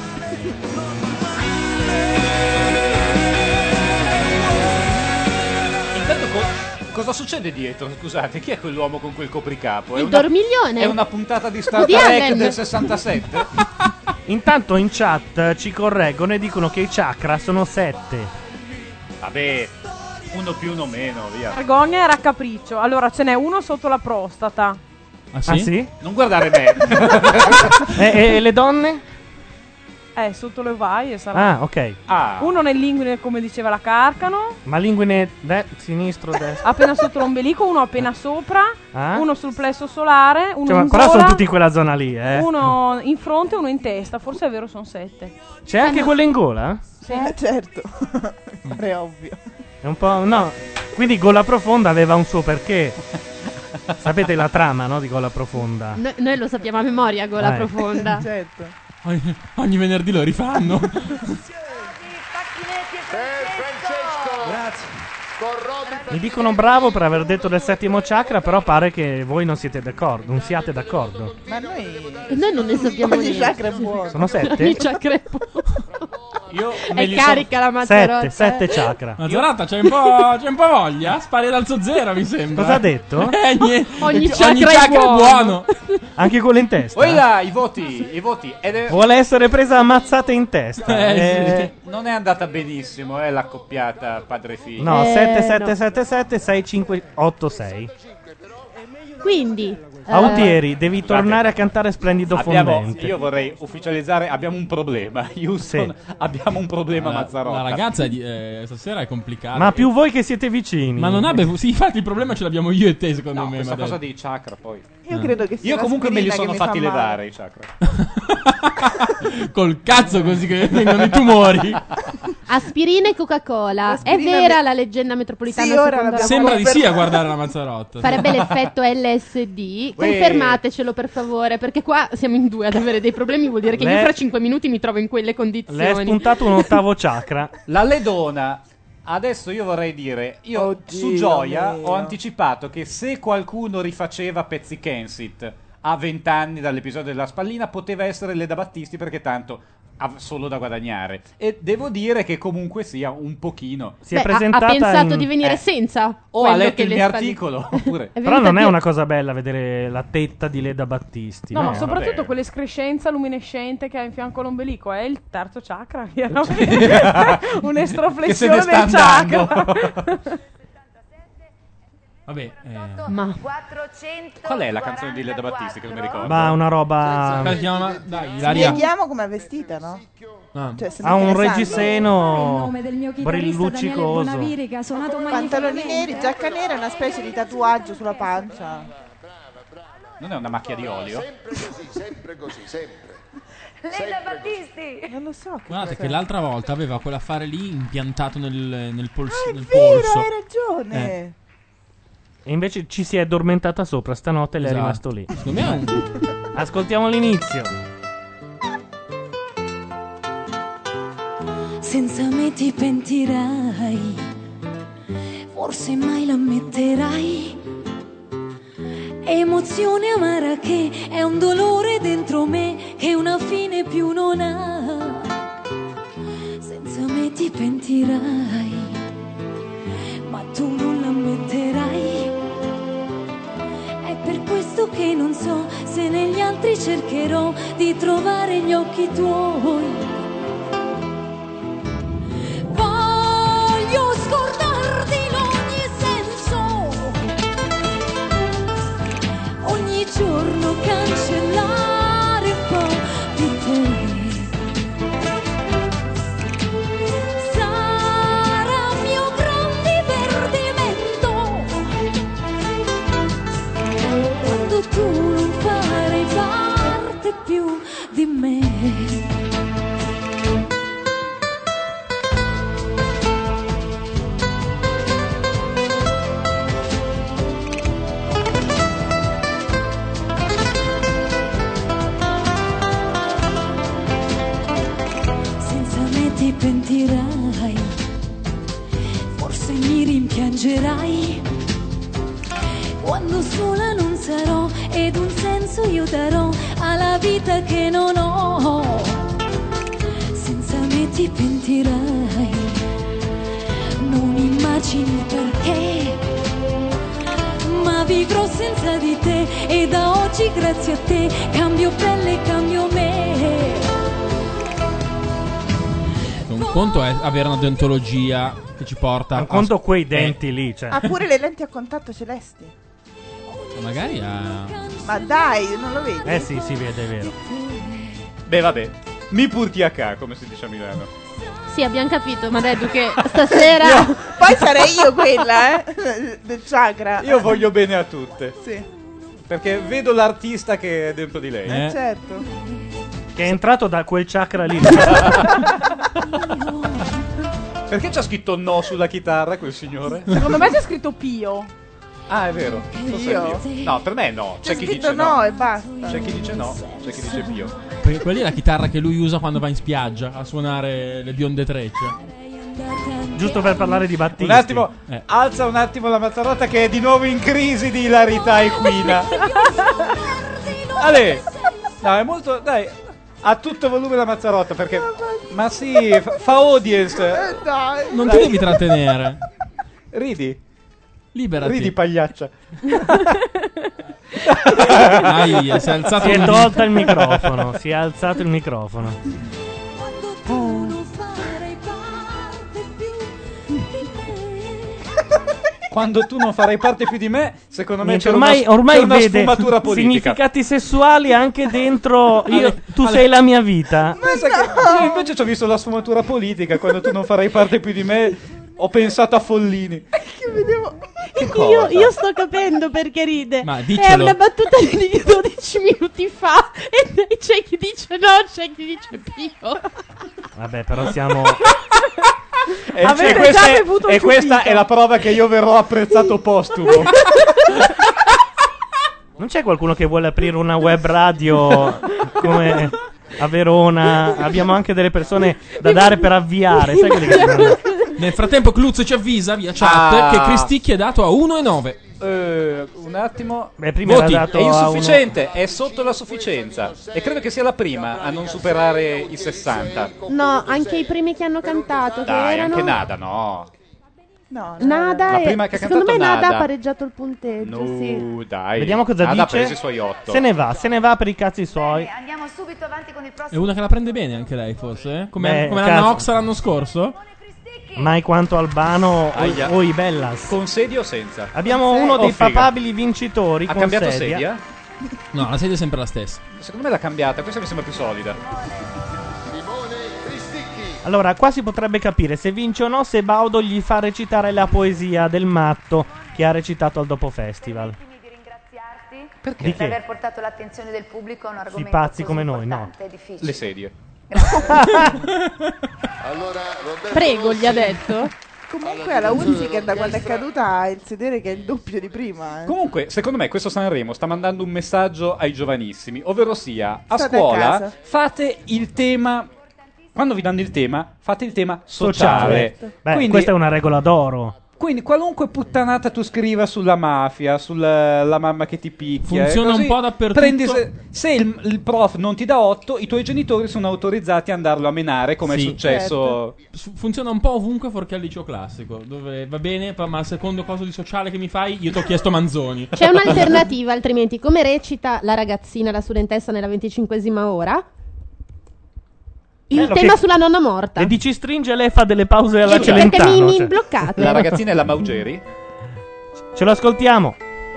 Speaker 5: Intanto co- cosa succede dietro? Scusate, chi è quell'uomo con quel copricapo? È
Speaker 13: Il
Speaker 5: una-
Speaker 13: dormiglione.
Speaker 5: È una puntata di Star
Speaker 13: Woody
Speaker 5: Trek
Speaker 13: Allen.
Speaker 5: del sessantasette?
Speaker 2: Intanto in chat ci correggono e dicono che i chakra sono sette.
Speaker 5: Vabbè, uno più uno meno, via.
Speaker 20: Vergogna era capriccio. Allora ce n'è uno sotto la prostata.
Speaker 3: Ah
Speaker 2: Ah sì?
Speaker 5: Non guardare me.
Speaker 2: e, e le donne?
Speaker 20: Eh, sotto le ovaie sarà.
Speaker 2: Ah, ok.
Speaker 20: Uno nell'inguine, come diceva la Carcano.
Speaker 2: Ma linguine de- sinistro, destro.
Speaker 20: Appena sotto l'ombelico, uno appena sopra.
Speaker 2: Ah?
Speaker 20: Uno sul plesso solare. Uno
Speaker 2: Cioè, ma
Speaker 20: in
Speaker 2: però
Speaker 20: gola,
Speaker 2: sono tutti in quella zona lì, eh.
Speaker 20: Uno in fronte e uno in testa. Forse è vero, sono sette.
Speaker 2: C'è anche quello in gola?
Speaker 20: Sì.
Speaker 15: Eh, certo. È ovvio.
Speaker 2: È un po'. No. Quindi Gola Profonda aveva un suo perché. Sapete la trama, no? Di Gola Profonda.
Speaker 13: Noi, noi lo sappiamo a memoria, Gola
Speaker 2: Eh.
Speaker 13: Profonda.
Speaker 15: Certo.
Speaker 3: Ogni, ogni venerdì lo rifanno.
Speaker 7: Per Francesco.
Speaker 19: Grazie.
Speaker 7: Con Roby
Speaker 2: Mi dicono bravo per aver detto del settimo chakra, però pare che voi non siete d'accordo, non siate d'accordo.
Speaker 15: Ma noi...
Speaker 13: E noi non ne sappiamo
Speaker 15: Ogni
Speaker 13: niente.
Speaker 15: chakra è buono.
Speaker 2: Sono sette?
Speaker 13: Ogni chakra è buono.
Speaker 5: Io
Speaker 13: È
Speaker 5: me li
Speaker 13: carica la
Speaker 2: Sette,
Speaker 13: Mazzarotta.
Speaker 2: sette
Speaker 13: eh.
Speaker 2: chakra.
Speaker 3: Mazzarotta, c'è un po', c'è un po' voglia? Spari dall'alzo zero, mi sembra.
Speaker 2: Cosa ha detto?
Speaker 3: Eh, nie-
Speaker 13: Ogni
Speaker 3: ogni
Speaker 13: chakra è
Speaker 3: chakra è
Speaker 13: buono.
Speaker 3: buono.
Speaker 2: Anche quello in testa?
Speaker 5: Poi là, i voti, i voti. Ed è-
Speaker 2: Vuole essere presa a mazzate in testa.
Speaker 3: Eh,
Speaker 2: Eh,
Speaker 5: Non è andata benissimo, è l'accoppiata padre-figlio.
Speaker 2: No,
Speaker 13: Eh,
Speaker 2: sette sette
Speaker 13: no.
Speaker 2: sette sette sei cinque otto sei.
Speaker 13: Quindi, eh,
Speaker 2: Autieri, devi tornare a cantare Splendido
Speaker 5: Abbiamo,
Speaker 2: Fondente.
Speaker 5: io vorrei ufficializzare, abbiamo un problema. Houston, abbiamo un problema,
Speaker 3: La,
Speaker 5: Mazzarotta.
Speaker 3: la ragazza di, eh, stasera è complicata.
Speaker 2: Ma più voi che siete vicini.
Speaker 3: Ma non abbia. Sì, infatti il problema ce l'abbiamo io e te, secondo
Speaker 5: No,
Speaker 3: me.
Speaker 5: questa
Speaker 3: Madeo.
Speaker 5: cosa dei chakra poi.
Speaker 15: Io credo che sia
Speaker 5: Io
Speaker 15: la
Speaker 5: comunque me li
Speaker 15: spirina
Speaker 5: sono
Speaker 15: che mi
Speaker 5: fatti
Speaker 15: fa male.
Speaker 5: levare i chakra.
Speaker 3: Col cazzo così che vengono i tumori.
Speaker 13: Aspirina e Coca-Cola.
Speaker 15: Aspirina
Speaker 13: È vera
Speaker 15: me-
Speaker 13: la leggenda metropolitana?
Speaker 15: Sì, ora
Speaker 13: secondo
Speaker 15: l'abbiamo
Speaker 13: la
Speaker 3: Sembra
Speaker 13: quale
Speaker 3: di sì a guardare la Mazzarotta.
Speaker 13: farebbe l'effetto L S D?
Speaker 5: Uè.
Speaker 13: Confermatecelo per favore, perché qua siamo in due ad avere dei problemi, vuol dire che
Speaker 2: Le-
Speaker 13: io fra cinque minuti mi trovo in quelle
Speaker 2: Le è
Speaker 13: condizioni.
Speaker 2: spuntato un ottavo chakra.
Speaker 5: La Ledona. Adesso io vorrei dire, io
Speaker 15: Oddio
Speaker 5: su Gioia
Speaker 15: mio.
Speaker 5: ho anticipato che se qualcuno rifaceva Pezzi Kensit a vent'anni dall'episodio della spallina poteva essere Leda Battisti, perché tanto ha solo da guadagnare. E devo dire che comunque sia un pochino.
Speaker 2: Si è
Speaker 13: Beh, ha-
Speaker 2: presentata
Speaker 13: ha pensato
Speaker 2: in-
Speaker 13: di venire
Speaker 5: eh.
Speaker 13: senza
Speaker 5: O ha
Speaker 13: quello
Speaker 5: letto
Speaker 13: che
Speaker 5: il
Speaker 13: le
Speaker 5: mio
Speaker 13: spalli-
Speaker 5: articolo, oppure...
Speaker 13: È
Speaker 2: Però
Speaker 13: venuta
Speaker 2: non è
Speaker 13: via-
Speaker 2: una cosa bella vedere la tetta di Leda Battisti.
Speaker 20: No,
Speaker 2: no?
Speaker 20: ma soprattutto
Speaker 5: vabbè.
Speaker 20: quell'escrescenza luminescente che ha in fianco all'ombelico è il terzo chakra, chiaramente.
Speaker 5: Che se
Speaker 20: Un'estroflessione
Speaker 5: ne sta
Speaker 20: del chakra.
Speaker 5: andando.
Speaker 3: Vabbè, eh,
Speaker 13: Ma
Speaker 5: Qual è la canzone di Leda Battisti che non mi ricordo?
Speaker 2: Ma una roba.
Speaker 3: come si chiama? Dai, Ilaria.
Speaker 15: Spieghiamo com'è vestita, no?
Speaker 3: Ah.
Speaker 15: Cioè, se
Speaker 2: Ha
Speaker 15: non
Speaker 2: un
Speaker 15: te ne sanno.
Speaker 2: reggiseno
Speaker 22: nome del mio chitarrista Daniele
Speaker 2: brilluccicoso.
Speaker 22: Bonaviri, che ha suonato
Speaker 15: Pantaloni
Speaker 22: magnificamente.
Speaker 15: neri, giacca nera e una specie di tatuaggio sulla pancia.
Speaker 5: Non è una macchia di olio?
Speaker 7: Sempre così, sempre così, sempre.
Speaker 8: Leda Battisti.
Speaker 15: Non lo so. Che
Speaker 3: Guardate
Speaker 15: cos'è.
Speaker 3: che l'altra volta aveva quell'affare lì impiantato nel, nel, pols-
Speaker 15: Ah, è
Speaker 3: nel
Speaker 15: vero,
Speaker 3: polso.
Speaker 15: hai ragione.
Speaker 3: Eh.
Speaker 2: E invece ci si è addormentata sopra stanotte e le è
Speaker 3: Esatto.
Speaker 2: rimasto lì.
Speaker 3: Secondo me è un...
Speaker 2: Ascoltiamo l'inizio.
Speaker 22: Senza me ti pentirai, forse mai l'ammetterai. Emozione amara che è un dolore dentro me che una fine più non ha. Senza me ti pentirai, ma tu non l'ammetterai. È per questo che non so se negli altri cercherò di trovare gli occhi tuoi. Voglio scordarti in ogni senso, ogni giorno cancellare un po' di te. Sarà mio grande perdimento quando tu non farai parte più di me. Senza me ti pentirai, forse mi rimpiangerai. Quando sola non sarò ed un senso io darò alla vita che non ho. Senza me ti pentirai, non immagini perché, ma vivrò senza di te e da oggi grazie a te cambio pelle e cambio me.
Speaker 3: Un conto è avere una deontologia che ci porta
Speaker 2: Un
Speaker 3: a...
Speaker 2: conto quei denti lì, cioè.
Speaker 15: Ha pure le lenti a contatto celesti.
Speaker 3: Eh, magari a...
Speaker 15: Ma dai, non lo vedi?
Speaker 2: Eh sì, si vede, è vero.
Speaker 5: Beh, vabbè. Mi purti a ca, come si dice a Milano.
Speaker 13: Sì, abbiamo capito, ma Dedu che stasera
Speaker 15: Io- Poi sarei io quella, eh, del chakra.
Speaker 5: Io voglio bene a tutte.
Speaker 15: Sì,
Speaker 5: Perché vedo l'artista che è dentro di lei.
Speaker 15: eh, certo.
Speaker 2: Che è entrato da quel chakra lì.
Speaker 5: Perché c'ha scritto no sulla chitarra quel signore?
Speaker 20: Secondo me c'è scritto Pio.
Speaker 5: Ah, è vero. Forse
Speaker 15: Io?
Speaker 5: è Pio. No, per me no. C'è
Speaker 15: C'è
Speaker 5: chi
Speaker 15: scritto
Speaker 5: dice
Speaker 15: no,
Speaker 5: no.
Speaker 15: e basta.
Speaker 5: C'è chi dice no. C'è chi dice Pio.
Speaker 3: Perché quella è la chitarra che lui usa quando va in spiaggia a suonare le bionde trecce.
Speaker 2: Giusto per parlare di Battisti.
Speaker 5: Un attimo,
Speaker 3: Eh.
Speaker 5: alza un attimo la Mazzarotta che è di nuovo in crisi di ilarità equina. Ale, no, è molto, dai, a tutto volume la Mazzarotta perché, ma sì, fa, fa audience.
Speaker 15: Eh, dai.
Speaker 3: Non ti devi trattenere.
Speaker 5: Ridi,
Speaker 3: Liberati.
Speaker 5: ridi pagliaccia.
Speaker 3: Aia, si è alzato
Speaker 2: Si è
Speaker 3: un
Speaker 2: tolta il microfono. Si è alzato il microfono.
Speaker 5: Quando tu non farai parte più di me, secondo me
Speaker 2: Niente,
Speaker 5: c'è
Speaker 2: ormai
Speaker 5: una,
Speaker 2: ormai
Speaker 5: c'è una
Speaker 2: vede
Speaker 5: sfumatura politica.
Speaker 2: significati sessuali anche dentro. Io,
Speaker 5: Ale,
Speaker 2: tu
Speaker 5: Ale.
Speaker 2: sei la mia vita.
Speaker 5: Pensa che io invece ci ho visto la sfumatura politica. Quando tu non farai parte più di me, ho pensato a Follini.
Speaker 15: Che vedevo...
Speaker 5: Che
Speaker 13: io,
Speaker 5: cosa?
Speaker 13: io sto capendo perché ride.
Speaker 3: Ma
Speaker 13: È
Speaker 3: diccelo.
Speaker 13: una battuta di dodici minuti fa. E c'è chi dice no, c'è chi dice Pio.
Speaker 2: Vabbè, però siamo.
Speaker 5: E,
Speaker 20: Avete
Speaker 5: e questa,
Speaker 20: già
Speaker 5: è,
Speaker 20: bevuto
Speaker 5: e questa
Speaker 20: ciupito.
Speaker 5: è la prova che io verrò apprezzato postumo.
Speaker 2: Non c'è qualcuno che vuole aprire una web radio come a Verona? Abbiamo anche delle persone da dare per avviare. Sai quelli che fanno?
Speaker 3: Nel frattempo Cluz ci avvisa via chat
Speaker 5: Ah.
Speaker 3: che Cristicchi è dato a uno e nove.
Speaker 5: Eh, un attimo.
Speaker 2: Beh, prima
Speaker 5: Voti.
Speaker 2: era dato
Speaker 5: È
Speaker 2: a
Speaker 5: insufficiente, è sotto la sufficienza. E credo che sia la prima a non superare i sessanta.
Speaker 13: No, anche i primi che hanno cantato, che
Speaker 5: Dai,
Speaker 13: erano
Speaker 5: anche Nada, no.
Speaker 15: No,
Speaker 13: Nada
Speaker 5: La
Speaker 13: e
Speaker 5: prima che ha
Speaker 13: secondo me
Speaker 5: cantato
Speaker 13: Nada ha
Speaker 5: Nada.
Speaker 13: pareggiato il punteggio,
Speaker 5: No,
Speaker 13: sì.
Speaker 5: dai.
Speaker 2: Vediamo cosa
Speaker 5: Nada ha
Speaker 2: dice.
Speaker 5: preso i suoi otto.
Speaker 2: Se ne va, se ne va per i cazzi suoi.
Speaker 8: Andiamo subito avanti con il
Speaker 3: È
Speaker 8: prossimo.
Speaker 3: una che la prende bene anche lei, forse? eh? Come,
Speaker 2: Beh,
Speaker 3: come
Speaker 2: cazzo.
Speaker 3: l'anno Oxa l'anno scorso?
Speaker 2: Mai quanto Albano o,
Speaker 5: Aia.
Speaker 2: o i Bellas.
Speaker 5: Con sedia o senza?
Speaker 2: Abbiamo
Speaker 5: Con
Speaker 2: uno
Speaker 5: sedia.
Speaker 2: dei
Speaker 5: Oh, figa.
Speaker 2: papabili vincitori.
Speaker 5: Ha
Speaker 2: con
Speaker 5: cambiato
Speaker 2: sedia.
Speaker 5: sedia?
Speaker 3: No, la sedia è sempre la stessa.
Speaker 5: Secondo me l'ha cambiata, questa mi sembra più solida.
Speaker 2: Allora, qua si potrebbe capire se vince o no se Baudo gli fa recitare la poesia del matto che ha recitato al Dopo Festival.
Speaker 8: Perché?
Speaker 2: Di
Speaker 8: Per
Speaker 2: che?
Speaker 8: aver portato l'attenzione del pubblico a un argomento
Speaker 2: pazzi
Speaker 8: così
Speaker 2: come noi, no.
Speaker 8: importante e difficile.
Speaker 5: Le sedie.
Speaker 7: Allora, Roberto
Speaker 15: Prego, gli ha
Speaker 7: Rossi.
Speaker 15: detto. Comunque alla Unziker da quando è caduta ha il sedere che è il doppio di prima. Eh.
Speaker 5: Comunque, secondo me questo Sanremo sta mandando un messaggio ai giovanissimi, ovvero sia, a
Speaker 15: State a
Speaker 5: scuola
Speaker 15: casa.
Speaker 5: fate il tema, quando vi danno il tema, fate il tema sociale.
Speaker 2: Sociale. Beh,
Speaker 5: Quindi,
Speaker 2: questa è una regola d'oro.
Speaker 5: quindi qualunque puttanata tu scriva sulla mafia, sulla la mamma che ti picchia,
Speaker 3: Funziona
Speaker 5: e così,
Speaker 3: un po' dappertutto.
Speaker 5: prendi se, se il, il prof non ti dà otto, i tuoi genitori sono autorizzati ad andarlo a menare, come
Speaker 3: Sì.
Speaker 5: è successo.
Speaker 3: S- Funziona un po' ovunque fuorché al liceo classico, dove va bene, pa- ma al secondo coso di sociale che mi fai, io ti ho chiesto Manzoni.
Speaker 13: C'è un'alternativa, altrimenti, come recita la ragazzina, la studentessa nella venticinquesima ora? Il
Speaker 2: Bello
Speaker 13: tema
Speaker 2: che-
Speaker 13: sulla nonna morta.
Speaker 2: E dici stringe lei fa delle pause alla
Speaker 13: Sì, perché
Speaker 2: Celentano.
Speaker 13: mi, mi
Speaker 2: cioè.
Speaker 13: bloccate.
Speaker 5: La ragazzina è la Maugeri?
Speaker 2: Ce lo ascoltiamo.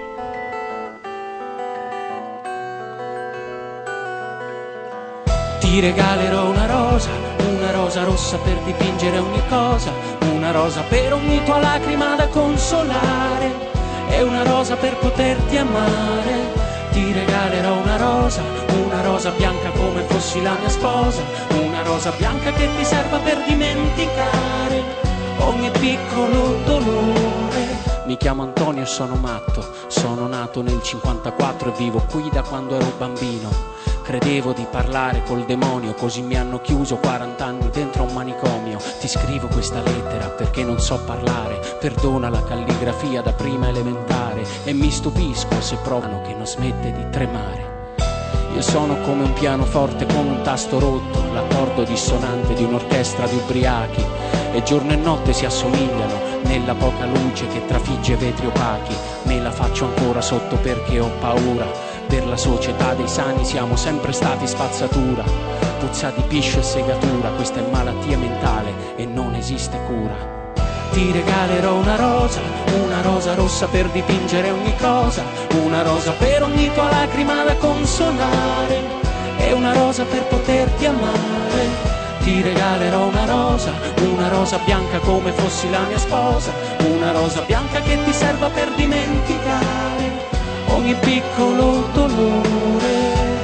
Speaker 12: Ti regalerò una rosa, una rosa rossa per dipingere ogni cosa, una rosa per ogni tua lacrima da consolare, e una rosa per poterti amare. Ti regalerò una rosa, una rosa bianca come fossi la mia sposa, una rosa bianca che ti serva per dimenticare ogni piccolo dolore. Mi chiamo Antonio e sono matto, sono nato nel cinquantaquattro e vivo qui da quando ero bambino. Credevo di parlare col demonio, così mi hanno chiuso quaranta anni dentro un manicomio. Ti scrivo questa lettera perché non so parlare, perdona la calligrafia da prima elementare, e mi stupisco se provano che non smette di tremare. Io sono come un pianoforte con un tasto rotto, l'accordo dissonante di un'orchestra di ubriachi, e giorno e notte si assomigliano nella poca luce che trafigge vetri opachi. Me la faccio ancora sotto perché ho paura. Per la società dei sani siamo sempre stati spazzatura, puzza di piscio e segatura, questa è malattia mentale e non esiste cura. Ti regalerò una rosa, una rosa rossa per dipingere ogni cosa, una rosa per ogni tua lacrima da consolare, e una rosa per poterti amare. Ti regalerò una rosa, una rosa bianca come fossi la mia sposa, una rosa bianca che ti serva per dimenticare ogni piccolo dolore.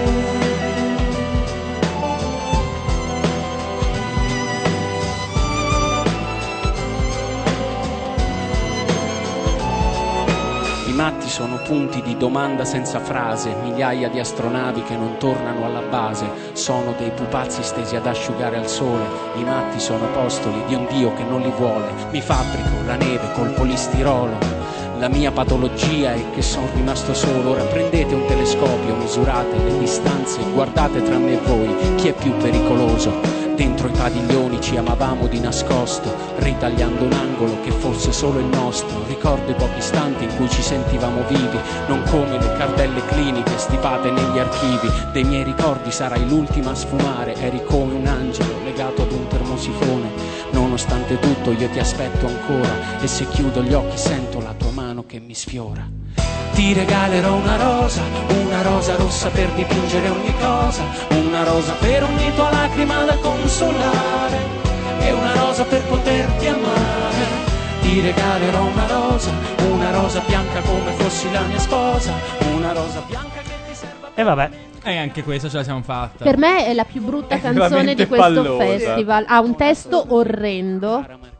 Speaker 12: I matti sono punti di domanda senza frase, migliaia di astronavi che non tornano alla base, sono dei pupazzi stesi ad asciugare al sole. I matti sono apostoli di un Dio che non li vuole. Mi fabbrico la neve col polistirolo. La mia patologia è che sono rimasto solo. Ora prendete un telescopio, misurate le distanze, guardate tra me e voi chi è più pericoloso. Dentro i padiglioni ci amavamo di nascosto, ritagliando un angolo che fosse solo il nostro. Ricordo i pochi istanti in cui ci sentivamo vivi, non come le cartelle cliniche stipate negli archivi. Dei miei ricordi sarai l'ultima a sfumare, eri come un angelo legato ad un termosifone. Nonostante tutto io ti aspetto ancora, e se chiudo gli occhi sento la tua mano che mi sfiora. Ti regalerò una rosa, una rosa rossa per dipingere ogni cosa, una rosa per ogni tua lacrima da consolare, e una rosa per poterti amare. Ti regalerò una rosa, una rosa bianca come fossi la mia sposa, una rosa bianca che ti serva.
Speaker 2: E vabbè.
Speaker 3: E anche questa ce la siamo fatta.
Speaker 13: Per me è la più brutta
Speaker 3: È
Speaker 13: canzone
Speaker 3: veramente
Speaker 13: di questo
Speaker 3: pallosa.
Speaker 13: festival. Ha un testo orrendo.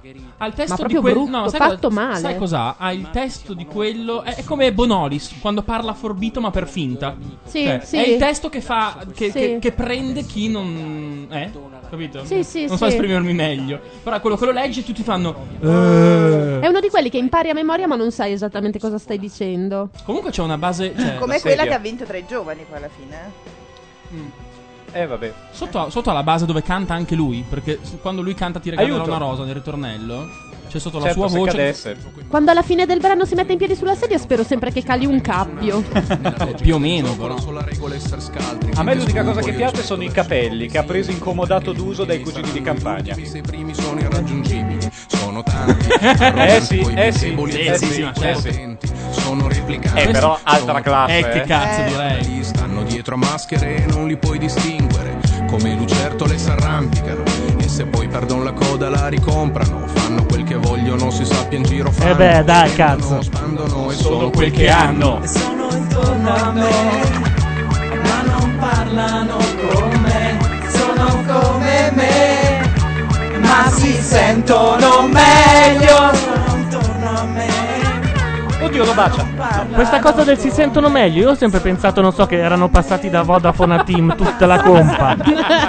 Speaker 3: Ha il testo
Speaker 13: Ma
Speaker 3: di
Speaker 13: proprio
Speaker 3: quello.
Speaker 13: brutto,
Speaker 3: No, sai
Speaker 13: fatto
Speaker 3: co-
Speaker 13: male.
Speaker 3: Sai cos'ha? Ha il testo di quello. È, è come Bonolis quando parla forbito ma per finta.
Speaker 13: Sì,
Speaker 3: Cioè,
Speaker 13: sì.
Speaker 3: È il testo che fa. Che,
Speaker 13: Sì.
Speaker 3: che- che prende chi non. Eh? Capito?
Speaker 13: Sì, sì,
Speaker 3: non so
Speaker 13: sì.
Speaker 3: esprimermi meglio. Però quello che lo leggi e tutti fanno. "Eh".
Speaker 13: È uno di quelli che impari a memoria ma non sai esattamente cosa stai dicendo.
Speaker 3: Comunque c'è una base. Cioè,
Speaker 15: Come
Speaker 3: la
Speaker 15: quella
Speaker 3: sedia.
Speaker 15: che ha vinto tra i giovani poi alla fine. eh.
Speaker 5: Eh vabbè.
Speaker 3: Sotto, sotto alla base dove canta anche lui. Perché s- quando lui canta Ti regalerò
Speaker 5: Aiuto.
Speaker 3: una rosa nel ritornello. C'è sotto la
Speaker 5: Certo,
Speaker 3: sua
Speaker 5: se
Speaker 3: voce.
Speaker 5: cadesse.
Speaker 13: Quando alla fine del brano si mette in piedi sulla sedia spero sempre che cali un cappio.
Speaker 3: Eh, più o meno, però.
Speaker 5: A me l'unica cosa che piace sono i capelli che ha preso in comodato d'uso dai cugini di campagna.
Speaker 6: Sono irraggiungibili, sono tanti.
Speaker 5: Eh sì, eh sì,
Speaker 6: deboli
Speaker 5: eh
Speaker 6: e
Speaker 5: sì,
Speaker 6: sì,
Speaker 5: eh sì.
Speaker 6: potenti. Sono replicanti.
Speaker 5: Eh, però altra
Speaker 6: sono
Speaker 5: classe,
Speaker 6: tutti
Speaker 5: eh. Che cazzo
Speaker 6: Eh.
Speaker 3: direi.
Speaker 6: Stanno dietro a maschere e non li puoi distinguere. Come lucertole s'arrampicano. E se poi perdono la coda la ricomprano. Fanno quel che vogliono, si sappia in giro fanno.
Speaker 2: Eh beh, dai, cazzo.
Speaker 6: Spandono e
Speaker 5: Sono quel che hanno.
Speaker 19: E sono intorno a me, ma non parlano con me. Sono come me, ma si sentono meglio. Sono intorno a me.
Speaker 5: Oddio, lo bacia.
Speaker 2: Questa cosa del si sentono meglio, io ho sempre pensato, non so, che erano passati da Vodafone a Team tutta la compa.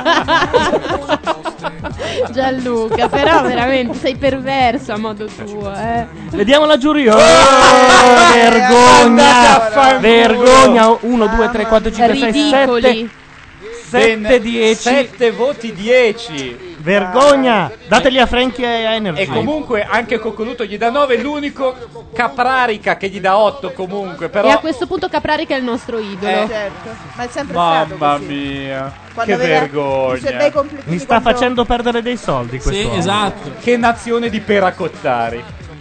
Speaker 13: Gianluca, però veramente sei perverso a modo tuo, eh.
Speaker 2: Vediamo la giuria. Oh,
Speaker 13: andate a
Speaker 2: vergogna!
Speaker 13: fanculo.
Speaker 2: Vergogna! uno, due, tre, quattro, cinque, sei,
Speaker 13: Ridicoli.
Speaker 2: sette. sette, dieci.
Speaker 5: sette voti dieci.
Speaker 2: Vergogna! Dateli a Frankie e Energy.
Speaker 5: E comunque anche Coccoluto gli dà nove, l'unico Caprarica che gli dà otto comunque, però
Speaker 13: E a questo punto Caprarica è il nostro idolo.
Speaker 5: Eh.
Speaker 15: Certo, ma è sempre stato
Speaker 5: mamma
Speaker 15: così.
Speaker 5: mia,
Speaker 15: Quando
Speaker 5: che
Speaker 15: aveva
Speaker 5: vergogna.
Speaker 15: i suoi bei completini
Speaker 2: Mi sta
Speaker 15: contro-
Speaker 2: facendo perdere dei soldi questo.
Speaker 3: esatto.
Speaker 5: Che nazione di peracottari.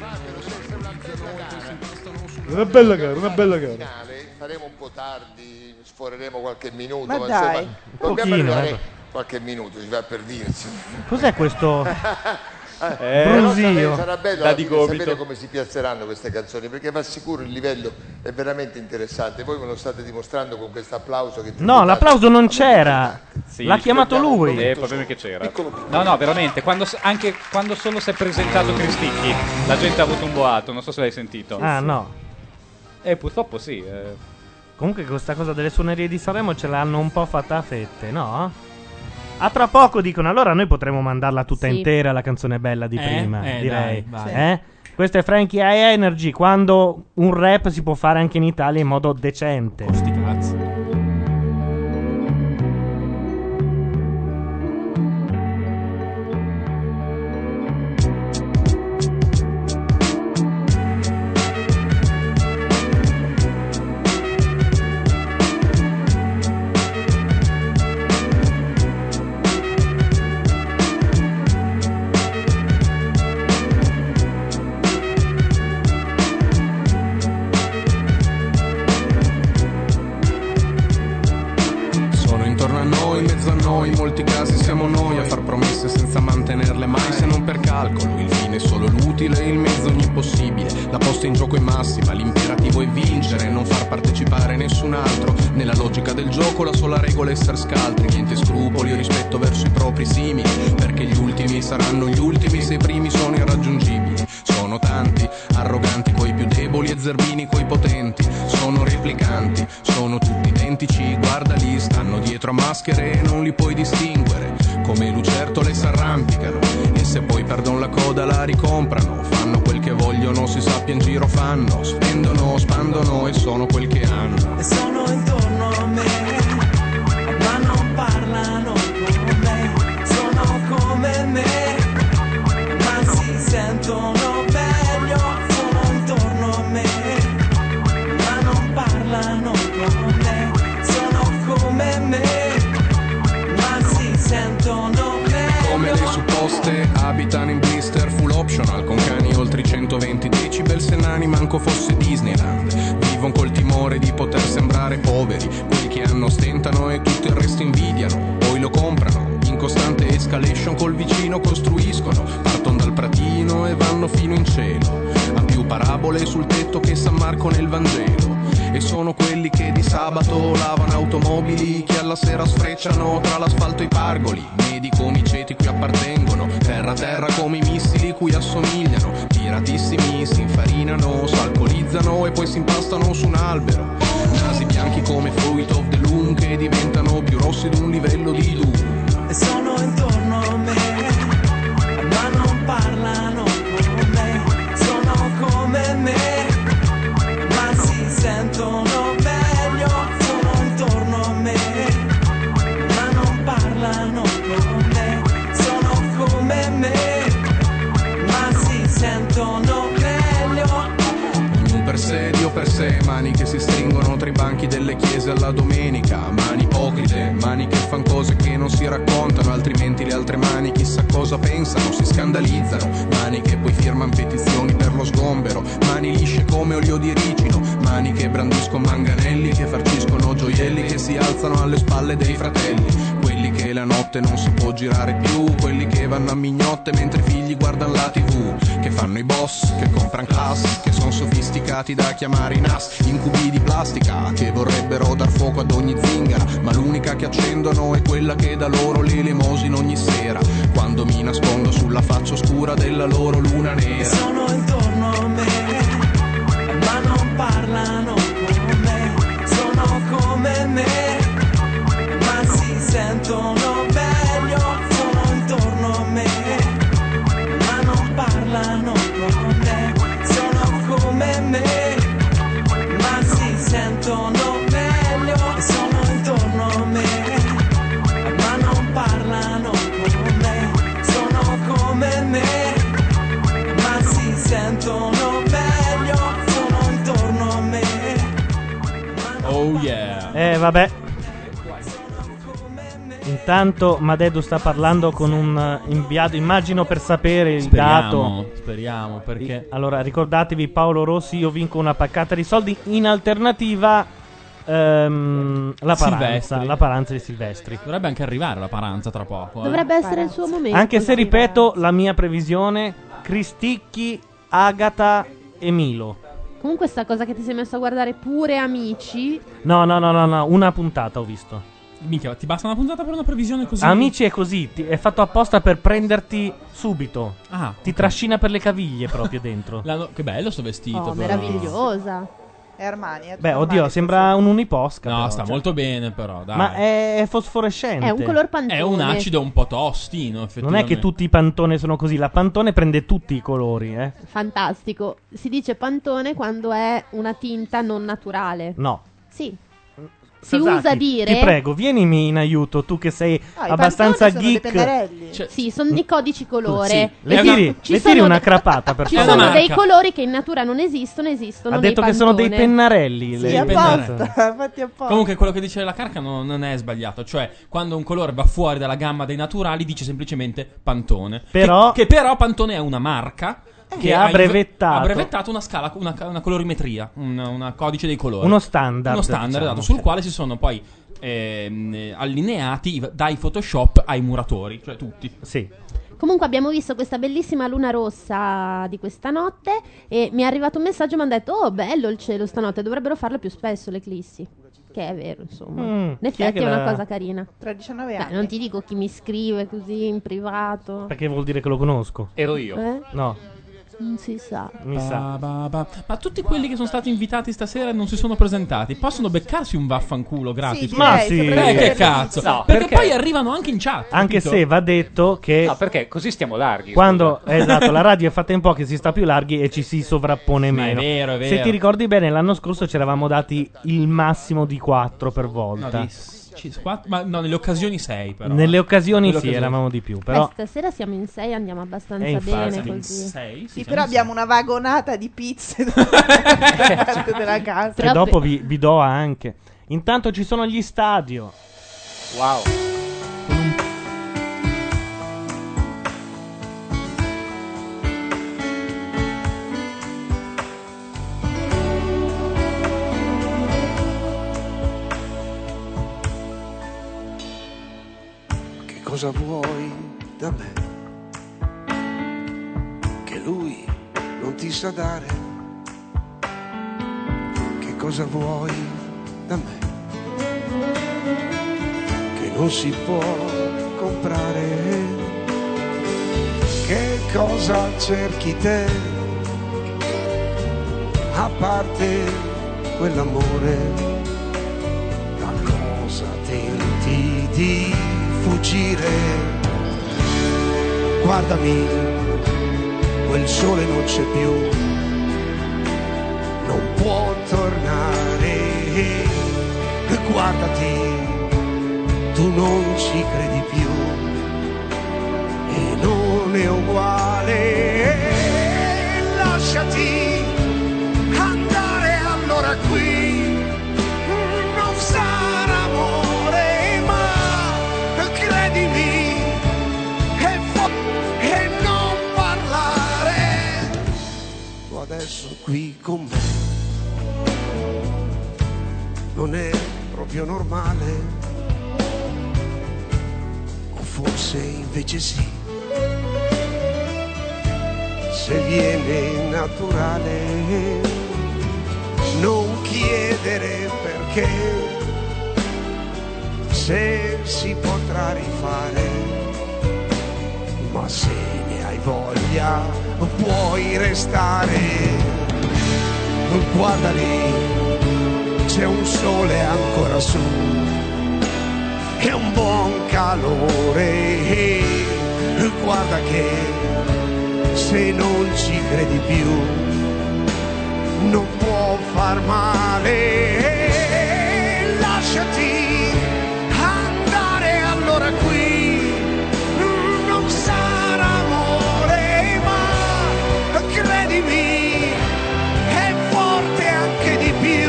Speaker 7: Una bella gara, una bella gara. Faremo un po' tardi, sforeremo qualche minuto,
Speaker 15: Ma
Speaker 7: ma,
Speaker 15: dai.
Speaker 7: insomma,
Speaker 2: Un
Speaker 7: dobbiamo
Speaker 2: pochino,
Speaker 7: arrivare
Speaker 2: eh.
Speaker 7: qualche minuto, si va per dirsi.
Speaker 2: Cos'è questo?
Speaker 7: Eh,
Speaker 2: Brusio.
Speaker 7: però sarà- sarà bello
Speaker 5: Da
Speaker 7: alla
Speaker 5: di
Speaker 7: fine
Speaker 5: gomito.
Speaker 7: sapere come si piazzeranno queste canzoni, perché va sicuro il livello è veramente interessante. Voi me lo state dimostrando con questo applauso che
Speaker 2: No, l'applauso non c'era.
Speaker 5: Sì.
Speaker 2: L'ha chiamato lui.
Speaker 5: Eh, il problema è che c'era. No, no, veramente, quando, s- anche quando solo si è presentato Cristicchi, la gente ha avuto un boato, non so se l'hai sentito.
Speaker 2: Ah, no.
Speaker 5: Eh, purtroppo sì. eh.
Speaker 2: Comunque questa cosa delle suonerie di Sanremo ce l'hanno un po' fatta a fette, no? A tra poco dicono, allora noi potremmo mandarla tutta
Speaker 13: Sì.
Speaker 2: intera la canzone bella di
Speaker 3: Eh?
Speaker 2: prima,
Speaker 3: Eh,
Speaker 2: direi.
Speaker 3: dai, vai.
Speaker 2: Eh? Questo è Frankie High Energy, quando un rap si può fare anche in Italia in modo decente.
Speaker 3: Sti cazzi.
Speaker 6: Sono intorno a noi, in mezzo a noi, in molti casi siamo noi a far promesse senza mantenerle mai, se non per calcolo. Il fine è solo l'utile, il mezzo ogni possibile. La posta in gioco è massima, l'imperativo è vincere, non far partecipare nessun altro. Nella logica del gioco la sola regola è essere scaltri, niente scrupoli o rispetto verso i propri simili, perché gli ultimi saranno gli ultimi se i primi sono irraggiungibili. Sono tanti, arroganti coi più deboli e zerbini coi potenti. Sono replicanti, sono tutti identici, guardali, stanno dietro a maschere e non li puoi distinguere. Come lucertole s'arrampicano e se poi perdono la coda la ricomprano. Fanno quel che vogliono, si sappia in giro fanno. Spendono, spandono e sono quel che hanno.
Speaker 19: E sono intorno a me, ma non parlano con me. Sono come me, ma si sentono meglio. Sono intorno a me, ma non parlano con me. Sono come me, ma si sentono meglio.
Speaker 6: Come le supposte abitano in blister full optional, con cani oltre i centoventi decibel, se nani manco fosse Disneyland. Vivono col timore di poter sembrare poveri, quelli che hanno stentano e tutto il resto invidiano, poi lo comprano. In costante escalation col vicino costruiscono, partono dal pratino e vanno fino in cielo. Han più parabole sul tetto che San Marco nel Vangelo. E sono quelli che di sabato lavano automobili, che alla sera sfrecciano tra l'asfalto e i pargoli. Medico, miceti qui appartengono, terra terra come i missili cui assomigliano. Tiratissimi si infarinano, s'alcolizzano e poi si impastano su un albero. Nasi bianchi come Fruit of the Loom che diventano più rossi di un livello di Doom.
Speaker 14: E sono intorno a me, ma non parlano con me. Sono come me, ma si sentono meglio. Sono intorno a me, ma non parlano con me. Sono come me, ma si sentono meglio.
Speaker 6: Ognuno per sé, Dio per sé, mani che si stringono tra i banchi delle chiese alla domenica, mani ipocrite, mani che fan cose che non si raccontano, altrimenti le altre mani chissà cosa pensano, si scandalizzano, mani che poi firman petizioni per lo sgombero, mani lisce come olio di ricino, mani che brandiscono manganelli, che farciscono gioielli, che si alzano alle spalle dei fratelli, quelli che la notte non si può girare più, quelli che vanno a mignotte mentre i figli guardano la tv, che fanno i boss, che compran class, che sono sofisticati da chiamare i N A S, incubi di plastica, che vorrebbero dar fuoco ad ogni zingara, ma l'unica che accendono è quella che dà loro l'elemosina ogni sera, quando mi nascondo sulla faccia oscura della loro luna nera.
Speaker 14: E sono intorno a me, ma non parlano con me. Sono come me, ma si sentono meglio. Sono intorno a me, ma non parlano con me. Sono come me, ma si sentono meglio. E sono intorno a me, ma non parlano con me. Sono come me, ma si sentono meglio. Sono intorno a me.
Speaker 3: Oh yeah.
Speaker 2: Eh vabbè. Intanto Madedu sta parlando con un eh, inviato, immagino per sapere il
Speaker 3: Speriamo,
Speaker 2: dato.
Speaker 3: speriamo, perché-
Speaker 2: Allora, ricordatevi Paolo Rossi, io vinco una paccata di soldi. In alternativa ehm, la paranza,
Speaker 3: Silvestri.
Speaker 2: la paranza di Silvestri.
Speaker 3: Dovrebbe anche arrivare la paranza tra poco. eh.
Speaker 13: Dovrebbe essere il suo momento.
Speaker 2: Anche se ripeto la mia previsione, Cristicchi, Agata e Milo.
Speaker 13: Comunque sta cosa che ti sei messo a guardare pure Amici.
Speaker 2: No, no, no, no, no, una puntata ho visto.
Speaker 3: Minchia, ti basta una puntata per una previsione così?
Speaker 2: Amici è così, ti- è fatto apposta per prenderti subito.
Speaker 3: Ah,
Speaker 2: ti trascina per le caviglie proprio dentro.
Speaker 3: L'hanno- Che bello sto vestito.
Speaker 13: Oh,
Speaker 3: però.
Speaker 13: meravigliosa.
Speaker 15: È Armani. È
Speaker 2: Beh,
Speaker 15: normale.
Speaker 2: oddio, sembra un uniposca.
Speaker 3: No,
Speaker 2: però,
Speaker 3: sta
Speaker 2: cioè.
Speaker 3: molto bene però, dai.
Speaker 2: Ma è, è fosforescente.
Speaker 13: È un color pantone.
Speaker 3: È un acido un po' tostino,
Speaker 2: Non
Speaker 3: effettivamente.
Speaker 2: è che tutti i Pantone sono così, la Pantone prende tutti i colori, eh.
Speaker 13: Fantastico. Si dice pantone quando è una tinta non naturale.
Speaker 2: No.
Speaker 13: Sì. Si
Speaker 2: Sasaki,
Speaker 13: usa dire.
Speaker 2: Ti prego, vienimi in aiuto, tu che sei
Speaker 15: Ah, i
Speaker 2: abbastanza
Speaker 15: pantoni sono dei
Speaker 2: geek.
Speaker 15: pennarelli.
Speaker 3: Cioè,
Speaker 13: Sì, sono dei codici colore.
Speaker 2: Sì.
Speaker 13: E
Speaker 2: Le
Speaker 13: ci-
Speaker 2: tiri,
Speaker 13: ci
Speaker 2: le
Speaker 13: sono
Speaker 2: tiri una
Speaker 13: de-
Speaker 2: crapata per
Speaker 13: Ci
Speaker 2: favore.
Speaker 13: sono dei
Speaker 3: marca.
Speaker 13: colori che in natura non esistono, esistono
Speaker 2: Ha
Speaker 13: nei
Speaker 2: detto che sono dei
Speaker 13: pantone.
Speaker 2: pennarelli.
Speaker 15: Sì,
Speaker 2: le-
Speaker 15: apposta. Fatti apposta.
Speaker 3: Comunque quello che dice la Carca non, non è sbagliato. Cioè, quando un colore va fuori dalla gamma dei naturali, dice semplicemente Pantone.
Speaker 2: Però-
Speaker 3: Che, che però Pantone è una marca che
Speaker 2: ha
Speaker 3: inve-
Speaker 2: brevettato.
Speaker 3: ha brevettato una scala, una, una colorimetria, una, una codice dei colori.
Speaker 2: Uno standard,
Speaker 3: Uno standard,
Speaker 2: diciamo.
Speaker 3: esatto, sul quale si sono poi ehm, allineati i- dai Photoshop ai muratori, cioè tutti.
Speaker 2: Sì.
Speaker 13: Comunque abbiamo visto questa bellissima luna rossa di questa notte e mi è arrivato un messaggio e mi hanno detto oh bello il cielo stanotte, dovrebbero farlo più spesso le eclissi. Che è vero, insomma.
Speaker 2: Mm,
Speaker 13: In
Speaker 2: chi è
Speaker 13: effetti
Speaker 2: che
Speaker 13: è, una
Speaker 2: la-
Speaker 13: cosa carina.
Speaker 15: Tra diciannove
Speaker 13: Beh,
Speaker 15: anni.
Speaker 13: non ti dico chi mi scrive così in privato.
Speaker 2: Perché vuol dire che lo conosco.
Speaker 5: Ero io.
Speaker 13: Eh?
Speaker 2: No,
Speaker 13: Non si sa.
Speaker 2: mi sa.
Speaker 3: Ba, ba, ba. Ma tutti quelli che sono stati invitati stasera e non si sono presentati possono beccarsi un vaffanculo gratis?
Speaker 15: Sì,
Speaker 2: Ma
Speaker 15: direi,
Speaker 2: sì.
Speaker 15: soprattutto
Speaker 3: Eh, che
Speaker 15: per le
Speaker 3: cazzo?
Speaker 5: No,
Speaker 3: perché,
Speaker 5: perché?
Speaker 3: poi arrivano anche in chat.
Speaker 2: Anche
Speaker 3: capito?
Speaker 2: se va detto che
Speaker 5: No, perché così stiamo larghi.
Speaker 2: quando
Speaker 5: scusa.
Speaker 2: esatto, la radio è fatta in po' che si sta più larghi e ci si sovrappone
Speaker 3: Ma è
Speaker 2: meno.
Speaker 3: vero, è
Speaker 2: Se
Speaker 3: vero.
Speaker 2: ti ricordi bene, l'anno scorso ci eravamo dati il massimo di quattro per
Speaker 3: No,
Speaker 2: volta.
Speaker 3: di ci- quattro- ma no, nelle occasioni sei però.
Speaker 2: Nelle occasioni
Speaker 3: Nelle
Speaker 2: sì,
Speaker 3: occasioni.
Speaker 2: eravamo di più,
Speaker 13: Beh,
Speaker 2: però
Speaker 13: stasera siamo in sei, andiamo abbastanza
Speaker 2: Eh, infatti.
Speaker 13: bene
Speaker 3: Siamo in
Speaker 13: così.
Speaker 3: sei? Sì,
Speaker 15: Sì,
Speaker 3: siamo
Speaker 15: però
Speaker 3: in sei.
Speaker 15: abbiamo una vagonata di pizze da parte della casa.
Speaker 2: che
Speaker 13: Però
Speaker 2: dopo
Speaker 13: per-
Speaker 2: vi, vi do anche. Intanto ci sono gli stadio.
Speaker 5: Wow.
Speaker 19: Che cosa vuoi da me? Che lui non ti sa dare? Che cosa vuoi da me? Che non si può comprare? Che cosa cerchi te, a parte quell'amore, da cosa tenti di fuggire? Guardami, quel sole non c'è più, non può tornare. Guardati, tu non ci credi più e non è uguale. Lasciati andare allora, qui non sarà amore, ma credimi, è fo- e non parlare. Tu adesso qui con me non è proprio normale, o forse invece sì, se viene naturale. Non chiedere perché, se si potrà rifare, ma se ne hai voglia puoi restare. Guarda lì, c'è un sole ancora su, è un buon calore. Guarda che se non ci credi più non può far male. Lasciati andare allora, qui non sarà amore, ma credimi, è forte anche di più.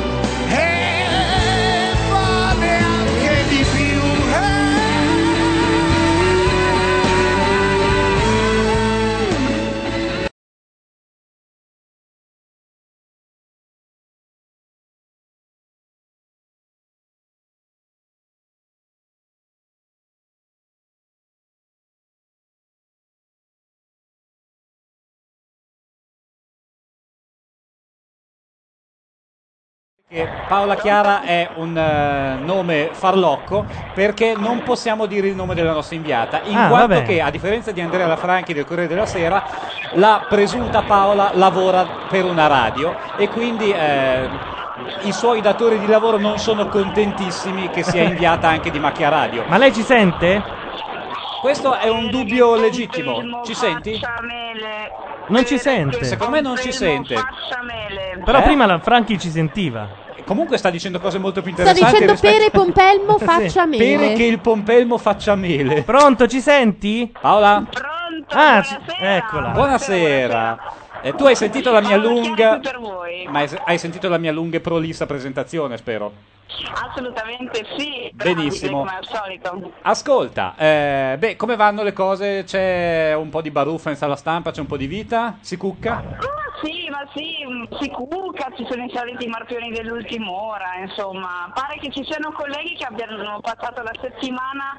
Speaker 5: Che Paola Chiara è un uh, nome farlocco perché non possiamo dire il nome della nostra inviata, in
Speaker 2: Ah,
Speaker 5: quanto
Speaker 2: vabbè.
Speaker 5: che, a differenza di Andrea Lafranchi del Corriere della Sera, la presunta Paola lavora per una radio e quindi eh, i suoi datori di lavoro non sono contentissimi che sia inviata anche di Macchia Radio.
Speaker 2: Ma lei ci sente?
Speaker 5: Questo è un dubbio legittimo. Ci senti?
Speaker 2: Non ci sente.
Speaker 5: Secondo me non ci sente.
Speaker 2: Però
Speaker 5: Eh?
Speaker 2: prima la Franchi ci sentiva.
Speaker 5: Comunque sta dicendo cose molto più
Speaker 13: Sta
Speaker 5: interessanti
Speaker 13: dicendo
Speaker 5: rispetto-
Speaker 13: pere pompelmo faccia mele.
Speaker 5: Pere che il pompelmo faccia mele.
Speaker 2: Pronto, ci senti?
Speaker 5: Paola?
Speaker 9: Pronto,
Speaker 2: Ah, ci- eccola.
Speaker 5: Buonasera. Eh, tu hai sentito la mia lunga Ma hai, hai sentito la mia lunga e prolissa presentazione, spero.
Speaker 9: Assolutamente sì. bravi,
Speaker 5: Benissimo.
Speaker 9: come al solito.
Speaker 5: Ascolta, eh, beh, come vanno le cose? C'è un po' di baruffa in sala stampa, c'è un po' di vita? Si cucca?
Speaker 9: Ma sì, ma sì, mh, si cuca, ci sono i soliti marpioni dell'ultima ora, insomma. Pare che ci siano colleghi che abbiano passato la settimana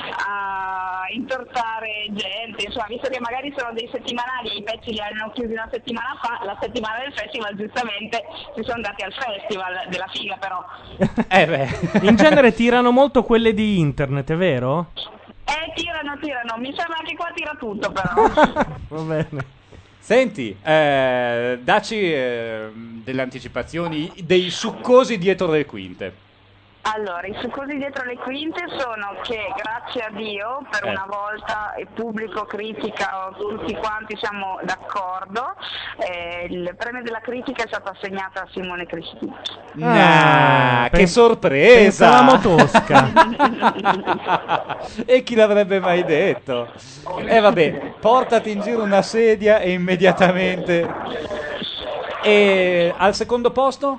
Speaker 9: a intortare gente, insomma, visto che magari sono dei settimanali, i pezzi li hanno chiusi una settimana fa, la settimana del festival giustamente si sono andati al festival della figa però.
Speaker 5: Eh beh.
Speaker 2: In genere tirano molto quelle di internet, è vero?
Speaker 9: Eh, tirano, tirano, mi sembra che qua tira tutto però.
Speaker 2: Va bene.
Speaker 5: Senti, eh, dacci eh, delle anticipazioni dei succosi dietro le quinte.
Speaker 9: Allora, i succosi dietro le quinte sono che, grazie a Dio, per
Speaker 5: Eh.
Speaker 9: una volta, il pubblico, critica, tutti quanti siamo d'accordo, eh, il premio della critica è stato assegnato a Simone Cristini.
Speaker 5: Ah, che
Speaker 2: pen-
Speaker 5: sorpresa!
Speaker 2: pensavamo Tosca.
Speaker 5: E chi l'avrebbe mai detto? E vabbè, portati in giro una sedia e immediatamente. E al secondo posto?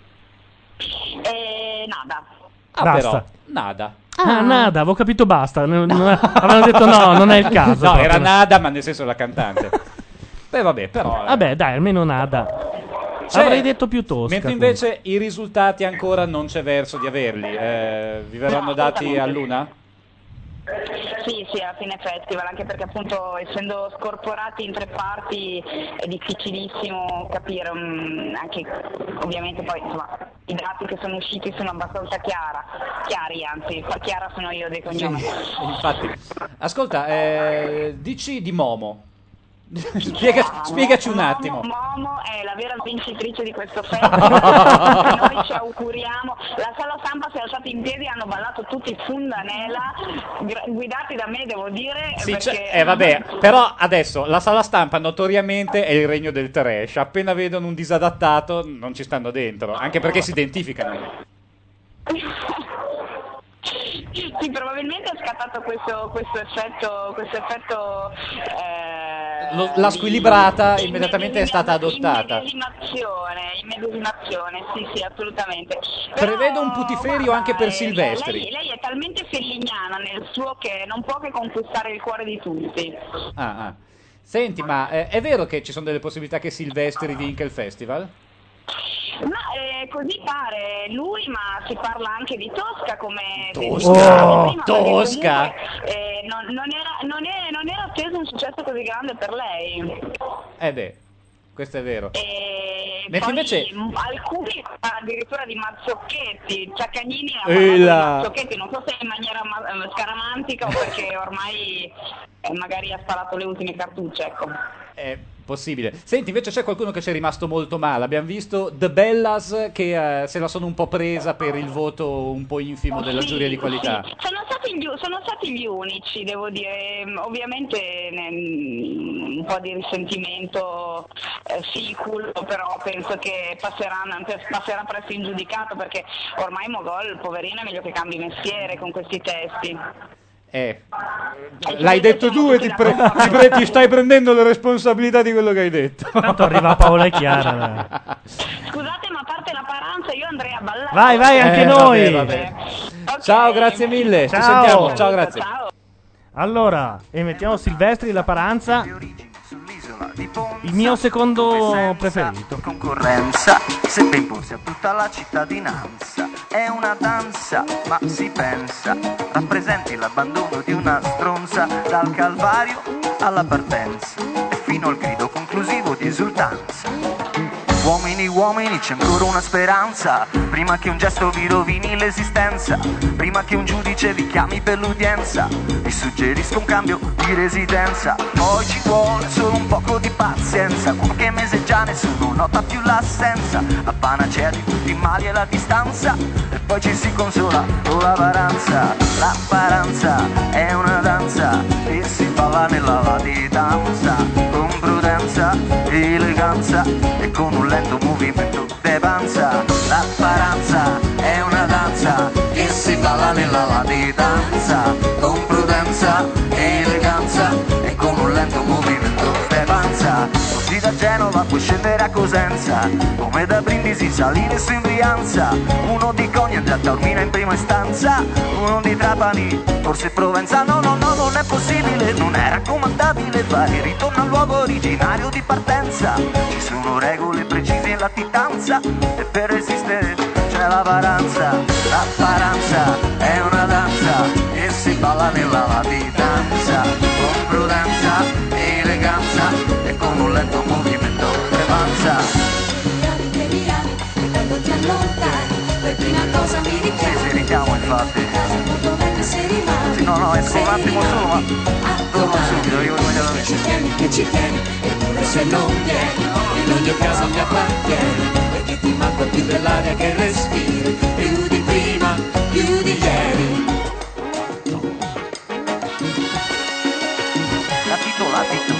Speaker 9: E nada.
Speaker 5: Ah,
Speaker 2: Basta.
Speaker 5: però, nada.
Speaker 2: Ah, nada, avevo capito basta. Non- non- Avevano detto no, non è il caso.
Speaker 5: No,
Speaker 2: proprio.
Speaker 5: era nada, ma nel senso la cantante. Beh, vabbè, però. eh.
Speaker 2: Vabbè, dai, almeno nada.
Speaker 5: C'è-
Speaker 2: Avrei detto più Tosca.
Speaker 5: Mentre invece i risultati ancora non c'è verso di averli. Eh, vi verranno
Speaker 9: No,
Speaker 5: dati
Speaker 9: assolutamente.
Speaker 5: a luna?
Speaker 9: Sì, sì, alla fine festival, anche perché appunto essendo scorporati in tre parti è difficilissimo capire, mm, anche ovviamente poi insomma i dati che sono usciti sono abbastanza chiara, chiari, anzi, fa chiara sono io dei cognomi.
Speaker 5: Infatti. Ascolta, eh, dici di Momo. Spiega, spiegaci un attimo.
Speaker 9: Momo è la vera vincitrice di questo festival. Noi ci auguriamo. La sala stampa si è alzata in piedi e hanno ballato tutti Fundanela, gra- guidati da me, devo dire.
Speaker 5: Sì,
Speaker 9: perché...
Speaker 5: cioè, eh vabbè, però adesso la sala stampa notoriamente è il regno del trash. Appena vedono un disadattato non ci stanno dentro, anche perché si identificano.
Speaker 9: Sì, probabilmente è scattato questo, questo effetto, questo effetto eh,
Speaker 5: Lo- la squilibrata
Speaker 9: di-
Speaker 5: immediatamente è stata adottata.
Speaker 9: Immedesimazione, immedesimazione, sì, sì, assolutamente.
Speaker 5: Prevedo un putiferio anche per Silvestri.
Speaker 9: Lei, lei è talmente fellignana nel suo che non può che conquistare il cuore di tutti.
Speaker 5: Ah, ah. Senti, ma eh, è vero che ci sono delle possibilità che Silvestri vinca il festival?
Speaker 9: Ma eh, così pare lui, ma si parla anche di Tosca come
Speaker 5: Tosca?
Speaker 9: come
Speaker 5: Oh,
Speaker 9: prima,
Speaker 5: Tosca?
Speaker 9: perché comunque, eh, non, non era, non, è, non era atteso un successo così grande per lei.
Speaker 5: Eh beh, questo è vero.
Speaker 9: E
Speaker 5: Mentre
Speaker 9: poi
Speaker 5: invece-
Speaker 9: m- alcuni addirittura di Mazzocchetti, Ciaccagnini ha
Speaker 5: E
Speaker 9: parlato di
Speaker 5: la-
Speaker 9: Mazzocchetti, non so se in maniera ma- eh, scaramantica o perché ormai eh, magari ha sparato le ultime cartucce, ecco.
Speaker 5: È possibile. Senti, invece c'è qualcuno che ci è rimasto molto male. Abbiamo visto The Bellas che eh, se la sono un po' presa per il voto un po' infimo della
Speaker 9: Sì,
Speaker 5: giuria di qualità.
Speaker 9: sì. Sono, stati gli, sono stati gli unici, devo dire. Ovviamente ne- un po' di risentimento eh, sicuro, però penso che passeranno, passerà presto in giudicato perché ormai Mogol, poverino, è meglio che cambi mestiere con questi testi.
Speaker 5: Eh, l'hai detto tu e ti, pre- ti, pre- ti stai prendendo le responsabilità di quello che hai detto.
Speaker 2: Tanto arriva Paola e Chiara. dai.
Speaker 9: Scusate, ma a parte la paranza io andrei a ballare.
Speaker 2: Vai, vai, anche
Speaker 5: Eh,
Speaker 2: noi.
Speaker 5: vabbè, vabbè. Ciao, grazie mille. Ci
Speaker 2: Ciao.
Speaker 5: sentiamo. Ciao, grazie.
Speaker 2: Allora, e mettiamo Silvestri la paranza. Il mio secondo preferito.
Speaker 19: Concorrenza, se ben imporsi a tutta la cittadinanza. È una danza, ma si pensa, rappresenti l'abbandono di una stronza dal calvario alla partenza e fino al grido conclusivo di esultanza. Uomini, uomini, c'è ancora una speranza, prima che un gesto vi rovini l'esistenza, prima che un giudice vi chiami per l'udienza, vi suggerisco un cambio di residenza. Poi ci vuole solo un poco di pazienza, qualche mese già nessuno nota più l'assenza, la panacea di tutti i mali è la distanza, e poi ci si consola con la paranza. La paranza è una danza che si balla nella latitanza, con prudenza, eleganza e con un lento movimento de panza. La paranza è una danza che si balla nella latitanza, con prudenza, eleganza e con un lento movimento de panza. Così da Genova puoi scendere a Cosenza, come da Brindisi salire su in Brianza, uno di Cogna già Taormina in prima istanza, uno di Trapani, forse Provenza. No, no, no, non è possibile, non è raccomandabile fare ritorno al luogo originario di partenza. Ci sono regole precise in latitanza e per resistere c'è la paranza. La paranza è una danza che si balla nella latitanza, con prudenza, eleganza e con un lento movimento di panza.
Speaker 18: Quando ti allontani, per prima cosa mi richiami.
Speaker 19: Sì, sì, richiamo infatti.
Speaker 18: Molto meglio se rimani.
Speaker 19: Sì, no, no, esco un attimo solo, ma torno subito, io immediatamente.
Speaker 18: Ci tieni, che ci tieni, eppure se non vieni, in ogni caso mi appartieni, perché ti manca più dell'aria che respiri, più di prima, più di ieri.
Speaker 19: Latito, latito.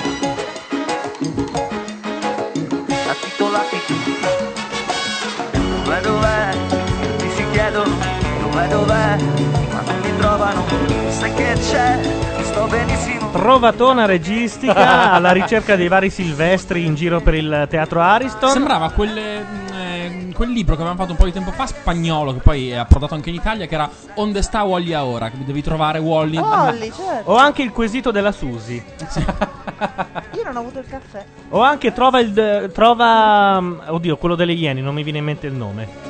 Speaker 19: Latito, latito. Dov'è, dov'è? Mi si chiedono, dov'è, dov'è? Quando mi trovano, sai che c'è, sto benissimo.
Speaker 2: Trovatona registica alla ricerca dei vari Silvestri in giro per il teatro Ariston.
Speaker 3: Sembrava quelle, mh, eh, quel libro che avevamo fatto un po' di tempo fa, spagnolo, che poi è approdato anche in Italia, che era Onde sta Wally a ora, che devi trovare Wally.
Speaker 15: Wally, certo.
Speaker 2: O anche il quesito della Susi.
Speaker 15: Io non ho avuto il caffè.
Speaker 2: O anche trova il. Trova. Oddio, quello delle Ieni, non mi viene in mente il nome.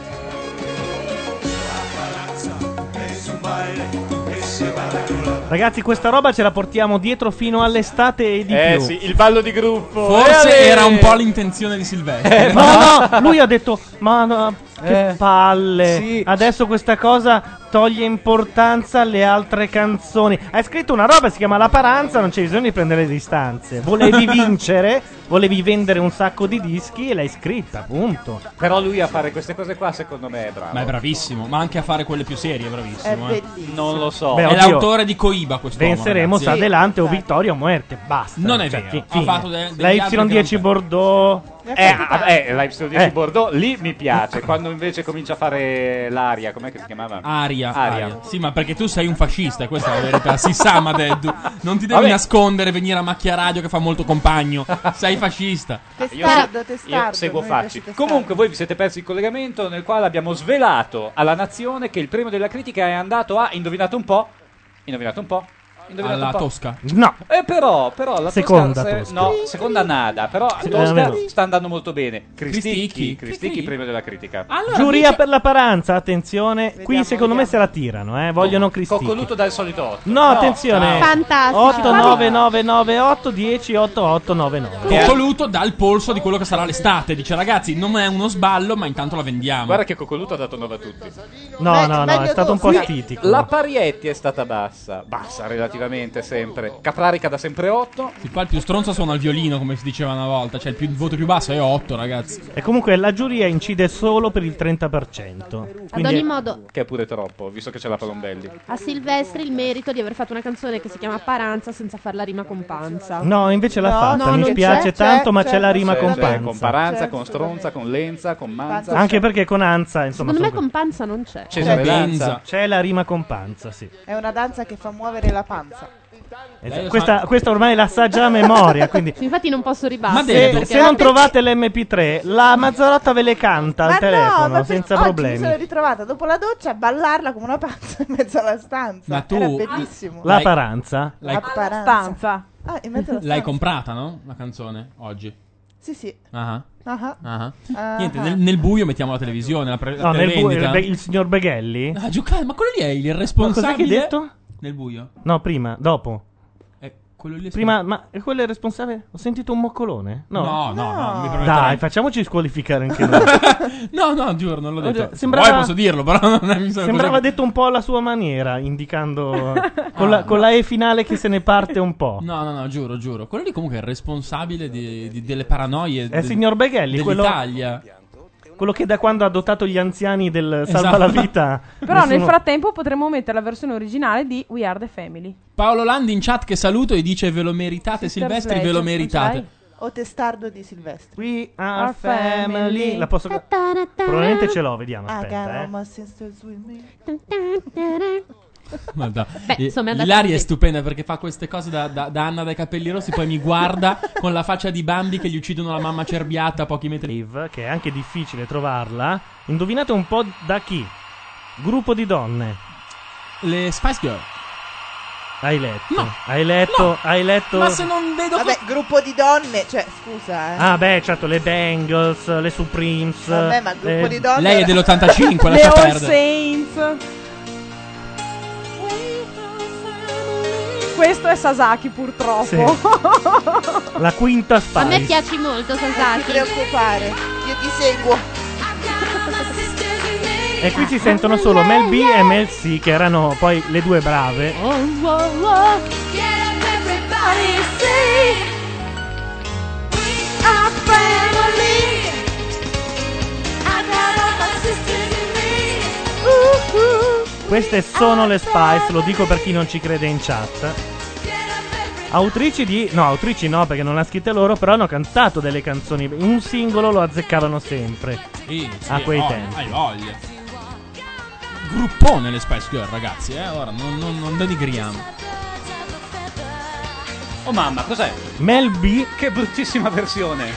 Speaker 2: Ragazzi, questa roba ce la portiamo dietro fino all'estate e di
Speaker 5: Eh
Speaker 2: più.
Speaker 5: sì, il ballo di gruppo.
Speaker 3: Forse
Speaker 5: Eh,
Speaker 3: era un po' l'intenzione di Silvestri.
Speaker 2: Eh, no, no, lui ha detto: ma no, che
Speaker 5: Eh,
Speaker 2: palle.
Speaker 5: sì.
Speaker 2: Adesso questa cosa toglie importanza alle altre canzoni. Hai scritto una roba, si chiama La Paranza, non c'è bisogno di prendere le distanze. Volevi vincere, volevi vendere un sacco di dischi e l'hai scritta, punto.
Speaker 5: Però lui a fare queste cose qua secondo me è bravo.
Speaker 3: Ma è bravissimo, ma anche a fare quelle più serie è bravissimo.
Speaker 5: È
Speaker 3: eh.
Speaker 5: Non lo so.
Speaker 2: Beh,
Speaker 3: è
Speaker 2: oddio,
Speaker 3: l'autore di Coiba questo
Speaker 2: Venceremo
Speaker 3: ragazzi.
Speaker 2: Sadelante o Vittoria o Muerte, basta.
Speaker 3: Non è
Speaker 2: Cioè,
Speaker 3: vero,
Speaker 2: fi-
Speaker 3: ha
Speaker 2: fine.
Speaker 3: fatto de- degli
Speaker 2: La
Speaker 3: altri
Speaker 2: Y dieci
Speaker 3: che
Speaker 2: Bordeaux.
Speaker 5: Eh, ah, eh, la Y dieci
Speaker 2: Eh.
Speaker 5: Bordeaux lì mi piace. Quando invece comincia a fare l'aria, com'è che si chiamava?
Speaker 3: Aria,
Speaker 5: Aria.
Speaker 3: aria. Sì, ma perché tu sei un fascista, questa è la verità. Si sa, Madeddu. Non ti devi
Speaker 5: Vabbè.
Speaker 3: nascondere, venire a Macchia Radio che fa molto compagno. Sei fascista.
Speaker 15: Testardo,
Speaker 5: Io
Speaker 15: testardo.
Speaker 5: seguo
Speaker 15: non mi piace
Speaker 5: Facci.
Speaker 15: testardo.
Speaker 5: Comunque, voi vi siete persi il collegamento nel quale abbiamo svelato alla nazione che il premio della critica è andato a. Indovinate un po'? Indovinate un po'? Indovinate
Speaker 3: Alla
Speaker 5: un po'?
Speaker 3: Tosca.
Speaker 2: No.
Speaker 5: Eh però, però la
Speaker 2: Seconda
Speaker 5: Tosca,
Speaker 2: Tosca.
Speaker 5: no, seconda nada, però a
Speaker 2: Sì, è
Speaker 5: Tosca
Speaker 2: vero.
Speaker 5: sta andando molto bene.
Speaker 3: Cristicchi.
Speaker 5: Cristicchi, Cristicchi premio della critica.
Speaker 2: Giuria per la Paranza, attenzione. Qui secondo me se la tirano, eh. Vogliono Cristicchi.
Speaker 5: Coccoluto dal solito otto.
Speaker 2: No, attenzione.
Speaker 5: ciao.
Speaker 13: Fantastico.
Speaker 2: otto nove nove nove otto dieci otto otto nove nove.
Speaker 3: Coccoluto dal polso di quello che sarà l'estate. Dice ragazzi, non è uno sballo, ma intanto la vendiamo.
Speaker 5: Guarda che Coccoluto ha dato nove a tutti.
Speaker 2: No, no, no, è stato un po'
Speaker 5: Qui
Speaker 2: stitico.
Speaker 5: La Parietti è stata bassa, bassa relativamente sempre. Caprarica da sempre otto.
Speaker 3: Sì, qua il più stronzo suona il violino, come si diceva una volta. Cioè il, più- il voto più basso è otto, ragazzi.
Speaker 2: E comunque la giuria incide solo per il trenta per cento.
Speaker 13: Ad
Speaker 2: Quindi
Speaker 13: ogni modo,
Speaker 5: Che è pure troppo, visto che c'è la Palombelli.
Speaker 13: a Silvestri il merito di aver fatto una canzone che si chiama Paranza senza far la rima con panza.
Speaker 2: No, invece l'ha
Speaker 13: No,
Speaker 2: fatta.
Speaker 13: no,
Speaker 2: Mi
Speaker 13: non
Speaker 2: spiace
Speaker 13: c'è,
Speaker 2: tanto,
Speaker 13: c'è,
Speaker 2: ma
Speaker 13: c'è,
Speaker 2: c'è la rima
Speaker 5: C'è-
Speaker 2: con
Speaker 5: c'è
Speaker 2: panza.
Speaker 5: Con Paranza,
Speaker 15: C'è,
Speaker 5: con
Speaker 15: c'è,
Speaker 5: Stronza, con Lenza, con Manza.
Speaker 2: Anche perché con Anza, insomma,
Speaker 13: Secondo me
Speaker 2: sono-
Speaker 13: con panza non c'è.
Speaker 5: Cesare
Speaker 3: Con
Speaker 5: Lanza.
Speaker 3: Benza.
Speaker 2: c'è la rima con panza, sì.
Speaker 15: È una danza che fa muovere la panza.
Speaker 2: Esatto.
Speaker 3: Lei lo
Speaker 2: Questa,
Speaker 3: sa-
Speaker 2: questa ormai la sa già a memoria, quindi
Speaker 13: Infatti non posso
Speaker 3: Ma
Speaker 13: ribattere.
Speaker 3: detto,
Speaker 2: se, se non trovate l'emme pi tre, la Mazzarotta ve le canta al
Speaker 15: Ma
Speaker 2: telefono,
Speaker 15: no, ma per-
Speaker 2: senza
Speaker 15: oggi
Speaker 2: problemi.
Speaker 15: mi sono ritrovata dopo la doccia a ballarla come una pazza in mezzo alla stanza.
Speaker 3: Ma tu-
Speaker 15: Era bellissimo.
Speaker 2: La
Speaker 3: L'hai-
Speaker 2: Paranza?
Speaker 3: L'hai,
Speaker 15: La paranza.
Speaker 20: Stanza.
Speaker 15: Ah, in mezzo alla stanza.
Speaker 3: l'hai comprata, no? La canzone oggi.
Speaker 15: Sì, sì.
Speaker 3: Ah.
Speaker 15: Ah,
Speaker 3: Ah.
Speaker 15: ah.
Speaker 3: Niente, nel, nel buio mettiamo la televisione, la, pre- la
Speaker 2: No, nel bu-
Speaker 3: televendita.
Speaker 2: il, be- il signor Beghelli?
Speaker 3: Ah, giocare, ma quello lì è il
Speaker 2: Ma
Speaker 3: responsabile.
Speaker 2: cos'è che hai detto?
Speaker 3: Nel buio.
Speaker 2: No, prima, dopo.
Speaker 3: Eh, quello lì è
Speaker 2: Prima, ma è quello il responsabile? Ho sentito un moccolone? No,
Speaker 3: No, no, no, mi permetterei.
Speaker 2: Dai, facciamoci squalificare anche noi.
Speaker 3: No, no, giuro, non l'ho detto.
Speaker 2: Sembrava-
Speaker 3: Poi posso dirlo, però non è, mi sa-
Speaker 2: Sembrava
Speaker 3: cos'è-
Speaker 2: detto un po' alla sua maniera, indicando con, la, con la E finale che se ne parte un po'.
Speaker 3: No, no, no, giuro, giuro. Quello lì comunque è il responsabile di, di- delle paranoie
Speaker 2: È il signor Beghelli, quello,
Speaker 3: dell'Italia.
Speaker 2: quello che da quando ha adottato gli anziani del Salva
Speaker 3: Esatto.
Speaker 2: la Vita.
Speaker 20: Però
Speaker 2: nessuno-
Speaker 20: nel frattempo potremmo mettere la versione originale di We Are the Family.
Speaker 3: Paolo Landi in chat che saluto e dice ve lo meritate
Speaker 20: Sister
Speaker 3: Silvestri, ve
Speaker 20: Sledge,
Speaker 3: lo
Speaker 20: non
Speaker 3: meritate.
Speaker 20: sai?
Speaker 15: O testardo di Silvestri.
Speaker 2: We are
Speaker 20: Our
Speaker 2: family.
Speaker 20: family.
Speaker 2: La posso... Probabilmente ce l'ho, vediamo.
Speaker 15: I got
Speaker 2: Aspetta,
Speaker 15: all
Speaker 2: eh.
Speaker 15: my sisters with me.
Speaker 3: Ma da-
Speaker 13: Beh,
Speaker 3: I-
Speaker 13: insomma, è andata
Speaker 3: Ilaria è
Speaker 13: così.
Speaker 3: stupenda perché fa queste cose da, da- da Anna dai capelli rossi, poi mi guarda con la faccia di Bambi che gli uccidono la mamma cerbiata a pochi metri.
Speaker 2: Live, che è anche difficile trovarla. Indovinate un po' da chi? Gruppo di donne.
Speaker 3: Le Spice Girl.
Speaker 2: Hai letto?
Speaker 3: No.
Speaker 2: Hai letto?
Speaker 3: No.
Speaker 2: Hai letto?
Speaker 3: Ma se non vedo
Speaker 15: Vabbè, gruppo di donne, cioè, scusa, eh.
Speaker 2: Ah, beh, certo, le Bangles, le Supremes.
Speaker 15: Vabbè, ma il gruppo
Speaker 2: le-
Speaker 15: di donne.
Speaker 3: Lei è dell'ottantacinque,
Speaker 20: Le
Speaker 3: lascia
Speaker 20: All
Speaker 3: perdere.
Speaker 20: Saints. Questo è Sasaki purtroppo.
Speaker 2: Sì. La quinta Spice.
Speaker 13: A me piaci molto,
Speaker 15: Non ti
Speaker 13: Sasaki.
Speaker 15: preoccupare, io ti seguo.
Speaker 2: E qui si sentono solo Mel B e Mel C, che erano poi le due brave.
Speaker 13: Oh, oh, oh. Get up, everybody, say we are family. I got all my sisters in me. Ooh, ooh.
Speaker 2: Queste sono le Spice, lo dico per chi non ci crede in chat. Autrici di... No, autrici no, perché non l'ha scritte loro, però hanno cantato delle canzoni. Un singolo lo azzeccavano sempre.
Speaker 3: Sì, sì,
Speaker 2: A quei
Speaker 3: oh,
Speaker 2: tempi.
Speaker 3: Hai voglia. Gruppone le Spice Girl, ragazzi, eh. Ora non, non, non denigriamo.
Speaker 5: Oh mamma, cos'è?
Speaker 2: Mel B.
Speaker 5: Che bruttissima versione.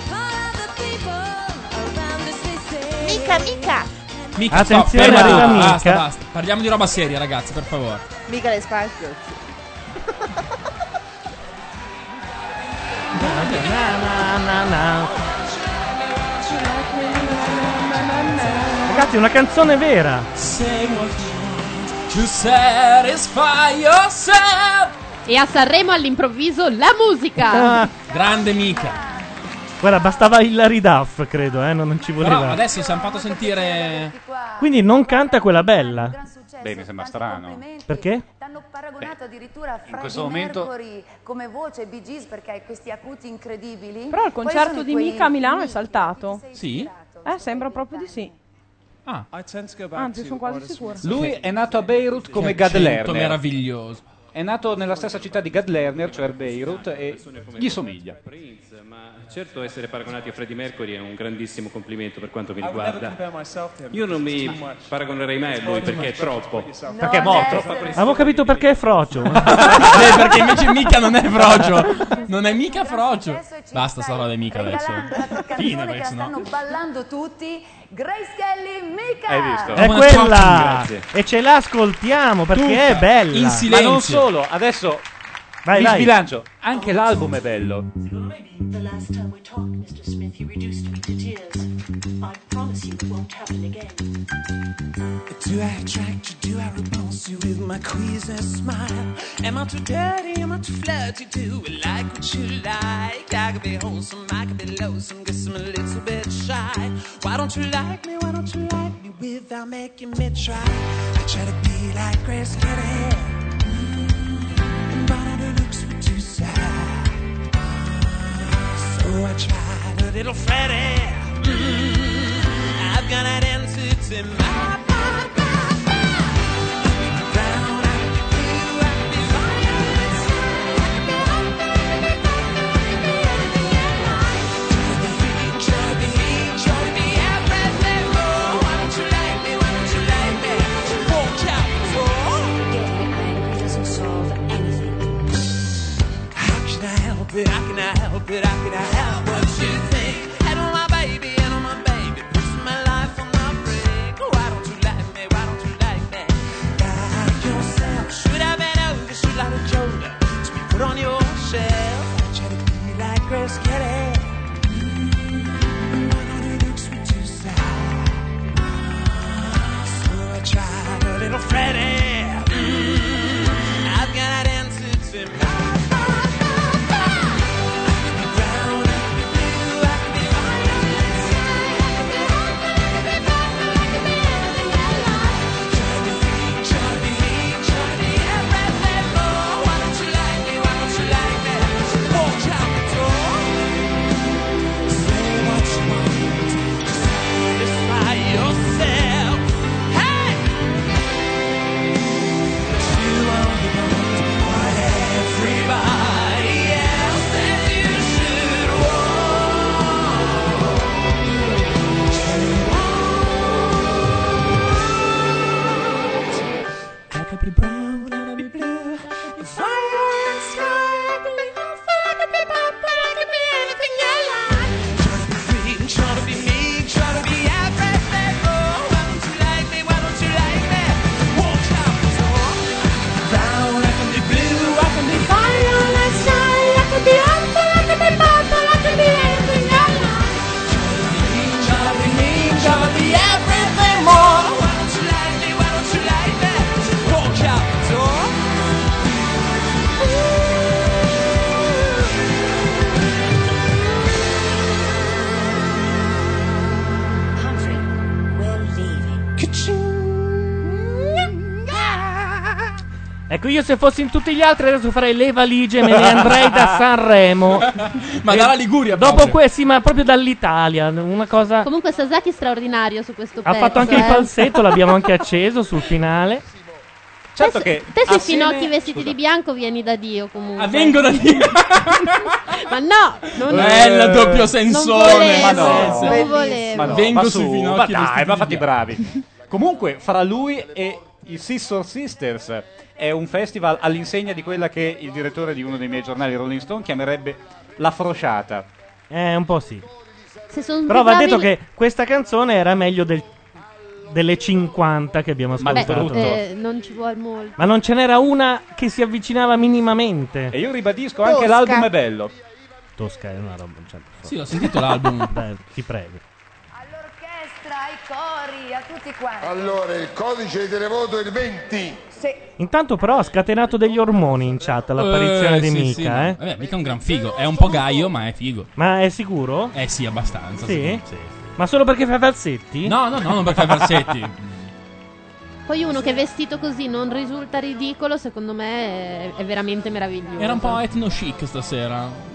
Speaker 15: Mica, mica.
Speaker 3: Mica,
Speaker 2: Attenzione,
Speaker 3: stop, ferma
Speaker 2: arriva
Speaker 3: tu.
Speaker 2: Mica.
Speaker 3: Basta, basta. Parliamo di roba seria, ragazzi, per favore.
Speaker 15: Mica le Spice Girls.
Speaker 2: Na, na, na. Ragazzi, è una canzone vera.
Speaker 3: Say what you want to satisfy yourself.
Speaker 13: E a Sanremo all'improvviso la musica.
Speaker 2: Ah,
Speaker 3: Grande Mica.
Speaker 2: Guarda, bastava Hilary Duff, credo, eh, non, non ci voleva.
Speaker 3: Però adesso si è fatto sentire.
Speaker 2: Quindi non canta quella bella.
Speaker 5: Beh, mi sembra strano.
Speaker 2: Perché?
Speaker 8: T'hanno paragonato addirittura a Freddie
Speaker 5: questo momento-
Speaker 8: Mercury come voce Bee Gees perché hai questi acuti incredibili.
Speaker 20: Però il
Speaker 8: Quali
Speaker 20: concerto
Speaker 8: sono
Speaker 20: di
Speaker 8: quei
Speaker 20: Mika a Milano è
Speaker 8: miti
Speaker 20: saltato.
Speaker 3: Sì?
Speaker 20: Eh, sembra proprio di sì.
Speaker 3: Ah.
Speaker 20: Anzi, sono quasi sicuro.
Speaker 5: Lui è nato a Beirut come
Speaker 3: Che
Speaker 5: Gad
Speaker 3: accento
Speaker 5: Lerner.
Speaker 3: meraviglioso.
Speaker 5: È nato nella stessa città di Gad Lerner, cioè Beirut, e gli somiglia.
Speaker 1: Ma certo essere paragonati a Freddie Mercury è un grandissimo complimento per quanto mi riguarda. Io non mi paragonerei mai a lui perché è troppo.
Speaker 2: Perché è morto? Avevo capito perché è frocio.
Speaker 3: Eh, perché invece mica non è frocio. Non è mica frocio. Basta sta roba di mica adesso. Fine,
Speaker 8: che
Speaker 3: perché
Speaker 8: la
Speaker 3: sennò.
Speaker 8: stanno ballando tutti. Grace Kelly, Mika.
Speaker 5: Hai visto?
Speaker 2: È
Speaker 5: Buona
Speaker 2: quella!
Speaker 5: Grazie.
Speaker 2: E ce l'ascoltiamo perché
Speaker 5: Tutta,
Speaker 2: è bella.
Speaker 5: in silenzio. Ma non solo, adesso
Speaker 2: Vai,
Speaker 5: mi
Speaker 2: vai.
Speaker 5: sbilancio. Anche l'album è bello.
Speaker 17: The last time we talked, mister Smith, you reduced me to tears. I promise you it won't happen again.
Speaker 14: Do I attract you? Do I repulse you with my queasy smile? Am I too dirty? Am I too flirty? Do I like what you like? I could be wholesome, I could be lonesome, guess I'm a little bit shy. Why don't you like me? Why don't you like me without making me try? I try to be like Grace Kelly, mm, but all the looks were too sad. So I tried a little Freddie. Mm, I've got an answer to my How can I help it? How can I help what you think? Head on my baby, head on my baby, puts my life on my brink. Why don't you like me? Why don't you like me? Like yourself. Should I bend over? Should I have shoulder to be put on your shelf? I try to be like Grace Kelly. Mm, but all the looks were too sad. So I tried a little Freddie. Mm, I've got an answer to my
Speaker 2: Ecco, io se fossi in tutti gli altri adesso farei le valigie e me ne andrei da Sanremo.
Speaker 3: Ma
Speaker 2: E
Speaker 3: dalla Liguria
Speaker 2: Dopo
Speaker 3: proprio.
Speaker 2: questo, sì, ma proprio dall'Italia. Una cosa.
Speaker 13: Comunque Sasaki straordinario su questo
Speaker 2: Ha
Speaker 13: pezzo.
Speaker 2: fatto anche
Speaker 13: eh.
Speaker 2: il falsetto, l'abbiamo anche acceso sul finale.
Speaker 5: Certo che
Speaker 13: Te sui
Speaker 5: assieme-
Speaker 13: finocchi vestiti di bianco vieni da Dio comunque.
Speaker 3: Ah, vengo da Dio.
Speaker 13: Ma no, non
Speaker 3: Bella doppio sensone.
Speaker 5: Ma no.
Speaker 13: Non volevo.
Speaker 5: Ma no,
Speaker 3: Vengo
Speaker 5: ma
Speaker 3: sui
Speaker 5: su,
Speaker 3: finocchi
Speaker 5: ma dai,
Speaker 3: vestiti
Speaker 5: ma
Speaker 3: di
Speaker 5: fatti
Speaker 3: bianco.
Speaker 5: bravi. Comunque, fra lui e i Sister Sisters è un festival all'insegna di quella che il direttore di uno dei miei giornali, Rolling Stone, chiamerebbe la frociata.
Speaker 2: Eh, un po' sì.
Speaker 13: Se son
Speaker 2: Però va
Speaker 13: sbravabili-
Speaker 2: detto che questa canzone era meglio del- delle cinquanta che abbiamo
Speaker 13: Vabbè,
Speaker 2: ascoltato.
Speaker 13: eh, non ci vuole molto.
Speaker 2: Ma non ce n'era una che si avvicinava minimamente.
Speaker 5: E io ribadisco, anche
Speaker 13: Tosca.
Speaker 5: l'album è bello.
Speaker 2: Tosca è una roba. Cioè,
Speaker 3: Sì, ho sentito l'album.
Speaker 2: Dai, ti prego.
Speaker 8: palestra, ai cori, a tutti quanti.
Speaker 7: Allora, il codice di televoto è il venti.
Speaker 8: Sì.
Speaker 2: Intanto però ha scatenato degli ormoni in chat l'apparizione
Speaker 3: Eh,
Speaker 2: di
Speaker 3: sì,
Speaker 2: Mica,
Speaker 3: sì.
Speaker 2: eh.
Speaker 3: Vabbè, mica è un gran figo. È un po' gaio, ma è figo.
Speaker 2: Ma è sicuro?
Speaker 3: Eh sì, abbastanza.
Speaker 2: Sì?
Speaker 3: Sì. sì.
Speaker 2: Ma solo perché fa falsetti?
Speaker 3: No, no, no, non perché fa i falsetti.
Speaker 13: Poi uno che è vestito così non risulta ridicolo, secondo me è, è veramente meraviglioso.
Speaker 3: Era un po' etno chic stasera.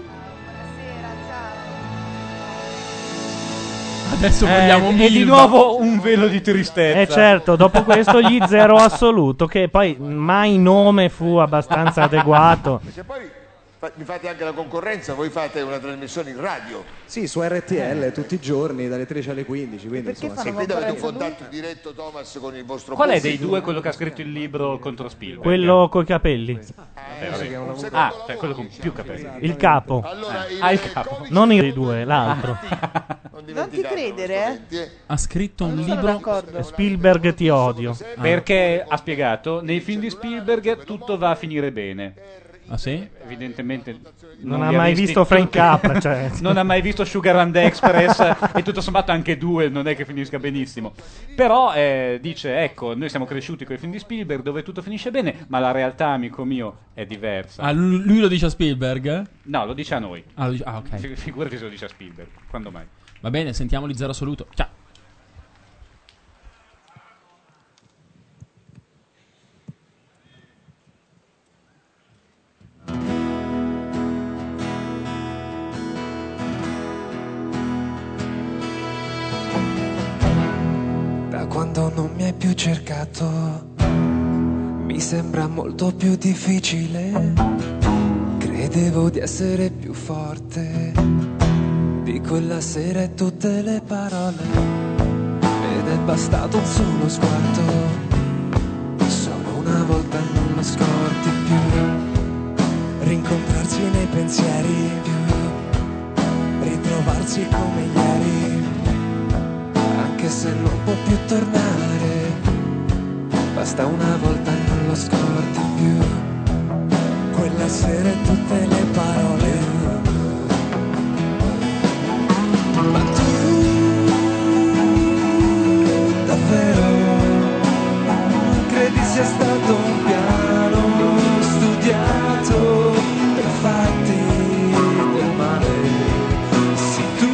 Speaker 3: Adesso
Speaker 5: Eh,
Speaker 3: vogliamo
Speaker 5: e
Speaker 3: Milva.
Speaker 5: di nuovo un velo di tristezza.
Speaker 2: Eh certo, dopo questo gli zero assoluto, che poi mai nome fu abbastanza adeguato.
Speaker 7: Perché poi fa- mi fate anche la concorrenza, voi fate una trasmissione in radio.
Speaker 10: Sì, su R T L tutti i giorni dalle tredici alle quindici, quindi insomma,
Speaker 7: E
Speaker 10: sì.
Speaker 7: quindi avete un contatto diretto, Thomas, con il vostro
Speaker 5: Qual è
Speaker 7: pubblico?
Speaker 5: dei due quello che ha scritto il libro contro Spielberg?
Speaker 2: Quello coi capelli.
Speaker 5: Eh, vabbè. Ah, cioè quello con più capelli.
Speaker 2: Il capo.
Speaker 5: Eh. Ah, il capo.
Speaker 2: Non i due, l'altro.
Speaker 15: Non ti credere, eh?
Speaker 3: Ha scritto un
Speaker 15: Non sono
Speaker 3: libro.
Speaker 15: d'accordo.
Speaker 2: Spielberg ti odio.
Speaker 5: Perché ha spiegato, nei film di Spielberg tutto va a finire bene.
Speaker 3: Ah sì?
Speaker 5: Evidentemente
Speaker 2: Non
Speaker 5: li
Speaker 2: ha mai
Speaker 5: visti
Speaker 2: visto Frank
Speaker 5: tutti.
Speaker 2: Capra, cioè.
Speaker 5: Non ha mai visto Sugarland Express e tutto sommato anche due non è che finisca benissimo. Però eh, dice, ecco, noi siamo cresciuti con i film di Spielberg dove tutto finisce bene, ma la realtà, amico mio, è diversa.
Speaker 3: Ah, lui lui lo dice a Spielberg?
Speaker 5: No, lo dice a noi.
Speaker 3: Ah, lo dice- ah, ok.
Speaker 5: Fi- Figurati se lo dice a Spielberg. Quando mai?
Speaker 3: Va bene, sentiamoli zero assoluto. Ciao.
Speaker 14: Da quando non mi hai più cercato, mi sembra molto più difficile. Credevo di essere più forte di quella sera e tutte le parole. Ed è bastato un solo sguardo, solo una volta e non lo scordi più. Rincontrarsi nei pensieri, ritrovarsi come ieri. Anche se non può più tornare, basta una volta e non lo scordi più. Quella sera e tutte le parole. Ma tu davvero credi sia stato un piano studiato per farti del male? Sì, tu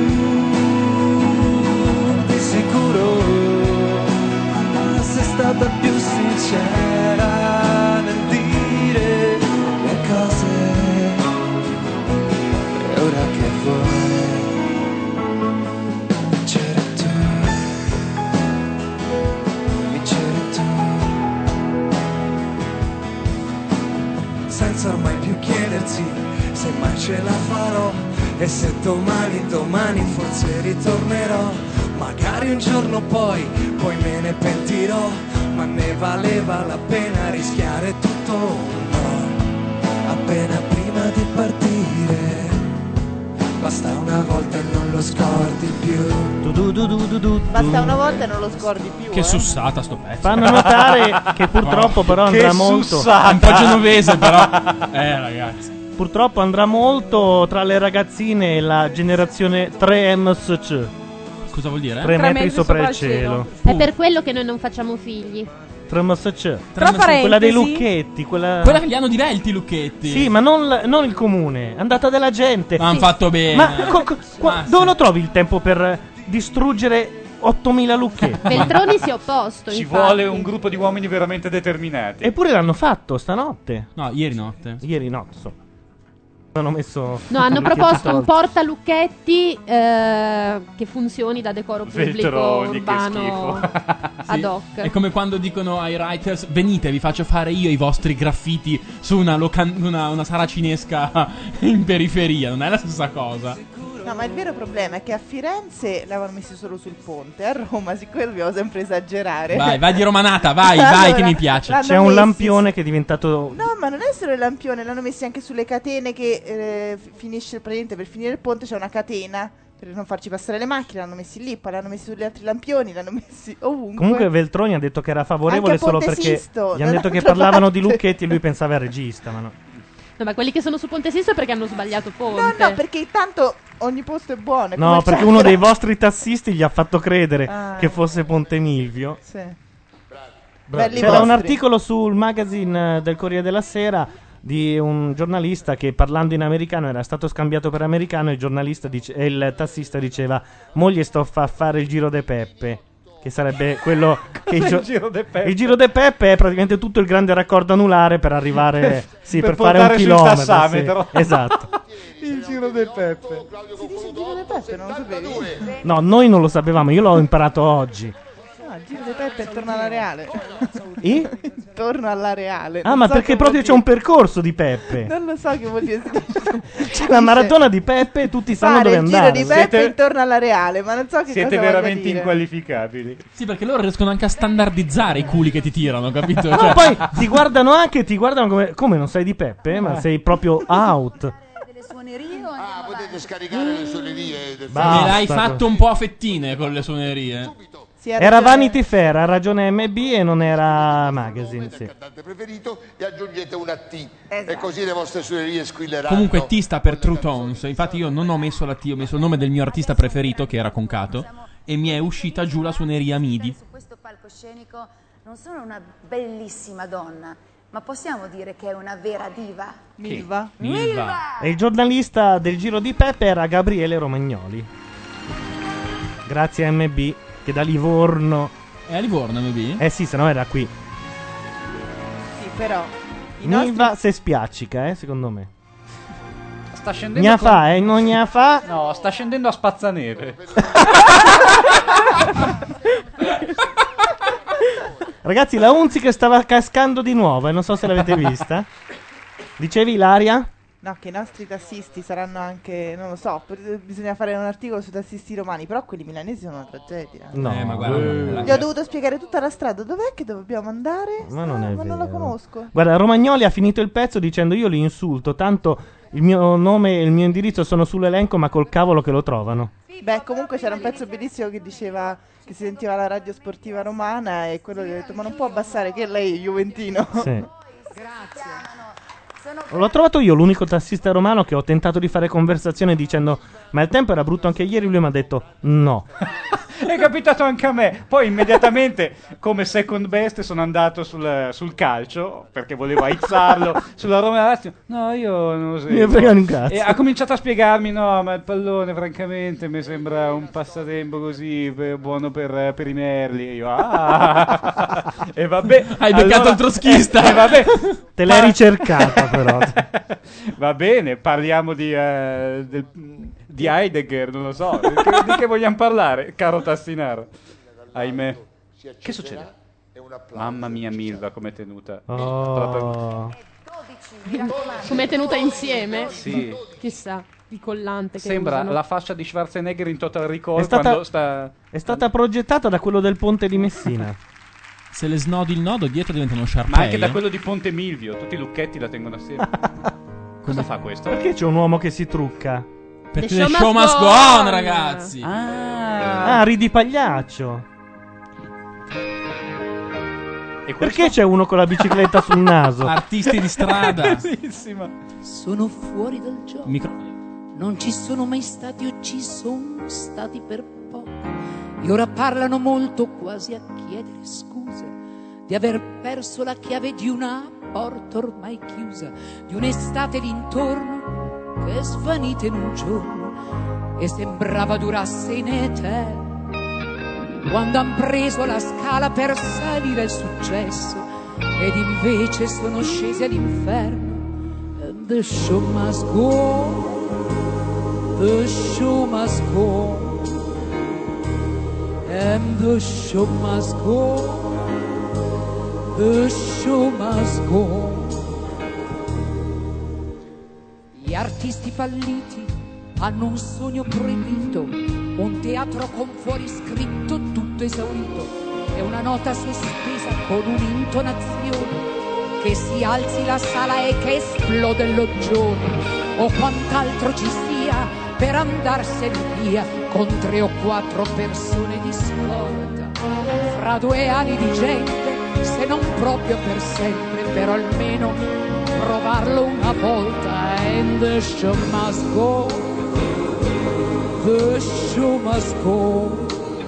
Speaker 14: di sicuro sei stata più sincera nel dire le cose. E ora che vuoi, vincere tu, vincere tu, senza mai più chiedersi se mai ce la farò. E se domani, domani forse ritornerò, magari un giorno poi, poi me ne pentirò, ma ne valeva la pena rischiare tutto un no, appena prima di partire. Basta una volta e non lo scordi più.
Speaker 15: Basta una volta e non lo scordi più.
Speaker 3: Che
Speaker 15: eh.
Speaker 3: sussata sto pezzo.
Speaker 2: Fanno notare che purtroppo però andrà
Speaker 3: Che
Speaker 2: molto.
Speaker 3: sussata. Un po' genovese però. Eh ragazzi.
Speaker 2: Purtroppo andrà molto tra le ragazzine e la generazione tre M S C.
Speaker 3: Cosa vuol dire?
Speaker 2: tre metri sopra il cielo.
Speaker 13: È per quello che noi non facciamo figli.
Speaker 2: tre M S C.
Speaker 13: Tra parentesi-
Speaker 2: Quella dei lucchetti. Quella...
Speaker 3: Quella che li hanno divelti i lucchetti.
Speaker 2: Sì, ma non, l- non il comune. Andata della gente.
Speaker 3: Ma han
Speaker 2: Sì.
Speaker 3: fatto bene.
Speaker 2: Ma co- co- qua-
Speaker 3: Ma
Speaker 2: dove lo trovi il tempo per distruggere ottomila lucchetti?
Speaker 13: Veltroni si è opposto.
Speaker 5: Ci
Speaker 13: infatti.
Speaker 5: vuole un gruppo di uomini veramente determinati.
Speaker 2: Eppure l'hanno fatto stanotte.
Speaker 3: No, ieri notte.
Speaker 2: Ieri no, so. Hanno messo.
Speaker 13: No, hanno
Speaker 2: lucchetti
Speaker 13: proposto un
Speaker 2: tolti.
Speaker 13: portalucchetti eh, che funzioni da decoro pubblico
Speaker 3: Veltroni, che
Speaker 13: urbano ad hoc.
Speaker 3: È come quando dicono ai writers: venite, vi faccio fare io i vostri graffiti su una, locan- una, una saracinesca in periferia. Non è la stessa cosa.
Speaker 15: No, ma il vero problema è che a Firenze l'avevano messi solo sul ponte, a Roma, siccome dobbiamo sempre esagerare.
Speaker 3: Vai, vai di romanata, vai, vai
Speaker 15: Allora,
Speaker 3: che mi piace.
Speaker 15: l'hanno
Speaker 2: C'è un
Speaker 15: messi
Speaker 2: lampione che è diventato.
Speaker 15: No, ma non è solo il lampione, l'hanno messi anche sulle catene che eh, f- finisce praticamente per finire il ponte c'è una catena per non farci passare le macchine, l'hanno messi lì, poi l'hanno messi sugli altri lampioni, l'hanno messi ovunque.
Speaker 2: Comunque Veltroni ha detto che era favorevole
Speaker 15: Anche a
Speaker 2: solo
Speaker 15: Ponte
Speaker 2: perché
Speaker 15: Sisto,
Speaker 2: gli hanno detto che
Speaker 15: dall'altra
Speaker 2: parlavano di
Speaker 15: parte.
Speaker 2: lucchetti e lui pensava al regista, ma no.
Speaker 13: No, ma quelli che sono su Ponte Sisto è perché hanno sbagliato ponte.
Speaker 15: No, no, perché tanto ogni posto è buono. è
Speaker 2: No,
Speaker 15: come
Speaker 2: perché
Speaker 15: c'è-
Speaker 2: uno dei vostri tassisti gli ha fatto credere
Speaker 15: Ah.
Speaker 2: che fosse Ponte Milvio.
Speaker 15: Sì.
Speaker 2: C'era
Speaker 15: Belli
Speaker 2: un
Speaker 15: vostri.
Speaker 2: articolo sul magazine eh, del Corriere della Sera di un giornalista che parlando in americano era stato scambiato per americano e il giornalista dice- e il tassista diceva moglie sto a fare il giro de Peppe, che sarebbe quello che
Speaker 5: Cos'è
Speaker 2: gio-
Speaker 5: il giro de Peppe?
Speaker 2: il giro de Peppe è praticamente tutto il grande raccordo anulare per arrivare sì,
Speaker 5: Per
Speaker 2: per, fare un
Speaker 5: portare sul
Speaker 2: chilometro sì.
Speaker 5: tassametro.
Speaker 2: Esatto.
Speaker 5: Il giro del Peppe.
Speaker 15: Si dice giro di Peppe, non lo sapevi?
Speaker 2: No, noi non lo sapevamo, io l'ho imparato oggi.
Speaker 15: Ah, il giro di Peppe torna alla reale.
Speaker 2: E?
Speaker 15: Torno alla reale.
Speaker 2: Ah,
Speaker 15: Non
Speaker 2: ma
Speaker 15: so
Speaker 2: perché
Speaker 15: che
Speaker 2: proprio
Speaker 15: vuol
Speaker 2: c'è un percorso di Peppe.
Speaker 15: dire. Non lo so che vuol dire.
Speaker 2: C'è la maratona di Peppe e tutti sanno
Speaker 15: Fare
Speaker 2: dove
Speaker 15: il giro
Speaker 2: andare.
Speaker 15: di Peppe intorno alla reale, ma non so che
Speaker 5: Siete
Speaker 15: cosa voglia
Speaker 5: veramente
Speaker 15: dire.
Speaker 5: inqualificabili.
Speaker 3: Sì, perché loro riescono anche a standardizzare i culi che ti tirano, capito?
Speaker 2: No,
Speaker 3: Cioè-
Speaker 2: poi ti guardano anche, ti guardano come, come non sei di Peppe, ma
Speaker 3: Eh.
Speaker 2: sei proprio out.
Speaker 7: Ah, potete scaricare le suonerie del
Speaker 2: Basta.
Speaker 3: Me l'hai fatto un po' a fettine con le suonerie.
Speaker 2: Era Vanity Fair, ha ragione M B e non era Magazine, sì.
Speaker 7: cantante preferito e aggiungete una T e così le vostre suonerie squilleranno.
Speaker 3: Comunque T sta per True Tones. Infatti io non ho messo la T, ho messo il nome del mio artista preferito, che era Concato, e mi è uscita giù la suoneria MIDI.
Speaker 8: Su questo palcoscenico non sono una bellissima donna, ma possiamo dire che è una vera diva.
Speaker 15: Milva.
Speaker 3: Milva.
Speaker 2: E il giornalista del Giro di Peppe era Gabriele Romagnoli. Grazie a M B, che da Livorno...
Speaker 3: È a Livorno M B?
Speaker 2: Eh sì, se no era qui.
Speaker 15: Sì, però. I
Speaker 2: Milva
Speaker 15: nostri...
Speaker 2: se spiaccica, eh, secondo me.
Speaker 5: Sta scendendo
Speaker 2: Gna
Speaker 5: con-
Speaker 2: fa, eh, non gna fa.
Speaker 5: No, sta scendendo a spazzaneve.
Speaker 2: Ragazzi, la Unziker stava cascando di nuovo, e non so se l'avete vista. Dicevi, Ilaria?
Speaker 15: No, che i nostri tassisti saranno anche, non lo so, per- bisogna fare un articolo sui tassisti romani, però quelli milanesi sono una tragedia.
Speaker 2: No,
Speaker 3: Eh, ma guarda,
Speaker 2: eh.
Speaker 15: Gli ho dovuto spiegare tutta la strada, dov'è che dobbiamo andare?
Speaker 2: Ma non
Speaker 15: Ah,
Speaker 2: è
Speaker 15: ma non la
Speaker 2: vero.
Speaker 15: conosco.
Speaker 2: Guarda, Romagnoli ha finito il pezzo dicendo io li insulto, tanto il mio nome e il mio indirizzo sono sull'elenco, ma col cavolo che lo trovano.
Speaker 15: Beh, comunque c'era un pezzo bellissimo che diceva che si sentiva la radio sportiva romana e quello gli ha detto ma non può abbassare che lei è juventino.
Speaker 2: Sì. L'ho trovato io, l'unico tassista romano che ho tentato di fare conversazione dicendo ma il tempo era brutto anche ieri, lui mi ha detto no.
Speaker 5: È capitato anche a me. Poi immediatamente, come second best, sono andato sul, sul calcio perché volevo aizzarlo sulla Roma Lazio. No, io non lo so.
Speaker 2: Mi ne frega un cazzo.
Speaker 5: E ha cominciato a spiegarmi: no, ma il pallone, francamente, mi sembra un passatempo così per- buono per, per i merli. E io, ah, e vabbè.
Speaker 3: Hai beccato il troschista.
Speaker 5: E, e vabbè.
Speaker 2: Te l'hai ricercata, però.
Speaker 5: Va bene, parliamo di, eh, del- di Heidegger, non lo so. Di che, di che vogliamo parlare, caro Tassinaro? Ahimè. Che succede? Mamma mia, Milva, com'è tenuta.
Speaker 2: Oh.
Speaker 5: Proprio-
Speaker 13: Come è tenuta insieme?
Speaker 5: Sì.
Speaker 13: Chissà, il collante che
Speaker 5: Sembra
Speaker 13: usano.
Speaker 5: la faccia di Schwarzenegger in Total Recall
Speaker 2: È stata,
Speaker 5: quando sta...
Speaker 2: è stata progettata da quello del ponte di Messina.
Speaker 3: Se le snodi il nodo, dietro diventano Sharpay.
Speaker 5: Ma anche da quello di Ponte Milvio, tutti i lucchetti la tengono assieme. Cosa fa questo?
Speaker 2: Perché c'è un uomo che si trucca?
Speaker 3: Perché
Speaker 13: The
Speaker 3: the
Speaker 13: show
Speaker 3: show
Speaker 13: must
Speaker 3: must
Speaker 13: go
Speaker 3: go
Speaker 13: on.
Speaker 3: on, ragazzi.
Speaker 5: Ah,
Speaker 2: Ah, ridi pagliaccio.
Speaker 5: e
Speaker 2: Perché c'è uno con la bicicletta sul naso?
Speaker 3: Artisti di strada.
Speaker 5: Bellissima.
Speaker 12: Sono fuori dal gioco.
Speaker 3: Micro-
Speaker 12: Non ci sono mai stati o ci sono stati per poco. E ora parlano molto, quasi a chiedere scusa, di aver perso la chiave di una porta ormai chiusa, di un'estate d'intorno che è svanita in un giorno e sembrava durasse in eterno. Quando han preso la scala per salire al successo ed invece sono scesi all'inferno. And the show must go on, the show must go on, and the show must go on, the show must go on. Gli artisti falliti hanno un sogno proibito, un teatro con fuori scritto tutto esaurito e una nota sospesa con un'intonazione che si alzi la sala e che esplode il loggione, o quant'altro ci sia per andarsene via con tre o quattro persone di scorta, fra due ali di gente, se non proprio per sempre, però almeno provarlo una volta. And the show must go,
Speaker 22: The show must go on,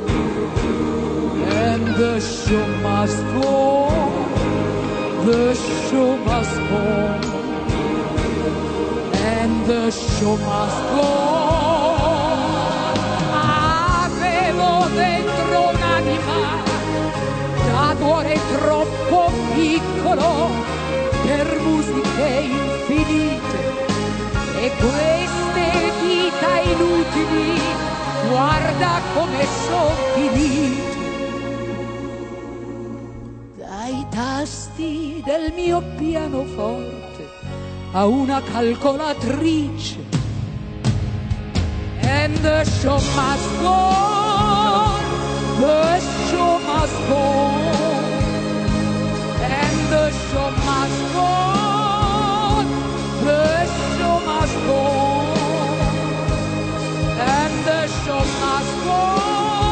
Speaker 22: and the show must go on, the show must go on, and the show must go on. Avevo dentro un'anima da cuore troppo piccolo per musiche infinite e queste dita inutili, guarda come son finite. Dai tasti del mio pianoforte a una calcolatrice. And the show must go on, the show must go on, and the show must go on, the show must go on, and the show must go on.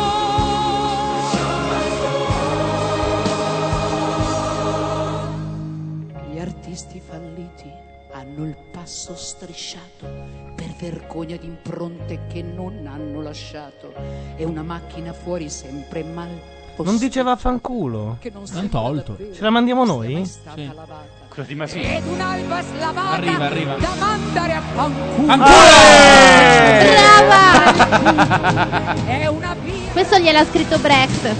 Speaker 22: Gli artisti falliti hanno il passo strisciato per vergogna di impronte che non hanno lasciato, e una macchina fuori sempre mal postata.
Speaker 2: Non diceva fanculo?
Speaker 3: L'hanno tolto.
Speaker 2: Ce la mandiamo noi?
Speaker 3: Sì.
Speaker 5: Quello di Masini.
Speaker 22: Ed un'alba slavata
Speaker 3: Arriva, arriva.
Speaker 22: da mandare a fanculo.
Speaker 13: Brava!
Speaker 22: È una via.
Speaker 13: Questo gliel'ha scritto Brecht.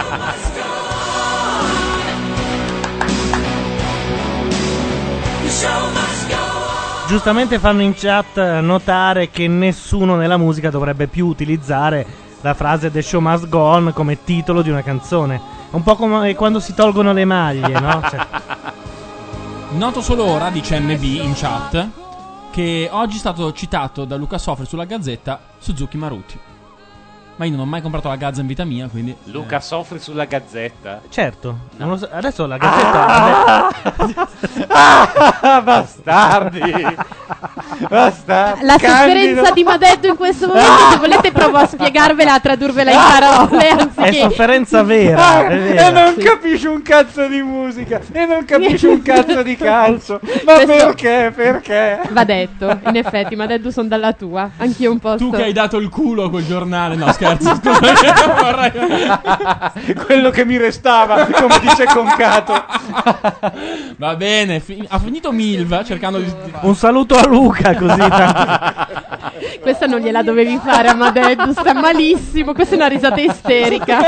Speaker 2: Giustamente fanno in chat notare che nessuno nella musica dovrebbe più utilizzare la frase The Show Must Go On come titolo di una canzone. È un po' come quando si tolgono le maglie, no? Cioè...
Speaker 3: Noto solo ora, dice M B in chat, che oggi è stato citato da Luca Sofri sulla Gazzetta Suzuki Maruti. Ma io non ho mai comprato la Gazza in vita mia, quindi...
Speaker 5: Luca Sofri sulla Gazzetta?
Speaker 2: Certo, non lo so- adesso la Gazzetta...
Speaker 5: Ah! Ah, bastardi! Bastardi!
Speaker 13: La
Speaker 5: Candido.
Speaker 13: sofferenza di Madeddu in questo momento, se volete provo a spiegarvela, a tradurvela in parole, anziché...
Speaker 2: È sofferenza vera,
Speaker 5: Ah,
Speaker 2: è vera.
Speaker 5: e non
Speaker 2: Sì.
Speaker 5: capisci un cazzo di musica e non capisci un cazzo di calcio. Ma
Speaker 13: Questo-
Speaker 5: perché? Perché?
Speaker 13: Va detto, in effetti, Madeddu sono dalla tua, anch'io un po'.
Speaker 3: Tu
Speaker 13: sto-
Speaker 3: che hai dato il culo a quel giornale. No, scherzo, scusa.
Speaker 5: Quello che mi restava, come dice Concato.
Speaker 3: Va bene, fi- ha finito Milva cercando di...
Speaker 2: Un saluto a Luca, così tanto...
Speaker 13: Questa non gliela dovevi fare a Madeddu, sta malissimo, questa è una risata isterica.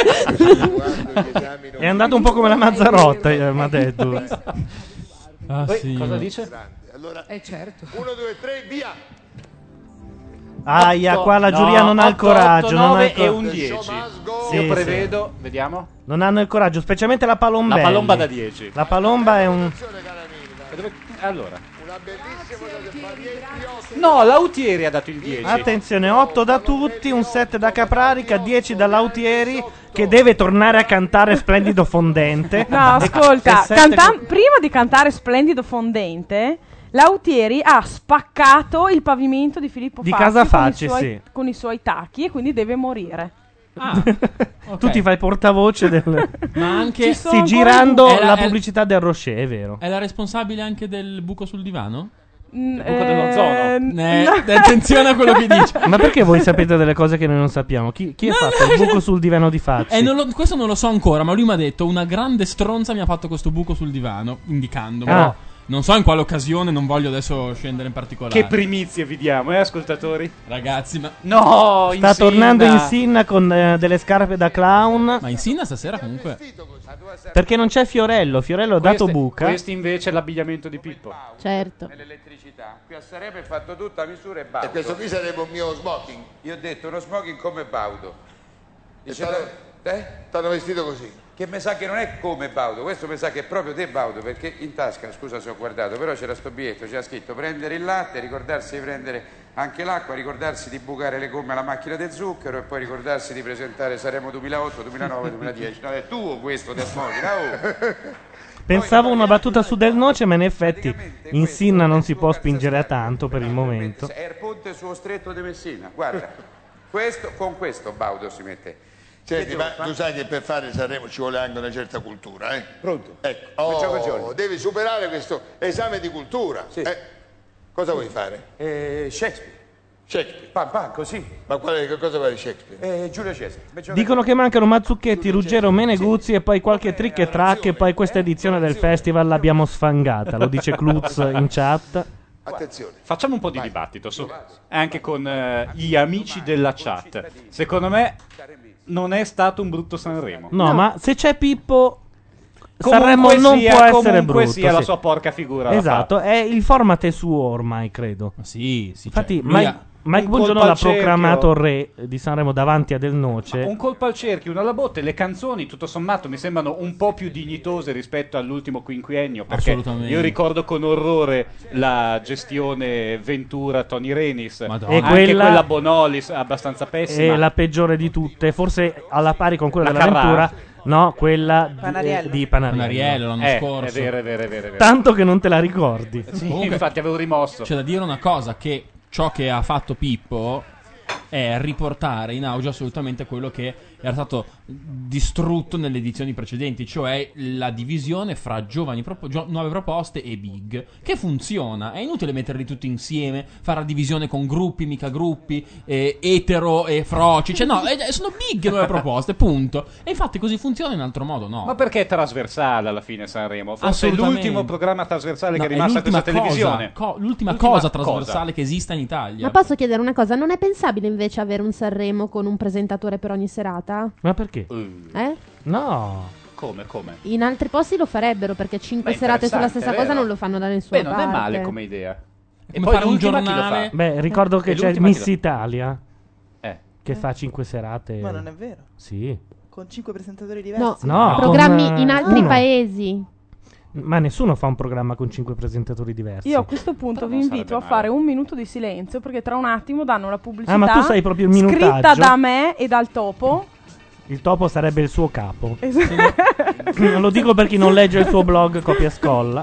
Speaker 2: È andato un po' come la Mazzarotta, eh, Madeddu.
Speaker 3: Ah,
Speaker 5: Poi,
Speaker 3: sì.
Speaker 5: cosa dice?
Speaker 7: Allora,
Speaker 22: Eh certo.
Speaker 7: uno, due, tre, via!
Speaker 2: Aia,
Speaker 5: Otto,
Speaker 2: qua la
Speaker 5: no,
Speaker 2: giuria non ha il
Speaker 5: otto,
Speaker 2: coraggio.
Speaker 5: otto,
Speaker 2: non ha
Speaker 5: nove
Speaker 2: il cor-
Speaker 5: e un dieci.
Speaker 2: Sì,
Speaker 5: Io
Speaker 2: sì.
Speaker 5: prevedo, vediamo.
Speaker 2: Non hanno il coraggio, specialmente la Palombelli.
Speaker 5: La Palomba da dieci.
Speaker 2: La Palomba è un...
Speaker 5: E dove- Allora. No, Lautieri ha dato il dieci.
Speaker 2: Attenzione, otto da tutti, un sette da Caprarica, dieci da Lautieri, che deve tornare a cantare Splendido Fondente.
Speaker 20: No,
Speaker 2: E-
Speaker 20: ascolta,
Speaker 2: e sette
Speaker 20: cantan- prima di cantare Splendido Fondente, Lautieri ha spaccato il pavimento di Filippo
Speaker 2: Di
Speaker 20: Facci
Speaker 2: casa
Speaker 20: con,
Speaker 2: Facci,
Speaker 20: i suoi,
Speaker 2: sì.
Speaker 20: con i suoi tacchi, e quindi deve morire.
Speaker 3: Ah,
Speaker 2: Tu ti fai portavoce del...
Speaker 3: Ma anche...
Speaker 20: Ci sono
Speaker 2: Sì,
Speaker 20: ancora
Speaker 2: girando
Speaker 3: È la-
Speaker 2: la
Speaker 3: è-
Speaker 2: pubblicità del Rocher, è vero.
Speaker 3: È la responsabile anche del buco sul divano?
Speaker 20: Mm,
Speaker 5: buco dell'ozono.
Speaker 3: Eh, attenzione a quello che dice.
Speaker 2: Ma perché voi sapete delle cose che noi non sappiamo? Chi, chi ha fatto il buco sul divano di Facci?
Speaker 3: Eh, non lo- questo non lo so ancora, ma lui mi ha detto una grande stronza mi ha fatto questo buco sul divano, indicandomi.
Speaker 2: Ah.
Speaker 3: Non so in quale occasione, non voglio adesso scendere in particolare.
Speaker 5: Che primizie vi diamo, eh, ascoltatori?
Speaker 3: Ragazzi, ma...
Speaker 5: No,
Speaker 2: Sta tornando in Sinna con eh, delle scarpe da clown.
Speaker 3: Ma in Sinna stasera comunque...
Speaker 2: Perché non c'è Fiorello. Fiorello ha dato
Speaker 5: Queste-
Speaker 2: buca.
Speaker 5: Questi invece è l'abbigliamento di Pippo.
Speaker 13: Certo.
Speaker 11: Nell'elettricità. Qui a Sarebbe è fatto tutto a misura e baudo.
Speaker 7: E questo qui sarebbe un mio smoking.
Speaker 11: Io ho detto uno smoking come baudo.
Speaker 7: E
Speaker 11: Dice,
Speaker 7: stanno,
Speaker 11: eh?
Speaker 7: stanno vestito così.
Speaker 11: Che mi sa che non è come Baudo, questo mi sa che è proprio te Baudo, perché in tasca, scusa se ho guardato, però c'era sto biglietto, c'era scritto prendere il latte, ricordarsi di prendere anche l'acqua, ricordarsi di bucare le gomme alla macchina del zucchero e poi ricordarsi di presentare Saremo duemilaotto, duemilanove, duemiladieci. No, è tuo questo del smoking, oh.
Speaker 2: Pensavo una battuta su Del Noce, ma in effetti in Sinna non si può spingere a tanto per il momento.
Speaker 11: È il ponte sullo stretto di Messina, guarda, questo, con questo Baudo si mette.
Speaker 7: Senti,
Speaker 11: Che
Speaker 7: ma
Speaker 11: devo fare?
Speaker 7: tu sai che per fare Sanremo ci vuole anche una certa cultura, eh?
Speaker 11: Pronto?
Speaker 7: Ecco.
Speaker 11: Come gioco
Speaker 7: Oh,
Speaker 11: giorni.
Speaker 7: devi superare questo esame di cultura.
Speaker 11: Sì.
Speaker 7: Eh, cosa vuoi fare?
Speaker 11: Eh, Shakespeare.
Speaker 7: Shakespeare.
Speaker 11: Pam pam, così.
Speaker 7: Ma qual è, che cosa va di Shakespeare?
Speaker 11: Eh, Giulio Cesare.
Speaker 2: Dicono che mancano Mazzucchetti, Ruggero, Meneguzzi e poi qualche trick e track e poi questa edizione del festival l'abbiamo sfangata, lo dice Klutz in chat.
Speaker 7: Attenzione.
Speaker 5: Facciamo un po' di dibattito su, anche con eh, gli amici della chat. Secondo me non è stato un brutto Sanremo.
Speaker 2: No, ma se c'è Pippo
Speaker 5: Comunque
Speaker 2: Sanremo non
Speaker 5: sia,
Speaker 2: può essere
Speaker 5: comunque
Speaker 2: brutto.
Speaker 5: sia la
Speaker 2: sì.
Speaker 5: sua porca figura. la
Speaker 2: Esatto, è il format è suo ormai, credo.
Speaker 3: Sì, sì.
Speaker 2: Infatti
Speaker 3: cioè,
Speaker 2: Mike,
Speaker 3: ha-
Speaker 2: Mike
Speaker 5: un
Speaker 2: Bongiorno
Speaker 5: colpo
Speaker 2: l'ha
Speaker 5: al cerchio.
Speaker 2: proclamato re di Sanremo davanti a Del Noce.
Speaker 5: Un colpo al cerchio, una alla botte. Le canzoni, tutto sommato, mi sembrano un po' più dignitose rispetto all'ultimo quinquennio. Perché
Speaker 3: Assolutamente.
Speaker 5: io ricordo con orrore la gestione Ventura Tony Renis.
Speaker 3: Madonna.
Speaker 2: E
Speaker 5: Anche
Speaker 2: quella-
Speaker 5: quella, Bonolis abbastanza pessima.
Speaker 2: È la peggiore di tutte, forse alla pari con quella
Speaker 5: La
Speaker 2: dell'avventura.
Speaker 5: Carrà.
Speaker 2: No, quella di,
Speaker 15: Panariello.
Speaker 2: di Panariello.
Speaker 3: Panariello l'anno
Speaker 5: Eh,
Speaker 3: scorso.
Speaker 5: è vero, è vero, è vero, è vero.
Speaker 2: Tanto che non te la ricordi.
Speaker 5: Sì,
Speaker 3: Comunque-
Speaker 5: infatti avevo rimosso.
Speaker 3: C'è da dire una cosa, che ciò che ha fatto Pippo è riportare in auge assolutamente quello che era stato distrutto nelle edizioni precedenti, cioè la divisione fra giovani propo- gio- nuove proposte e big, che funziona. È inutile metterli tutti insieme, fare la divisione con gruppi, mica gruppi, eh, etero e froci, cioè no, eh, sono big nuove proposte, punto. E infatti così funziona, in altro modo no.
Speaker 5: Ma perché è trasversale alla fine Sanremo? Forse è
Speaker 3: Assolutamente.
Speaker 5: l'ultimo programma trasversale
Speaker 3: No,
Speaker 5: che è
Speaker 3: è
Speaker 5: rimasto a questa
Speaker 3: l'ultima
Speaker 5: televisione.
Speaker 3: cosa, co- l'ultima,
Speaker 5: L'ultima
Speaker 3: cosa
Speaker 5: cosa.
Speaker 3: trasversale che esista in Italia.
Speaker 13: Ma posso chiedere una cosa? Non è pensabile invece avere un Sanremo con un presentatore per ogni serata?
Speaker 2: Ma perché?
Speaker 13: Eh?
Speaker 2: No.
Speaker 5: Come, come?
Speaker 13: In altri posti lo farebbero perché cinque
Speaker 5: Beh,
Speaker 13: serate sulla
Speaker 5: interessante,
Speaker 13: stessa
Speaker 5: è
Speaker 13: cosa
Speaker 5: vero.
Speaker 13: non lo fanno da nessuna
Speaker 5: Beh, non
Speaker 13: parte.
Speaker 5: è male come idea. E
Speaker 3: Come
Speaker 5: poi
Speaker 3: fare un
Speaker 5: l'ultima chi lo
Speaker 3: giornale?
Speaker 5: fa?
Speaker 2: Beh, ricordo che
Speaker 5: E
Speaker 2: c'è
Speaker 5: l'ultima
Speaker 2: Miss
Speaker 5: chi lo-
Speaker 2: Italia
Speaker 5: Eh.
Speaker 2: che fa cinque serate.
Speaker 15: Ma non è vero.
Speaker 2: Sì.
Speaker 15: Con cinque presentatori
Speaker 13: No,
Speaker 15: diversi.
Speaker 2: No,
Speaker 13: programmi
Speaker 2: con,
Speaker 13: in
Speaker 2: eh,
Speaker 13: altri
Speaker 2: uno.
Speaker 13: paesi.
Speaker 2: Ma nessuno fa un programma con cinque presentatori diversi.
Speaker 20: Io a questo punto
Speaker 5: Però
Speaker 20: vi
Speaker 5: non
Speaker 20: invito a
Speaker 5: sarebbe
Speaker 20: fare
Speaker 5: male.
Speaker 20: un minuto di silenzio perché tra un attimo danno la pubblicità
Speaker 2: Ah, ma tu sai proprio il
Speaker 20: scritta
Speaker 2: minutaggio?
Speaker 20: da me e dal topo.
Speaker 2: Il topo sarebbe il suo capo.
Speaker 20: Esatto.
Speaker 2: Lo dico per chi non legge il suo blog Copia Scolla.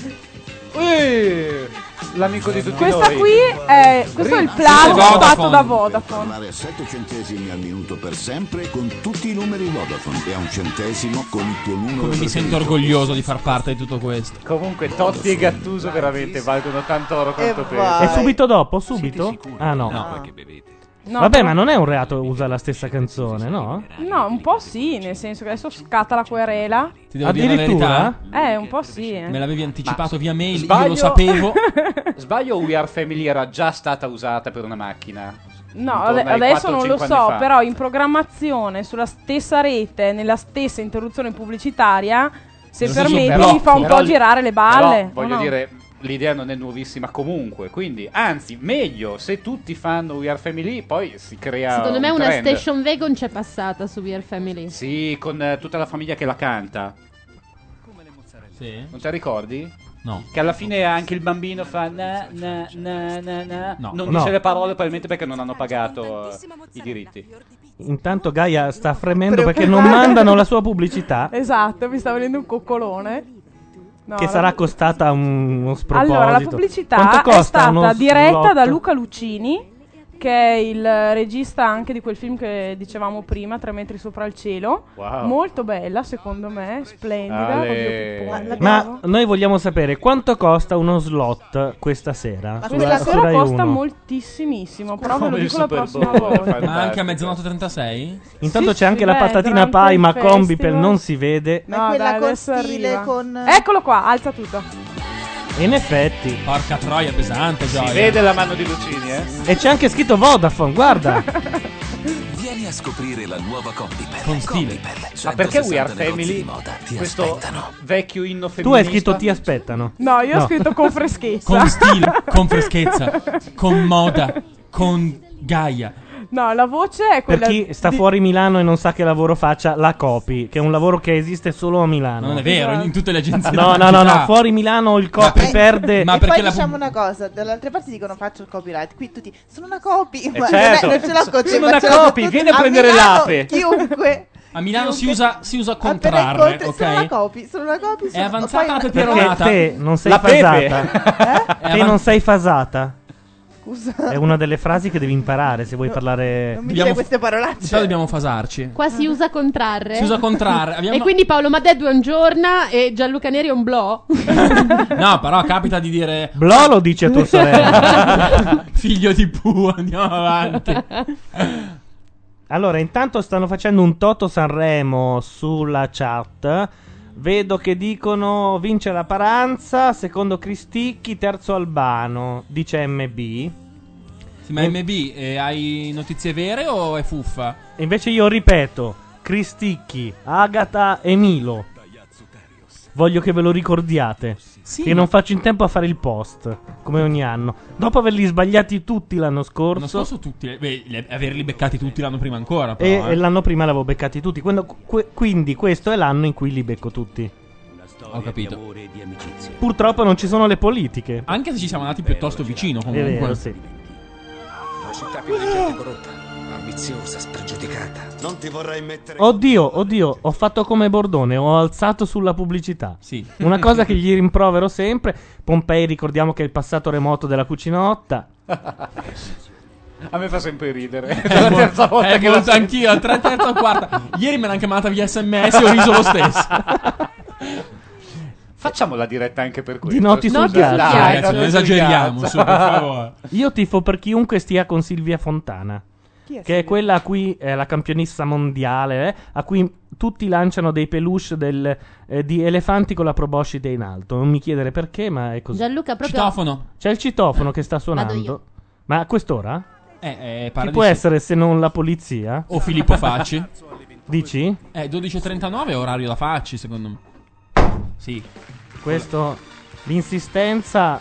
Speaker 5: Eh, L'amico di tutti
Speaker 20: Questa
Speaker 5: noi.
Speaker 20: qui è questo è il plagio
Speaker 3: Vodafone.
Speaker 20: fatto da Vodafone.
Speaker 16: Parlare a sette centesimi al minuto per sempre con tutti i numeri Vodafone e a un centesimo con il tuo numero
Speaker 3: Come mi sento orgoglioso di far parte di tutto questo.
Speaker 5: Comunque Totti e Gattuso veramente valgono tanto oro quanto
Speaker 15: E
Speaker 5: peso.
Speaker 15: vai.
Speaker 2: E subito dopo? Subito? Ah no.
Speaker 20: No,
Speaker 2: Vabbè,
Speaker 20: però-
Speaker 2: ma non è un reato usa la stessa canzone, no?
Speaker 20: No, un po' sì, nel senso che adesso scatta la querela.
Speaker 3: Ti devo dire la
Speaker 2: Addirittura?
Speaker 3: verità?
Speaker 20: Eh, un po' sì. eh.
Speaker 3: Me l'avevi anticipato
Speaker 5: Ma
Speaker 3: via mail,
Speaker 5: sbaglio-
Speaker 3: io lo sapevo.
Speaker 5: Sbaglio, We Are Family era già stata usata per una macchina.
Speaker 20: No,
Speaker 5: Intorno
Speaker 20: ade-
Speaker 5: ai
Speaker 20: adesso
Speaker 5: quattro o
Speaker 20: non lo
Speaker 5: cinque
Speaker 20: so,
Speaker 5: anni fa.
Speaker 20: però in programmazione, sulla stessa rete, nella stessa interruzione pubblicitaria, se
Speaker 5: Sì,
Speaker 20: permetti,
Speaker 5: però-
Speaker 20: mi fa un
Speaker 5: però
Speaker 20: po'
Speaker 5: li-
Speaker 20: girare le balle.
Speaker 5: però,
Speaker 20: o
Speaker 5: voglio
Speaker 20: no?
Speaker 5: dire, l'idea non è nuovissima comunque. Quindi, anzi, meglio se tutti fanno We Are Family, poi si crea.
Speaker 13: Secondo me
Speaker 5: un
Speaker 13: una
Speaker 5: trend.
Speaker 13: station wagon c'è passata su We Are Family.
Speaker 5: Sì, con eh, tutta la famiglia che la canta.
Speaker 3: Sì.
Speaker 5: Non te la ricordi?
Speaker 3: No.
Speaker 5: Che alla fine anche il bambino fa na, na, na, na, na.
Speaker 3: No.
Speaker 5: Non
Speaker 2: No.
Speaker 5: dice le parole probabilmente perché non hanno pagato eh, i diritti.
Speaker 2: Intanto Gaia sta fremendo perché non mandano la sua pubblicità,
Speaker 20: Esatto, mi sta venendo un coccolone. No,
Speaker 2: che
Speaker 20: la-
Speaker 2: sarà costata un- uno sproposito.
Speaker 20: Allora, la pubblicità
Speaker 2: Quanto
Speaker 20: è
Speaker 2: costa
Speaker 20: stata
Speaker 2: uno
Speaker 20: diretta
Speaker 2: slot?
Speaker 20: da Luca Lucini, che è il regista anche di quel film che dicevamo prima, Tre metri sopra il cielo.
Speaker 5: Wow.
Speaker 20: Molto bella, secondo me, splendida.
Speaker 5: Ale.
Speaker 20: Oddio, Pippone.
Speaker 2: Ma noi vogliamo sapere quanto costa uno slot questa sera.
Speaker 20: Ma
Speaker 2: sulla-
Speaker 20: questa
Speaker 2: su
Speaker 20: sera
Speaker 2: Rai
Speaker 20: costa
Speaker 2: uno.
Speaker 20: moltissimissimo, però ve
Speaker 5: Come
Speaker 20: lo
Speaker 5: il
Speaker 20: dico la
Speaker 5: Super
Speaker 20: prossima
Speaker 5: Bowl,
Speaker 20: volta.
Speaker 5: fantastico.
Speaker 3: Ma anche a mezzanotte trentasei?
Speaker 2: Intanto
Speaker 20: Sì,
Speaker 2: c'è anche
Speaker 20: sì,
Speaker 2: la
Speaker 20: beh,
Speaker 2: patatina
Speaker 20: durante
Speaker 2: pie,
Speaker 20: il
Speaker 2: ma Combi per
Speaker 20: festival.
Speaker 2: non si vede.
Speaker 15: Ma
Speaker 20: No,
Speaker 15: è quella
Speaker 20: dai,
Speaker 15: con
Speaker 20: adesso
Speaker 15: stile,
Speaker 20: arriva.
Speaker 15: con...
Speaker 20: Eccolo qua, alza tutto.
Speaker 2: E in effetti.
Speaker 3: Porca troia, pesante,
Speaker 5: Si
Speaker 3: gioia.
Speaker 5: vede la mano di Lucini, eh?
Speaker 2: E c'è anche scritto Vodafone, guarda.
Speaker 21: Vieni a scoprire la nuova Combiper.
Speaker 3: Con stile.
Speaker 21: Combiper,
Speaker 5: Ma perché We Are
Speaker 21: centosessanta negozi
Speaker 5: Family?
Speaker 21: di moda ti
Speaker 5: Questo
Speaker 21: aspettano.
Speaker 5: vecchio inno femminista.
Speaker 2: Tu hai scritto ti aspettano.
Speaker 20: No, io ho
Speaker 2: No.
Speaker 20: scritto con freschezza.
Speaker 3: Con stile, con freschezza, con moda, con Gaia.
Speaker 20: No, la voce è
Speaker 2: Per
Speaker 20: quella
Speaker 2: chi sta
Speaker 20: di-
Speaker 2: fuori Milano e non sa che lavoro faccia, la Copy, che è un lavoro che esiste solo a Milano.
Speaker 3: Non è vero, in tutte le agenzie.
Speaker 2: No,
Speaker 3: di
Speaker 2: no, no,
Speaker 3: pubblicità.
Speaker 2: no, fuori Milano il Copy perde.
Speaker 3: Ma
Speaker 15: e
Speaker 3: perché
Speaker 15: poi
Speaker 3: la
Speaker 15: diciamo
Speaker 3: pub-
Speaker 15: una cosa, dalle altre parti dicono faccio il copyright, qui tutti sono una copy, ma
Speaker 5: certo,
Speaker 15: non, è, non ce l'ho con te,
Speaker 5: sono
Speaker 15: ma
Speaker 5: una
Speaker 15: ce l'ho con
Speaker 5: copy,
Speaker 15: tutti.
Speaker 5: vieni a prendere
Speaker 15: Milano,
Speaker 5: l'ape.
Speaker 15: Chiunque.
Speaker 3: A Milano si
Speaker 15: chiunque-
Speaker 3: usa, si usa
Speaker 15: appena
Speaker 3: contrarre,
Speaker 15: incontri- Sono una
Speaker 3: ok?
Speaker 15: copy, sono una copy.
Speaker 3: È
Speaker 15: sono-
Speaker 3: avanzata
Speaker 15: poi-
Speaker 3: la
Speaker 2: Perché
Speaker 3: peperonata.
Speaker 2: te non sei
Speaker 5: La pepe.
Speaker 2: fasata.
Speaker 3: È
Speaker 2: Te
Speaker 3: avan-
Speaker 2: non sei fasata.
Speaker 15: scusa.
Speaker 2: È una delle frasi che devi imparare se vuoi parlare.
Speaker 15: Non mi dire queste parolacce.
Speaker 3: Già dobbiamo fasarci.
Speaker 13: Qua si usa contrarre.
Speaker 3: Si usa contrarre. Abbiamo-
Speaker 13: E quindi Paolo Madè due un giorno e Gianluca Neri è un blò.
Speaker 3: No, però capita di dire
Speaker 2: Blo lo dice a tua sorella.
Speaker 3: figlio di pu, andiamo avanti.
Speaker 2: Allora, intanto stanno facendo un Toto Sanremo sulla chat. Vedo che dicono vince la Paranza, secondo Cristicchi, terzo Albano, dice M B.
Speaker 3: Sì, ma M B, eh, hai notizie vere o è fuffa?
Speaker 2: Invece io ripeto, Cristicchi, Agata e Milo. Voglio che ve lo ricordiate.
Speaker 3: Sì.
Speaker 2: Che non faccio in tempo a fare il post, come ogni anno. Dopo averli sbagliati tutti l'anno scorso.
Speaker 3: L'anno scorso tutti, beh, li- averli beccati tutti l'anno prima ancora.
Speaker 2: E,
Speaker 3: Però,
Speaker 2: e
Speaker 3: eh.
Speaker 2: l'anno prima l'avevo beccati tutti. Quando- que- quindi questo è l'anno in cui li becco tutti.
Speaker 3: Ho capito.
Speaker 2: Purtroppo non ci sono le politiche.
Speaker 3: Anche se ci siamo andati piuttosto vicino,
Speaker 2: È
Speaker 3: comunque.
Speaker 2: vero, sì.
Speaker 4: La città più di gente corrotta, ambiziosa, spregiudicata. Non ti vorrei mettere...
Speaker 2: Oddio, oddio, ho fatto come Bordone, ho alzato sulla pubblicità.
Speaker 3: Sì.
Speaker 2: Una cosa che gli rimprovero sempre. Pompei, ricordiamo che è il passato remoto della cucinotta.
Speaker 5: A me fa sempre ridere. È la terza volta
Speaker 3: Eh,
Speaker 5: che la
Speaker 3: molto
Speaker 5: sento.
Speaker 3: anch'io, la tre- terza o quarta. Ieri me l'hanno chiamata via sms e ho riso lo stesso.
Speaker 5: Facciamo la diretta anche per questo.
Speaker 2: Di noti sul
Speaker 5: scusa.
Speaker 2: ghiaccio.
Speaker 5: Dai,
Speaker 3: Ragazzi,
Speaker 5: noti
Speaker 3: non
Speaker 5: sul
Speaker 3: esageriamo,
Speaker 5: ghiaccio.
Speaker 3: su, per favore.
Speaker 2: Io tifo per chiunque stia con Silvia Fontana.
Speaker 15: Chi è
Speaker 2: Che è
Speaker 15: Silvia?
Speaker 2: quella a cui è la campionessa mondiale, eh, a cui tutti lanciano dei peluche del, eh, di elefanti con la proboscide in alto. Non mi chiedere perché, ma è così.
Speaker 13: Gianluca proprio
Speaker 3: Citofono.
Speaker 2: C'è il citofono che sta
Speaker 13: Vado
Speaker 2: suonando.
Speaker 13: io.
Speaker 2: Ma a quest'ora?
Speaker 3: Eh, eh,
Speaker 2: Chi
Speaker 3: pare di
Speaker 2: può
Speaker 3: sì.
Speaker 2: essere se non la polizia?
Speaker 3: O Filippo Facci.
Speaker 2: Dici?
Speaker 3: Eh, dodici e trentanove è orario da Facci, secondo me. Sì.
Speaker 2: Questo, l'insistenza.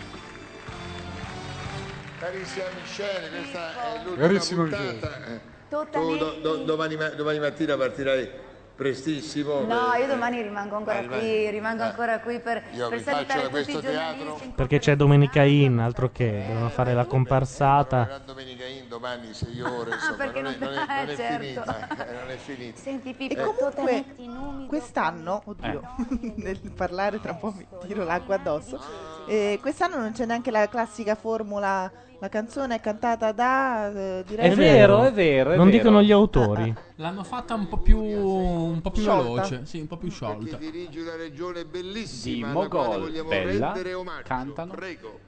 Speaker 7: Carissima Michele, questa è l'ultima
Speaker 5: Carissimo
Speaker 7: puntata. Eh, Tu do- do- domani, ma- domani mattina partirai prestissimo.
Speaker 8: No,
Speaker 7: eh,
Speaker 8: io domani rimango ancora
Speaker 7: Ah, rimani-
Speaker 8: qui, rimango
Speaker 7: eh.
Speaker 8: ancora qui per,
Speaker 7: Io
Speaker 8: per
Speaker 7: mi faccio
Speaker 8: salutare
Speaker 7: da
Speaker 8: tutti
Speaker 7: questo
Speaker 8: i giornalisti.
Speaker 2: Perché c'è Domenica In, altro che. Devono fare la comparsata.
Speaker 7: La domenica in domani sei ore, insomma,
Speaker 8: Ah, perché
Speaker 7: non, è,
Speaker 8: non-
Speaker 7: non, è, non è
Speaker 8: eh, certo.
Speaker 7: finita, eh, non è finita.
Speaker 8: Senti
Speaker 15: E
Speaker 8: Pippo,
Speaker 15: comunque quest'anno, oddio, nel parlare tra un po' mi tiro l'acqua addosso. eh, quest'anno non c'è neanche la classica formula. La canzone è cantata da. eh, direi
Speaker 5: È vero, è vero, è
Speaker 2: Non
Speaker 5: vero.
Speaker 2: dicono gli autori.
Speaker 3: L'hanno fatta un po' più un po' più
Speaker 15: Sciolta.
Speaker 3: veloce, sì, un po' più sciolta.
Speaker 7: Ti dirigi una regione
Speaker 5: Di
Speaker 7: bellissima alla quale
Speaker 5: Mogol,
Speaker 7: vogliamo
Speaker 5: bella,
Speaker 7: rendere omaggio.
Speaker 5: cantano.
Speaker 7: Prego.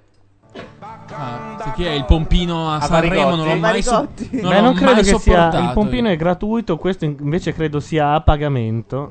Speaker 3: Ah, sai chi è il pompino a,
Speaker 5: A
Speaker 3: Sanremo? Non l'ho
Speaker 5: Varigotti?
Speaker 3: mai, so-
Speaker 15: Varigotti.
Speaker 3: non
Speaker 2: Beh,
Speaker 3: l'ho
Speaker 2: non credo
Speaker 3: mai
Speaker 2: che sia.
Speaker 3: sopportato.
Speaker 2: Il pompino è gratuito, questo in- invece credo sia a pagamento.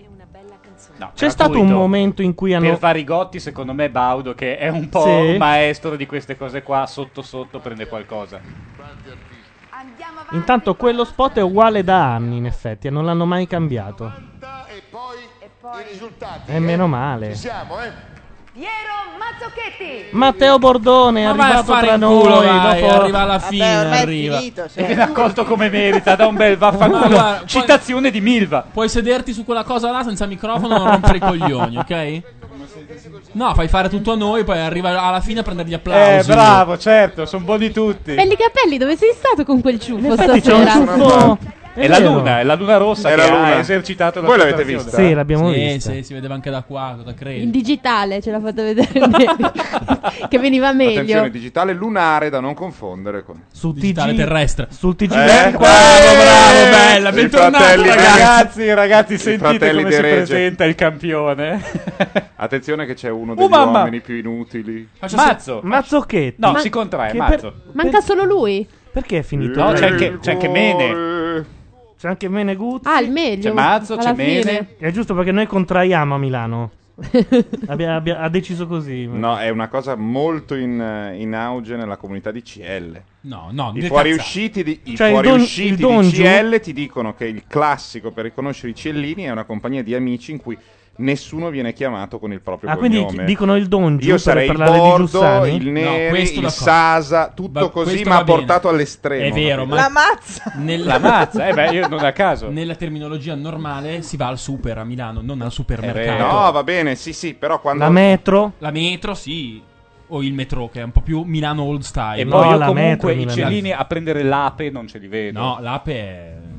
Speaker 5: No,
Speaker 2: C'è stato un
Speaker 5: gratuito.
Speaker 2: momento in cui hanno.
Speaker 5: Per Varigotti, secondo me, Baudo, che è un po'
Speaker 2: Sì.
Speaker 5: un maestro di queste cose qua, sotto sotto prende qualcosa.
Speaker 8: Andiamo avanti.
Speaker 2: Intanto quello spot è uguale da anni, in effetti, e non l'hanno mai cambiato.
Speaker 7: E poi,
Speaker 8: E poi
Speaker 7: i risultati.
Speaker 2: E
Speaker 7: eh.
Speaker 2: meno male.
Speaker 7: Ci siamo, eh?
Speaker 8: Piero Mazzocchetti.
Speaker 2: Matteo Bordone è
Speaker 3: Ma vai a
Speaker 2: arrivato
Speaker 3: fare
Speaker 2: tra
Speaker 3: in
Speaker 2: noi.
Speaker 3: culo, vai,
Speaker 2: dopo-
Speaker 3: arriva alla
Speaker 15: Vabbè,
Speaker 3: fine,
Speaker 15: ormai
Speaker 3: arriva.
Speaker 15: è finito.
Speaker 5: E
Speaker 15: Cioè.
Speaker 5: viene accolto come merita da un bel
Speaker 3: Ma
Speaker 5: vaffanculo.
Speaker 3: guarda, poi-
Speaker 5: Citazione di Milva.
Speaker 3: Puoi sederti su quella cosa là senza microfono e non rompere i coglioni, ok? No, fai fare tutto a noi, poi arriva alla fine a prendere gli applausi.
Speaker 5: Eh, bravo, certo, sono buoni tutti.
Speaker 13: Belli capelli, dove sei stato con quel ciuffo
Speaker 2: Infatti c'è un
Speaker 13: stasera?
Speaker 2: ciuffo.
Speaker 5: È la luna, è la luna rossa
Speaker 10: È
Speaker 5: che
Speaker 10: la luna.
Speaker 5: ha esercitato la
Speaker 10: Voi
Speaker 5: sua
Speaker 10: l'avete
Speaker 5: azione.
Speaker 10: vista?
Speaker 2: Sì, l'abbiamo
Speaker 3: Sì,
Speaker 2: vista.
Speaker 3: sì, si vedeva anche da qua, cosa
Speaker 13: In
Speaker 3: credi?
Speaker 13: digitale ce l'ha fatto vedere che veniva meglio.
Speaker 10: Attenzione, digitale lunare da non confondere con...
Speaker 2: Su
Speaker 3: Digitale
Speaker 2: T G
Speaker 3: terrestre.
Speaker 2: Sul T G
Speaker 10: Eh?
Speaker 2: ventiquattro.
Speaker 3: Bravo, bravo, bella,
Speaker 10: I
Speaker 3: bentornato,
Speaker 10: fratelli-
Speaker 3: ragazzi.
Speaker 5: Ragazzi, ragazzi, sentite
Speaker 10: fratelli
Speaker 5: come
Speaker 10: di
Speaker 5: si
Speaker 10: Regge.
Speaker 5: presenta il campione.
Speaker 10: Attenzione che c'è uno degli
Speaker 5: Oh, mamma!
Speaker 10: uomini più inutili.
Speaker 3: Faccio
Speaker 5: Mazzo.
Speaker 2: Mazzocchetti.
Speaker 5: No,
Speaker 13: Ma-
Speaker 5: si contrae,
Speaker 2: che
Speaker 5: Mazzo.
Speaker 13: Manca solo lui.
Speaker 2: Perché è finito?
Speaker 5: No,
Speaker 2: il-
Speaker 5: c'è anche, c'è anche Mene.
Speaker 10: Mene.
Speaker 2: C'è anche Meneguzzi.
Speaker 13: Ah, il meglio.
Speaker 5: C'è Mazzo,
Speaker 13: alla
Speaker 5: c'è
Speaker 13: fine.
Speaker 5: Mene.
Speaker 2: È giusto perché noi contraiamo a Milano. Abbia- abbia- ha deciso così.
Speaker 10: No, è una cosa molto in, in auge nella comunità di C L.
Speaker 3: No, no,
Speaker 10: I
Speaker 3: due
Speaker 10: fuoriusciti, di, i
Speaker 2: Cioè, il
Speaker 10: fuoriusciti
Speaker 2: don- il
Speaker 10: di
Speaker 2: Dongiu?
Speaker 10: C L ti dicono che il classico per riconoscere i ciellini è una compagnia di amici in cui nessuno viene chiamato con il proprio
Speaker 2: Ah, quindi
Speaker 10: cognome.
Speaker 2: dicono il Dongiu
Speaker 10: Io
Speaker 2: per
Speaker 10: sarei il
Speaker 2: parlare di
Speaker 10: Bordo,
Speaker 2: Giussani?
Speaker 10: il
Speaker 3: No,
Speaker 10: Neri,
Speaker 3: questo
Speaker 10: il
Speaker 3: d'accordo.
Speaker 10: Sasa, tutto
Speaker 3: Va-
Speaker 10: così,
Speaker 3: questo
Speaker 10: ma
Speaker 3: va bene.
Speaker 10: portato all'estremo.
Speaker 3: È vero,
Speaker 10: capito?
Speaker 3: ma
Speaker 15: La mazza.
Speaker 3: nel-
Speaker 5: La mazza, eh beh, io non a caso.
Speaker 3: nella terminologia normale si va al super a Milano, non al
Speaker 5: È
Speaker 3: supermercato.
Speaker 5: vero.
Speaker 10: No, va bene, sì, sì, però quando...
Speaker 2: La metro?
Speaker 3: La metro, sì. O il metro, che è un po' più Milano old style.
Speaker 5: E
Speaker 2: No,
Speaker 5: poi io
Speaker 2: la
Speaker 5: comunque
Speaker 2: metro,
Speaker 5: i
Speaker 2: Milano.
Speaker 5: cellini a prendere l'ape non ce li vedo.
Speaker 3: No, l'ape è...
Speaker 5: Eh.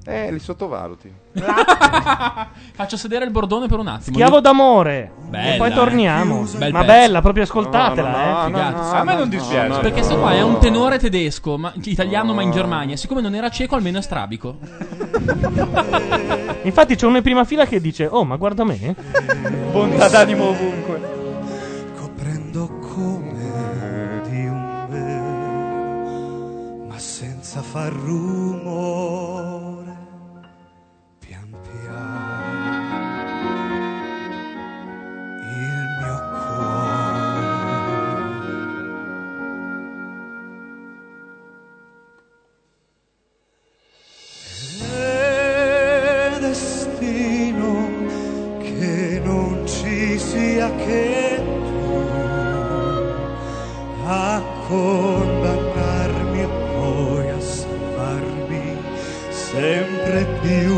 Speaker 10: Eh, li sottovaluti.
Speaker 3: Faccio sedere il bordone per un attimo.
Speaker 2: Schiavo d'amore.
Speaker 3: Bella,
Speaker 2: e poi
Speaker 3: eh.
Speaker 2: torniamo.
Speaker 3: Bel
Speaker 2: Ma
Speaker 3: pezzo.
Speaker 2: bella, proprio ascoltatela,
Speaker 10: No, no,
Speaker 2: eh.
Speaker 10: no,
Speaker 3: Figata.
Speaker 10: no, no,
Speaker 5: A me non
Speaker 10: no,
Speaker 5: dispiace.
Speaker 10: no,
Speaker 3: Perché
Speaker 10: no,
Speaker 3: sto qua è un
Speaker 10: no.
Speaker 3: tenore tedesco, ma, italiano ma in Germania. Siccome non era cieco, almeno è strabico.
Speaker 2: Infatti c'è uno in prima fila che dice: oh, ma guarda me.
Speaker 5: Bontà d'animo ovunque.
Speaker 19: Coprendo come di un velo, ma senza far rumore, pian piano il mio cuore. È destino che non ci sia che tu a condannarmi e poi a salvarmi sempre più.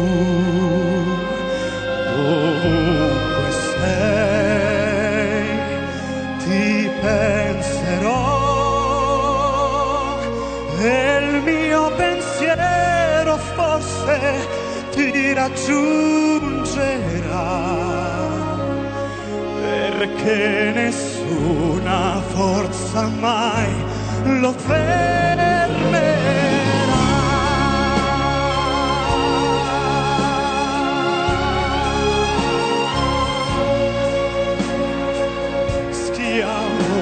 Speaker 19: Dovunque sei ti penserò e il mio pensiero forse ti raggiungerà, perché nessuna forza mai lo fermerà. Schiavo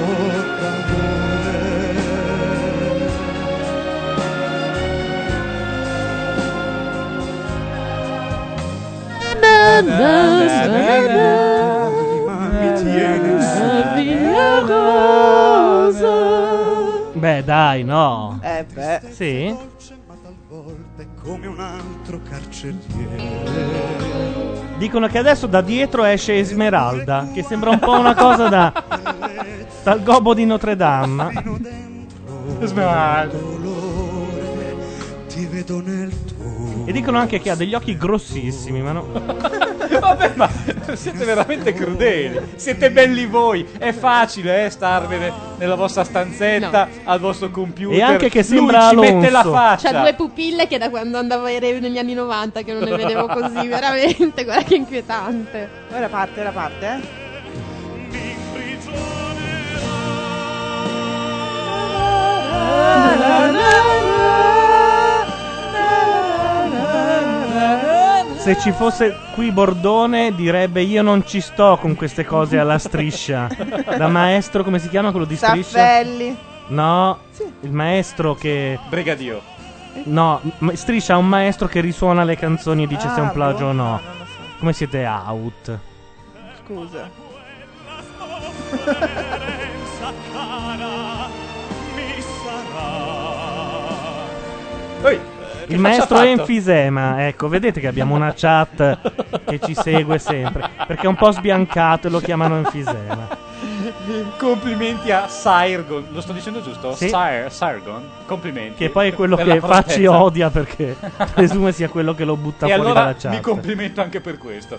Speaker 2: Beh, dai, no.
Speaker 15: Eh beh.
Speaker 2: Sì?
Speaker 19: come un altro carceriere.
Speaker 2: Dicono che adesso da dietro esce Esmeralda, che sembra un po' una cosa da dal gobbo di Notre Dame.
Speaker 5: Esmeralda.
Speaker 19: Ti vedo nel tuo.
Speaker 2: E dicono anche che ha degli occhi grossissimi, ma no.
Speaker 5: Vabbè, ma siete veramente crudeli. Siete belli voi. È facile, eh, starvene nella vostra stanzetta, al vostro computer.
Speaker 2: E anche che
Speaker 5: Lui
Speaker 2: sembra
Speaker 5: ci
Speaker 2: Alonso.
Speaker 5: mette la faccia.
Speaker 13: C'ha due pupille che da quando andavo ai rave negli anni novanta che non ne vedevo così, veramente. Guarda che inquietante.
Speaker 15: Ora parte, ora parte, eh.
Speaker 2: Se ci fosse qui Bordone direbbe io non ci sto con queste cose alla striscia. Da maestro, come si chiama quello di striscia?
Speaker 15: Zaffelli.
Speaker 2: No, il maestro che...
Speaker 5: Brigadio.
Speaker 2: No, ma- striscia ha un maestro che risuona le canzoni e dice
Speaker 15: Ah,
Speaker 2: se è un plagio
Speaker 15: boh,
Speaker 2: o no.
Speaker 15: no, non lo so.
Speaker 2: Come siete out?
Speaker 15: Scusa.
Speaker 5: Poi,
Speaker 2: Il maestro è enfisema, ecco, vedete che abbiamo una chat che ci segue sempre, perché è un po' sbiancato e lo chiamano enfisema.
Speaker 5: Complimenti a Sargon. Lo sto dicendo giusto?
Speaker 2: Sì.
Speaker 5: Sire- Sargon. Complimenti.
Speaker 2: Che poi è quello
Speaker 5: Per la
Speaker 2: che Facci
Speaker 5: prontezza.
Speaker 2: odia perché presume sia quello che lo butta
Speaker 5: E
Speaker 2: fuori
Speaker 5: allora
Speaker 2: dalla chat.
Speaker 5: mi complimento anche per questo.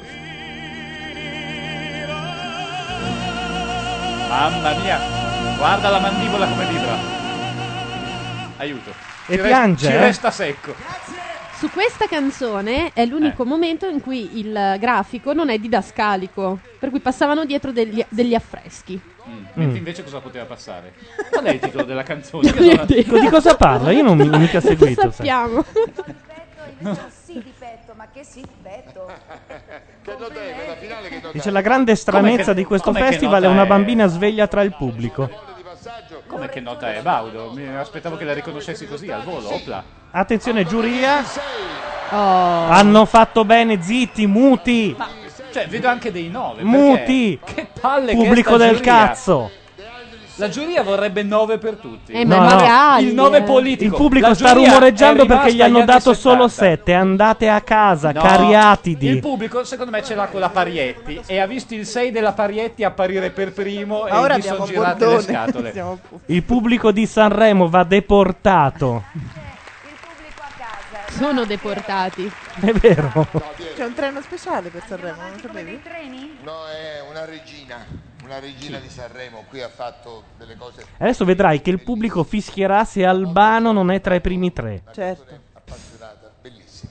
Speaker 5: Mamma mia, guarda la mandibola come vibra. Aiuto.
Speaker 2: E
Speaker 5: Ci re-
Speaker 2: piange,
Speaker 5: Ci
Speaker 2: eh?
Speaker 5: resta secco.
Speaker 13: Su questa canzone è l'unico momento in cui il grafico non è didascalico, per cui passavano dietro degli, degli affreschi.
Speaker 5: Mm. Mentre invece cosa poteva passare? Qual è il titolo della canzone?
Speaker 13: Non ho idea.
Speaker 2: Di cosa parla? Io non mi ho mica seguito.
Speaker 13: Lo
Speaker 2: sai.
Speaker 13: sappiamo.
Speaker 8: Sì, di petto, ma che sì, petto.
Speaker 7: Che nota è? La finale che nota
Speaker 2: Dice la grande stranezza
Speaker 5: Come che-
Speaker 2: di questo
Speaker 5: come che
Speaker 2: festival è
Speaker 5: nota
Speaker 2: una
Speaker 5: è?
Speaker 2: bambina sveglia tra il pubblico.
Speaker 5: Come che nota è? Baudo? Mi aspettavo che la riconoscessi così al volo. Opla.
Speaker 2: Attenzione giuria.
Speaker 13: Oh.
Speaker 2: Hanno fatto bene, zitti, muti.
Speaker 5: Ma, cioè, vedo anche dei nove.
Speaker 2: Muti.
Speaker 5: perché? Che palle che
Speaker 2: Pubblico
Speaker 5: è sta
Speaker 2: del
Speaker 5: giuria.
Speaker 2: cazzo.
Speaker 5: La giuria vorrebbe nove per tutti.
Speaker 13: Eh, ma
Speaker 2: No,
Speaker 13: è
Speaker 2: no.
Speaker 13: magari,
Speaker 5: Il nove
Speaker 13: eh.
Speaker 5: politico.
Speaker 2: Il pubblico
Speaker 5: La
Speaker 2: sta
Speaker 5: giuria
Speaker 2: rumoreggiando
Speaker 5: è
Speaker 2: perché gli
Speaker 5: rimasta
Speaker 2: hanno
Speaker 5: agli anni
Speaker 2: dato solo
Speaker 5: settanta.
Speaker 2: sette. Andate a casa,
Speaker 5: No,
Speaker 2: cariatidi.
Speaker 5: Il pubblico secondo me ce l'ha con la Parietti e ha visto il sei della Parietti apparire per primo
Speaker 15: Ma
Speaker 5: e
Speaker 15: ora
Speaker 5: gli sono
Speaker 15: abbiamo
Speaker 5: girate
Speaker 15: Bordone.
Speaker 5: le scatole.
Speaker 15: Siamo pu-
Speaker 2: Il pubblico di Sanremo va deportato.
Speaker 13: Sono deportati.
Speaker 2: È vero.
Speaker 15: C'è un treno speciale per Sanremo, non lo sapevi?
Speaker 7: No, è una regina, una regina di Sanremo. Qui ha fatto delle cose
Speaker 2: Adesso vedrai che il pubblico fischierà se Albano non è tra i primi tre.
Speaker 15: Certo.
Speaker 7: appassionata, bellissima, secondo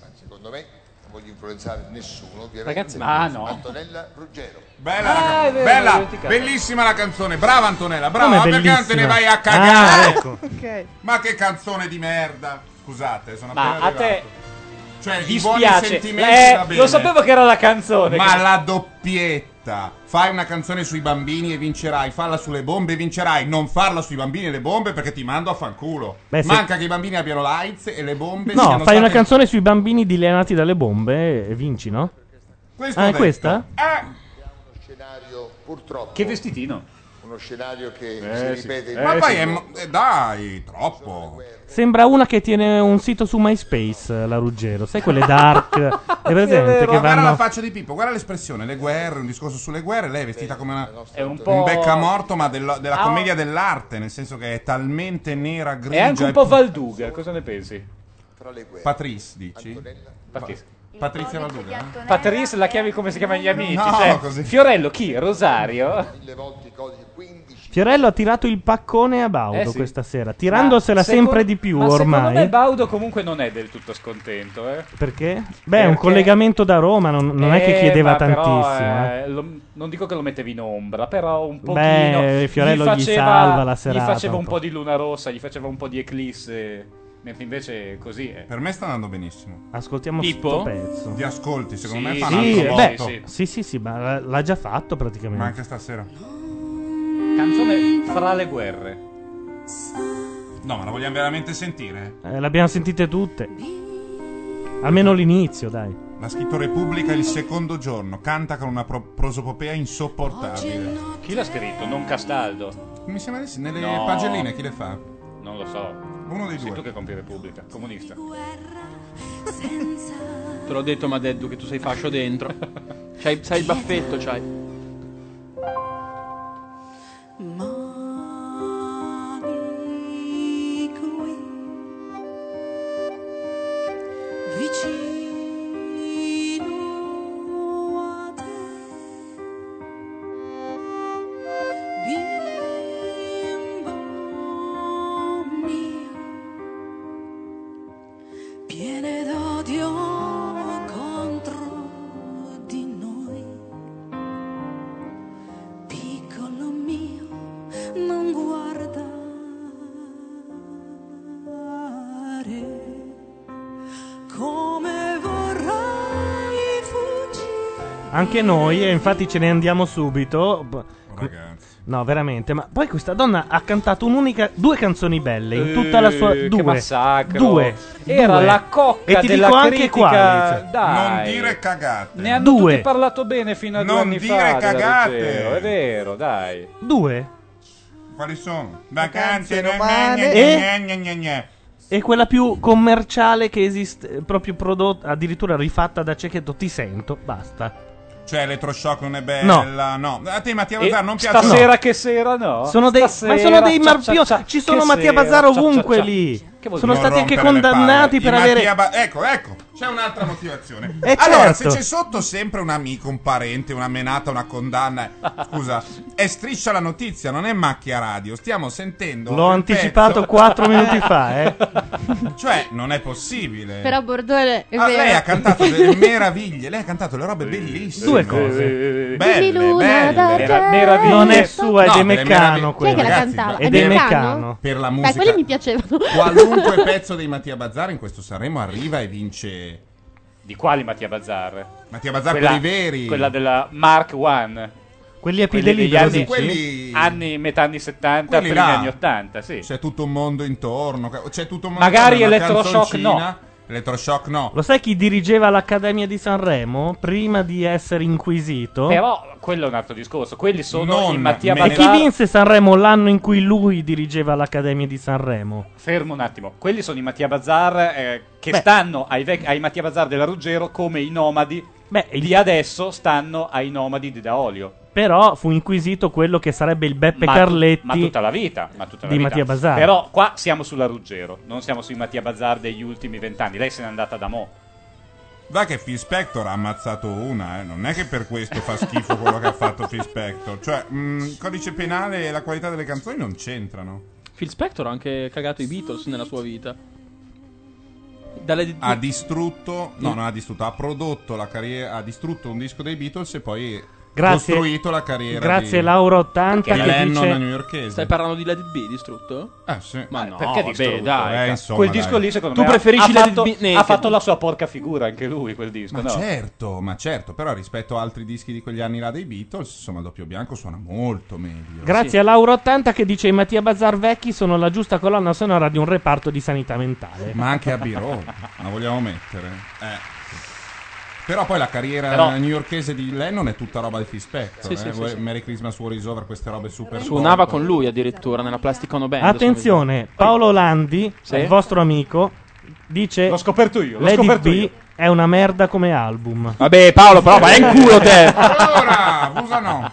Speaker 7: secondo me, non voglio influenzare nessuno, ovviamente.
Speaker 5: Ragazzi, ma no.
Speaker 7: Antonella Ruggero.
Speaker 6: Bella,
Speaker 5: Ah,
Speaker 6: la can-
Speaker 5: è vero,
Speaker 6: bella,
Speaker 5: l'ho dimenticato.
Speaker 6: bellissima la canzone, brava Antonella, brava,
Speaker 2: Come
Speaker 6: ma perché non te ne
Speaker 2: bellissima?
Speaker 6: vai a cagare?
Speaker 2: Ah, ecco.
Speaker 15: Ok.
Speaker 6: Ma che canzone di merda. Scusate, sono
Speaker 5: Ma
Speaker 6: appena
Speaker 5: a te
Speaker 6: arrivato. Cioè, i buoni
Speaker 5: dispiace.
Speaker 6: sentimenti
Speaker 5: Eh,
Speaker 6: va bene.
Speaker 5: lo sapevo che era la canzone.
Speaker 6: Ma
Speaker 5: che-
Speaker 6: la doppietta. Fai una canzone sui bambini e vincerai. Falla sulle bombe e vincerai. Non farla sui bambini e le bombe perché ti mando a fanculo.
Speaker 2: Beh, se-
Speaker 6: Manca che i bambini abbiano l'AIDS e le bombe
Speaker 2: No,
Speaker 6: siano
Speaker 2: fai una
Speaker 6: state-
Speaker 2: canzone sui bambini dilenati dalle bombe e vinci, no?
Speaker 6: Questo
Speaker 2: ah,
Speaker 6: ho
Speaker 2: è
Speaker 6: detto.
Speaker 2: questa?
Speaker 7: Uno scenario, purtroppo.
Speaker 5: Che vestitino.
Speaker 7: Uno scenario che
Speaker 6: Eh,
Speaker 7: si
Speaker 6: sì.
Speaker 7: ripete in
Speaker 6: Ma
Speaker 7: tutti
Speaker 6: poi
Speaker 7: i
Speaker 6: è
Speaker 7: mondi.
Speaker 6: mo- eh, dai, troppo.
Speaker 2: Sembra una che tiene un sito su MySpace, la Ruggero. Sai quelle dark? È presente
Speaker 6: Ma
Speaker 2: che
Speaker 6: guarda la
Speaker 2: vanno...
Speaker 6: faccia di Pippo, guarda l'espressione, le guerre, un discorso sulle guerre, lei è vestita come una,
Speaker 5: È un
Speaker 6: un,
Speaker 5: po'-
Speaker 6: beccamorto, ma dello- della
Speaker 5: Ah,
Speaker 6: commedia dell'arte, nel senso che è talmente nera, grigia.
Speaker 5: È anche un
Speaker 6: e
Speaker 5: po'
Speaker 6: pu-
Speaker 5: Valduga, cosa ne pensi?
Speaker 7: Tra le guerre.
Speaker 6: Patrice, dici?
Speaker 5: Patrice.
Speaker 6: Patrizia Valduga?
Speaker 5: Patrice la chiami come si chiamano gli amici.
Speaker 6: No,
Speaker 5: cioè,
Speaker 6: così.
Speaker 5: Fiorello chi? Rosario?
Speaker 7: Mille volte i codici quindici.
Speaker 2: Fiorello ha tirato il paccone a Baudo
Speaker 5: Eh sì.
Speaker 2: questa sera, tirandosela
Speaker 5: Ma secondo-
Speaker 2: sempre di più
Speaker 5: ma Secondo
Speaker 2: ormai.
Speaker 5: me Baudo comunque non è del tutto scontento, eh.
Speaker 2: Perché? Beh, è un
Speaker 5: Perché-
Speaker 2: collegamento da Roma, non, non è che
Speaker 5: Eh,
Speaker 2: chiedeva
Speaker 5: ma però,
Speaker 2: tantissimo. eh.
Speaker 5: eh, lo- non dico che lo mettevi in ombra, però un pochino.
Speaker 2: Beh, Fiorello gli
Speaker 5: faceva,
Speaker 2: salva la serata
Speaker 5: Gli faceva
Speaker 2: un
Speaker 5: un
Speaker 2: po'.
Speaker 5: po' di luna rossa, gli faceva un po' di eclisse. Mentre invece così è.
Speaker 6: Per me sta andando benissimo.
Speaker 2: Ascoltiamo
Speaker 3: Pippo?
Speaker 2: sto pezzo.
Speaker 6: Ti ascolti, secondo
Speaker 5: Sì,
Speaker 6: me fa
Speaker 2: Sì,
Speaker 6: un altro
Speaker 2: beh,
Speaker 6: botto.
Speaker 5: sì.
Speaker 2: sì, sì, sì, ma l'ha già fatto praticamente.
Speaker 6: Ma anche stasera.
Speaker 5: Canzone fra le guerre.
Speaker 6: No, ma la vogliamo veramente sentire?
Speaker 2: Eh, l'abbiamo sentite tutte. Almeno l'inizio, dai.
Speaker 6: L'ha scritto Repubblica il secondo giorno. Canta con una pro- prosopopea insopportabile.
Speaker 5: Chi l'ha scritto? Non Castaldo.
Speaker 6: Mi sembra di sì. Nelle
Speaker 5: No.
Speaker 6: pagelline chi le fa?
Speaker 5: Non lo so.
Speaker 6: Uno dei
Speaker 5: Sei
Speaker 6: due.
Speaker 5: tu che compi Repubblica, comunista.
Speaker 3: Te l'ho detto, Madeddu, che tu sei fascio dentro. C'hai, sai il baffetto, c'hai.
Speaker 14: Mani qui vicino a te, bimbo mio, piene d'odio contro di noi, piccolo mio, non guardare come vorrai fuggire.
Speaker 2: Anche noi, e infatti ce ne andiamo subito. B-
Speaker 6: Ragazzi.
Speaker 2: No, veramente. Ma poi questa donna ha cantato un'unica, due canzoni belle in tutta la sua.
Speaker 5: Eh,
Speaker 2: Due.
Speaker 5: che massacro.
Speaker 2: Due.
Speaker 5: Era
Speaker 2: Due.
Speaker 5: la cocca
Speaker 2: E ti
Speaker 5: della
Speaker 2: dico anche
Speaker 5: critica.
Speaker 2: quali.
Speaker 5: Dai.
Speaker 6: Non dire cagate.
Speaker 5: Ne hanno
Speaker 2: Due.
Speaker 5: tutti parlato bene fino a due
Speaker 6: Non
Speaker 5: anni
Speaker 6: dire
Speaker 5: fa. della
Speaker 6: cagate.
Speaker 5: Ruggero, È vero, dai.
Speaker 2: Due.
Speaker 6: Quali sono? Vacanze
Speaker 15: Vacanze romane.
Speaker 6: romane. Gne, gne, gne.
Speaker 2: E quella più commerciale che esiste, proprio prodotta, addirittura rifatta da Cecchetto. Ti sento, basta.
Speaker 6: Cioè, Elettroshock non è bella. No. A te, Mattia
Speaker 5: E
Speaker 6: Bazzar, non piace.
Speaker 5: stasera che sera, no?
Speaker 2: Sono dei,
Speaker 5: Stasera,
Speaker 2: ma sono dei
Speaker 5: cia,
Speaker 2: marpioni.
Speaker 5: cia, cia,
Speaker 2: Ci sono
Speaker 5: che
Speaker 2: Mattia
Speaker 5: sera,
Speaker 2: Bazzar
Speaker 5: cia, cia,
Speaker 2: ovunque
Speaker 5: cia.
Speaker 2: lì.
Speaker 5: Che vuol
Speaker 2: Sono
Speaker 5: dire?
Speaker 2: stati
Speaker 6: Non
Speaker 2: anche
Speaker 6: rompere le
Speaker 2: condannati
Speaker 6: palle.
Speaker 2: per
Speaker 6: I
Speaker 2: avere.
Speaker 6: Mattia Ba- ecco, ecco, c'è un'altra motivazione.
Speaker 2: Eh,
Speaker 6: allora,
Speaker 2: certo.
Speaker 6: se c'è sotto sempre un amico, un parente, una menata, una condanna, scusa, è Striscia la notizia, non è Macchia Radio. Stiamo sentendo.
Speaker 2: L'ho
Speaker 6: il
Speaker 2: anticipato
Speaker 6: pezzo.
Speaker 2: quattro minuti fa, eh.
Speaker 6: Cioè, non è possibile.
Speaker 13: Però Bordeaux è
Speaker 6: Ah,
Speaker 13: vero.
Speaker 6: lei ha cantato delle meraviglie, lei ha cantato le robe bellissime.
Speaker 2: Due cose.
Speaker 6: Belle,
Speaker 13: Luna
Speaker 6: belle.
Speaker 13: da
Speaker 5: Mera- meraviglie.
Speaker 2: Non è sua, è
Speaker 6: No,
Speaker 2: dei
Speaker 6: delle
Speaker 2: Meccano
Speaker 6: meraviglie.
Speaker 13: Chi è che la
Speaker 6: Ragazzi,
Speaker 13: cantava?
Speaker 2: È
Speaker 13: È
Speaker 2: dei
Speaker 13: Meccano?
Speaker 2: Meccano.
Speaker 6: Per la
Speaker 13: Dai,
Speaker 6: musica.
Speaker 13: quelli mi piacevano.
Speaker 6: Qualunque pezzo dei Mattia Bazzar in questo Sanremo arriva e vince.
Speaker 5: Di quali Mattia Bazzar?
Speaker 6: Mattia Bazzar,
Speaker 5: Quella-
Speaker 6: quelli veri.
Speaker 5: Quella della Mark One.
Speaker 2: Quelli a
Speaker 5: Quelli
Speaker 2: piede
Speaker 5: degli
Speaker 2: libero,
Speaker 5: anni,
Speaker 2: dici?
Speaker 6: quelli-
Speaker 5: anni metà anni settanta,
Speaker 6: Quelli
Speaker 5: primi
Speaker 6: là.
Speaker 5: anni ottanta, sì.
Speaker 6: C'è tutto un mondo intorno. C'è tutto un mondo
Speaker 5: Magari
Speaker 6: intorno, una
Speaker 5: Electroshock
Speaker 6: canzoncina.
Speaker 5: no.
Speaker 6: Electroshock no.
Speaker 2: Lo sai chi dirigeva l'Accademia di Sanremo prima di essere inquisito?
Speaker 5: Però quello è un altro discorso. Quelli sono
Speaker 6: Non
Speaker 5: i Mattia
Speaker 2: E chi
Speaker 5: Bazzar.
Speaker 2: vinse Sanremo l'anno in cui lui dirigeva l'Accademia di Sanremo?
Speaker 5: Fermo un attimo. Quelli sono i Mattia Bazzar eh, che
Speaker 2: Beh.
Speaker 5: stanno ai, vec- ai Mattia Bazzar della Ruggero come i nomadi
Speaker 2: Beh, il-
Speaker 5: di adesso stanno ai nomadi di Daolio.
Speaker 2: Però fu inquisito quello che sarebbe il Beppe
Speaker 5: Ma,
Speaker 2: Carletti.
Speaker 5: ma tutta la vita, ma tutta la
Speaker 2: di
Speaker 5: vita.
Speaker 2: Mattia Bazzar.
Speaker 5: Però qua siamo sulla Ruggero, non siamo sui Mattia Bazzar degli ultimi vent'anni. Lei se n'è andata da mo'.
Speaker 6: Va che Phil Spector ha ammazzato una, eh. Non è che per questo fa schifo quello che ha fatto Phil Spector. Cioè, mh, il codice penale e la qualità delle canzoni non c'entrano.
Speaker 3: Phil Spector ha anche cagato i Beatles nella sua vita.
Speaker 6: ha distrutto, no, non ha distrutto, ha prodotto la carriera, ha distrutto un disco dei Beatles e poi
Speaker 2: Grazie.
Speaker 6: costruito la carriera
Speaker 2: Grazie
Speaker 6: di,
Speaker 2: Laura ottanta
Speaker 6: di
Speaker 2: che
Speaker 6: Lennon
Speaker 2: dice-
Speaker 6: newyorkese.
Speaker 9: Stai parlando di Let It Be distrutto?
Speaker 6: Eh sì.
Speaker 9: Ma no,
Speaker 5: perché
Speaker 9: vabbè,
Speaker 5: distrutto?
Speaker 9: dai.
Speaker 6: Eh, insomma,
Speaker 5: quel
Speaker 6: dai.
Speaker 5: disco lì secondo
Speaker 9: Tu
Speaker 5: me
Speaker 9: preferisci
Speaker 5: ha,
Speaker 9: Let It
Speaker 5: fatto,
Speaker 9: Be naked?
Speaker 5: ha fatto la sua porca figura anche lui quel disco,
Speaker 6: Ma
Speaker 5: no?
Speaker 6: certo, ma certo, però rispetto a altri dischi di quegli anni là dei Beatles, insomma, il doppio bianco suona molto meglio.
Speaker 2: Grazie a Laura ottanta che dice i Mattia Bazar vecchi sono la giusta colonna sonora di un reparto di sanità mentale.
Speaker 6: Ma anche a Biro, la vogliamo mettere? Eh. Però poi la carriera
Speaker 5: Però-
Speaker 6: newyorkese di Lennon è tutta roba di Phil Spector.
Speaker 9: Sì,
Speaker 6: eh?
Speaker 9: sì, sì,
Speaker 6: Vuoi-
Speaker 9: sì.
Speaker 6: Merry Christmas, War is Over, queste robe super
Speaker 9: Suonava
Speaker 6: pop.
Speaker 9: con lui addirittura nella Plastic Ono Band.
Speaker 2: Attenzione, Paolo Landi,
Speaker 9: Sì?
Speaker 2: il vostro amico, dice
Speaker 5: L'ho scoperto io, l'ho
Speaker 2: Let It
Speaker 5: scoperto
Speaker 2: Be
Speaker 5: io.
Speaker 2: è una merda come album.
Speaker 9: Vabbè Paolo, però vai in culo te.
Speaker 6: Allora, Busa no.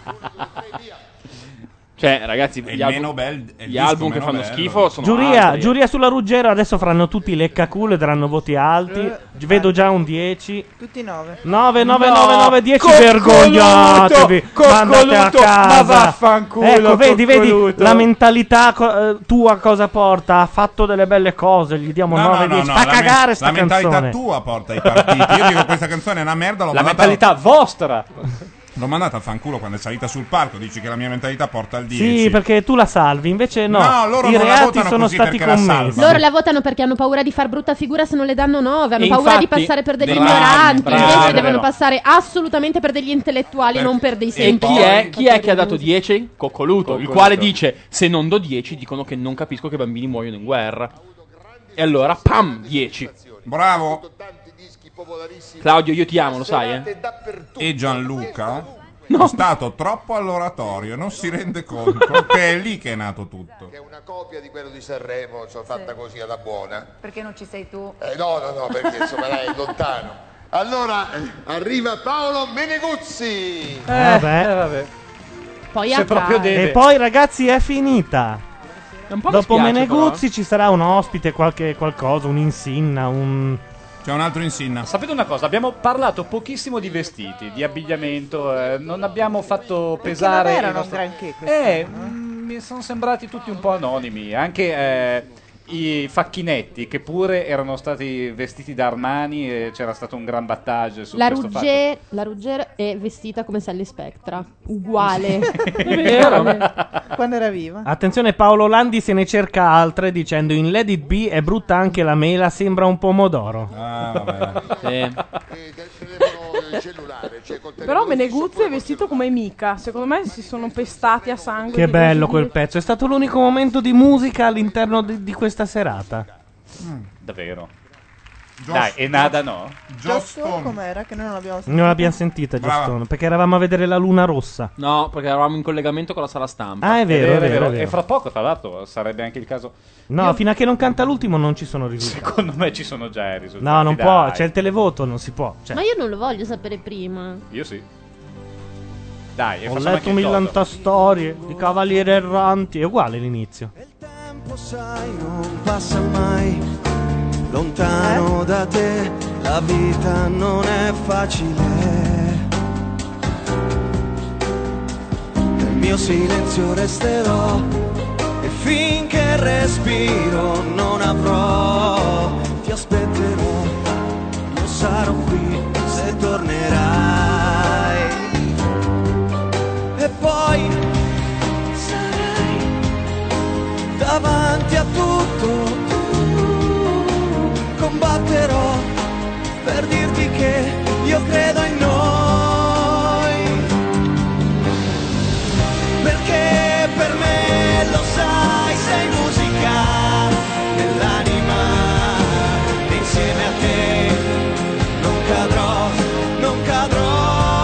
Speaker 9: Cioè, ragazzi,
Speaker 6: È
Speaker 9: gli
Speaker 6: il
Speaker 9: album,
Speaker 6: meno bel- è il
Speaker 9: gli
Speaker 6: disco
Speaker 9: album che
Speaker 6: meno
Speaker 9: fanno
Speaker 6: bello.
Speaker 9: schifo sono
Speaker 2: Giuria,
Speaker 9: altri.
Speaker 2: giuria sulla Ruggero, adesso faranno tutti leccaculo e daranno voti alti. Vedo già un dieci.
Speaker 15: Tutti nove.
Speaker 2: nove, nove,
Speaker 15: No,
Speaker 2: nove, nove, dieci,
Speaker 15: coccoluto,
Speaker 2: vergognatevi. Mandate a
Speaker 15: coccoluto,
Speaker 2: casa.
Speaker 15: ma vaffanculo,
Speaker 2: Ecco, vedi, vedi
Speaker 15: coccoluto.
Speaker 2: la mentalità co- eh, tua cosa porta? Ha fatto delle belle cose, gli diamo
Speaker 6: No,
Speaker 2: nove,
Speaker 6: no,
Speaker 2: dieci.
Speaker 6: no,
Speaker 2: Fa
Speaker 6: la me-
Speaker 2: cagare sta
Speaker 6: La mentalità
Speaker 2: canzone.
Speaker 6: tua porta ai partiti. Io dico questa canzone è una merda, l'ho
Speaker 5: La
Speaker 6: mandata
Speaker 5: mentalità vostra.
Speaker 6: L'ho mandata al fanculo quando è salita sul palco. Dici che la mia mentalità porta al dieci.
Speaker 2: Sì, perché tu la salvi, invece no.
Speaker 6: No, loro
Speaker 2: I
Speaker 6: non la
Speaker 2: reati
Speaker 6: votano
Speaker 2: sono
Speaker 6: così
Speaker 2: stati
Speaker 6: perché la
Speaker 2: commessi.
Speaker 6: salvano.
Speaker 13: Loro la votano perché hanno paura di far brutta figura se non le danno nove, hanno
Speaker 9: E
Speaker 13: paura di
Speaker 9: infatti-
Speaker 13: passare per degli
Speaker 9: Bravi,
Speaker 13: ignoranti,
Speaker 9: bravi,
Speaker 13: invece
Speaker 9: bravi.
Speaker 13: devono passare assolutamente per degli intellettuali, non per dei
Speaker 9: E
Speaker 13: semplici.
Speaker 9: chi è, chi è che ha dato dieci? Coccoluto, il
Speaker 5: Coccoluto.
Speaker 9: quale dice se non do dieci dicono che non capisco che i bambini muoiono in guerra. E allora, pam, dieci.
Speaker 6: Bravo.
Speaker 9: Claudio, io ti amo, lo sai, eh?
Speaker 6: E Gianluca è stato troppo all'oratorio, non si rende conto che è lì che è nato tutto.
Speaker 7: Che è una copia di quello di Sanremo, sono fatta così alla buona.
Speaker 8: Perché non ci sei tu?
Speaker 7: Eh, no, no, no, perché insomma lei è lontano. Allora eh, arriva Paolo Meneguzzi.
Speaker 2: Eh, vabbè.
Speaker 5: vabbè.
Speaker 13: Poi
Speaker 5: Se
Speaker 13: a
Speaker 5: proprio
Speaker 13: casa.
Speaker 5: deve.
Speaker 2: E poi ragazzi è finita.
Speaker 9: Un po' mi
Speaker 2: Dopo
Speaker 9: spiace,
Speaker 2: Meneguzzi ci sarà un ospite, qualche qualcosa, un insinna, un...
Speaker 6: C'è un altro insinna.
Speaker 5: Sapete una cosa? Abbiamo parlato pochissimo di vestiti, di abbigliamento, eh, non abbiamo fatto pesare.
Speaker 15: non
Speaker 5: i
Speaker 15: erano
Speaker 5: nostri-
Speaker 15: granché questi,
Speaker 5: Eh, mm, mi sono sembrati tutti un po' anonimi. Anche eh, i facchinetti, che pure erano stati vestiti da Armani, e c'era stato un gran battage su
Speaker 13: La
Speaker 5: questo fatto.
Speaker 13: Rugger, la Rugger è vestita come Sally Spectra, uguale.
Speaker 15: Quando era viva.
Speaker 2: Attenzione, Paolo Landi se ne cerca altre dicendo in Let It Be è brutta anche la mela, sembra un pomodoro.
Speaker 6: Ah, vabbè.
Speaker 20: Però Meneguzzi è vestito come Mika. Secondo me si sono pestati a sangue.
Speaker 2: Che
Speaker 20: di
Speaker 2: bello
Speaker 20: così.
Speaker 2: quel pezzo, è stato l'unico momento di musica all'interno di, di questa serata.
Speaker 5: Davvero?
Speaker 6: Gios-
Speaker 5: Dai, e nada no?
Speaker 15: Giusto com'era? Che noi non l'abbiamo sentito.
Speaker 2: Non l'abbiamo sentita,
Speaker 6: Brava.
Speaker 2: Giustone, perché eravamo a vedere la luna rossa.
Speaker 9: No, perché eravamo in collegamento con la sala stampa.
Speaker 2: Ah, è vero, è vero, è
Speaker 5: E
Speaker 2: vero.
Speaker 5: fra poco, tra l'altro, sarebbe anche il caso.
Speaker 2: No,
Speaker 5: Io-
Speaker 2: fino a che non canta l'ultimo non ci sono risultati.
Speaker 5: Secondo me ci sono già i risultati.
Speaker 2: No, non
Speaker 5: dai.
Speaker 2: può, c'è il televoto, non si può. Cioè,
Speaker 13: Ma io non lo voglio sapere prima.
Speaker 5: Io sì. Dai, e
Speaker 2: ho
Speaker 5: facciamo
Speaker 2: letto
Speaker 5: anche il toto.
Speaker 2: millanta storie di cavalieri erranti, è uguale l'inizio.
Speaker 19: tempo sai non passa mai lontano da te, la vita non è facile. Nel mio silenzio resterò e finché respiro non avrò, ti aspetterò, io sarò qui se tornerai. E poi sarai davanti a tutto, combatterò per dirti che io credo in noi, perché per me lo sai, sei musica nell'anima, e insieme a te non cadrò, non cadrò,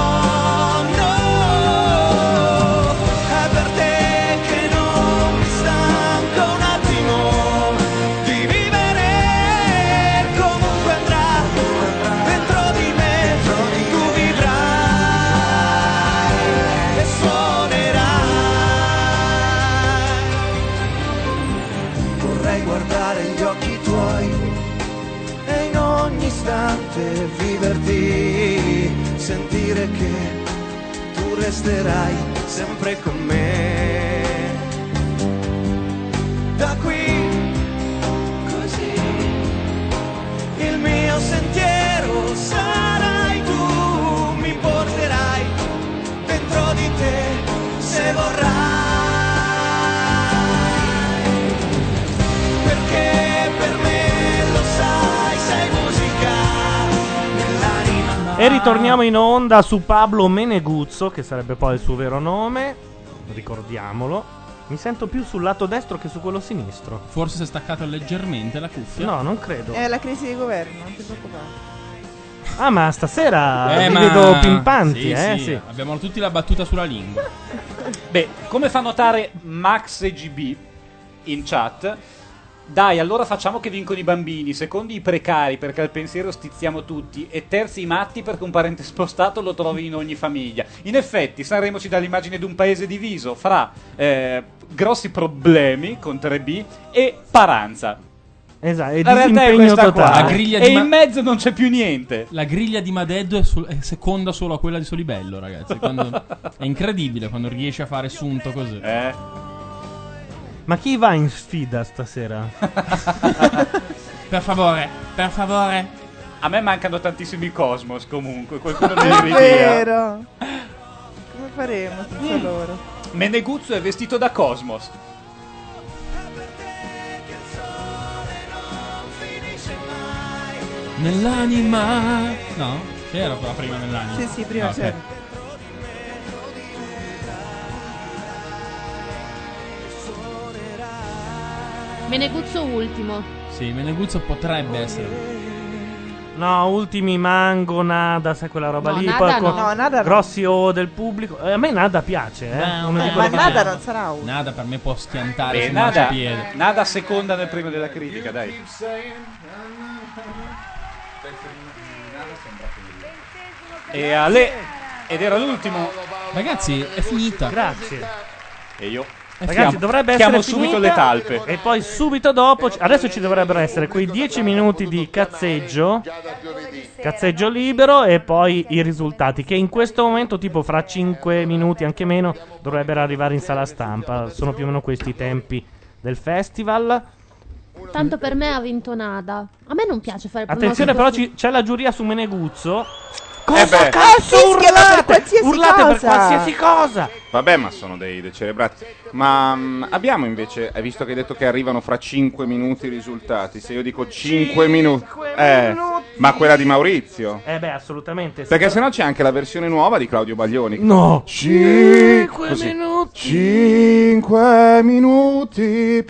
Speaker 19: no, è per te che non mi stanco un attimo di vivere. Comunque andrà dentro di me, tu vivrai e suonerai. Vorrei guardare gli occhi tuoi e in ogni istante viverti, sentire che tu resterai sempre con me. Da qui così il mio
Speaker 2: E ritorniamo in onda su Pablo Meneguzzo, che sarebbe poi il suo vero nome, ricordiamolo. Mi sento più sul lato destro che su quello sinistro.
Speaker 3: Forse si è staccato leggermente la cuffia.
Speaker 2: No, non credo.
Speaker 15: È la crisi di governo, non ti preoccupare.
Speaker 2: Ah, ma stasera
Speaker 3: Eh,
Speaker 2: vi
Speaker 3: ma-
Speaker 2: vedo pimpanti,
Speaker 3: sì,
Speaker 2: eh?
Speaker 3: sì,
Speaker 2: Sì.
Speaker 3: Abbiamo tutti la battuta sulla lingua.
Speaker 5: Beh, come fa notare Max e G B in chat, dai, allora facciamo che vincono i bambini, secondi i precari perché al pensiero stizziamo tutti e terzi i matti perché un parente spostato lo trovi in ogni famiglia. In effetti Sanremo ci dà l'immagine di un paese diviso fra eh, grossi problemi con tre B e paranza.
Speaker 2: Esatto, e
Speaker 5: La realtà è
Speaker 2: disimpegno
Speaker 5: questa qua.
Speaker 2: totale.
Speaker 3: La griglia
Speaker 5: E
Speaker 3: di
Speaker 5: in
Speaker 3: Ma-
Speaker 5: mezzo non c'è più niente.
Speaker 3: La griglia di Madeddo è, sul- è seconda solo a quella di Solibello, ragazzi. Quando- è incredibile quando riesce a fare sunto così.
Speaker 5: Eh.
Speaker 2: Ma chi va in sfida stasera?
Speaker 3: Per favore, per favore.
Speaker 5: A me mancano tantissimi Cosmos comunque, qualcuno me
Speaker 15: È
Speaker 5: li ridia.
Speaker 15: vero. Come faremo senza
Speaker 5: Mm.
Speaker 15: loro?
Speaker 5: Meneguzzo è vestito da Cosmos.
Speaker 3: Nell'anima. No? C'era quella prima nell'anima.
Speaker 15: Sì, sì, prima
Speaker 3: Ah, ok.
Speaker 15: c'era.
Speaker 13: Meneguzzo ultimo.
Speaker 3: Sì, Meneguzzo potrebbe essere.
Speaker 2: No, ultimi Mango, Nada, sai quella roba
Speaker 13: No,
Speaker 2: lì.
Speaker 13: Nada
Speaker 2: poi
Speaker 13: no.
Speaker 2: con
Speaker 15: No, Nada no.
Speaker 2: grossi O del pubblico. Eh, a me Nada piace, eh.
Speaker 3: Beh,
Speaker 2: Uno di
Speaker 3: eh,
Speaker 2: quelli
Speaker 15: Ma
Speaker 2: che
Speaker 15: Nada
Speaker 2: piace.
Speaker 15: non sarà uno.
Speaker 3: Nada per me può schiantare
Speaker 5: Beh,
Speaker 3: sul
Speaker 5: nada,
Speaker 3: marciapiede.
Speaker 5: nada seconda nel premio della critica, dai. E Ale, ed era l'ultimo.
Speaker 3: Ragazzi, è finita.
Speaker 2: Grazie.
Speaker 5: E io?
Speaker 2: Ragazzi,
Speaker 5: Chiamo-
Speaker 2: dovrebbe
Speaker 5: chiamo
Speaker 2: essere
Speaker 5: subito
Speaker 2: finita,
Speaker 5: le talpe.
Speaker 2: E poi subito dopo, adesso ci dovrebbero essere quei dieci minuti di cazzeggio, cazzeggio libero e poi i risultati, che in questo momento, tipo fra cinque minuti, anche meno, dovrebbero arrivare in sala stampa. Sono più o meno questi i tempi del festival.
Speaker 13: Tanto per me ha vinto Nada. A me non piace fare
Speaker 2: Attenzione, però
Speaker 13: pronostici.
Speaker 2: ci- c'è la giuria su Meneguzzo.
Speaker 10: Eh beh.
Speaker 2: Cazzo,
Speaker 15: Fischia
Speaker 2: urlate,
Speaker 15: per qualsiasi
Speaker 2: urlate per
Speaker 15: cosa.
Speaker 2: qualsiasi cosa.
Speaker 10: Vabbè, ma sono dei decerebrati. Ma mm, abbiamo invece, hai visto che hai detto che arrivano fra cinque minuti i risultati. Se io dico cinque minuti, eh, ma quella di Maurizio.
Speaker 2: Eh beh, assolutamente.
Speaker 10: Perché sennò c'è anche la versione nuova di Claudio Baglioni.
Speaker 2: No.
Speaker 10: Cinque
Speaker 2: minuti.
Speaker 10: Cinque minuti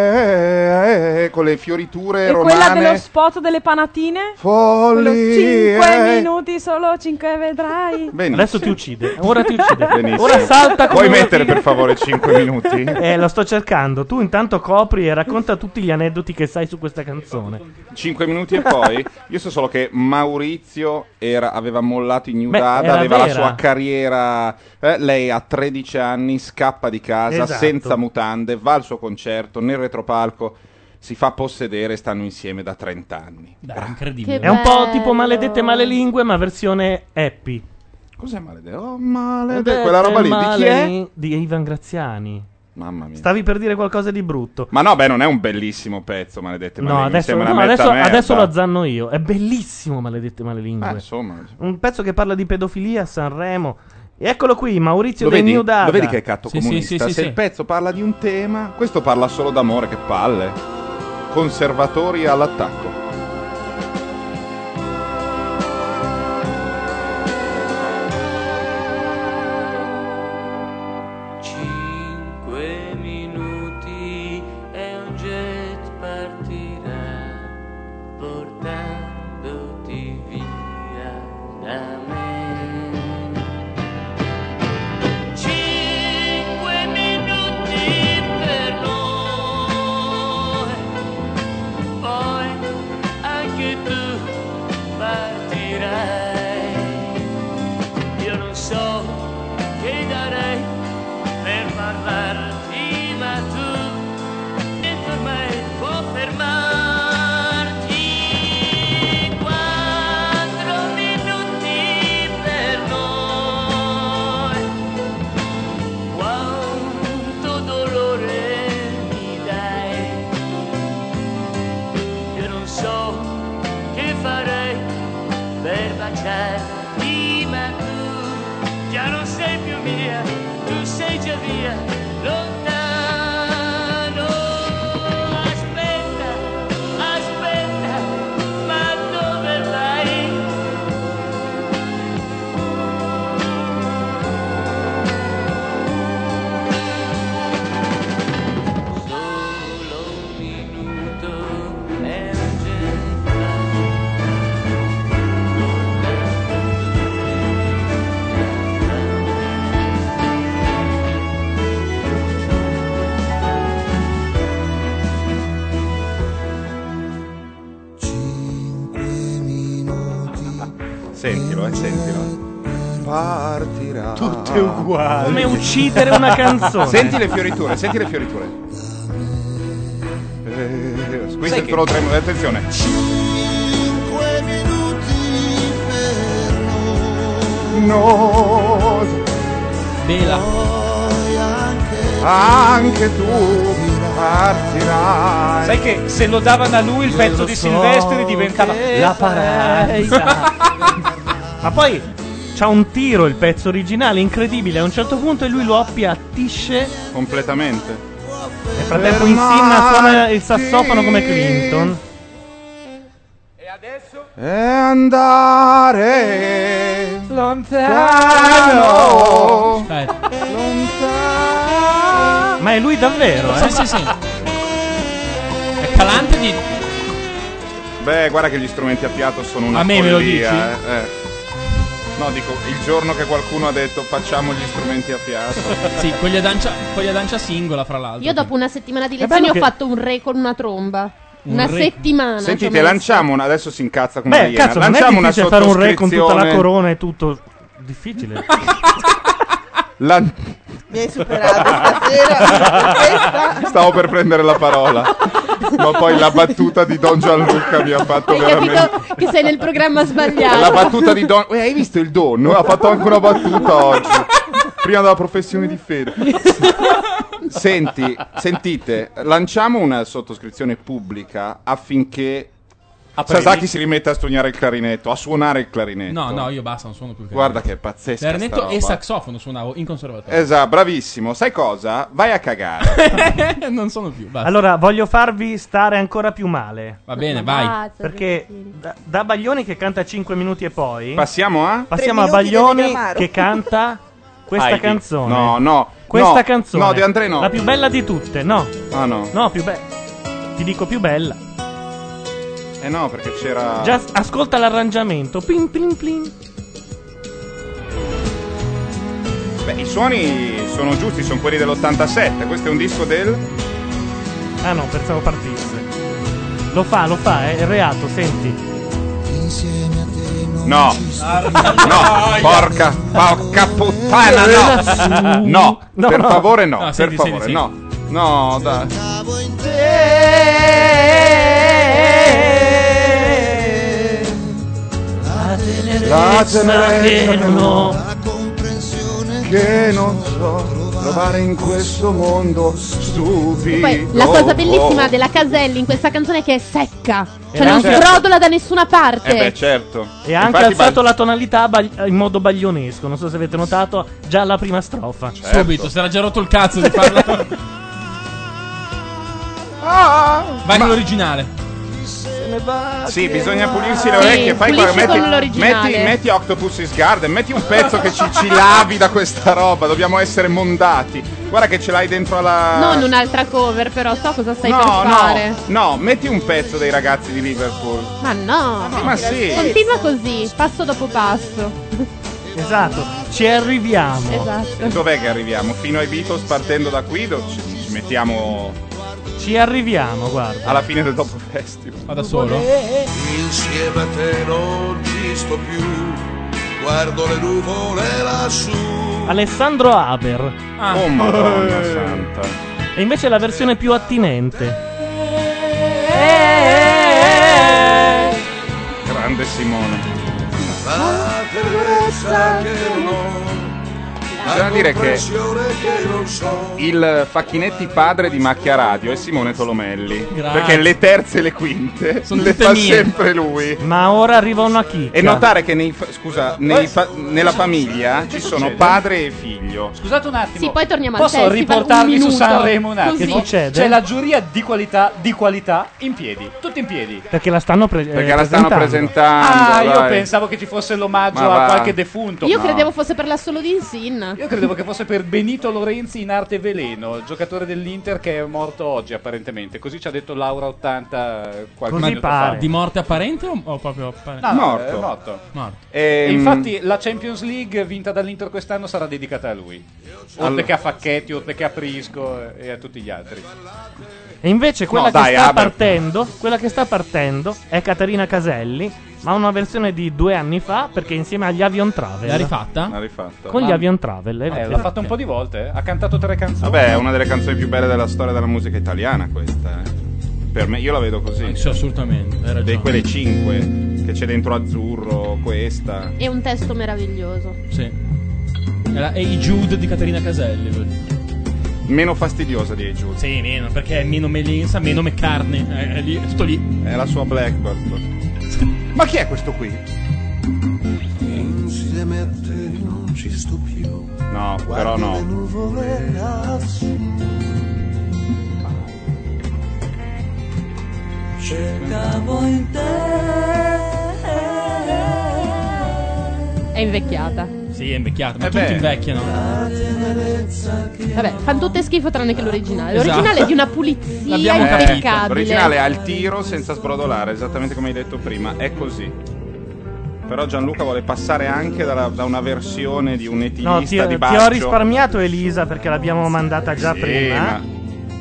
Speaker 10: per... con le fioriture
Speaker 20: E quella dello
Speaker 10: romane.
Speaker 20: spot delle panatine?
Speaker 10: Follie.
Speaker 20: cinque minuti, solo cinque vedrai.
Speaker 10: Benissimo.
Speaker 2: Adesso ti uccide. Ora ti uccide.
Speaker 10: Benissimo.
Speaker 2: Ora salta come
Speaker 10: Puoi
Speaker 2: una
Speaker 10: mettere
Speaker 2: figlia.
Speaker 10: per favore cinque minuti?
Speaker 2: Eh, lo sto cercando. Tu intanto copri e racconta tutti gli aneddoti che sai su questa canzone.
Speaker 10: cinque minuti e poi io so solo che Maurizio era- aveva mollato in New
Speaker 2: Beh,
Speaker 10: Dada,
Speaker 2: era
Speaker 10: aveva la
Speaker 2: vera.
Speaker 10: sua carriera, eh, lei ha tredici anni, scappa di casa
Speaker 2: Esatto.
Speaker 10: senza mutande, va al suo concerto nel retropalco, si fa possedere e stanno insieme da trenta anni.
Speaker 3: Dai, incredibile.
Speaker 2: È un po' tipo maledette malelingue, ma versione happy.
Speaker 10: Cos'è maledetto? Oh, maledetto, quella roba lì, di chi è?
Speaker 2: Di Ivan Graziani.
Speaker 10: Mamma mia.
Speaker 2: Stavi per dire qualcosa di brutto.
Speaker 10: Ma no, beh, non è un bellissimo pezzo, maledette
Speaker 2: No,
Speaker 10: malelingue, mi
Speaker 2: adesso,
Speaker 10: sembra
Speaker 2: no,
Speaker 10: una
Speaker 2: adesso,
Speaker 10: mezza merda.
Speaker 2: adesso lo azzanno io. È bellissimo, maledette malelingue.
Speaker 10: Eh, insomma.
Speaker 2: Un pezzo che parla di pedofilia a Sanremo. E eccolo qui, Maurizio
Speaker 10: Lo
Speaker 2: del
Speaker 10: vedi?
Speaker 2: New Dada.
Speaker 10: Lo vedi che è catto
Speaker 3: Sì, sì,
Speaker 10: comunista?
Speaker 3: sì, sì,
Speaker 10: Se
Speaker 3: sì.
Speaker 10: il pezzo parla di un tema, questo parla solo d'amore, che palle. Conservatori all'attacco.
Speaker 12: Cinque minuti e un jet partirà portandoti via da me. Cinque minuti per noi, poi anche tu partirai. Io non so che darei per parlarti, ma tu niente ormai può fermarti. Quattro minuti per noi, quanto dolore mi dai. Io non so che farei per baciarti, ma tu già non sei più mia, tu sei già via, lontano. Aspetta, aspetta, ma dove vai?
Speaker 10: Sentilo, eh, sentilo. Partirà.
Speaker 2: Tutte uguali. Come uccidere una canzone.
Speaker 10: Senti le fioriture, senti le fioriture. Eh, questo è il solo tremolo, attenzione.
Speaker 19: Cinque minuti per
Speaker 10: No.
Speaker 3: Bella.
Speaker 19: noi anche
Speaker 10: Anche tu partirai.
Speaker 5: Sai che se lo davano a lui il pezzo di Silvestri diventava la parata.
Speaker 2: Ma poi c'ha un tiro il pezzo originale incredibile. A un certo punto e lui lo appiattisce.
Speaker 10: Completamente.
Speaker 2: Nel frattempo in Sinna suona il sassofono come Clinton.
Speaker 10: E andare
Speaker 5: lontano.
Speaker 3: Dai.
Speaker 10: Lontano.
Speaker 2: Ma è lui davvero, eh?
Speaker 3: Sì, sì, sì. È Calante di...
Speaker 10: Beh, guarda che gli strumenti a fiato sono una
Speaker 3: A me me lo
Speaker 10: follia,
Speaker 3: dici?
Speaker 10: eh, eh. No, dico, il giorno che qualcuno ha detto facciamo gli strumenti a fiato.
Speaker 3: Sì, quelli ad ancia, quelli ad ancia singola, fra l'altro.
Speaker 13: Io dopo una settimana di
Speaker 3: È
Speaker 13: lezioni
Speaker 3: bello
Speaker 13: ho
Speaker 3: che-
Speaker 13: fatto un re con una tromba.
Speaker 10: Un
Speaker 13: Una
Speaker 10: re-
Speaker 13: settimana. ci ho
Speaker 10: Sentite,
Speaker 13: messo.
Speaker 10: lanciamo una, adesso si incazza come una
Speaker 2: Beh,
Speaker 10: iena.
Speaker 2: cazzo, non è
Speaker 10: Lanciamo una
Speaker 2: difficile fare un re con tutta la
Speaker 10: sottoscrizione.
Speaker 2: corona e tutto. Difficile.
Speaker 10: Lan-
Speaker 15: Mi hai superato stasera. Questa-
Speaker 10: Stavo per prendere la parola, ma poi la battuta di Don Gianluca mi ha fatto
Speaker 13: Hai
Speaker 10: veramente.
Speaker 13: capito che sei nel programma sbagliato.
Speaker 10: La battuta di Don. Eh, hai visto il Don? Ha fatto anche una battuta oggi. Prima della professione di fede. Senti, sentite, lanciamo una sottoscrizione pubblica affinché Sasaki si rimetta a studiare il clarinetto, a suonare il clarinetto.
Speaker 3: No, no, io basta, non suono più il
Speaker 10: Guarda che è pazzesca
Speaker 3: clarinetto
Speaker 10: sta
Speaker 3: e
Speaker 10: roba.
Speaker 3: saxofono suonavo in conservatorio.
Speaker 10: Esatto, bravissimo. Sai cosa? Vai a cagare.
Speaker 3: Non sono più, basta.
Speaker 2: Allora, voglio farvi stare ancora più male.
Speaker 3: Va bene, vai.
Speaker 13: Basta,
Speaker 2: Perché da, da Baglioni che canta cinque minuti e poi.
Speaker 10: Passiamo a?
Speaker 2: Passiamo a
Speaker 15: Tre minuti
Speaker 2: Baglioni
Speaker 15: del Gramaro.
Speaker 2: che canta questa
Speaker 10: Heidi.
Speaker 2: canzone.
Speaker 10: No, no.
Speaker 2: Questa
Speaker 10: no,
Speaker 2: canzone.
Speaker 10: No, De André no.
Speaker 2: La più bella di tutte, no.
Speaker 10: Ah no.
Speaker 2: No, più bella. Ti dico più bella.
Speaker 10: Eh no, perché c'era.
Speaker 2: Già ascolta l'arrangiamento. Pin pin pin.
Speaker 10: Beh, i suoni sono giusti, sono quelli dell'ottantasette. Questo è un disco del.
Speaker 2: Ah no, pensavo partisse. Lo fa, lo fa, è reato, senti.
Speaker 10: No. No, porca, porca puttana, no. No,
Speaker 2: No,
Speaker 10: per
Speaker 2: no.
Speaker 10: favore no,
Speaker 3: No,
Speaker 10: per
Speaker 3: senti,
Speaker 10: favore
Speaker 3: senti,
Speaker 10: no. No, dai. La tenerezza che non ho, che non so trovare in questo mondo stupido.
Speaker 13: Poi la cosa bellissima della Caselli in questa canzone è che è secca. Cioè
Speaker 2: E
Speaker 13: non
Speaker 2: anche-
Speaker 13: sbrodola da nessuna parte.
Speaker 10: Eh beh, certo.
Speaker 2: E ha anche
Speaker 10: Infatti,
Speaker 2: alzato
Speaker 10: Bag-
Speaker 2: la tonalità bag- in modo baglionesco. Non so se avete notato, già alla prima strofa.
Speaker 10: Certo.
Speaker 3: Subito, si era già rotto il cazzo di farlo. Vai con l'originale.
Speaker 10: Sì, bisogna pulirsi le
Speaker 13: Sì,
Speaker 10: orecchie. Fai
Speaker 13: pulisci
Speaker 10: qua, metti,
Speaker 13: con l'originale.
Speaker 10: metti, metti Octopus's Garden, metti un pezzo che ci, ci lavi da questa roba. Dobbiamo essere mondati. Guarda che ce l'hai dentro alla.
Speaker 13: Non un'altra cover, però so cosa stai
Speaker 10: no,
Speaker 13: per fare.
Speaker 10: no, no, metti un pezzo dei ragazzi di Liverpool.
Speaker 13: Ma no,
Speaker 10: Ma sì.
Speaker 13: continua così, passo dopo passo.
Speaker 2: Esatto, ci arriviamo.
Speaker 13: Esatto.
Speaker 10: E dov'è che arriviamo? Fino ai Beatles partendo da qui do- ci, ci mettiamo
Speaker 2: Ci arriviamo, guarda.
Speaker 10: alla fine del dopo festival.
Speaker 3: Ma da solo?
Speaker 14: Insieme a te non ci sto più, guardo le nuvole lassù.
Speaker 2: Alessandro Haber.
Speaker 3: Ah.
Speaker 10: Oh madonna santa.
Speaker 2: E invece la versione più attinente.
Speaker 10: Grande Simone.
Speaker 14: La tenerezza che non ho,
Speaker 10: Bisogna dire che
Speaker 14: comprensione che non so.
Speaker 10: il Facchinetti padre di Macchia Radio è Simone Tolomelli.
Speaker 2: Grazie.
Speaker 10: Perché le terze e le quinte
Speaker 2: Sono
Speaker 10: le
Speaker 2: tutte
Speaker 10: fa
Speaker 2: mie.
Speaker 10: sempre lui.
Speaker 2: Ma ora arriva una chicca.
Speaker 10: E notare che nei fa- scusa, nei fa- nella famiglia ci sono
Speaker 5: succede?
Speaker 10: padre e figlio.
Speaker 5: Scusate un attimo.
Speaker 13: Sì, poi torniamo al
Speaker 5: Posso
Speaker 13: festival,
Speaker 5: riportarvi
Speaker 13: un
Speaker 5: su
Speaker 13: minuto,
Speaker 5: Sanremo un attimo?
Speaker 13: così.
Speaker 2: Che succede?
Speaker 5: C'è la giuria di qualità, di qualità in piedi, tutti in piedi.
Speaker 2: Perché la stanno pre-
Speaker 10: Perché
Speaker 2: eh,
Speaker 10: la stanno
Speaker 2: presentando.
Speaker 10: presentando.
Speaker 5: Ah, io
Speaker 10: dai.
Speaker 5: pensavo che ci fosse l'omaggio
Speaker 10: Ma
Speaker 5: a
Speaker 10: va.
Speaker 5: qualche defunto.
Speaker 13: Io
Speaker 5: No.
Speaker 13: credevo fosse per l'assolo di Insin.
Speaker 5: Io credevo che fosse per Benito Lorenzi in arte veleno, giocatore dell'Inter che è morto oggi apparentemente. Così ci ha detto Laura ottanta qualche
Speaker 2: Così
Speaker 5: minuto
Speaker 2: pare.
Speaker 5: fa.
Speaker 3: Di morte apparente o, o proprio apparente?
Speaker 5: No, no,
Speaker 10: Morto.
Speaker 5: è morto.
Speaker 3: Morto.
Speaker 5: E
Speaker 10: Ehm,
Speaker 5: infatti la Champions League vinta dall'Inter quest'anno sarà dedicata a lui. Oltre
Speaker 10: Allora-
Speaker 5: che a Facchetti, oltre che a Prisco e a tutti gli altri.
Speaker 2: E invece quella
Speaker 10: No,
Speaker 2: che
Speaker 10: dai,
Speaker 2: sta
Speaker 10: Haber.
Speaker 2: partendo, quella che sta partendo è Caterina Caselli ma una versione di due anni fa, perché insieme agli Avion Travel.
Speaker 3: L'ha rifatta?
Speaker 10: L'ha rifatta.
Speaker 2: Con gli
Speaker 10: Ah.
Speaker 2: Avion Travel. è
Speaker 5: Eh,
Speaker 2: vero.
Speaker 5: l'ha fatto un po' di volte, eh. Ha cantato tre canzoni.
Speaker 10: Vabbè, è una delle canzoni più belle della storia della musica italiana questa, eh. Per me, io la vedo così.
Speaker 3: Sì, assolutamente, hai ragione.
Speaker 10: Di quelle cinque, che c'è dentro Azzurro, questa.
Speaker 13: E un testo meraviglioso.
Speaker 3: Sì. Era Hey Jude di Caterina Caselli. voglio dire.
Speaker 10: Meno fastidiosa di Hey Jude.
Speaker 3: Sì, meno, perché è meno Melensa, meno McCartney. È, è lì, è tutto lì.
Speaker 10: È la sua Blackbird. Ma chi è questo qui?
Speaker 19: Insieme a te non ci sto più.
Speaker 10: No, però no.
Speaker 19: Le nuvole lassù.
Speaker 22: Cercavo in te.
Speaker 13: È invecchiata.
Speaker 3: Sì, è invecchiato, ma
Speaker 10: Eh
Speaker 3: tutti
Speaker 10: beh.
Speaker 3: invecchiano.
Speaker 13: Vabbè, fanno tutte schifo tranne che l'originale.
Speaker 3: Esatto.
Speaker 13: L'originale è di una pulizia
Speaker 10: L'abbiamo capito.
Speaker 13: impeccabile.
Speaker 10: L'originale è al tiro senza sbrodolare, esattamente come hai detto prima. È così. Però Gianluca vuole passare anche dalla- da una versione di un etilista
Speaker 2: No, ti,
Speaker 10: di
Speaker 2: ti
Speaker 10: Baggio.
Speaker 2: ho risparmiato Elisa perché l'abbiamo mandata già
Speaker 10: Sì,
Speaker 2: prima.
Speaker 10: ma-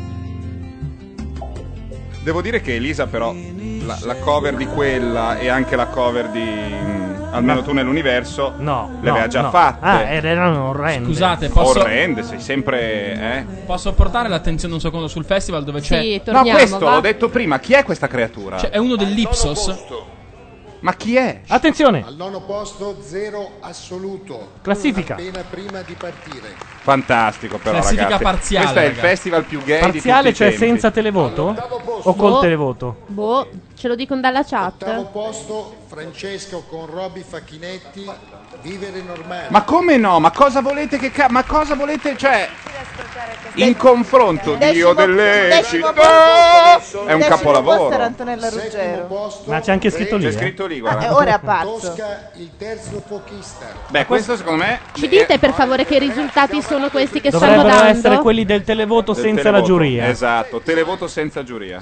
Speaker 10: Devo dire che Elisa però la, la cover di quella e anche la cover di mm, Almeno tu nell'universo
Speaker 2: no,
Speaker 10: le aveva
Speaker 2: no,
Speaker 10: già
Speaker 2: no.
Speaker 10: fatte.
Speaker 2: Ah, ed erano orrende.
Speaker 3: Scusate, posso-
Speaker 10: Orrende, sei sempre eh?
Speaker 3: Posso portare l'attenzione un secondo sul festival dove c'è.
Speaker 13: Sì,
Speaker 10: No,
Speaker 13: torniamo,
Speaker 10: questo
Speaker 13: va?
Speaker 10: l'ho detto prima, chi è questa creatura?
Speaker 3: Cioè, è uno dell'Ipsos.
Speaker 10: Ma chi è?
Speaker 2: Attenzione,
Speaker 7: Al nono posto, zero assoluto.
Speaker 2: Classifica.
Speaker 7: Appena prima di partire.
Speaker 10: Fantastico però,
Speaker 3: Classifica
Speaker 10: ragazzi.
Speaker 3: parziale,
Speaker 10: Questo è il
Speaker 3: ragazzi.
Speaker 10: festival più gay
Speaker 2: parziale,
Speaker 10: di tutti i
Speaker 2: cioè
Speaker 10: tempi.
Speaker 2: senza televoto? O col
Speaker 13: Boh.
Speaker 2: televoto?
Speaker 13: Boh, ce lo dicono dalla
Speaker 7: Ottavo
Speaker 13: chat.
Speaker 7: posto, Francesco con Roby Facchinetti, Vivere normale.
Speaker 10: Ma come no? Ma cosa volete che ca- ma cosa volete, cioè in confronto Dio delle
Speaker 15: decimo
Speaker 10: città
Speaker 15: posto-
Speaker 10: è un
Speaker 15: decimo
Speaker 10: capolavoro.
Speaker 15: posto era Antonella Ruggero.
Speaker 2: Ma c'è anche scritto lì.
Speaker 10: C'è
Speaker 2: eh.
Speaker 10: scritto lì,
Speaker 15: Ah,
Speaker 10: guarda.
Speaker 15: e ora è pazzo.
Speaker 7: Tosca, il terzo fuochista.
Speaker 10: Beh, questo secondo me
Speaker 13: Ci dite per favore che risultati sono questi che stanno
Speaker 2: Dovrebbero
Speaker 13: dando?
Speaker 2: essere quelli del televoto
Speaker 10: del
Speaker 2: senza la
Speaker 10: televoto.
Speaker 2: giuria.
Speaker 10: Esatto, televoto senza giuria.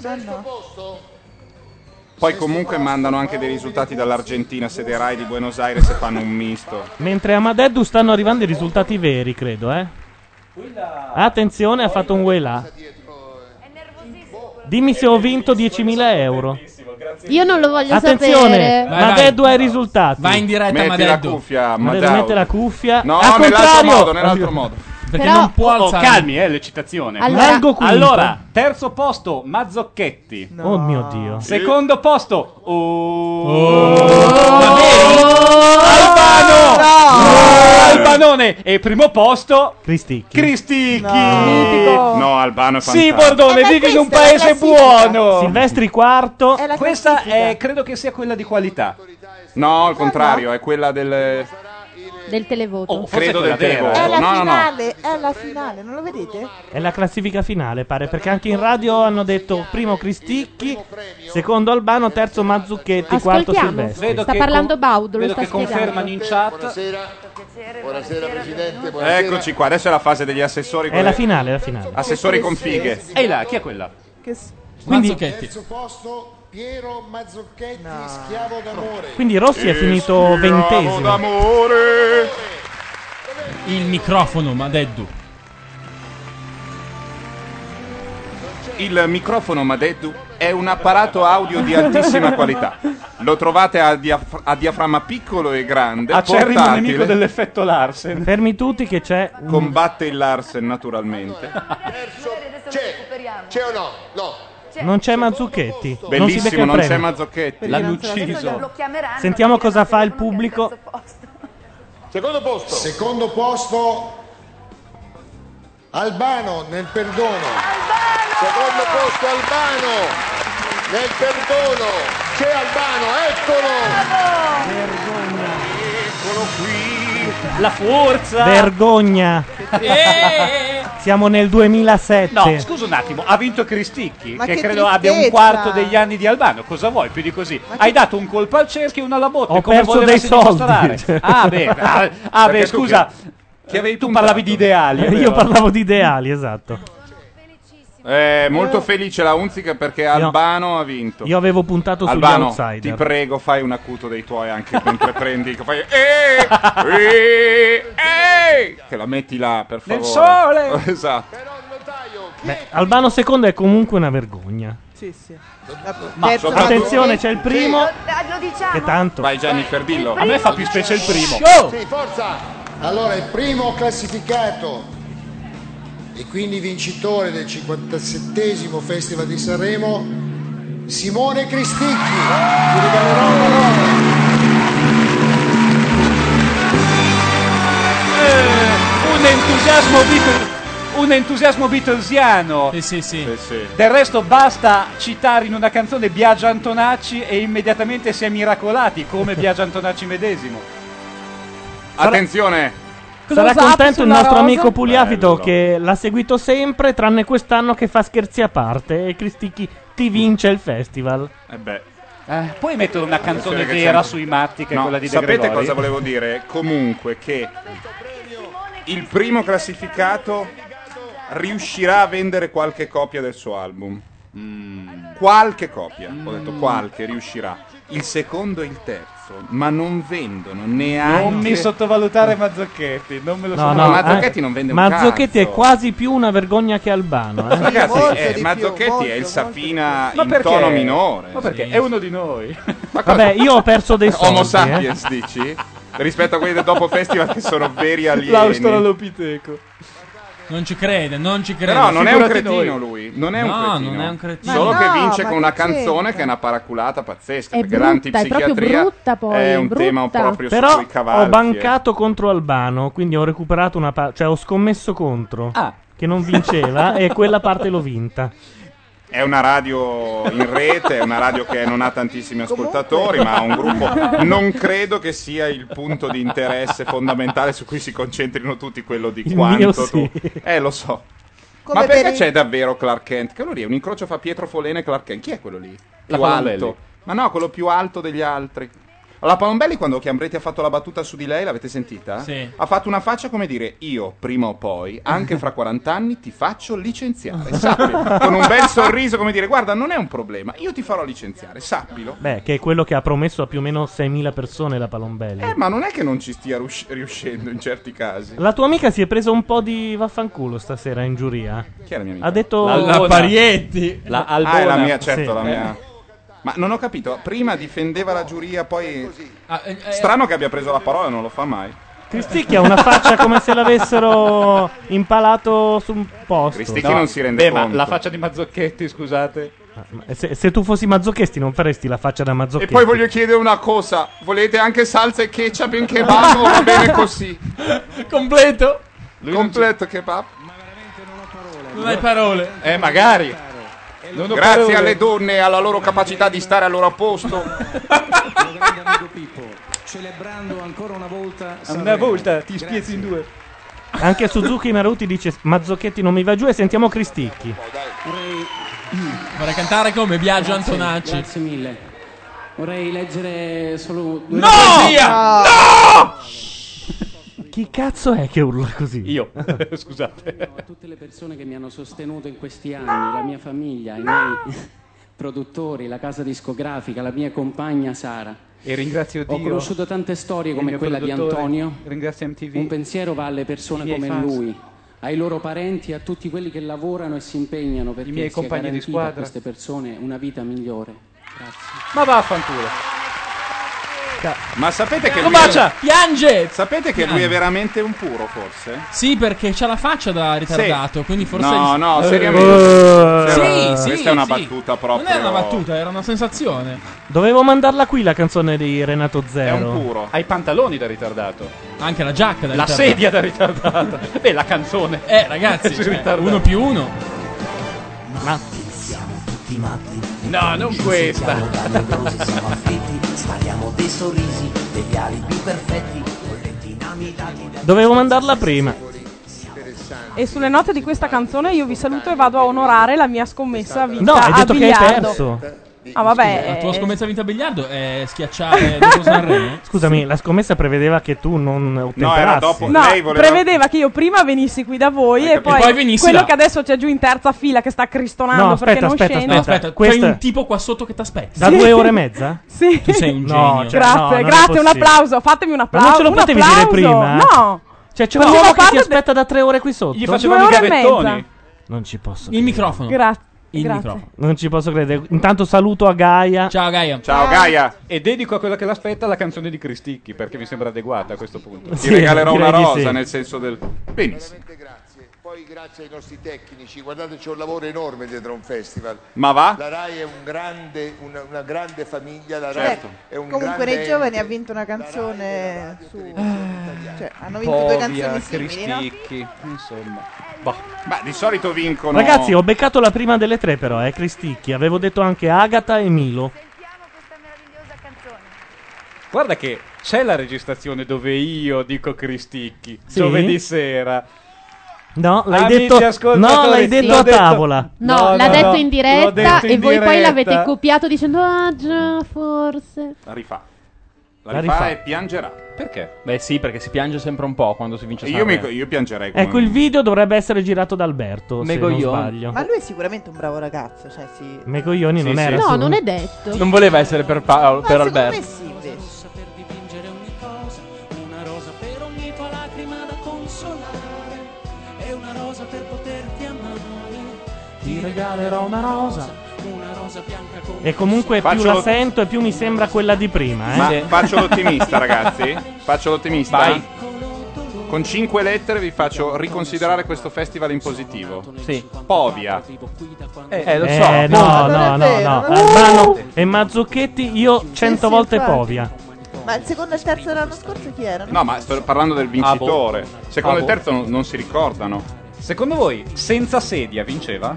Speaker 10: Poi comunque mandano anche dei risultati dall'Argentina, se dei Rai di Buenos Aires e fanno un misto.
Speaker 2: Mentre a Madeddu stanno arrivando i risultati veri, credo, eh. Attenzione, ha fatto un way là. Dimmi se ho vinto diecimila euro.
Speaker 13: Io non lo voglio
Speaker 2: Attenzione,
Speaker 13: sapere.
Speaker 3: Vai,
Speaker 2: Madeddu ha i risultati.
Speaker 3: Vai in diretta,
Speaker 10: Metti la
Speaker 3: Madeddu.
Speaker 10: cuffia,
Speaker 2: Madeddu
Speaker 10: Madao.
Speaker 2: mette la cuffia.
Speaker 10: No,
Speaker 2: Al
Speaker 10: nell'altro
Speaker 2: contrario.
Speaker 10: modo, nell'altro modo.
Speaker 3: Perché
Speaker 13: Però-
Speaker 3: non può
Speaker 5: Oh,
Speaker 3: alzare.
Speaker 5: calmi, eh, l'eccitazione.
Speaker 13: Allora-
Speaker 2: Largo quinto.
Speaker 5: Allora, terzo posto, Mazzocchetti.
Speaker 2: Oh mio Dio.
Speaker 5: Secondo posto, oh, Albano! Albanone! E primo posto,
Speaker 2: Cristicchi.
Speaker 5: Cristicchi!
Speaker 10: No, Albano è
Speaker 5: Sì,
Speaker 10: fantastico.
Speaker 5: Bordone,
Speaker 15: Eh, ma
Speaker 5: vivi in un
Speaker 15: questa è la
Speaker 5: paese
Speaker 15: classifica.
Speaker 5: buono!
Speaker 2: Silvestri quarto.
Speaker 15: È la
Speaker 5: Questa
Speaker 15: classifica.
Speaker 5: è, credo che sia quella di qualità.
Speaker 10: No, al contrario, è quella del
Speaker 13: Del televoto.
Speaker 5: Oh, forse
Speaker 10: credo
Speaker 5: quella
Speaker 10: del
Speaker 5: vera.
Speaker 10: televoto.
Speaker 15: È la
Speaker 10: No, no, no.
Speaker 15: finale, è la finale, non lo vedete?
Speaker 2: È la classifica finale, pare, perché anche in radio hanno detto primo Cristicchi, secondo Albano, terzo Mazzucchetti, quarto
Speaker 13: Ascoltiamo.
Speaker 2: Silvestri.
Speaker 5: Vedo
Speaker 13: Sta
Speaker 5: che
Speaker 13: parlando
Speaker 5: con-
Speaker 13: Baudo, lo
Speaker 5: Vedo
Speaker 13: sta
Speaker 5: che confermano
Speaker 13: spiegando.
Speaker 5: in chat.
Speaker 7: Buonasera. Buonasera Presidente, buonasera.
Speaker 10: Eccoci qua, adesso è la fase degli assessori.
Speaker 2: È
Speaker 10: con
Speaker 2: la
Speaker 10: le-
Speaker 2: finale, è la finale.
Speaker 10: Assessori con fighe.
Speaker 5: Ehi là, chi è quella?
Speaker 15: Che s-
Speaker 2: Quindi,
Speaker 3: Mazzucchetti.
Speaker 7: Terzo posto, Piero Mazzocchetti, Schiavo d'amore.
Speaker 2: quindi Rossi è finito ventesimo.
Speaker 10: d'amore.
Speaker 3: Il microfono, Madeddu.
Speaker 10: Il microfono Madeddu è un apparato audio di altissima qualità. Lo trovate a, diaf- a diaframma piccolo e grande,
Speaker 5: Acerrimo
Speaker 10: portatile,
Speaker 5: nemico dell'effetto Larsen.
Speaker 2: Fermi tutti che c'è un...
Speaker 10: combatte il Larsen naturalmente.
Speaker 7: C'è, c'è o no? No.
Speaker 2: Non c'è Mazzucchetti. Non si becca
Speaker 10: Bellissimo,
Speaker 2: il
Speaker 10: non c'è
Speaker 2: premio.
Speaker 10: Mazzucchetti.
Speaker 5: L'hanno ucciso.
Speaker 2: Sentiamo cosa fa il pubblico.
Speaker 7: Secondo posto. Secondo posto, Albano nel perdono. Secondo posto, Albano nel perdono. C'è Albano, eccolo.
Speaker 5: Eccolo qui. La forza.
Speaker 2: Vergogna.
Speaker 5: Eh.
Speaker 2: Siamo nel duemilasette.
Speaker 5: No, scusa un attimo, ha vinto Cristicchi,
Speaker 15: Ma
Speaker 5: che,
Speaker 15: che
Speaker 5: credo abbia un
Speaker 15: tristezza.
Speaker 5: quarto degli anni di Albano. Cosa vuoi più di così? Hai dato un colpo al cerchio e una alla botte,
Speaker 2: Ho
Speaker 5: come
Speaker 2: perso
Speaker 5: volevasi
Speaker 2: dei soldi.
Speaker 5: dimostrare.
Speaker 2: Cioè.
Speaker 5: Ah, beh, ah, ah, beh,
Speaker 10: Perché tu
Speaker 5: scusa.
Speaker 10: che avevi
Speaker 5: tu
Speaker 10: puntato?
Speaker 5: parlavi di ideali. è
Speaker 2: Io
Speaker 5: vero?
Speaker 2: parlavo di ideali, esatto.
Speaker 10: È molto felice la Unzica perché Albano ha vinto.
Speaker 2: Io avevo puntato sugli
Speaker 10: Albano,
Speaker 2: outsider.
Speaker 10: ti prego, fai un acuto dei tuoi anche mentre prendi. Fai, eh, eh, eh, che la metti là, per favore.
Speaker 5: Nel sole!
Speaker 10: Esatto.
Speaker 2: Beh, Albano secondo è comunque una vergogna.
Speaker 15: Sì, sì.
Speaker 2: Ma
Speaker 15: Terzo
Speaker 2: attenzione,
Speaker 15: battuto.
Speaker 2: c'è il primo.
Speaker 8: Lo diciamo.
Speaker 2: Che tanto.
Speaker 10: Vai Jennifer, dillo.
Speaker 5: A me fa più specie il primo.
Speaker 7: Sì, forza! Allora, il primo classificato e quindi vincitore del cinquantasettesimo Festival di Sanremo, Simone Cristicchi. Ti regalerò una roba.
Speaker 5: Eh, un entusiasmo Beatles, un entusiasmo beatlesiano.
Speaker 3: Sì, sì, sì.
Speaker 5: Del resto basta citare in una canzone Biagio Antonacci e immediatamente si è miracolati come Biagio Antonacci medesimo.
Speaker 10: Attenzione!
Speaker 2: Sarà
Speaker 5: Close up
Speaker 2: contento il
Speaker 5: sulla
Speaker 2: nostro
Speaker 5: rosa.
Speaker 2: amico Pugliafito
Speaker 10: Bello.
Speaker 2: che l'ha seguito sempre, tranne quest'anno che fa scherzi a parte e Cristicchi ti vince il festival.
Speaker 10: Eh beh.
Speaker 5: Eh, puoi mettere una canzone
Speaker 10: Attenzione che
Speaker 5: vera
Speaker 10: c'è-
Speaker 5: sui matti che
Speaker 10: No,
Speaker 5: è quella di De
Speaker 10: sapete
Speaker 5: Gregori?
Speaker 10: cosa volevo dire? Comunque che il primo classificato riuscirà a vendere qualche copia del suo album. Qualche copia, ho detto qualche, riuscirà. Il secondo e il terzo, ma non vendono neanche.
Speaker 5: Non mi sottovalutare Mazzocchetti, non me lo
Speaker 2: No, no,
Speaker 5: sottovalutare.
Speaker 10: Mazzocchetti non vende un
Speaker 2: Mazzocchetti è
Speaker 10: cazzo.
Speaker 2: quasi più una vergogna che Albano. Eh?
Speaker 10: Ragazzi,
Speaker 7: molto
Speaker 10: eh,
Speaker 7: di più,
Speaker 10: Mazzocchetti
Speaker 7: molto,
Speaker 10: è il Safina
Speaker 5: Ma
Speaker 10: in
Speaker 5: perché?
Speaker 10: tono minore.
Speaker 5: Ma perché?
Speaker 10: Sì.
Speaker 5: È uno di noi.
Speaker 2: Vabbè, io ho perso dei soldi.
Speaker 10: Homo
Speaker 2: eh.
Speaker 10: sapiens, dici? Rispetto a quelli del dopo festival che sono veri alieni.
Speaker 5: L'australopiteco.
Speaker 3: Non ci crede, non ci crede.
Speaker 10: Però non è un
Speaker 3: Figurati
Speaker 10: cretino
Speaker 3: noi.
Speaker 10: lui. Non è un
Speaker 3: No,
Speaker 10: cretino.
Speaker 3: non è un cretino.
Speaker 10: Solo
Speaker 3: Ma
Speaker 10: che
Speaker 3: no,
Speaker 10: vince
Speaker 3: ma
Speaker 10: con una
Speaker 3: che
Speaker 10: canzone
Speaker 3: c'entra?
Speaker 10: che è una paraculata pazzesca.
Speaker 13: È
Speaker 10: perché
Speaker 13: brutta, è proprio
Speaker 10: l'antipsichiatria
Speaker 13: brutta poi,
Speaker 10: è un
Speaker 13: brutta.
Speaker 10: tema proprio
Speaker 2: Però
Speaker 10: su cui cavalli.
Speaker 2: ho bancato contro Albano, quindi ho recuperato una parte, cioè ho scommesso contro.
Speaker 5: Ah.
Speaker 2: Che non vinceva e quella parte l'ho vinta.
Speaker 10: È una radio in rete, è una radio che non ha tantissimi ascoltatori, ma ha un gruppo. Non credo che sia il punto di interesse fondamentale su cui si concentrino tutti, quello di
Speaker 2: Il
Speaker 10: quanto
Speaker 2: mio
Speaker 10: tu.
Speaker 2: sì.
Speaker 10: Eh, lo so.
Speaker 15: Come
Speaker 10: ma perché
Speaker 15: per i-
Speaker 10: c'è davvero Clark Kent? Che quello lì è un incrocio fra Pietro Folena e Clark Kent. Chi è quello lì?
Speaker 5: La
Speaker 10: Più
Speaker 5: Palombelli.
Speaker 10: alto. Ma no, quello più alto degli altri. La Palombelli, quando Chiambretti ha fatto la battuta su di lei, l'avete sentita?
Speaker 3: Sì.
Speaker 10: Ha fatto una faccia come dire: io, prima o poi, anche fra quaranta anni, ti faccio licenziare. Sappi, con un bel sorriso, come dire: guarda, non è un problema, io ti farò licenziare, sappilo.
Speaker 2: Beh, che è quello che ha promesso a più o meno seimila persone la Palombelli.
Speaker 10: Eh, ma non è che non ci stia riusci- riuscendo in certi casi.
Speaker 2: La tua amica si è presa un po' di vaffanculo stasera in giuria.
Speaker 10: Chi è la mia amica?
Speaker 2: Ha detto
Speaker 10: La
Speaker 3: La Parietti.
Speaker 5: La
Speaker 10: Ah, è la
Speaker 5: Albona.
Speaker 10: mia, certo,
Speaker 2: Sì.
Speaker 10: la mia. Ma non ho capito, prima difendeva la giuria, poi.
Speaker 3: Ah, eh, eh,
Speaker 10: Strano che abbia preso la parola, non lo fa mai.
Speaker 2: Cristicchi ha una faccia come se l'avessero impalato su un posto.
Speaker 10: Cristicchi
Speaker 5: No,
Speaker 10: non si rende
Speaker 5: beh, ma
Speaker 10: conto.
Speaker 5: la faccia di Mazzocchetti, scusate.
Speaker 2: Ma Se, se tu fossi Mazzocchetti non faresti la faccia da
Speaker 10: E
Speaker 2: Mazzocchetti.
Speaker 10: poi voglio chiedere una cosa: volete anche salsa e ketchup in kebab o va bene così?
Speaker 3: completo.
Speaker 10: Completo kebab.
Speaker 3: Non hai parole.
Speaker 5: Eh, magari. Non ho
Speaker 10: Grazie
Speaker 5: parole.
Speaker 10: alle donne e alla loro capacità di stare al loro posto.
Speaker 1: grande amico Pippo, celebrando ancora una volta
Speaker 5: Una volta ti spiezzi in due.
Speaker 2: Anche Suzuki Maruti dice Mazzocchetti non mi va giù e sentiamo Cristicchi.
Speaker 1: Vorrei,
Speaker 3: Vorrei cantare come Biagio
Speaker 1: Grazie,
Speaker 3: Antonacci.
Speaker 1: Grazie mille. Vorrei leggere solo due
Speaker 3: No!
Speaker 1: poesie.
Speaker 3: No!
Speaker 2: Chi cazzo è che urla così?
Speaker 5: Io. Scusate.
Speaker 1: A tutte le persone che mi hanno sostenuto in questi anni, la mia famiglia, i miei produttori, la casa discografica, la mia compagna Sara.
Speaker 5: E ringrazio Dio.
Speaker 1: Ho conosciuto tante storie
Speaker 5: il
Speaker 1: come
Speaker 5: mio
Speaker 1: quella di
Speaker 5: produttore.
Speaker 1: Antonio.
Speaker 5: Ringrazio M T V.
Speaker 1: Un pensiero va alle persone
Speaker 5: I miei
Speaker 1: come
Speaker 5: fans.
Speaker 1: lui, ai loro parenti e a tutti quelli che lavorano e si impegnano perché
Speaker 5: miei
Speaker 1: sia
Speaker 5: compagni di
Speaker 1: garantita a
Speaker 5: squadra.
Speaker 1: queste persone una vita migliore. Grazie.
Speaker 5: Ma vaffanculo.
Speaker 10: Ma sapete che
Speaker 3: Lo
Speaker 10: lui
Speaker 3: bacia! Piange!
Speaker 10: Sapete che lui è veramente un puro, forse?
Speaker 3: Sì, perché c'ha la faccia da ritardato, quindi forse...
Speaker 10: No, no,
Speaker 3: Eh,
Speaker 10: seriamente.
Speaker 3: Sì,
Speaker 10: Cioè,
Speaker 3: sì,
Speaker 10: questa è una
Speaker 3: sì.
Speaker 10: battuta proprio.
Speaker 3: Non era una battuta, era una sensazione.
Speaker 2: Dovevo mandarla qui la canzone di Renato Zero.
Speaker 10: È un puro.
Speaker 5: Ha i pantaloni da ritardato.
Speaker 3: Anche la giacca da
Speaker 5: La
Speaker 3: ritardato.
Speaker 5: sedia da ritardato. Beh, la canzone.
Speaker 3: Eh, ragazzi,
Speaker 5: Sui
Speaker 3: cioè,
Speaker 5: ritardati.
Speaker 3: uno più uno.
Speaker 18: Matti, siamo tutti matti.
Speaker 5: No, non
Speaker 18: Ci
Speaker 5: questa.
Speaker 18: sentiamo da nevrosi, siamo afflitti. Spariamo dei sorrisi, degli alibi perfetti. Con le dinamitati da...
Speaker 2: Dovevo mandarla prima.
Speaker 20: E sulle note di questa canzone io vi saluto e vado a onorare la mia scommessa vinta
Speaker 2: No, hai
Speaker 20: a
Speaker 2: detto che hai
Speaker 20: biliardo.
Speaker 2: perso.
Speaker 20: Ah, vabbè.
Speaker 3: La tua
Speaker 20: eh,
Speaker 3: scommessa vinta a biliardo è schiacciare dopo Sanremo?
Speaker 2: Scusami, la scommessa prevedeva che tu non ottemperassi.
Speaker 10: era dopo.
Speaker 20: No,
Speaker 10: Lei voleva-
Speaker 20: prevedeva che io prima venissi qui da voi e
Speaker 3: capito.
Speaker 20: poi,
Speaker 3: E poi venissi
Speaker 20: quello
Speaker 3: là.
Speaker 20: che adesso c'è giù in terza fila che sta cristonando
Speaker 2: No,
Speaker 20: perché
Speaker 2: aspetta,
Speaker 20: non
Speaker 2: aspetta,
Speaker 20: scende.
Speaker 3: No, aspetta,
Speaker 2: Questa-
Speaker 3: c'è un tipo qua sotto che ti aspetta.
Speaker 2: Da due ore e mezza?
Speaker 20: Sì.
Speaker 3: Tu sei un
Speaker 2: No,
Speaker 3: genio.
Speaker 2: cioè,
Speaker 20: grazie,
Speaker 2: no, non è
Speaker 20: grazie, un
Speaker 2: possibile.
Speaker 20: applauso. Fatemi un
Speaker 2: Ma
Speaker 20: applauso.
Speaker 2: non ce lo
Speaker 20: un
Speaker 2: potevi
Speaker 20: applauso.
Speaker 2: dire prima?
Speaker 20: No.
Speaker 2: Cioè, c'è un
Speaker 20: Facevo
Speaker 2: uomo che ti
Speaker 20: parte de-
Speaker 2: aspetta da tre ore qui sotto.
Speaker 5: Gli
Speaker 20: Due
Speaker 5: facevamo i
Speaker 20: ore e
Speaker 5: gavettoni.
Speaker 20: mezza.
Speaker 2: Non ci posso.
Speaker 3: Il microfono.
Speaker 20: Grazie.
Speaker 3: Il
Speaker 20: Grazie.
Speaker 3: microfono.
Speaker 2: Non ci posso credere. Intanto saluto a Gaia.
Speaker 3: Ciao Gaia.
Speaker 10: Ciao Gaia.
Speaker 5: E dedico a quella che l'aspetta la canzone di Cristicchi, perché mi sembra adeguata a questo punto.
Speaker 10: Ti
Speaker 2: Sì,
Speaker 10: regalerò una
Speaker 2: direi di
Speaker 10: rosa
Speaker 2: sì.
Speaker 10: nel senso del... Benissimo.
Speaker 7: Grazie. Poi grazie ai nostri tecnici, guardate c'è un lavoro enorme dietro a un festival.
Speaker 10: Ma va?
Speaker 7: La RAI è un grande, una, una grande famiglia, la
Speaker 10: Certo.
Speaker 7: RAI è un
Speaker 15: Comunque
Speaker 7: grande
Speaker 15: nei giovani
Speaker 7: ente.
Speaker 15: ha vinto una canzone su...
Speaker 5: Ah.
Speaker 15: Cioè, hanno vinto due
Speaker 5: Povia,
Speaker 15: canzoni simili, no?
Speaker 5: Cristicchi, insomma. Boh.
Speaker 10: Ma di solito vincono...
Speaker 2: Ragazzi, ho beccato la prima delle tre però, eh, Cristicchi. Avevo detto anche Agata e Milo.
Speaker 5: Guarda che c'è la registrazione dove io dico Cristicchi,
Speaker 2: Sì?
Speaker 5: giovedì sera.
Speaker 2: No, l'hai
Speaker 5: Amici
Speaker 2: detto,
Speaker 5: ascoltatori,
Speaker 2: no, l'hai detto
Speaker 5: l'ho
Speaker 2: a
Speaker 5: detto-
Speaker 2: tavola.
Speaker 13: No,
Speaker 5: No,
Speaker 13: l'ha
Speaker 5: no,
Speaker 13: detto
Speaker 5: no,
Speaker 13: in
Speaker 5: l'ho
Speaker 13: diretta
Speaker 5: detto in
Speaker 13: e voi poi
Speaker 5: diretta.
Speaker 13: l'avete copiato dicendo ah già, forse.
Speaker 10: La rifà. La,
Speaker 2: La
Speaker 10: rifà,
Speaker 2: rifà.
Speaker 10: e piangerà.
Speaker 5: Perché?
Speaker 9: Beh, sì, perché si piange sempre un po' quando si vince
Speaker 10: Io, mi,
Speaker 9: Sanremo.
Speaker 10: io piangerei come...
Speaker 2: Ecco, il video dovrebbe essere girato da Alberto, se non
Speaker 9: Megoglione.
Speaker 2: sbaglio.
Speaker 15: Ma lui è sicuramente un bravo ragazzo, cioè si...
Speaker 2: Megoglioni
Speaker 9: Sì,
Speaker 2: non
Speaker 9: sì.
Speaker 2: era
Speaker 13: No,
Speaker 2: su-
Speaker 13: non è detto.
Speaker 9: Non voleva essere per, Paolo,
Speaker 15: Ma
Speaker 9: per
Speaker 15: secondo
Speaker 9: Alberto.
Speaker 15: me sì, invece.
Speaker 12: Per dipingere ogni cosa, una rosa per ogni tua lacrima da consolare, e una rosa per poterti amare.
Speaker 9: Ti regalerò una rosa.
Speaker 12: Una rosa bianca come
Speaker 2: E comunque più
Speaker 10: Faccio
Speaker 2: la
Speaker 10: lo-
Speaker 2: sento e più mi sembra quella di prima, eh.
Speaker 10: Ma
Speaker 9: Sì.
Speaker 10: faccio l'ottimista, ragazzi. Faccio l'ottimista.
Speaker 9: Vai.
Speaker 10: Con cinque lettere vi faccio riconsiderare questo festival in positivo.
Speaker 9: Sì.
Speaker 10: Povia.
Speaker 9: Eh, eh, lo so.
Speaker 2: Eh, no,
Speaker 15: non
Speaker 2: no,
Speaker 15: è
Speaker 2: no,
Speaker 15: vero,
Speaker 2: no.
Speaker 15: non è
Speaker 2: Albano e Mazzucchetti, io cento
Speaker 15: sì,
Speaker 2: volte
Speaker 15: infatti.
Speaker 2: Povia.
Speaker 15: Ma il secondo e il terzo dell'anno scorso chi erano?
Speaker 10: No, ma sto parlando del vincitore. Secondo
Speaker 5: Ah,
Speaker 10: e
Speaker 5: boh.
Speaker 10: il terzo non, non si ricordano.
Speaker 5: Secondo voi, senza sedia vinceva?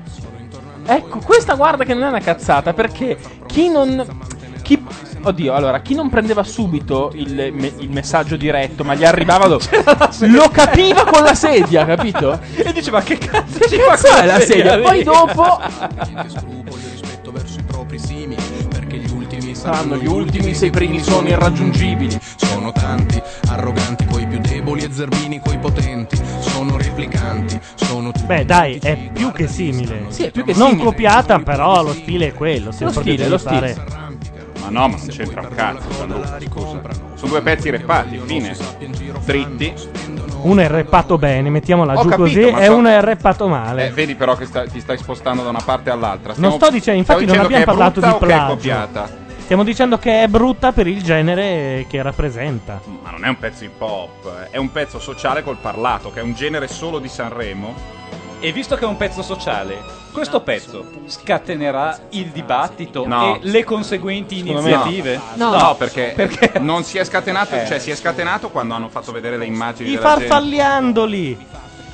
Speaker 9: Ecco, questa guarda che non è una cazzata, perché chi non... Chi, oddio, allora, chi non prendeva subito il, me- il messaggio diretto, ma gli arrivava lo, lo capiva con la sedia, capito?
Speaker 5: E diceva che cazzo
Speaker 9: Che
Speaker 5: ci fa
Speaker 9: cazzo
Speaker 5: quella
Speaker 9: è la sedia?
Speaker 5: lì?
Speaker 9: Poi dopo
Speaker 14: Scrupoli e rispetto verso i propri simili, perché gli ultimi
Speaker 9: saranno gli ultimi, se i primi sono irraggiungibili.
Speaker 14: Sono tanti, arroganti coi più deboli e zerbini coi potenti. Sono replicanti, sono tutti.
Speaker 2: Beh, dai, è più che simile.
Speaker 9: Sì, è più che
Speaker 2: non
Speaker 9: simile.
Speaker 2: copiata, però lo stile è quello. Se
Speaker 9: Lo
Speaker 2: proprio
Speaker 9: stile,
Speaker 2: devi
Speaker 9: lo
Speaker 2: fare-
Speaker 9: stile.
Speaker 10: Ma no, ma non c'entra un cazzo. Gianluca, scusa. Sono due pezzi reppati, fine. Dritti.
Speaker 2: Uno è reppato bene, mettiamola
Speaker 10: Ho
Speaker 2: giù
Speaker 10: capito,
Speaker 2: così,
Speaker 10: ma
Speaker 2: e
Speaker 10: so-
Speaker 2: uno è reppato male.
Speaker 10: Eh, vedi però che sta- ti stai spostando da una parte all'altra.
Speaker 2: Non sto dicendo, infatti non
Speaker 10: stavo
Speaker 2: abbiamo
Speaker 10: dicendo
Speaker 2: parlato
Speaker 10: che è
Speaker 2: di
Speaker 10: brutta o che è
Speaker 2: plagio.
Speaker 10: copiata.
Speaker 2: Stiamo dicendo che è brutta per il genere che rappresenta.
Speaker 10: Ma non è un pezzo hip hop, eh. È un pezzo sociale col parlato, che è un genere solo di Sanremo.
Speaker 5: E visto che è un pezzo sociale, questo pezzo scatenerà il dibattito
Speaker 10: No.
Speaker 5: e le conseguenti
Speaker 10: Secondo me
Speaker 5: iniziative?
Speaker 10: No, perché,
Speaker 5: Perché?
Speaker 10: non si è scatenato,
Speaker 5: Eh.
Speaker 10: cioè si è scatenato quando hanno fatto vedere le immagini
Speaker 2: I
Speaker 10: della gente.
Speaker 2: farfalliandoli.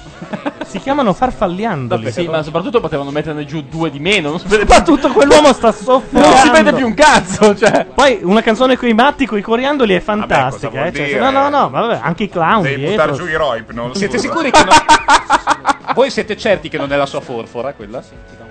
Speaker 2: Si chiamano farfalliandoli.
Speaker 9: Sì, ma soprattutto potevano metterne giù due di meno. Non si vede
Speaker 2: Ma tutto quell'uomo sta soffrendo.
Speaker 9: Non si vede più un cazzo, cioè.
Speaker 2: Poi una canzone con i matti, con i coriandoli è fantastica.
Speaker 10: vuol
Speaker 2: eh, cioè,
Speaker 10: dire?
Speaker 2: no, no, no, ma vabbè, anche i clown
Speaker 10: Devi
Speaker 2: dietro.
Speaker 10: buttare giù i Rohypnol.
Speaker 5: Siete
Speaker 10: scusa.
Speaker 5: sicuri che non... Voi siete certi che non è la sua forfora quella?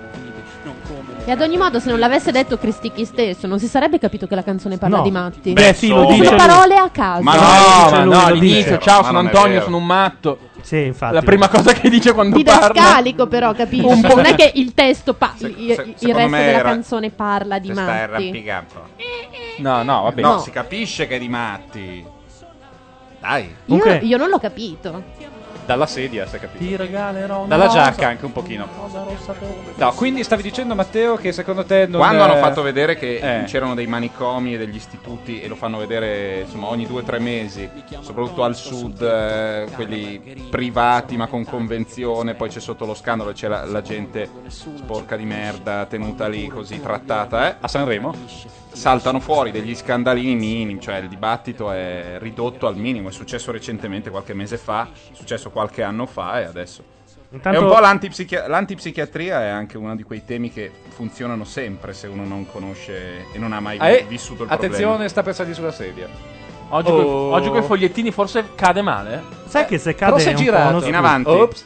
Speaker 13: E ad ogni modo, se non l'avesse detto Cristicchi stesso, non si sarebbe capito che la canzone parla
Speaker 2: No.
Speaker 13: di matti.
Speaker 2: Beh, sì, lo
Speaker 13: Sono
Speaker 2: dice lui.
Speaker 13: parole a caso.
Speaker 10: Ma
Speaker 9: No,
Speaker 10: no,
Speaker 9: ma
Speaker 2: dice lui,
Speaker 9: no,
Speaker 2: lo
Speaker 9: all'inizio,
Speaker 2: dice.
Speaker 9: ciao,
Speaker 10: Ma
Speaker 9: sono
Speaker 10: non è
Speaker 9: Antonio,
Speaker 10: vero.
Speaker 9: sono un matto.
Speaker 2: Sì, infatti.
Speaker 9: La prima cosa che dice quando parla.
Speaker 13: Didascalico però, capisci?
Speaker 9: Un po'.
Speaker 13: Non è che il testo, pa-
Speaker 10: Se-
Speaker 13: il,
Speaker 10: se-
Speaker 13: il
Speaker 10: secondo
Speaker 13: resto
Speaker 10: me
Speaker 13: della
Speaker 10: era-
Speaker 13: canzone parla di
Speaker 10: Si sta
Speaker 13: matti.
Speaker 10: arrampicando.
Speaker 9: No, no, vabbè.
Speaker 10: No,
Speaker 13: No.
Speaker 10: si capisce che è di matti. Dai.
Speaker 13: Io,
Speaker 2: Comunque-
Speaker 13: io non l'ho capito.
Speaker 5: Dalla sedia, si è capito.
Speaker 9: Ti regalerò una
Speaker 5: Dalla
Speaker 9: rosa.
Speaker 5: giacca anche un pochino.
Speaker 9: Rosa rossa per-
Speaker 5: No, quindi stavi dicendo, Matteo, che secondo te non
Speaker 10: Quando
Speaker 5: è-
Speaker 10: hanno fatto vedere che
Speaker 5: Eh.
Speaker 10: c'erano dei manicomi e degli istituti e lo fanno vedere insomma ogni due o tre mesi, soprattutto al sud, eh, quelli privati ma con convenzione, poi c'è sotto lo scandalo, c'è la, la gente sporca di merda tenuta lì così trattata, eh?
Speaker 5: A Sanremo?
Speaker 10: Saltano fuori degli scandalini minimi, cioè il dibattito è ridotto al minimo, è successo recentemente qualche mese fa, è successo qualche anno fa e adesso...
Speaker 2: Intanto-
Speaker 10: È un po' l'antipsichia- l'antipsichiatria, è anche uno di quei temi che funzionano sempre se uno non conosce e non ha mai
Speaker 5: Ah, eh,
Speaker 10: vissuto il
Speaker 5: attenzione,
Speaker 10: problema.
Speaker 5: sta per salire sulla sedia.
Speaker 9: Oggi,
Speaker 5: Oh.
Speaker 9: coi, oggi coi fogliettini forse cade male.
Speaker 2: Sai che se
Speaker 5: Però
Speaker 2: cade
Speaker 5: si
Speaker 2: è
Speaker 5: è
Speaker 2: un po'
Speaker 5: girato.
Speaker 2: uno
Speaker 10: In
Speaker 2: scudo.
Speaker 10: avanti.
Speaker 5: Ops.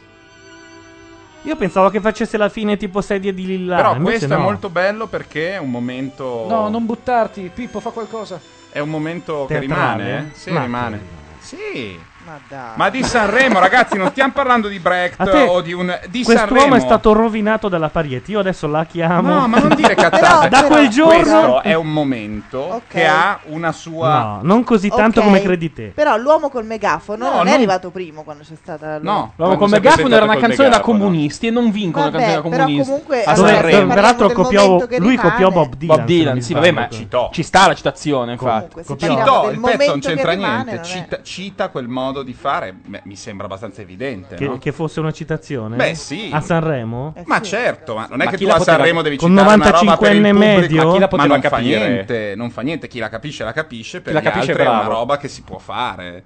Speaker 2: Io pensavo che facesse la fine tipo sedie di Lilla.
Speaker 10: Però
Speaker 2: invece
Speaker 10: questo
Speaker 2: no.
Speaker 10: è molto bello perché è un momento...
Speaker 5: No, non buttarti. Pippo, fa qualcosa.
Speaker 10: È un momento che
Speaker 2: Teatrale,
Speaker 10: rimane,
Speaker 2: eh?
Speaker 10: eh? Sì,
Speaker 2: Ma-
Speaker 10: rimane. Sì,
Speaker 15: Ma dai.
Speaker 10: Ma di Sanremo, ragazzi, non stiamo parlando di Brecht
Speaker 2: A te,
Speaker 10: o di un di
Speaker 2: quest'uomo
Speaker 10: Sanremo.
Speaker 2: è stato rovinato dalla Parieti. Io adesso la chiamo.
Speaker 10: No, ma non dire cazzate.
Speaker 2: Da quel giorno
Speaker 10: Questo è un momento che ha una sua.
Speaker 2: No, non così tanto
Speaker 15: Ok.
Speaker 2: come credi te.
Speaker 15: Però l'uomo col megafono
Speaker 10: No,
Speaker 15: non è
Speaker 10: non-
Speaker 15: arrivato primo quando c'è stata la
Speaker 10: No.
Speaker 9: L'uomo con megafono era una canzone da comunisti e non vincono
Speaker 15: Vabbè,
Speaker 9: le canzoni da
Speaker 15: però
Speaker 9: comunisti.
Speaker 15: comunque,
Speaker 9: A
Speaker 15: allora,
Speaker 9: Sanremo.
Speaker 15: stiamo
Speaker 2: Peraltro
Speaker 15: del
Speaker 2: copiò,
Speaker 15: momento che
Speaker 2: lui
Speaker 15: rimane.
Speaker 2: copiò Bob Dylan.
Speaker 9: Bob Dylan,
Speaker 2: se
Speaker 9: sì,
Speaker 2: non
Speaker 9: vabbè,
Speaker 2: mi
Speaker 9: ma
Speaker 2: sbaglio.
Speaker 9: ci sta la citazione, infatti.
Speaker 15: Comunque, se
Speaker 2: Copiò.
Speaker 15: parliamo
Speaker 10: Citò,
Speaker 15: del
Speaker 10: il pezzo non
Speaker 15: momento che
Speaker 10: c'entra
Speaker 15: rimane,
Speaker 10: niente.
Speaker 15: non è-
Speaker 10: Cita, cita quel modo di fare. Beh, mi sembra abbastanza evidente.
Speaker 2: Che,
Speaker 10: no?
Speaker 2: che fosse una citazione?
Speaker 10: Beh, sì.
Speaker 2: A Sanremo?
Speaker 10: Ma certo, ma non è
Speaker 2: Ma
Speaker 10: che
Speaker 2: chi
Speaker 10: tu
Speaker 2: la
Speaker 10: a
Speaker 2: poteva-
Speaker 10: Sanremo devi
Speaker 2: con
Speaker 10: citare una roba per il
Speaker 2: novantacinquenne
Speaker 10: pubblico,
Speaker 2: medio?
Speaker 10: ma chi la
Speaker 2: Ma
Speaker 10: poteva
Speaker 2: non
Speaker 10: fa
Speaker 2: capire?
Speaker 10: niente, non fa niente, chi la capisce la capisce, per
Speaker 5: la
Speaker 10: gli
Speaker 5: capisce
Speaker 10: altri è una
Speaker 5: bravo.
Speaker 10: roba che si può fare.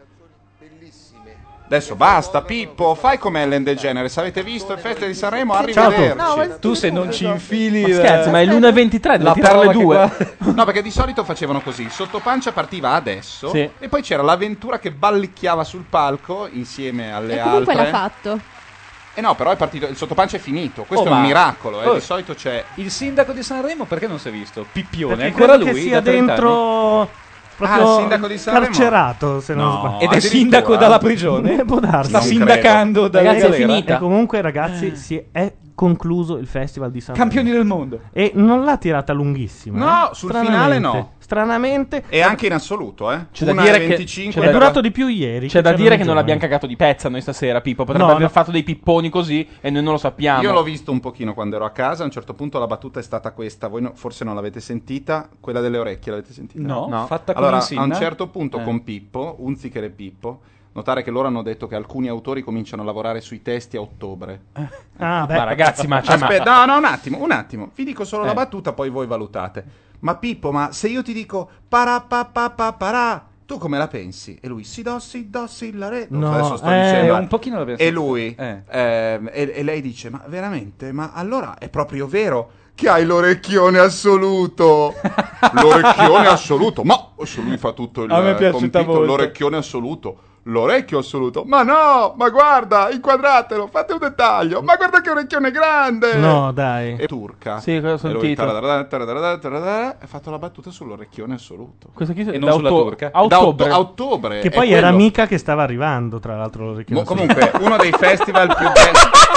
Speaker 10: Adesso basta, Pippo, fai come Ellen DeGeneres. Avete visto il Festival di Sanremo? Arrivederci.
Speaker 5: Tu se non ci infili.
Speaker 9: Ma scherzi, ma è l'una e ventitré, deve
Speaker 5: la
Speaker 9: tirare le
Speaker 5: parola che
Speaker 9: due.
Speaker 5: qua-
Speaker 10: No, perché di solito facevano così: Sottopancia partiva adesso
Speaker 9: Sì.
Speaker 10: e poi c'era l'avventura che ballicchiava sul palco insieme alle
Speaker 13: E comunque
Speaker 10: altre.
Speaker 13: l'ha fatto.
Speaker 10: E no, però è partito, il Sottopancia è finito. Questo
Speaker 5: Oh,
Speaker 10: è un
Speaker 5: ma-
Speaker 10: miracolo. eh.
Speaker 5: Oh.
Speaker 10: Di solito c'è.
Speaker 5: Il sindaco di Sanremo perché non si è visto? Pippione,
Speaker 2: Perché
Speaker 5: ancora
Speaker 2: credo
Speaker 5: lui
Speaker 2: che sia
Speaker 5: da trenta anni?
Speaker 2: dentro proprio
Speaker 10: Ah, il sindaco di Sanremo?
Speaker 2: carcerato, se non
Speaker 10: No,
Speaker 2: sbaglio.
Speaker 5: Ed è
Speaker 10: addirittura?
Speaker 5: sindaco dalla prigione?
Speaker 2: Può darsi.
Speaker 5: Sta
Speaker 10: Non
Speaker 5: sindacando dalla
Speaker 2: Ragazzi, è
Speaker 5: galera?
Speaker 2: finita. E comunque, ragazzi, si è concluso il Festival di Sanremo.
Speaker 5: Campioni del mondo.
Speaker 2: E non l'ha tirata lunghissima.
Speaker 10: No,
Speaker 2: eh.
Speaker 10: sul
Speaker 2: Stranamente.
Speaker 10: finale no.
Speaker 2: Stranamente.
Speaker 10: E anche in assoluto, eh.
Speaker 9: C'è da
Speaker 10: Una
Speaker 9: dire
Speaker 10: e
Speaker 9: che-
Speaker 10: venticinque.
Speaker 9: c'è da-
Speaker 2: È durato di più ieri.
Speaker 9: C'è da
Speaker 2: c'erano
Speaker 9: dire
Speaker 2: i
Speaker 9: che non
Speaker 2: giovani.
Speaker 9: l'abbiamo cagato di pezza noi stasera, Pippo. Potrebbe
Speaker 2: No,
Speaker 9: aver
Speaker 2: no.
Speaker 9: fatto dei pipponi così e noi non lo sappiamo.
Speaker 10: Io l'ho visto un pochino quando ero a casa. A un certo punto la battuta è stata questa. Voi no- forse non l'avete sentita. Quella delle orecchie l'avete sentita?
Speaker 5: No,
Speaker 9: No.
Speaker 5: fatta con
Speaker 10: Allora,
Speaker 5: Insinna?
Speaker 10: a un certo punto
Speaker 5: Eh.
Speaker 10: con Pippo, Unziker e Pippo, notare che loro hanno detto che alcuni autori cominciano a lavorare sui testi a ottobre.
Speaker 2: Ah, beh.
Speaker 9: Ma ragazzi, ma c'è
Speaker 10: Aspetta, no, no, un attimo, un attimo. Vi dico solo
Speaker 9: Eh.
Speaker 10: la battuta, poi voi valutate. Ma Pippo, ma se io ti dico para pa pa pa parà, tu come la pensi? E lui si do si do si la re.
Speaker 2: No,
Speaker 10: Adesso sto
Speaker 2: eh,
Speaker 10: dicendo.
Speaker 5: un pochino la penso.
Speaker 10: E lui
Speaker 5: Eh.
Speaker 10: ehm, e, e lei dice: "Ma veramente? Ma allora è proprio vero che hai l'orecchione assoluto?" L'orecchione assoluto. Ma se lui fa tutto il
Speaker 5: A me piace
Speaker 10: compito,
Speaker 5: molto.
Speaker 10: l'orecchione assoluto. L'orecchio assoluto. Ma no, ma guarda, inquadratelo, fate un dettaglio. Ma guarda che orecchione grande.
Speaker 2: No, dai.
Speaker 10: E turca.
Speaker 9: Sì, cosa ho
Speaker 10: E lui
Speaker 9: sentito.
Speaker 10: taradara, taradara, taradara, ha fatto la battuta sull'orecchione assoluto.
Speaker 9: Questo chi
Speaker 5: E
Speaker 9: da
Speaker 5: non sulla
Speaker 9: otto-
Speaker 5: turca?
Speaker 9: A
Speaker 10: Da
Speaker 9: ottobre.
Speaker 10: otto- a ottobre.
Speaker 2: Che
Speaker 10: è
Speaker 2: poi era
Speaker 10: quello.
Speaker 2: mica che stava arrivando, tra l'altro. l'orecchino
Speaker 10: Mo-
Speaker 2: assoluto.
Speaker 10: comunque, uno dei festival più gay.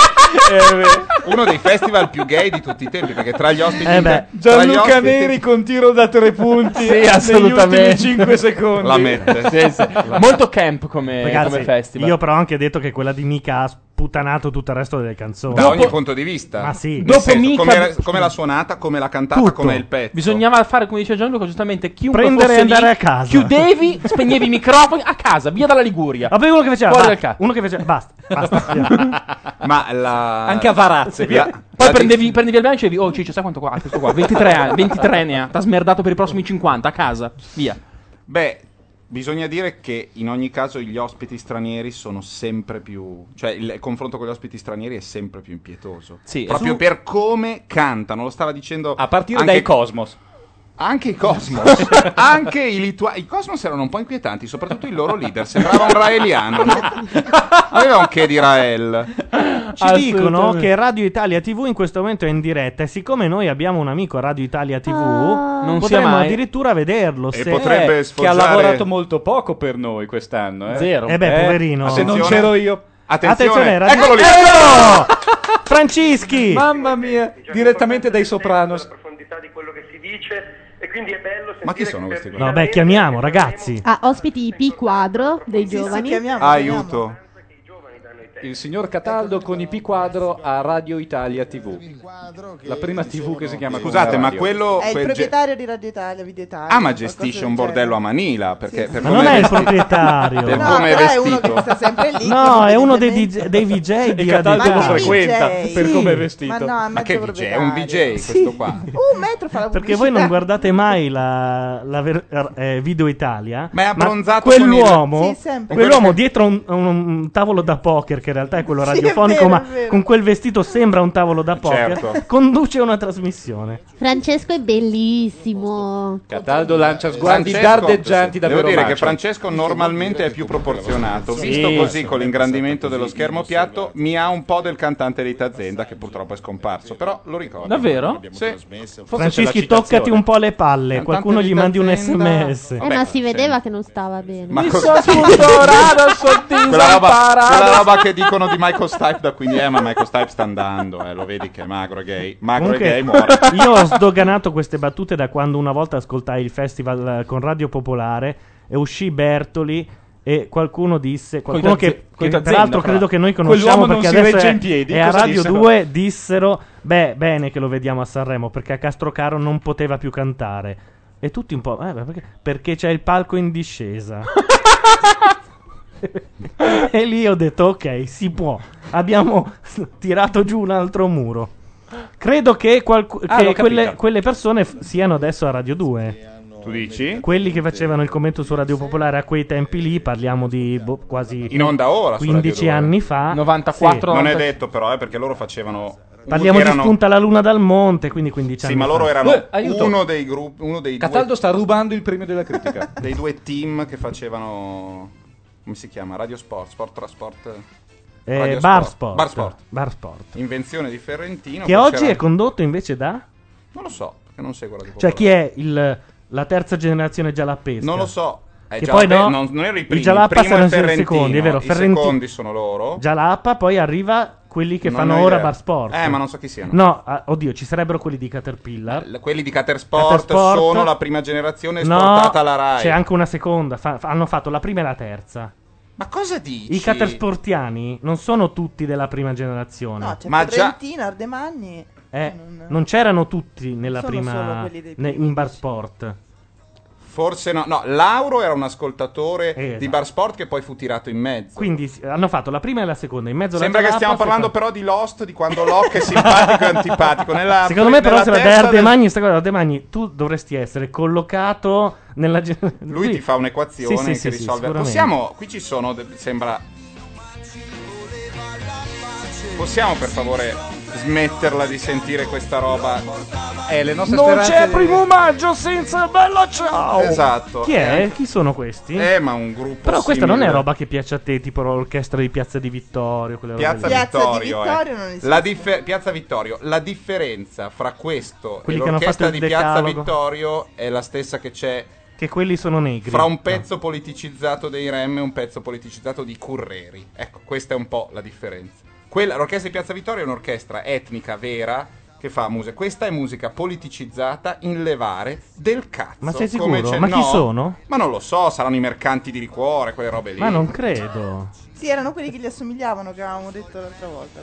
Speaker 10: uno dei festival più gay di tutti i tempi, perché tra gli ospiti
Speaker 2: Eh beh.
Speaker 10: tra gli
Speaker 5: Gianluca
Speaker 10: ospiti-
Speaker 5: Neri con tiro da tre punti
Speaker 9: Sì,
Speaker 5: negli
Speaker 9: assolutamente.
Speaker 5: ultimi cinque secondi.
Speaker 10: la mette.
Speaker 9: Sì, sì. Molto camp come,
Speaker 2: Ragazzi,
Speaker 9: come festival.
Speaker 2: io però ho anche detto che quella di Mika ha sputanato tutto il resto delle canzoni.
Speaker 10: Da ogni punto di vista.
Speaker 2: Ma sì.
Speaker 10: Nel
Speaker 9: Dopo
Speaker 10: senso,
Speaker 9: mica-
Speaker 10: come, come l'ha suonata, come l'ha cantata,
Speaker 2: Tutto.
Speaker 10: come il pezzo.
Speaker 9: Bisognava fare, come dice Gianluca, giustamente chiunque
Speaker 2: Prendere
Speaker 9: fosse
Speaker 2: e andare
Speaker 9: lì,
Speaker 2: a casa.
Speaker 9: chiudevi, spegnevi i microfoni a casa, via dalla Liguria.
Speaker 2: Ma poi uno che faceva
Speaker 9: Fuori
Speaker 2: basta,
Speaker 9: dal cazzo.
Speaker 2: uno che faceva basta, basta. via.
Speaker 10: Ma la...
Speaker 5: Anche a Varazze.
Speaker 10: Via-
Speaker 9: Poi
Speaker 10: la-
Speaker 9: prendevi, prendevi il bilancio e dicevi, oh Ciccio, sai quanto qua? Questo qua, ventitré anni, ventitré ne ha, t'ha smerdato per i prossimi cinquanta, a casa, via.
Speaker 10: Beh, bisogna dire che in ogni caso gli ospiti stranieri sono sempre più... Cioè il confronto con gli ospiti stranieri è sempre più impietoso.
Speaker 9: Sì,
Speaker 10: Proprio
Speaker 9: su-
Speaker 10: per come cantano, lo stava dicendo...
Speaker 5: A partire
Speaker 10: anche-
Speaker 5: dai Cosmos.
Speaker 10: Anche i Cosmos, anche i lituani, i Cosmos erano un po' inquietanti, soprattutto il loro leader, sembrava un raeliano, no? Aveva un che di Rael.
Speaker 2: Ci dicono che Radio Italia tivù in questo momento è in diretta e siccome noi abbiamo un amico a Radio Italia tivù,
Speaker 9: Non sia
Speaker 2: potremmo
Speaker 9: mai.
Speaker 2: addirittura vederlo.
Speaker 10: E
Speaker 2: se...
Speaker 10: potrebbe
Speaker 5: Eh, che ha
Speaker 10: sfoggiare-
Speaker 5: lavorato molto poco per noi quest'anno. Eh.
Speaker 9: Zero.
Speaker 2: Eh beh, poverino.
Speaker 5: Se non
Speaker 10: Attenzione.
Speaker 5: c'ero io.
Speaker 10: Attenzione,
Speaker 2: Radio-
Speaker 10: eccolo lì.
Speaker 2: Eccolo! Francischi!
Speaker 5: Mamma mia, direttamente dai Sopranos.
Speaker 11: profondità di quello che si dice e quindi è bello sentire
Speaker 10: Ma chi sono
Speaker 11: che
Speaker 10: questi
Speaker 11: per
Speaker 10: qua?
Speaker 2: No, beh, chiamiamo, ragazzi.
Speaker 13: Ah, ospiti I P quadro dei giovani.
Speaker 15: chiamiamo,
Speaker 10: Aiuto.
Speaker 5: Il signor Cataldo con I P Quadro a Radio Italia tivù. La prima tivù che si chiama come
Speaker 10: Scusate, ma
Speaker 5: radio.
Speaker 10: quello...
Speaker 15: È il
Speaker 10: quel ge-
Speaker 15: proprietario di Radio Italia, Video Italia.
Speaker 10: Ah, ma
Speaker 15: qualcosa
Speaker 10: gestisce
Speaker 15: del
Speaker 10: un bordello a
Speaker 15: genere.
Speaker 10: Manila, perché per
Speaker 2: Ma
Speaker 10: come
Speaker 2: non è il
Speaker 10: vestito-
Speaker 2: proprietario.
Speaker 10: Per
Speaker 15: No,
Speaker 10: come è
Speaker 15: però è uno
Speaker 10: vestito.
Speaker 15: che sta sempre lì.
Speaker 2: No,
Speaker 15: che
Speaker 2: è uno dei,
Speaker 15: evidentemente-
Speaker 2: D J dei V J di
Speaker 5: E
Speaker 2: Radio
Speaker 5: Cataldo lo
Speaker 15: Ma che
Speaker 2: Italia.
Speaker 5: frequenta
Speaker 15: V J?
Speaker 5: per come è
Speaker 15: Ma
Speaker 5: vestito.
Speaker 15: no, è
Speaker 10: Ma che
Speaker 15: mezzo
Speaker 10: V J? È un V
Speaker 15: proprietario.
Speaker 10: J questo qua.
Speaker 15: Un metro fa la
Speaker 2: Perché voi non
Speaker 15: pubblicità.
Speaker 2: guardate mai la, la ver- eh, Video Italia.
Speaker 10: Ma è abbronzato
Speaker 2: quell'uomo,
Speaker 15: Sì, sempre.
Speaker 2: quell'uomo dietro un, un- un tavolo da poker che in realtà è quello
Speaker 15: Sì, è
Speaker 2: radiofonico,
Speaker 15: vero,
Speaker 2: ma
Speaker 15: è vero.
Speaker 2: con quel vestito sembra un tavolo da poker,
Speaker 10: Certo.
Speaker 2: conduce una trasmissione.
Speaker 13: Francesco è bellissimo.
Speaker 5: Cataldo lancia sguardi
Speaker 10: Francesco-
Speaker 5: dardeggianti da
Speaker 10: Devo dire
Speaker 5: Veromaccio.
Speaker 10: che Francesco normalmente è più proporzionato.
Speaker 2: Sì.
Speaker 10: Visto così con l'ingrandimento dello schermo piatto, mi ha un po' del cantante di Tazenda che purtroppo è scomparso. Però lo ricordo.
Speaker 9: Davvero?
Speaker 10: Sì.
Speaker 2: Francischi, toccati un po' le palle,
Speaker 10: Cantante
Speaker 2: qualcuno
Speaker 10: di
Speaker 2: gli mandi un
Speaker 10: Tazenda.
Speaker 2: sms.
Speaker 13: Eh, ma si vedeva che non stava bene.
Speaker 10: Ma
Speaker 9: Mi
Speaker 10: cosa-
Speaker 9: so spudorata, so
Speaker 10: Quella roba,
Speaker 9: disamparato.
Speaker 10: quella roba che dicono di Michael Stipe da quindi eh ma Michael Stipe sta andando, eh, lo vedi che è magro e gay. Magro e
Speaker 2: Comunque,
Speaker 10: gay muore.
Speaker 2: io ho sdoganato queste battute da quando una volta ascoltai il festival eh, con Radio Popolare e uscì Bertoli e qualcuno disse, qualcuno
Speaker 9: Coi
Speaker 2: che,
Speaker 9: Tazze- coi
Speaker 2: che
Speaker 9: Tazenda,
Speaker 2: peraltro
Speaker 9: fra.
Speaker 2: credo che noi conosciamo
Speaker 9: Quell'uomo non
Speaker 2: perché
Speaker 9: si
Speaker 2: adesso
Speaker 9: regge
Speaker 2: è,
Speaker 9: in piedi,
Speaker 2: è a
Speaker 9: cosa
Speaker 2: Radio
Speaker 9: dissero?
Speaker 2: due, dissero beh bene che lo vediamo a Sanremo perché a Castrocaro non poteva più cantare e tutti un po' eh, beh, perché, perché c'è il palco in discesa. E lì ho detto ok, si può, abbiamo tirato giù un altro muro. Credo che, qualcu-
Speaker 10: Ah,
Speaker 2: che
Speaker 10: l'ho capita.
Speaker 2: quelle, quelle persone f- siano adesso a Radio due.
Speaker 10: Tu dici?
Speaker 2: Quelli che facevano il commento su Radio Popolare a quei tempi lì, parliamo di boh, quasi
Speaker 10: In onda ora su
Speaker 2: quindici
Speaker 10: Radio due.
Speaker 2: anni fa.
Speaker 9: novantaquattro
Speaker 2: Sì.
Speaker 10: Non è detto però, eh, perché loro facevano
Speaker 2: Parliamo
Speaker 10: erano-
Speaker 2: di Spunta la luna dal monte, quindi quindici
Speaker 10: Sì,
Speaker 2: anni
Speaker 10: ma loro
Speaker 2: fa.
Speaker 10: erano
Speaker 5: Eh, aiuto.
Speaker 10: uno dei gruppi, uno dei
Speaker 5: Cataldo
Speaker 10: due,
Speaker 5: sta rubando il premio della critica.
Speaker 10: dei due team che facevano, come si chiama? Radio Sport, Sport Trasport.
Speaker 2: Eh,
Speaker 10: Radio
Speaker 2: Bar
Speaker 10: Sport.
Speaker 2: Sport.
Speaker 10: Bar Sport.
Speaker 2: Bar Sport.
Speaker 10: Invenzione di Ferrentino.
Speaker 2: Che
Speaker 10: poi
Speaker 2: oggi
Speaker 10: c'era-
Speaker 2: è condotto invece da?
Speaker 10: Non lo so, perché non seguo Radio
Speaker 2: Cioè
Speaker 10: Popolare.
Speaker 2: chi è il, la terza generazione Gialappesca?
Speaker 10: Non lo so. Eh,
Speaker 2: Che
Speaker 10: Gialappa-
Speaker 2: poi no,
Speaker 10: non, non ero i primi,
Speaker 2: i Gialappa
Speaker 10: il primo
Speaker 2: saranno
Speaker 10: è
Speaker 2: i
Speaker 10: Ferrentino,
Speaker 2: secondi, è vero,
Speaker 10: i
Speaker 2: Ferrenti-
Speaker 10: secondi sono loro.
Speaker 2: Gialappa, poi arriva quelli che
Speaker 10: Non
Speaker 2: fanno
Speaker 10: ho
Speaker 2: ora
Speaker 10: idea.
Speaker 2: Bar Sport.
Speaker 10: Eh, ma non so chi siano.
Speaker 2: No, ah, oddio, ci sarebbero quelli di Caterpillar.
Speaker 10: L- Quelli di Catersport,
Speaker 2: Catersport.
Speaker 10: sono la prima generazione
Speaker 2: No,
Speaker 10: esportata alla Rai.
Speaker 2: c'è anche una seconda. fa- fa- hanno fatto la prima e la terza.
Speaker 10: Ma cosa dici?
Speaker 2: I Catersportiani non sono tutti della prima generazione.
Speaker 15: No, c'è
Speaker 10: Ma già-
Speaker 15: Ferrentino, Ardemagni.
Speaker 2: Eh,
Speaker 15: non-
Speaker 2: non c'erano tutti nella
Speaker 15: sono solo
Speaker 2: prima
Speaker 15: quelli dei
Speaker 2: ne-
Speaker 15: primi
Speaker 2: in Bar Sport.
Speaker 10: Forse no. No, Lauro era un ascoltatore
Speaker 2: Esatto.
Speaker 10: di Bar Sport che poi fu tirato in mezzo.
Speaker 2: Quindi sì, hanno fatto la prima e la seconda. In mezzo
Speaker 10: Sembra
Speaker 2: la
Speaker 10: che stiamo
Speaker 2: Gialappa,
Speaker 10: parlando
Speaker 2: poi
Speaker 10: però di Lost, di quando Locke è simpatico e antipatico. Nella,
Speaker 2: fa- Secondo me però
Speaker 10: nella
Speaker 2: se la dai
Speaker 10: testa del-
Speaker 2: Ardemagni, sta cosa Ardemagni, tu dovresti essere collocato nella gen-
Speaker 10: Lui ti fa un'equazione
Speaker 2: Sì, sì,
Speaker 10: che
Speaker 2: sì, sì,
Speaker 10: risolve.
Speaker 2: sicuramente.
Speaker 10: Possiamo, qui ci sono, de- sembra. Possiamo per favore smetterla di sentire questa roba?
Speaker 5: Eh, le nostre
Speaker 2: Non
Speaker 5: speranze
Speaker 2: c'è
Speaker 5: di-
Speaker 2: primo maggio senza bella ciao.
Speaker 10: Esatto.
Speaker 2: Chi è?
Speaker 10: Eh.
Speaker 2: Chi sono questi?
Speaker 10: Eh, ma un gruppo
Speaker 2: Però questa non è
Speaker 10: simile.
Speaker 2: roba che piace a te, tipo l'orchestra di Piazza di Vittorio. quelle robe
Speaker 10: Piazza
Speaker 2: lì.
Speaker 15: Piazza di
Speaker 10: Vittorio,
Speaker 15: Vittorio
Speaker 10: eh.
Speaker 15: non esiste.
Speaker 10: La differ- Piazza Vittorio. La differenza fra questo
Speaker 2: Quelli
Speaker 10: e
Speaker 2: che hanno
Speaker 10: l'orchestra
Speaker 2: fatto
Speaker 10: di
Speaker 2: il
Speaker 10: Piazza
Speaker 2: decalogo.
Speaker 10: Vittorio è la stessa che c'è
Speaker 2: Che quelli sono negri.
Speaker 10: fra un pezzo politicizzato dei Rem e un pezzo politicizzato di Curreri. Ecco, questa è un po' la differenza. Quella, l'orchestra di Piazza Vittorio è un'orchestra etnica vera che fa musica. Questa è musica politicizzata in levare del cazzo.
Speaker 2: Ma sei
Speaker 10: come
Speaker 2: sicuro?
Speaker 10: c'è-
Speaker 2: Ma chi
Speaker 10: no.
Speaker 2: sono?
Speaker 10: Ma non lo so, saranno i mercanti di liquore, quelle robe lì.
Speaker 2: Ma non credo.
Speaker 15: Sì, erano quelli che gli assomigliavano, che avevamo detto l'altra volta.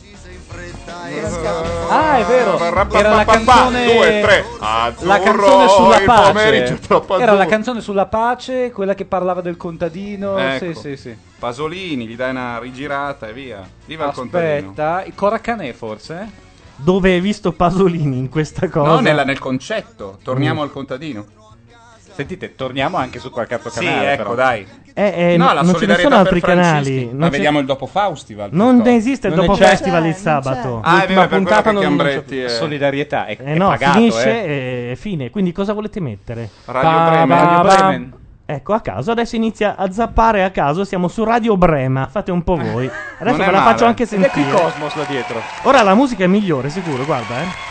Speaker 5: Ah, è vero. Era la canzone.
Speaker 10: Due, tre.
Speaker 5: La
Speaker 10: Azzurro,
Speaker 5: canzone sulla
Speaker 10: il pomeriggio
Speaker 5: pace.
Speaker 10: troppo
Speaker 5: Era
Speaker 10: azzurro.
Speaker 5: la canzone sulla pace, quella che parlava del contadino.
Speaker 10: Ecco.
Speaker 5: Sì, sì, sì.
Speaker 10: Pasolini, gli dai una rigirata e via. Viva il contadino.
Speaker 5: Aspetta, il Coracanè forse?
Speaker 2: Dove hai visto Pasolini in questa cosa?
Speaker 10: No, nella- nel concetto. Torniamo
Speaker 2: Mm.
Speaker 10: al contadino.
Speaker 5: Sentite, torniamo anche su qualche altro
Speaker 10: Sì,
Speaker 5: canale.
Speaker 10: ecco,
Speaker 5: però.
Speaker 10: dai.
Speaker 2: Eh, eh,
Speaker 10: No,
Speaker 2: no,
Speaker 10: la
Speaker 2: non ce ne
Speaker 10: solidarietà
Speaker 2: sono
Speaker 10: per
Speaker 2: altri
Speaker 10: Francischi.
Speaker 2: canali.
Speaker 10: Ma
Speaker 2: Non c'è-
Speaker 10: vediamo il dopo Faustival.
Speaker 2: Non
Speaker 10: piuttosto.
Speaker 2: esiste il
Speaker 5: Non
Speaker 2: dopo
Speaker 5: c'è.
Speaker 2: festival il
Speaker 15: C'è,
Speaker 2: sabato.
Speaker 15: non
Speaker 10: Ah, è vero,
Speaker 5: L'ultima
Speaker 10: è per
Speaker 5: puntata
Speaker 10: quello che
Speaker 5: non
Speaker 10: Chiambretti è...
Speaker 5: Solidarietà, è,
Speaker 2: Eh
Speaker 5: è
Speaker 2: no,
Speaker 10: pagato,
Speaker 2: finisce
Speaker 10: eh.
Speaker 2: e fine. Quindi cosa volete mettere?
Speaker 10: Radio
Speaker 5: Ba-
Speaker 10: Bremen.
Speaker 5: ba-
Speaker 10: Radio
Speaker 5: ba-
Speaker 10: Bremen.
Speaker 2: Ecco, a caso, adesso inizia a zappare a caso, siamo su Radio Brema, fate un po' voi. Adesso
Speaker 10: Non
Speaker 2: ve
Speaker 10: è
Speaker 2: la
Speaker 10: male.
Speaker 2: faccio anche
Speaker 5: Ed è qui
Speaker 2: sentire.
Speaker 5: Cosmos là dietro.
Speaker 2: Ora la musica è migliore, sicuro, guarda, eh.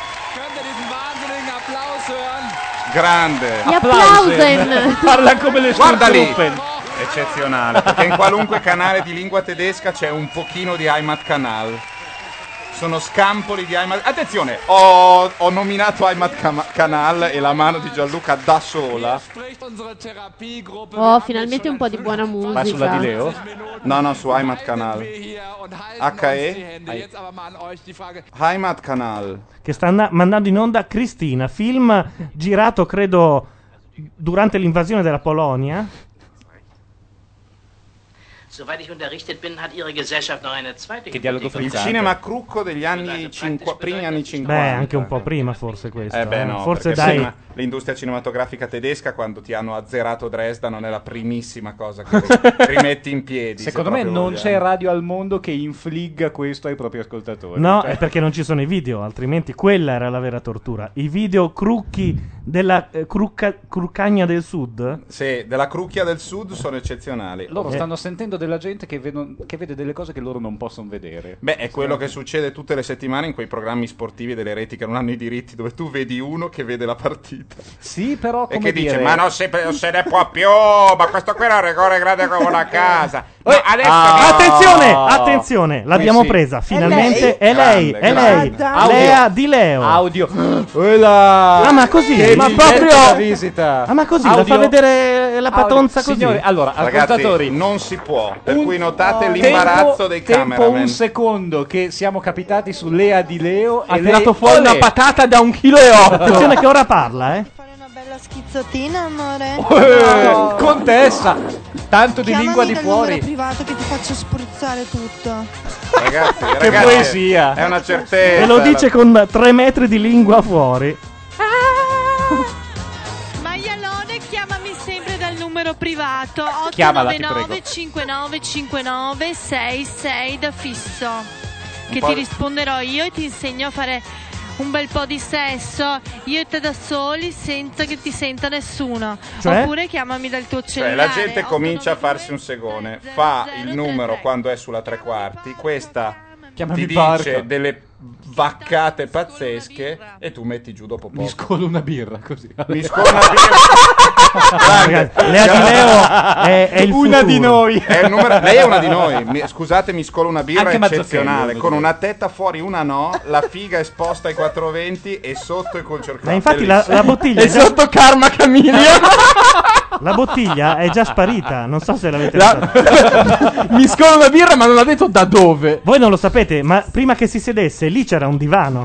Speaker 10: Grande.
Speaker 13: Gli applausen.
Speaker 5: Parla come le
Speaker 10: Guarda lì.
Speaker 5: Sturmtruppen.
Speaker 10: Eccezionale, perché in qualunque canale di lingua tedesca c'è un pochino di Heimatkanal. Sono scampoli di Heimat. Attenzione, ho, ho nominato Heimatkanal e la mano di Gianluca da sola.
Speaker 13: Oh, finalmente un po' di buona musica.
Speaker 5: Ma sulla di Leo?
Speaker 10: No, no, su Heimatkanal. H E Heimatkanal.
Speaker 2: Che sta anna- mandando in onda Cristina, film girato credo durante l'invasione della Polonia.
Speaker 16: Soweit ich unterrichtet bin, hat Ihre Gesellschaft noch eine zweite
Speaker 10: Che dialogo
Speaker 16: Hypothek.
Speaker 10: Il cinema crucco degli anni cinqu- primi anni cinquanta.
Speaker 2: Beh, anche un po' prima forse questo.
Speaker 10: Eh beh,
Speaker 2: eh.
Speaker 10: no,
Speaker 2: forse
Speaker 10: perché
Speaker 2: dai.
Speaker 10: prima l'industria cinematografica tedesca, quando ti hanno azzerato Dresda, non è la primissima cosa che ri- rimetti in piedi. se
Speaker 5: Secondo me
Speaker 10: proprio
Speaker 5: non
Speaker 10: vogliamo.
Speaker 5: c'è radio al mondo che infligga questo ai propri ascoltatori.
Speaker 2: No,
Speaker 5: Cioè-
Speaker 2: è perché non ci sono i video, altrimenti quella era la vera tortura. I video crucchi della eh, crucca- Cruccagna del Sud?
Speaker 10: Sì, della Crucchia del Sud sono eccezionali.
Speaker 5: Loro
Speaker 10: Eh.
Speaker 5: stanno sentendo della gente che, vedono- che vede delle cose che loro non possono vedere.
Speaker 10: Beh, è quello che succede tutte le settimane in quei programmi sportivi delle reti che non hanno i diritti, dove tu vedi uno che vede la partita.
Speaker 5: Sì, però
Speaker 10: E
Speaker 5: come
Speaker 10: che dice,
Speaker 5: dire-
Speaker 10: ma non se, non se ne può più, ma questo qui era un rigore grande come una casa. No, adesso
Speaker 2: Ah,
Speaker 10: mi-
Speaker 2: attenzione,
Speaker 10: Oh.
Speaker 2: attenzione, l'abbiamo
Speaker 10: Qui sì.
Speaker 2: presa, finalmente
Speaker 10: È
Speaker 2: è lei,
Speaker 10: lei?
Speaker 2: è lei,
Speaker 10: Grande, grande.
Speaker 2: Lea
Speaker 10: Audio.
Speaker 2: Di Leo.
Speaker 5: Audio.
Speaker 2: Ah, ma così?
Speaker 5: Che
Speaker 2: Ma
Speaker 5: biglietto
Speaker 2: proprio-
Speaker 5: da visita.
Speaker 2: Ah, ma così, la
Speaker 5: Audio.
Speaker 2: fa vedere la patonza
Speaker 5: Audio.
Speaker 2: così?
Speaker 5: Signori, allora,
Speaker 10: Ragazzi,
Speaker 5: ascoltatori,
Speaker 10: non si può, per
Speaker 5: un-
Speaker 10: cui notate
Speaker 5: tempo-
Speaker 10: l'imbarazzo dei
Speaker 5: tempo
Speaker 10: cameraman.
Speaker 5: un secondo che siamo capitati su Lea Di Leo
Speaker 9: Ha
Speaker 5: e
Speaker 9: tirato
Speaker 5: lei-
Speaker 9: fuori una
Speaker 5: Olè!
Speaker 9: patata da un chilo e otto.
Speaker 2: Attenzione che ora parla, eh.
Speaker 17: Bella schizzatina, amore.
Speaker 5: Eh, Contessa, tanto di
Speaker 17: Chiamami
Speaker 5: lingua di
Speaker 17: dal
Speaker 5: fuori.
Speaker 17: numero privato che ti faccio spruzzare tutto.
Speaker 10: Ragazzi,
Speaker 5: Che
Speaker 10: ragazzi,
Speaker 5: poesia.
Speaker 10: È una certezza.
Speaker 2: E lo dice con tre metri di lingua fuori.
Speaker 23: Maialone, chiamami sempre dal numero privato
Speaker 5: Chiamala, ti
Speaker 23: otto nove nove
Speaker 5: prego.
Speaker 23: cinque nove cinque nove sei sei da fisso. Che
Speaker 10: po'
Speaker 23: ti
Speaker 10: di-
Speaker 23: risponderò io e ti insegno a fare un bel po' di sesso, io e te da soli, senza che ti senta nessuno.
Speaker 10: Cioè?
Speaker 23: Oppure chiamami dal tuo
Speaker 10: Cioè,
Speaker 23: cellulare.
Speaker 10: la gente comincia a farsi un segone, fa il numero quando è sulla tre quarti, questa
Speaker 5: Chiamami
Speaker 10: ti dice
Speaker 5: Barca.
Speaker 10: delle vaccate pazzesche e tu metti giù dopo poco.
Speaker 5: Mi scolo una birra così.
Speaker 10: Mi scolo una birra.
Speaker 2: Ragazzi, Lea Di Leo è, è il
Speaker 5: Una
Speaker 2: futuro.
Speaker 5: di noi.
Speaker 10: È il numero- lei è una di noi. Mi- scusate, mi scolo una birra
Speaker 5: Anche
Speaker 10: eccezionale.
Speaker 5: Mazzachello,
Speaker 10: Con una tetta fuori, una no. La figa esposta ai quattrocentoventi e sotto il concerto.
Speaker 2: Ma infatti la, la bottiglia
Speaker 9: E
Speaker 2: è già,
Speaker 9: sotto Karma Camiglia.
Speaker 2: la bottiglia è già sparita. Non so se l'avete
Speaker 9: La-
Speaker 2: notata.
Speaker 9: Mi scolo una birra, ma non ha detto da dove.
Speaker 2: Voi non lo sapete, ma prima che si sedesse lì c'era un divano.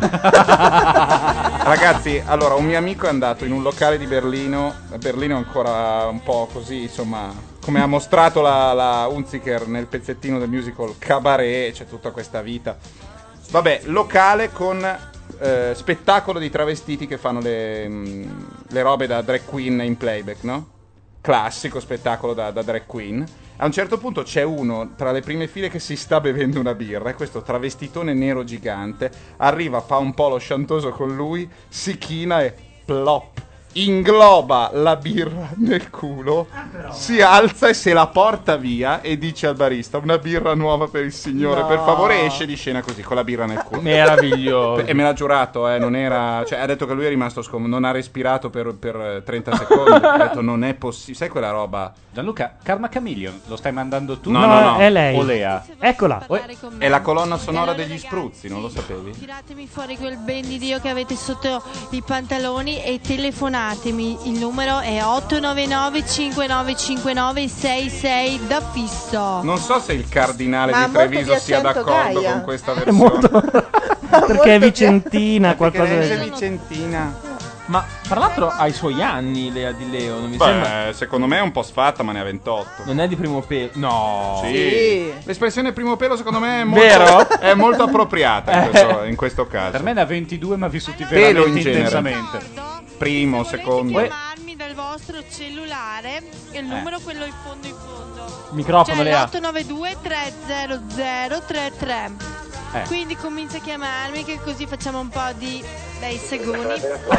Speaker 10: Ragazzi, allora, un mio amico è andato in un locale di Berlino. Berlino è ancora un po' così, insomma, come ha mostrato la, la Hunziker nel pezzettino del musical Cabaret, c'è tutta questa vita. Vabbè, locale con eh, spettacolo di travestiti che fanno le, mh, le robe da drag queen in playback, no? Classico spettacolo da, da drag queen. A un certo punto c'è uno tra le prime file che si sta bevendo una birra e questo travestitone nero gigante arriva, fa un po' lo sciantoso con lui, si china e plop, ingloba la birra nel culo, si alza e se la porta via e dice al barista: una birra nuova per il signore,
Speaker 5: No.
Speaker 10: per favore. Esce di scena così con la birra nel culo.
Speaker 9: Meraviglioso.
Speaker 10: E me l'ha giurato, eh, non era, cioè ha detto che lui è rimasto scomodo, non ha respirato per, per trenta secondi. Ha detto non è possibile, sai quella roba.
Speaker 5: Gianluca, Karma Chameleon, lo stai mandando tu?
Speaker 10: No, no, no.
Speaker 2: è lei.
Speaker 5: O Lea?
Speaker 2: Eccola.
Speaker 10: È la colonna sonora degli spruzzi, non lo sapevi?
Speaker 23: Tiratemi fuori quel ben di Dio che avete sotto i pantaloni e telefonatemi. Il numero è otto nove nove cinque nove cinque nove sei sei da fisso.
Speaker 10: Non so se il cardinale
Speaker 23: Ma ha
Speaker 10: di
Speaker 23: molto
Speaker 10: Treviso
Speaker 23: di
Speaker 10: sia
Speaker 23: accento
Speaker 10: d'accordo
Speaker 23: Gaia.
Speaker 10: con questa
Speaker 2: È
Speaker 10: versione.
Speaker 2: molto- perché è vicentina,
Speaker 10: Perché
Speaker 2: qualcosa
Speaker 10: lei
Speaker 2: del
Speaker 10: è vicentina.
Speaker 9: Ma tra l'altro ha i suoi anni, Lea Di Leo. Non mi sembra.
Speaker 10: Beh, secondo me è un po' sfatta, ma ne ha ventotto.
Speaker 9: Non è di primo pelo. No.
Speaker 10: Sì. L'espressione primo pelo secondo me è molto,
Speaker 9: Vero?
Speaker 10: è molto appropriata in questo, in questo caso.
Speaker 5: Per me ne ha ventidue, ma vissuti
Speaker 10: Pelo in
Speaker 5: veramente
Speaker 10: genere.
Speaker 5: intensamente.
Speaker 10: Primo, secondo.
Speaker 23: Chiamarmi dal vostro cellulare e il numero è quello in fondo in fondo.
Speaker 9: Microfono,
Speaker 23: cioè
Speaker 9: Lea.
Speaker 23: otto nove due tre zero zero tre tre.
Speaker 10: Eh.
Speaker 23: Quindi comincia a chiamarmi che così facciamo un po' di bei segoni.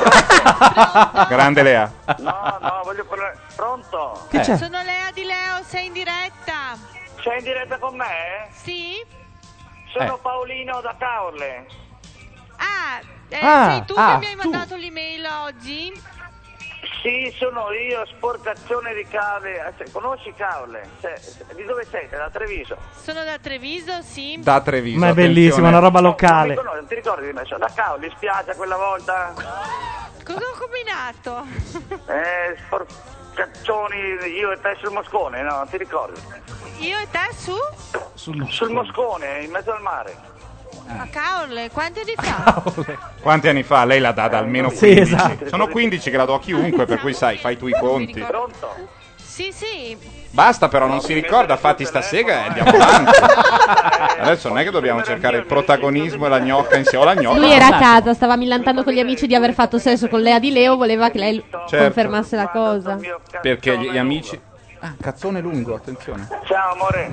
Speaker 10: Grande Lea.
Speaker 11: No, no, voglio parlare. Pronto?
Speaker 10: Che c'è?
Speaker 23: Sono Lea Di Leo, sei in diretta.
Speaker 11: Sei in diretta con me?
Speaker 23: Sì?
Speaker 11: Sono
Speaker 10: Eh.
Speaker 11: Paolino da Caorle.
Speaker 23: Ah, eh,
Speaker 11: Ah,
Speaker 23: sei tu
Speaker 11: ah,
Speaker 23: che mi hai
Speaker 11: tu.
Speaker 23: mandato l'email oggi?
Speaker 11: Sì, sono io, esportazione di cave. Eh, Conosci Caorle? Se- se- di dove sei? Da Treviso?
Speaker 23: Sono da Treviso, sì.
Speaker 10: Da Treviso.
Speaker 2: Ma è bellissima, una roba locale.
Speaker 11: No, non, mi conosci, non ti ricordi di me? Sono da Caorle, in spiaggia quella volta?
Speaker 23: Cosa ho combinato?
Speaker 11: Eh, sporcaccioni, io e te sul Moscone, no? Non ti ricordi?
Speaker 23: Io e te su?
Speaker 11: Sul Moscone, in mezzo al mare.
Speaker 23: A Caorle, quanti anni fa?
Speaker 10: Quanti anni fa? Lei l'ha data almeno
Speaker 2: Sì,
Speaker 10: quindici.
Speaker 2: esatto.
Speaker 10: Sono quindici che la do a chiunque, per cui sai, fai tu i conti.
Speaker 11: Pronto?
Speaker 23: Sì, sì.
Speaker 10: Basta, però non si ricorda, fatti sta sega e andiamo avanti. Adesso non è che dobbiamo cercare il protagonismo e la gnocca insieme. O la gnocca.
Speaker 13: Lui era a casa, stava millantando con gli amici di aver fatto sesso con Lea Di Leo, voleva che lei
Speaker 10: Certo.
Speaker 13: confermasse la cosa.
Speaker 10: Perché gli, gli amici. Ah, cazzone lungo, attenzione.
Speaker 11: Ciao amore.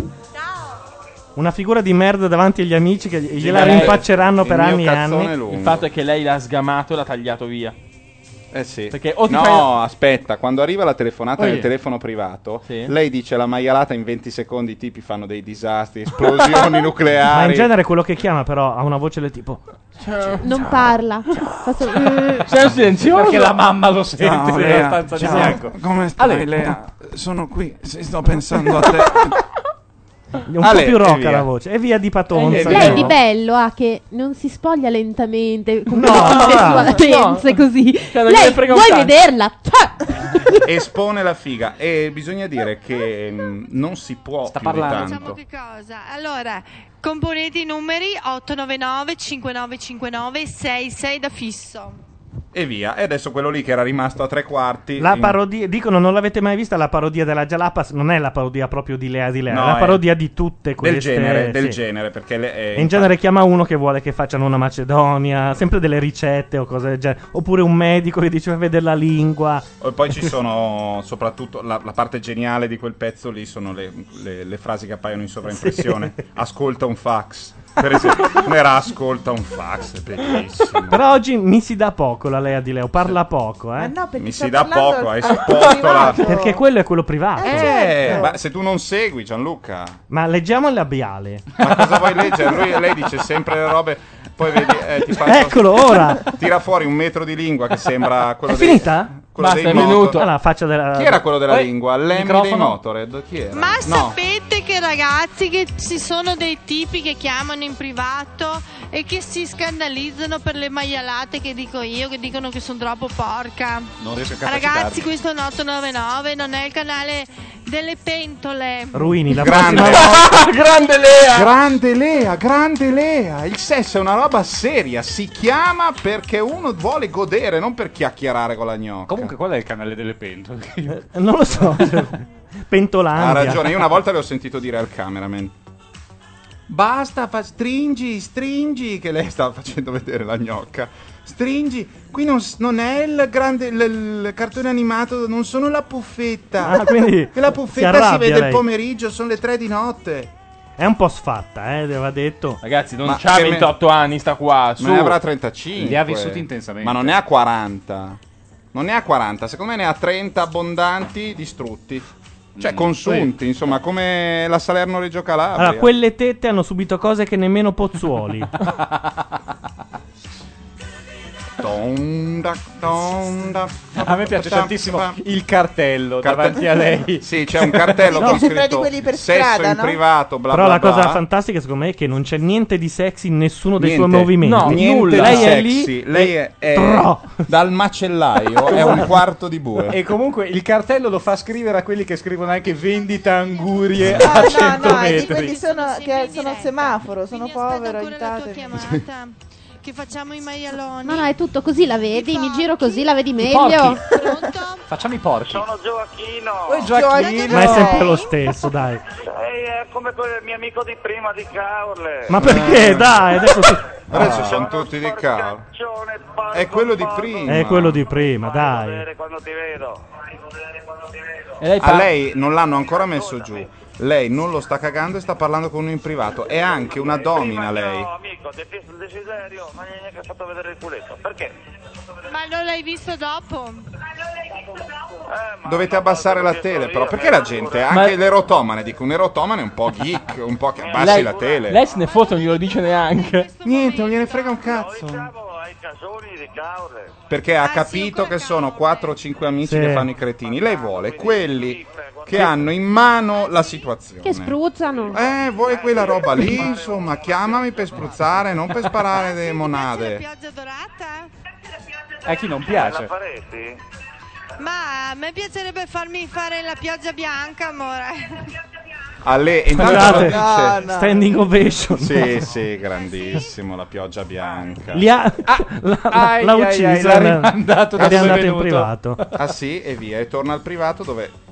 Speaker 2: Una figura di merda davanti agli amici che gliela
Speaker 10: lei-
Speaker 2: rinfacceranno
Speaker 10: il
Speaker 2: per
Speaker 10: mio
Speaker 2: anni e
Speaker 10: cazzone
Speaker 2: anni.
Speaker 10: lungo.
Speaker 9: Il fatto è che lei l'ha sgamato e l'ha tagliato via.
Speaker 10: Eh sì.
Speaker 9: Perché o ti
Speaker 10: no,
Speaker 9: fai-
Speaker 10: aspetta, quando arriva la telefonata
Speaker 9: Oh,
Speaker 10: nel
Speaker 9: yeah.
Speaker 10: telefono privato,
Speaker 9: Sì.
Speaker 10: lei dice la maialata in venti secondi, i tipi fanno dei disastri, esplosioni nucleari.
Speaker 2: Ma in genere quello che chiama però ha una voce del tipo
Speaker 13: Non parla. Fa solo-
Speaker 9: Sei un silenzioso.
Speaker 5: Perché la mamma lo sente
Speaker 10: Ciao,
Speaker 5: nella
Speaker 10: Lea.
Speaker 5: stanza di
Speaker 10: Ciao.
Speaker 5: fianco.
Speaker 10: Come stai,
Speaker 5: Ale,
Speaker 10: Lea? Sono qui, sì, sto pensando a te.
Speaker 2: un
Speaker 10: Ale,
Speaker 2: po' più
Speaker 10: e
Speaker 2: rocca
Speaker 10: via.
Speaker 2: la voce. E via di patonza.
Speaker 13: Lei di bello ha che non si spoglia lentamente con
Speaker 2: No,
Speaker 13: queste
Speaker 2: no,
Speaker 13: sue così.
Speaker 9: Cioè, non
Speaker 13: Lei
Speaker 9: gliene frega un
Speaker 13: vuoi
Speaker 9: cazzo.
Speaker 13: vederla?
Speaker 10: Espone la figa e bisogna dire che mh, non si può
Speaker 5: Sta
Speaker 10: più di
Speaker 5: parlando.
Speaker 10: tanto.
Speaker 23: Cosa? Allora, componete i numeri otto nove nove cinque nove cinque nove sei sei da fisso.
Speaker 10: E via. E adesso quello lì che era rimasto a tre quarti.
Speaker 2: La
Speaker 10: in-
Speaker 2: parodia, dicono non l'avete mai vista la parodia della Jalapas, non è la parodia proprio di Lea Di Lea,
Speaker 10: No,
Speaker 2: è la
Speaker 10: è
Speaker 2: parodia di tutte queste
Speaker 10: del genere, del
Speaker 2: sì.
Speaker 10: genere, perché le- è-
Speaker 2: E in genere chiama uno che vuole che facciano una Macedonia, sempre delle ricette o cose del genere, oppure un medico che dice vedere la lingua.
Speaker 10: E poi ci sono soprattutto la, la parte geniale di quel pezzo lì sono le, le- le frasi che appaiono in sovraimpressione.
Speaker 2: Sì.
Speaker 10: Ascolta un fax. Per esempio, non era ascolta un fax, è bellissimo.
Speaker 2: Però oggi mi si dà poco la Lea Di Leo, parla poco, eh.
Speaker 15: Ma no, perché
Speaker 10: Mi
Speaker 15: sta
Speaker 10: si dà
Speaker 15: parlando
Speaker 10: poco, hai
Speaker 15: al- al
Speaker 10: supposto la...
Speaker 15: privato.
Speaker 2: Perché quello è quello privato.
Speaker 15: Eh,
Speaker 10: Eh,
Speaker 15: certo.
Speaker 10: ma se tu non segui Gianluca,
Speaker 2: Ma leggiamo il labiale.
Speaker 10: ma cosa vuoi leggere? Lui- lei dice sempre le robe, poi vedi, eh, ti faccio-
Speaker 2: Eccolo, ora.
Speaker 10: Tira fuori un metro di lingua che sembra quello
Speaker 2: È
Speaker 10: dei-
Speaker 2: finita?
Speaker 10: quello
Speaker 9: Basta,
Speaker 10: dei
Speaker 9: è
Speaker 10: Motorhead.
Speaker 9: venuto.
Speaker 2: Ah, la faccia della...
Speaker 10: Chi era quello della
Speaker 9: Poi,
Speaker 10: lingua? Lemmy dei
Speaker 9: microfono.
Speaker 10: Motorhead? Chi era?
Speaker 23: Ma
Speaker 10: No.
Speaker 23: sapete che ragazzi che ci sono dei tipi che chiamano in privato e che si scandalizzano per le maialate che dico io, che dicono che sono troppo porca.
Speaker 5: Non riesco a capacitarmi.
Speaker 23: Ragazzi, questo è un otto nove nove, non è il canale delle pentole.
Speaker 2: Ruini, la
Speaker 10: Grande.
Speaker 2: prossima volta...
Speaker 9: Grande Lea!
Speaker 10: Grande Lea, grande Lea. Il sesso è una roba seria. Si chiama perché uno vuole godere, non per chiacchierare con la gnocca.
Speaker 5: Comunque, qual è il canale delle pentole?
Speaker 2: Eh, Non lo so. Pentolandia.
Speaker 10: Ha ragione, io una volta le ho sentito dire al cameraman. Basta, fa- stringi, stringi, che lei stava facendo vedere la gnocca. Stringi, qui non, s- non è il grande il, il cartone animato, non sono la puffetta.
Speaker 2: Ah, quindi
Speaker 10: Che la
Speaker 2: si
Speaker 10: puffetta si,
Speaker 2: arrabbia
Speaker 10: vede
Speaker 2: lei.
Speaker 10: il pomeriggio, sono le tre di notte.
Speaker 2: È un po' sfatta, eh, va detto.
Speaker 9: Ragazzi, non
Speaker 10: Ma
Speaker 9: c'ha
Speaker 10: che me-
Speaker 9: ventotto anni, sta qua. Su.
Speaker 10: Ma ne avrà trentacinque.
Speaker 5: Li ha vissuti intensamente.
Speaker 10: Ma non ne ha quaranta. Non ne ha quaranta, secondo me ne ha trenta abbondanti distrutti. Cioè,
Speaker 5: Mm,
Speaker 10: consunti, insomma, come la Salerno-Reggio Calabria.
Speaker 2: Allora, quelle tette hanno subito cose che nemmeno Pozzuoli.
Speaker 10: Tonda, tonda.
Speaker 5: A me piace tantissimo il cartello davanti a lei.
Speaker 10: Sì, c'è un cartello
Speaker 15: No,
Speaker 10: con
Speaker 15: sembra di
Speaker 10: scritto
Speaker 15: quelli per
Speaker 10: sesso
Speaker 15: strada,
Speaker 10: in
Speaker 15: no?
Speaker 10: privato, bla
Speaker 2: Però
Speaker 10: bla
Speaker 2: la cosa
Speaker 10: bla.
Speaker 2: fantastica secondo me è che non c'è niente di sexy in nessuno dei
Speaker 10: Niente.
Speaker 2: suoi movimenti.
Speaker 9: No,
Speaker 10: Niente
Speaker 2: Lei
Speaker 10: di
Speaker 2: è
Speaker 10: sexy.
Speaker 2: lì
Speaker 10: Lei è, è
Speaker 2: Tro.
Speaker 10: dal macellaio, è un quarto di bue.
Speaker 5: E comunque il cartello lo fa scrivere a quelli che scrivono anche vendita angurie
Speaker 15: No,
Speaker 5: a
Speaker 15: no,
Speaker 5: cento
Speaker 15: no, è di
Speaker 5: metri.
Speaker 15: quelli sono, che sono al semaforo, sono povero,
Speaker 23: ancora la tua
Speaker 15: aiutatemi.
Speaker 23: chiamata. Che facciamo i maialoni.
Speaker 13: No, no, è tutto così, la vedi, mi giro così, la vedi meglio.
Speaker 5: porchi.
Speaker 23: Pronto?
Speaker 5: Facciamo i porchi.
Speaker 11: Sono Gioacchino.
Speaker 5: Poi Gioacchino.
Speaker 2: Ma è sempre lo stesso, dai.
Speaker 11: Sei eh, come quel mio amico di prima di Caorle.
Speaker 2: Ma perché? Dai, adesso si-
Speaker 10: Adesso sono tutti di cavolo. È quello di prima.
Speaker 2: è quello di prima, dai.
Speaker 11: Vedere quando ti vedo.
Speaker 9: E lei
Speaker 10: A
Speaker 9: fa...
Speaker 10: lei non l'hanno ancora messo giù. Lei non lo sta cagando e sta parlando con uno in privato. È anche una domina lei.
Speaker 11: No, amico, ti hai visto il desiderio, ma non hai neanche fatto vedere il culetto. Perché?
Speaker 23: Ma non l'hai visto dopo?
Speaker 11: Eh, ma
Speaker 10: Dovete
Speaker 11: no,
Speaker 10: abbassare
Speaker 11: ma
Speaker 10: la
Speaker 11: l'ho
Speaker 10: tele,
Speaker 11: chiesto
Speaker 10: però.
Speaker 11: io,
Speaker 10: Perché
Speaker 11: mi
Speaker 10: la gente,
Speaker 11: scusa.
Speaker 10: anche
Speaker 9: Ma-
Speaker 10: l'erotomane, dico un erotomane un po' geek, un po' che abbassi
Speaker 9: lei,
Speaker 10: la tele.
Speaker 9: lei se ne fotte, non glielo dice neanche.
Speaker 10: Niente, non gliene frega un
Speaker 11: Noi
Speaker 10: cazzo.
Speaker 11: siamo ai casoni di Caorle.
Speaker 10: Perché ha
Speaker 23: Ah, sì,
Speaker 10: capito
Speaker 23: ancora
Speaker 10: che sono quattro o cinque amici
Speaker 2: Sì.
Speaker 10: che fanno i cretini. Lei vuole quelli che hanno in mano la situazione.
Speaker 13: Che spruzzano.
Speaker 10: Eh, vuoi quella roba lì? Insomma, chiamami per spruzzare, non per sparare delle
Speaker 23: La
Speaker 10: monade.
Speaker 23: pioggia dorata?
Speaker 5: A chi non
Speaker 11: La
Speaker 5: piace.
Speaker 11: faresti?
Speaker 23: Ma a me piacerebbe farmi fare la pioggia bianca, amore.
Speaker 10: A lei, intanto
Speaker 2: Scusate,
Speaker 10: lo dice.
Speaker 15: no.
Speaker 2: standing ovation.
Speaker 10: Sì, sì, grandissimo, la pioggia bianca.
Speaker 2: Li ha, l'ha, l'ha
Speaker 5: ai, ai,
Speaker 2: uccisa
Speaker 5: ai, l'ha
Speaker 2: ed è-
Speaker 5: rimandato da
Speaker 2: ed è
Speaker 5: dove è
Speaker 2: andato in
Speaker 5: venuto.
Speaker 2: privato.
Speaker 10: Ah sì, e via, e torna al privato dove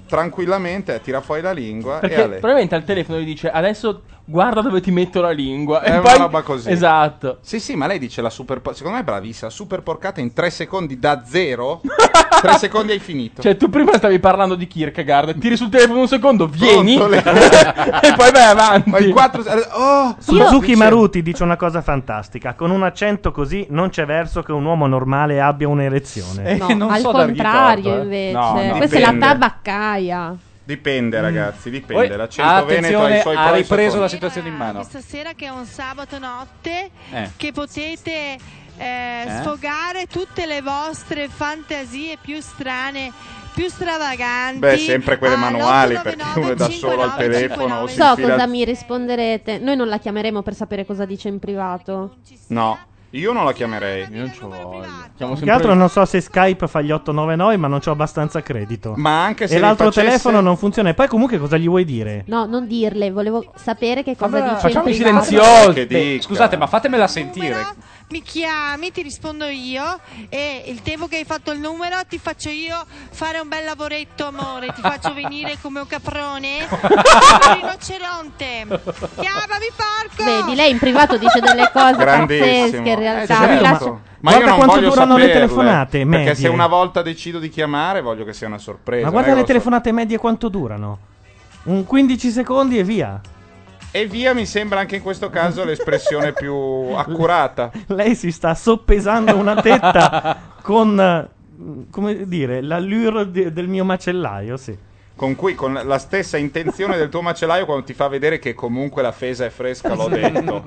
Speaker 10: tranquillamente, tira fuori la lingua
Speaker 9: Perché
Speaker 10: e a lei.
Speaker 9: probabilmente al telefono gli dice adesso guarda dove ti metto la lingua.
Speaker 10: È
Speaker 9: e
Speaker 10: una
Speaker 9: poi...
Speaker 10: roba così.
Speaker 9: Esatto.
Speaker 10: Sì, sì, ma lei dice la super. Secondo me è bravissima. Super porcata in tre secondi da zero. Tre secondi hai finito.
Speaker 9: Cioè, tu prima stavi parlando di Kierkegaard, tiri sul telefono un secondo, vieni,
Speaker 10: Pronto, le-
Speaker 9: e poi vai avanti.
Speaker 10: Ma in quattro. Oh,
Speaker 2: Suzuki
Speaker 10: dice-
Speaker 2: Maruti dice una cosa fantastica: con un accento così non c'è verso che un uomo normale abbia un'erezione.
Speaker 13: No, al contrario, invece. Questa è la
Speaker 10: dipende.
Speaker 13: tabaccaia.
Speaker 10: Dipende, ragazzi, dipende.
Speaker 5: Poi,
Speaker 10: L'accento veneto ha i
Speaker 5: attenzione,
Speaker 10: suoi
Speaker 5: ha
Speaker 10: pro e i suoi
Speaker 5: ripreso la
Speaker 10: contro.
Speaker 5: situazione in mano.
Speaker 23: Questa sera che è un sabato notte,
Speaker 5: Eh.
Speaker 23: che potete eh, sfogare tutte le vostre fantasie più strane, più stravaganti.
Speaker 10: Beh, sempre quelle
Speaker 23: all'otto
Speaker 10: manuali,
Speaker 23: nove
Speaker 10: perché
Speaker 23: nove
Speaker 10: uno è da
Speaker 23: cinque
Speaker 10: solo al
Speaker 23: nove
Speaker 10: telefono o si
Speaker 13: So
Speaker 10: infila-
Speaker 13: cosa mi risponderete. Noi non la chiameremo per sapere cosa dice in privato.
Speaker 10: No, io non la chiamerei.
Speaker 9: Io non ci voglio.
Speaker 2: Più che altro non so se Skype fa gli otto nove nove, ma non c'ho abbastanza credito.
Speaker 10: Ma anche se
Speaker 2: E
Speaker 10: li
Speaker 2: l'altro
Speaker 10: facesse-
Speaker 2: telefono non funziona. E poi comunque cosa gli vuoi dire?
Speaker 13: No, non dirle, volevo sapere che cosa
Speaker 5: Vabbè,
Speaker 13: dice
Speaker 5: facciamo
Speaker 13: in
Speaker 5: i
Speaker 13: privato.
Speaker 5: silenziosi.
Speaker 10: Che dica.
Speaker 5: Scusate, ma fatemela sentire.
Speaker 23: Mi chiami, ti rispondo io e il tempo che hai fatto il numero ti faccio io fare un bel lavoretto, amore. Ti faccio venire come un caprone, come un rinoceronte. Chiamami, porco!
Speaker 13: Vedi, lei in privato dice delle cose
Speaker 10: Grandissimo.
Speaker 13: pazzesche in
Speaker 10: Eh,
Speaker 13: realtà.
Speaker 10: certo.
Speaker 13: Mi lascia-
Speaker 10: Ma
Speaker 2: Guarda
Speaker 10: io non
Speaker 2: quanto
Speaker 10: voglio
Speaker 2: durano le
Speaker 10: saperle,
Speaker 2: telefonate
Speaker 10: perché
Speaker 2: medie.
Speaker 10: se una volta decido di chiamare voglio che sia una sorpresa.
Speaker 2: Ma
Speaker 10: non
Speaker 2: guarda
Speaker 10: è che
Speaker 2: le
Speaker 10: lo so.
Speaker 2: telefonate medie quanto durano. Un quindici secondi e via.
Speaker 10: E via mi sembra anche in questo caso l'espressione più accurata.
Speaker 2: Lei si sta soppesando una tetta con, eh, come dire, l'allure de- del mio macellaio, sì.
Speaker 10: Con cui, con la stessa intenzione del tuo macellaio quando ti fa vedere che comunque la fesa è fresca, l'ho detto.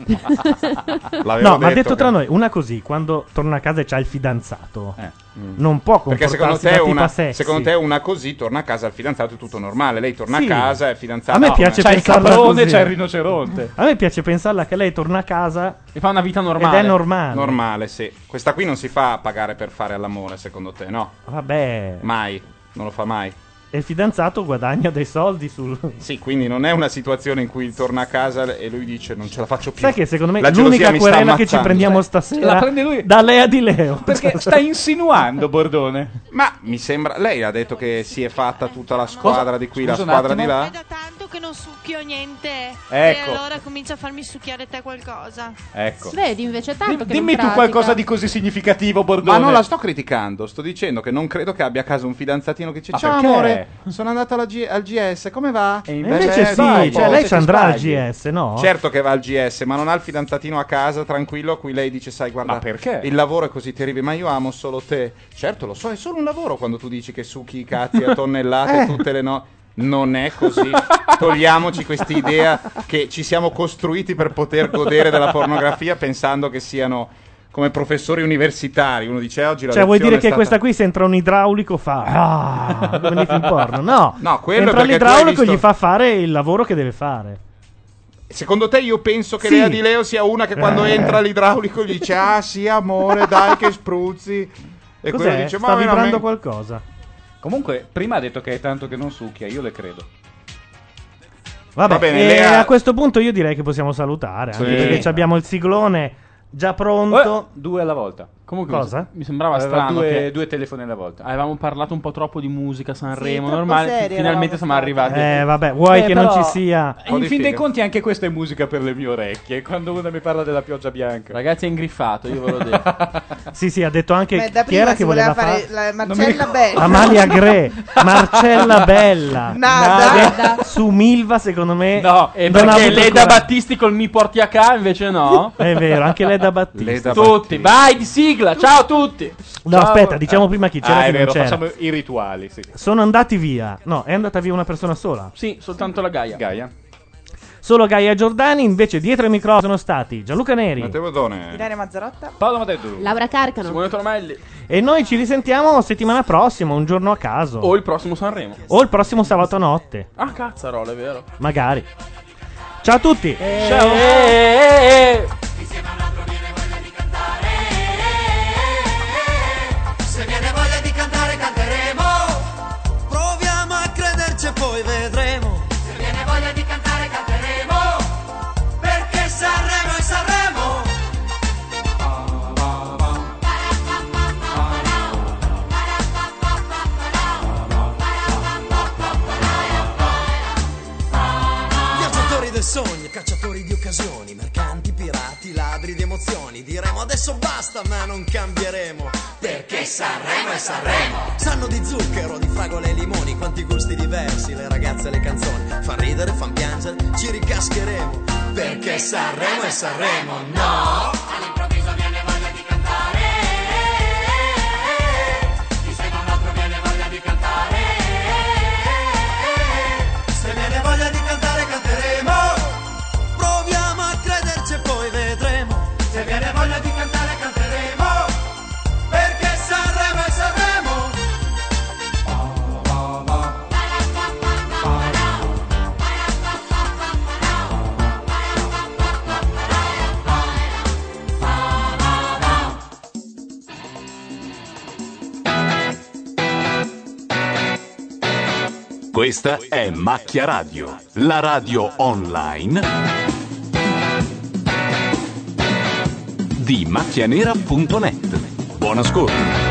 Speaker 10: L'avevo
Speaker 2: No, ma detto
Speaker 10: che-
Speaker 2: tra noi, una così, quando torna a casa e c'ha il fidanzato,
Speaker 10: Mm.
Speaker 2: non può
Speaker 10: Perché
Speaker 2: comportarsi
Speaker 10: secondo te,
Speaker 2: da tipa
Speaker 10: una,
Speaker 2: sexy.
Speaker 10: secondo te una così torna a casa al fidanzato è tutto normale. Lei torna
Speaker 2: Sì.
Speaker 10: a casa è fidanzata.
Speaker 2: A me
Speaker 10: no,
Speaker 2: piace
Speaker 10: ma-
Speaker 2: pensarla così.
Speaker 5: c'è il rinoceronte.
Speaker 2: A me piace pensarla che lei torna a casa
Speaker 9: e fa una vita normale.
Speaker 2: Ed è normale.
Speaker 10: Normale, sì. Questa qui non si fa pagare per fare all'amore, secondo te, no?
Speaker 2: Vabbè.
Speaker 10: Mai, non lo fa mai.
Speaker 2: E il fidanzato guadagna dei soldi sul...
Speaker 10: Sì, quindi non è una situazione in cui torna a casa e lui dice non ce la faccio più.
Speaker 2: Sai che secondo me
Speaker 10: La gelosia
Speaker 2: l'unica
Speaker 10: mi sta
Speaker 2: querela che ci
Speaker 10: ammazzando.
Speaker 2: prendiamo stasera
Speaker 5: La prende lui.
Speaker 2: da Lea di Leo.
Speaker 5: Perché sta insinuando, Bordone.
Speaker 10: Ma mi sembra, lei ha detto che si è fatta tutta la squadra di qui, la
Speaker 5: Scusa un
Speaker 10: squadra di
Speaker 5: attimo.
Speaker 10: là.
Speaker 23: È da tanto che non succhio niente
Speaker 5: Ecco.
Speaker 23: e allora comincia a farmi succhiare te qualcosa.
Speaker 5: Ecco.
Speaker 13: Vedi, invece tanto che
Speaker 5: Dimmi
Speaker 13: non
Speaker 5: tu
Speaker 13: pratica.
Speaker 5: qualcosa di così significativo, Bordone.
Speaker 10: Ma non la sto criticando, sto dicendo che non credo che abbia a casa un fidanzatino che dice
Speaker 5: Ma
Speaker 10: ciao
Speaker 5: perché?
Speaker 10: amore, sono andato alla G- al G S, come va?
Speaker 2: E invece sì, cioè lei ci andrà al G S, no?
Speaker 10: Certo che va al G S, ma non ha il fidanzatino a casa tranquillo a cui lei dice sai guarda,
Speaker 5: Ma perché?
Speaker 10: il lavoro è così terribile, ma io amo solo te. Certo lo so, è solo un lavoro quando tu dici che succhi i cazzi a tonnellate
Speaker 2: Eh.
Speaker 10: tutte le no. Non è così. Togliamoci quest'idea che ci siamo costruiti per poter godere della pornografia pensando che siano come professori universitari. Uno dice "Eh, oggi la
Speaker 2: Cioè vuoi dire
Speaker 10: lezione
Speaker 2: che
Speaker 10: è stata...
Speaker 2: questa qui se entra un idraulico fa ah, come nei film porno? No,
Speaker 10: No, quello
Speaker 2: entra
Speaker 10: perché tu hai
Speaker 2: l'idraulico
Speaker 10: visto-
Speaker 2: gli fa fare il lavoro che deve fare.
Speaker 10: Secondo te io penso che
Speaker 2: Sì.
Speaker 10: Lea Di Leo sia una che quando
Speaker 2: Eh.
Speaker 10: entra l'idraulico gli dice ah sì amore dai che spruzzi e quello
Speaker 2: Cos'è?
Speaker 10: dice
Speaker 2: Sta
Speaker 10: ma
Speaker 2: vibrando
Speaker 10: veramente...
Speaker 2: qualcosa.
Speaker 5: Comunque, prima ha detto che è tanto che non succhia, io le credo.
Speaker 2: Vabbè,
Speaker 10: Va bene,
Speaker 2: e
Speaker 10: Lea-
Speaker 2: a questo punto io direi che possiamo salutare, anche
Speaker 5: Sì.
Speaker 2: perché ci abbiamo il siglone già pronto.
Speaker 5: Eh, due alla volta.
Speaker 9: Comunque
Speaker 2: Cosa?
Speaker 9: mi, mi sembrava
Speaker 5: Aveva
Speaker 9: strano
Speaker 5: due,
Speaker 9: che
Speaker 5: due telefoni alla volta.
Speaker 9: avevamo parlato un po' troppo di musica, Sanremo,
Speaker 15: troppo
Speaker 9: normale.
Speaker 15: seria
Speaker 9: Finalmente siamo arrivati. a-
Speaker 2: Eh vabbè, vuoi
Speaker 5: Eh,
Speaker 2: che
Speaker 5: però-
Speaker 2: non ci sia
Speaker 10: po'
Speaker 5: In
Speaker 10: di
Speaker 5: fin dei
Speaker 10: figa.
Speaker 5: conti anche questa è musica per le mie orecchie. Quando una mi parla della pioggia bianca.
Speaker 9: Ragazzi, è ingriffato, io ve lo dico.
Speaker 2: Sì, sì, ha detto anche
Speaker 15: Beh, da
Speaker 2: chi era
Speaker 15: prima
Speaker 2: che
Speaker 15: si voleva
Speaker 2: voleva
Speaker 15: fare
Speaker 2: fare
Speaker 15: la
Speaker 5: Non mi
Speaker 15: Marcella
Speaker 5: ricordo.
Speaker 15: Bella.
Speaker 2: Amalia Gre, Marcella Bella.
Speaker 15: Nada.
Speaker 2: Eh, su Milva secondo me
Speaker 9: No, e
Speaker 2: non ha
Speaker 9: perché
Speaker 2: avuto
Speaker 9: Leda
Speaker 2: coraggio.
Speaker 9: Battisti col Mi porti a ca invece no.
Speaker 2: È vero, anche lei da Battista.
Speaker 10: Leda
Speaker 9: Tutti, vai di sigla, ciao a tutti.
Speaker 2: No,
Speaker 5: Ciao.
Speaker 2: aspetta, diciamo prima chi c'era
Speaker 5: Ah,
Speaker 2: e
Speaker 5: è
Speaker 2: chi non
Speaker 5: vero,
Speaker 2: c'era.
Speaker 5: facciamo i rituali, sì.
Speaker 2: Sono andati via. No, è andata via una persona sola.
Speaker 9: Sì, soltanto la Gaia.
Speaker 5: Gaia.
Speaker 2: Solo Gaia Giordani, invece dietro il microfono sono stati Gianluca Neri
Speaker 10: Matteo Bodone.
Speaker 15: Ilaria Mazzarotta.
Speaker 5: Paolo Madeddu.
Speaker 13: Laura Carcano.
Speaker 9: Simone Tormelli.
Speaker 2: e noi ci risentiamo settimana prossima, un giorno a caso.
Speaker 9: O il prossimo Sanremo.
Speaker 2: O il prossimo sabato notte,
Speaker 9: Ah, cazzarola, è vero.
Speaker 2: magari. Ciao a tutti.
Speaker 9: Ciao.
Speaker 14: Se viene voglia di cantare canteremo. Proviamo a crederci e poi vedremo. Se viene voglia di cantare canteremo. Perché Sanremo è Sanremo.
Speaker 4: e sogni, cacciatori di occasioni, mercanti, pirati, ladri di emozioni. Diremo adesso basta, ma non cambieremo, perché Sanremo è Sanremo. Sanno di zucchero, di fragole e limoni, quanti gusti diversi, le ragazze e le canzoni. Fan ridere, fan piangere, ci ricascheremo, perché Sanremo è Sanremo, no?
Speaker 14: All'improvviso viene voglia di cantare, insieme a un altro viene voglia di cantare.
Speaker 4: Se viene voglia di cantare canteremo, proviamo a crederci e poi vedremo.
Speaker 14: Se viene voglia di cantare canteremo, perché Sanremo è Sanremo.
Speaker 6: Questa è Macchia Radio, la radio online di macchianera punto net. Buon ascolto.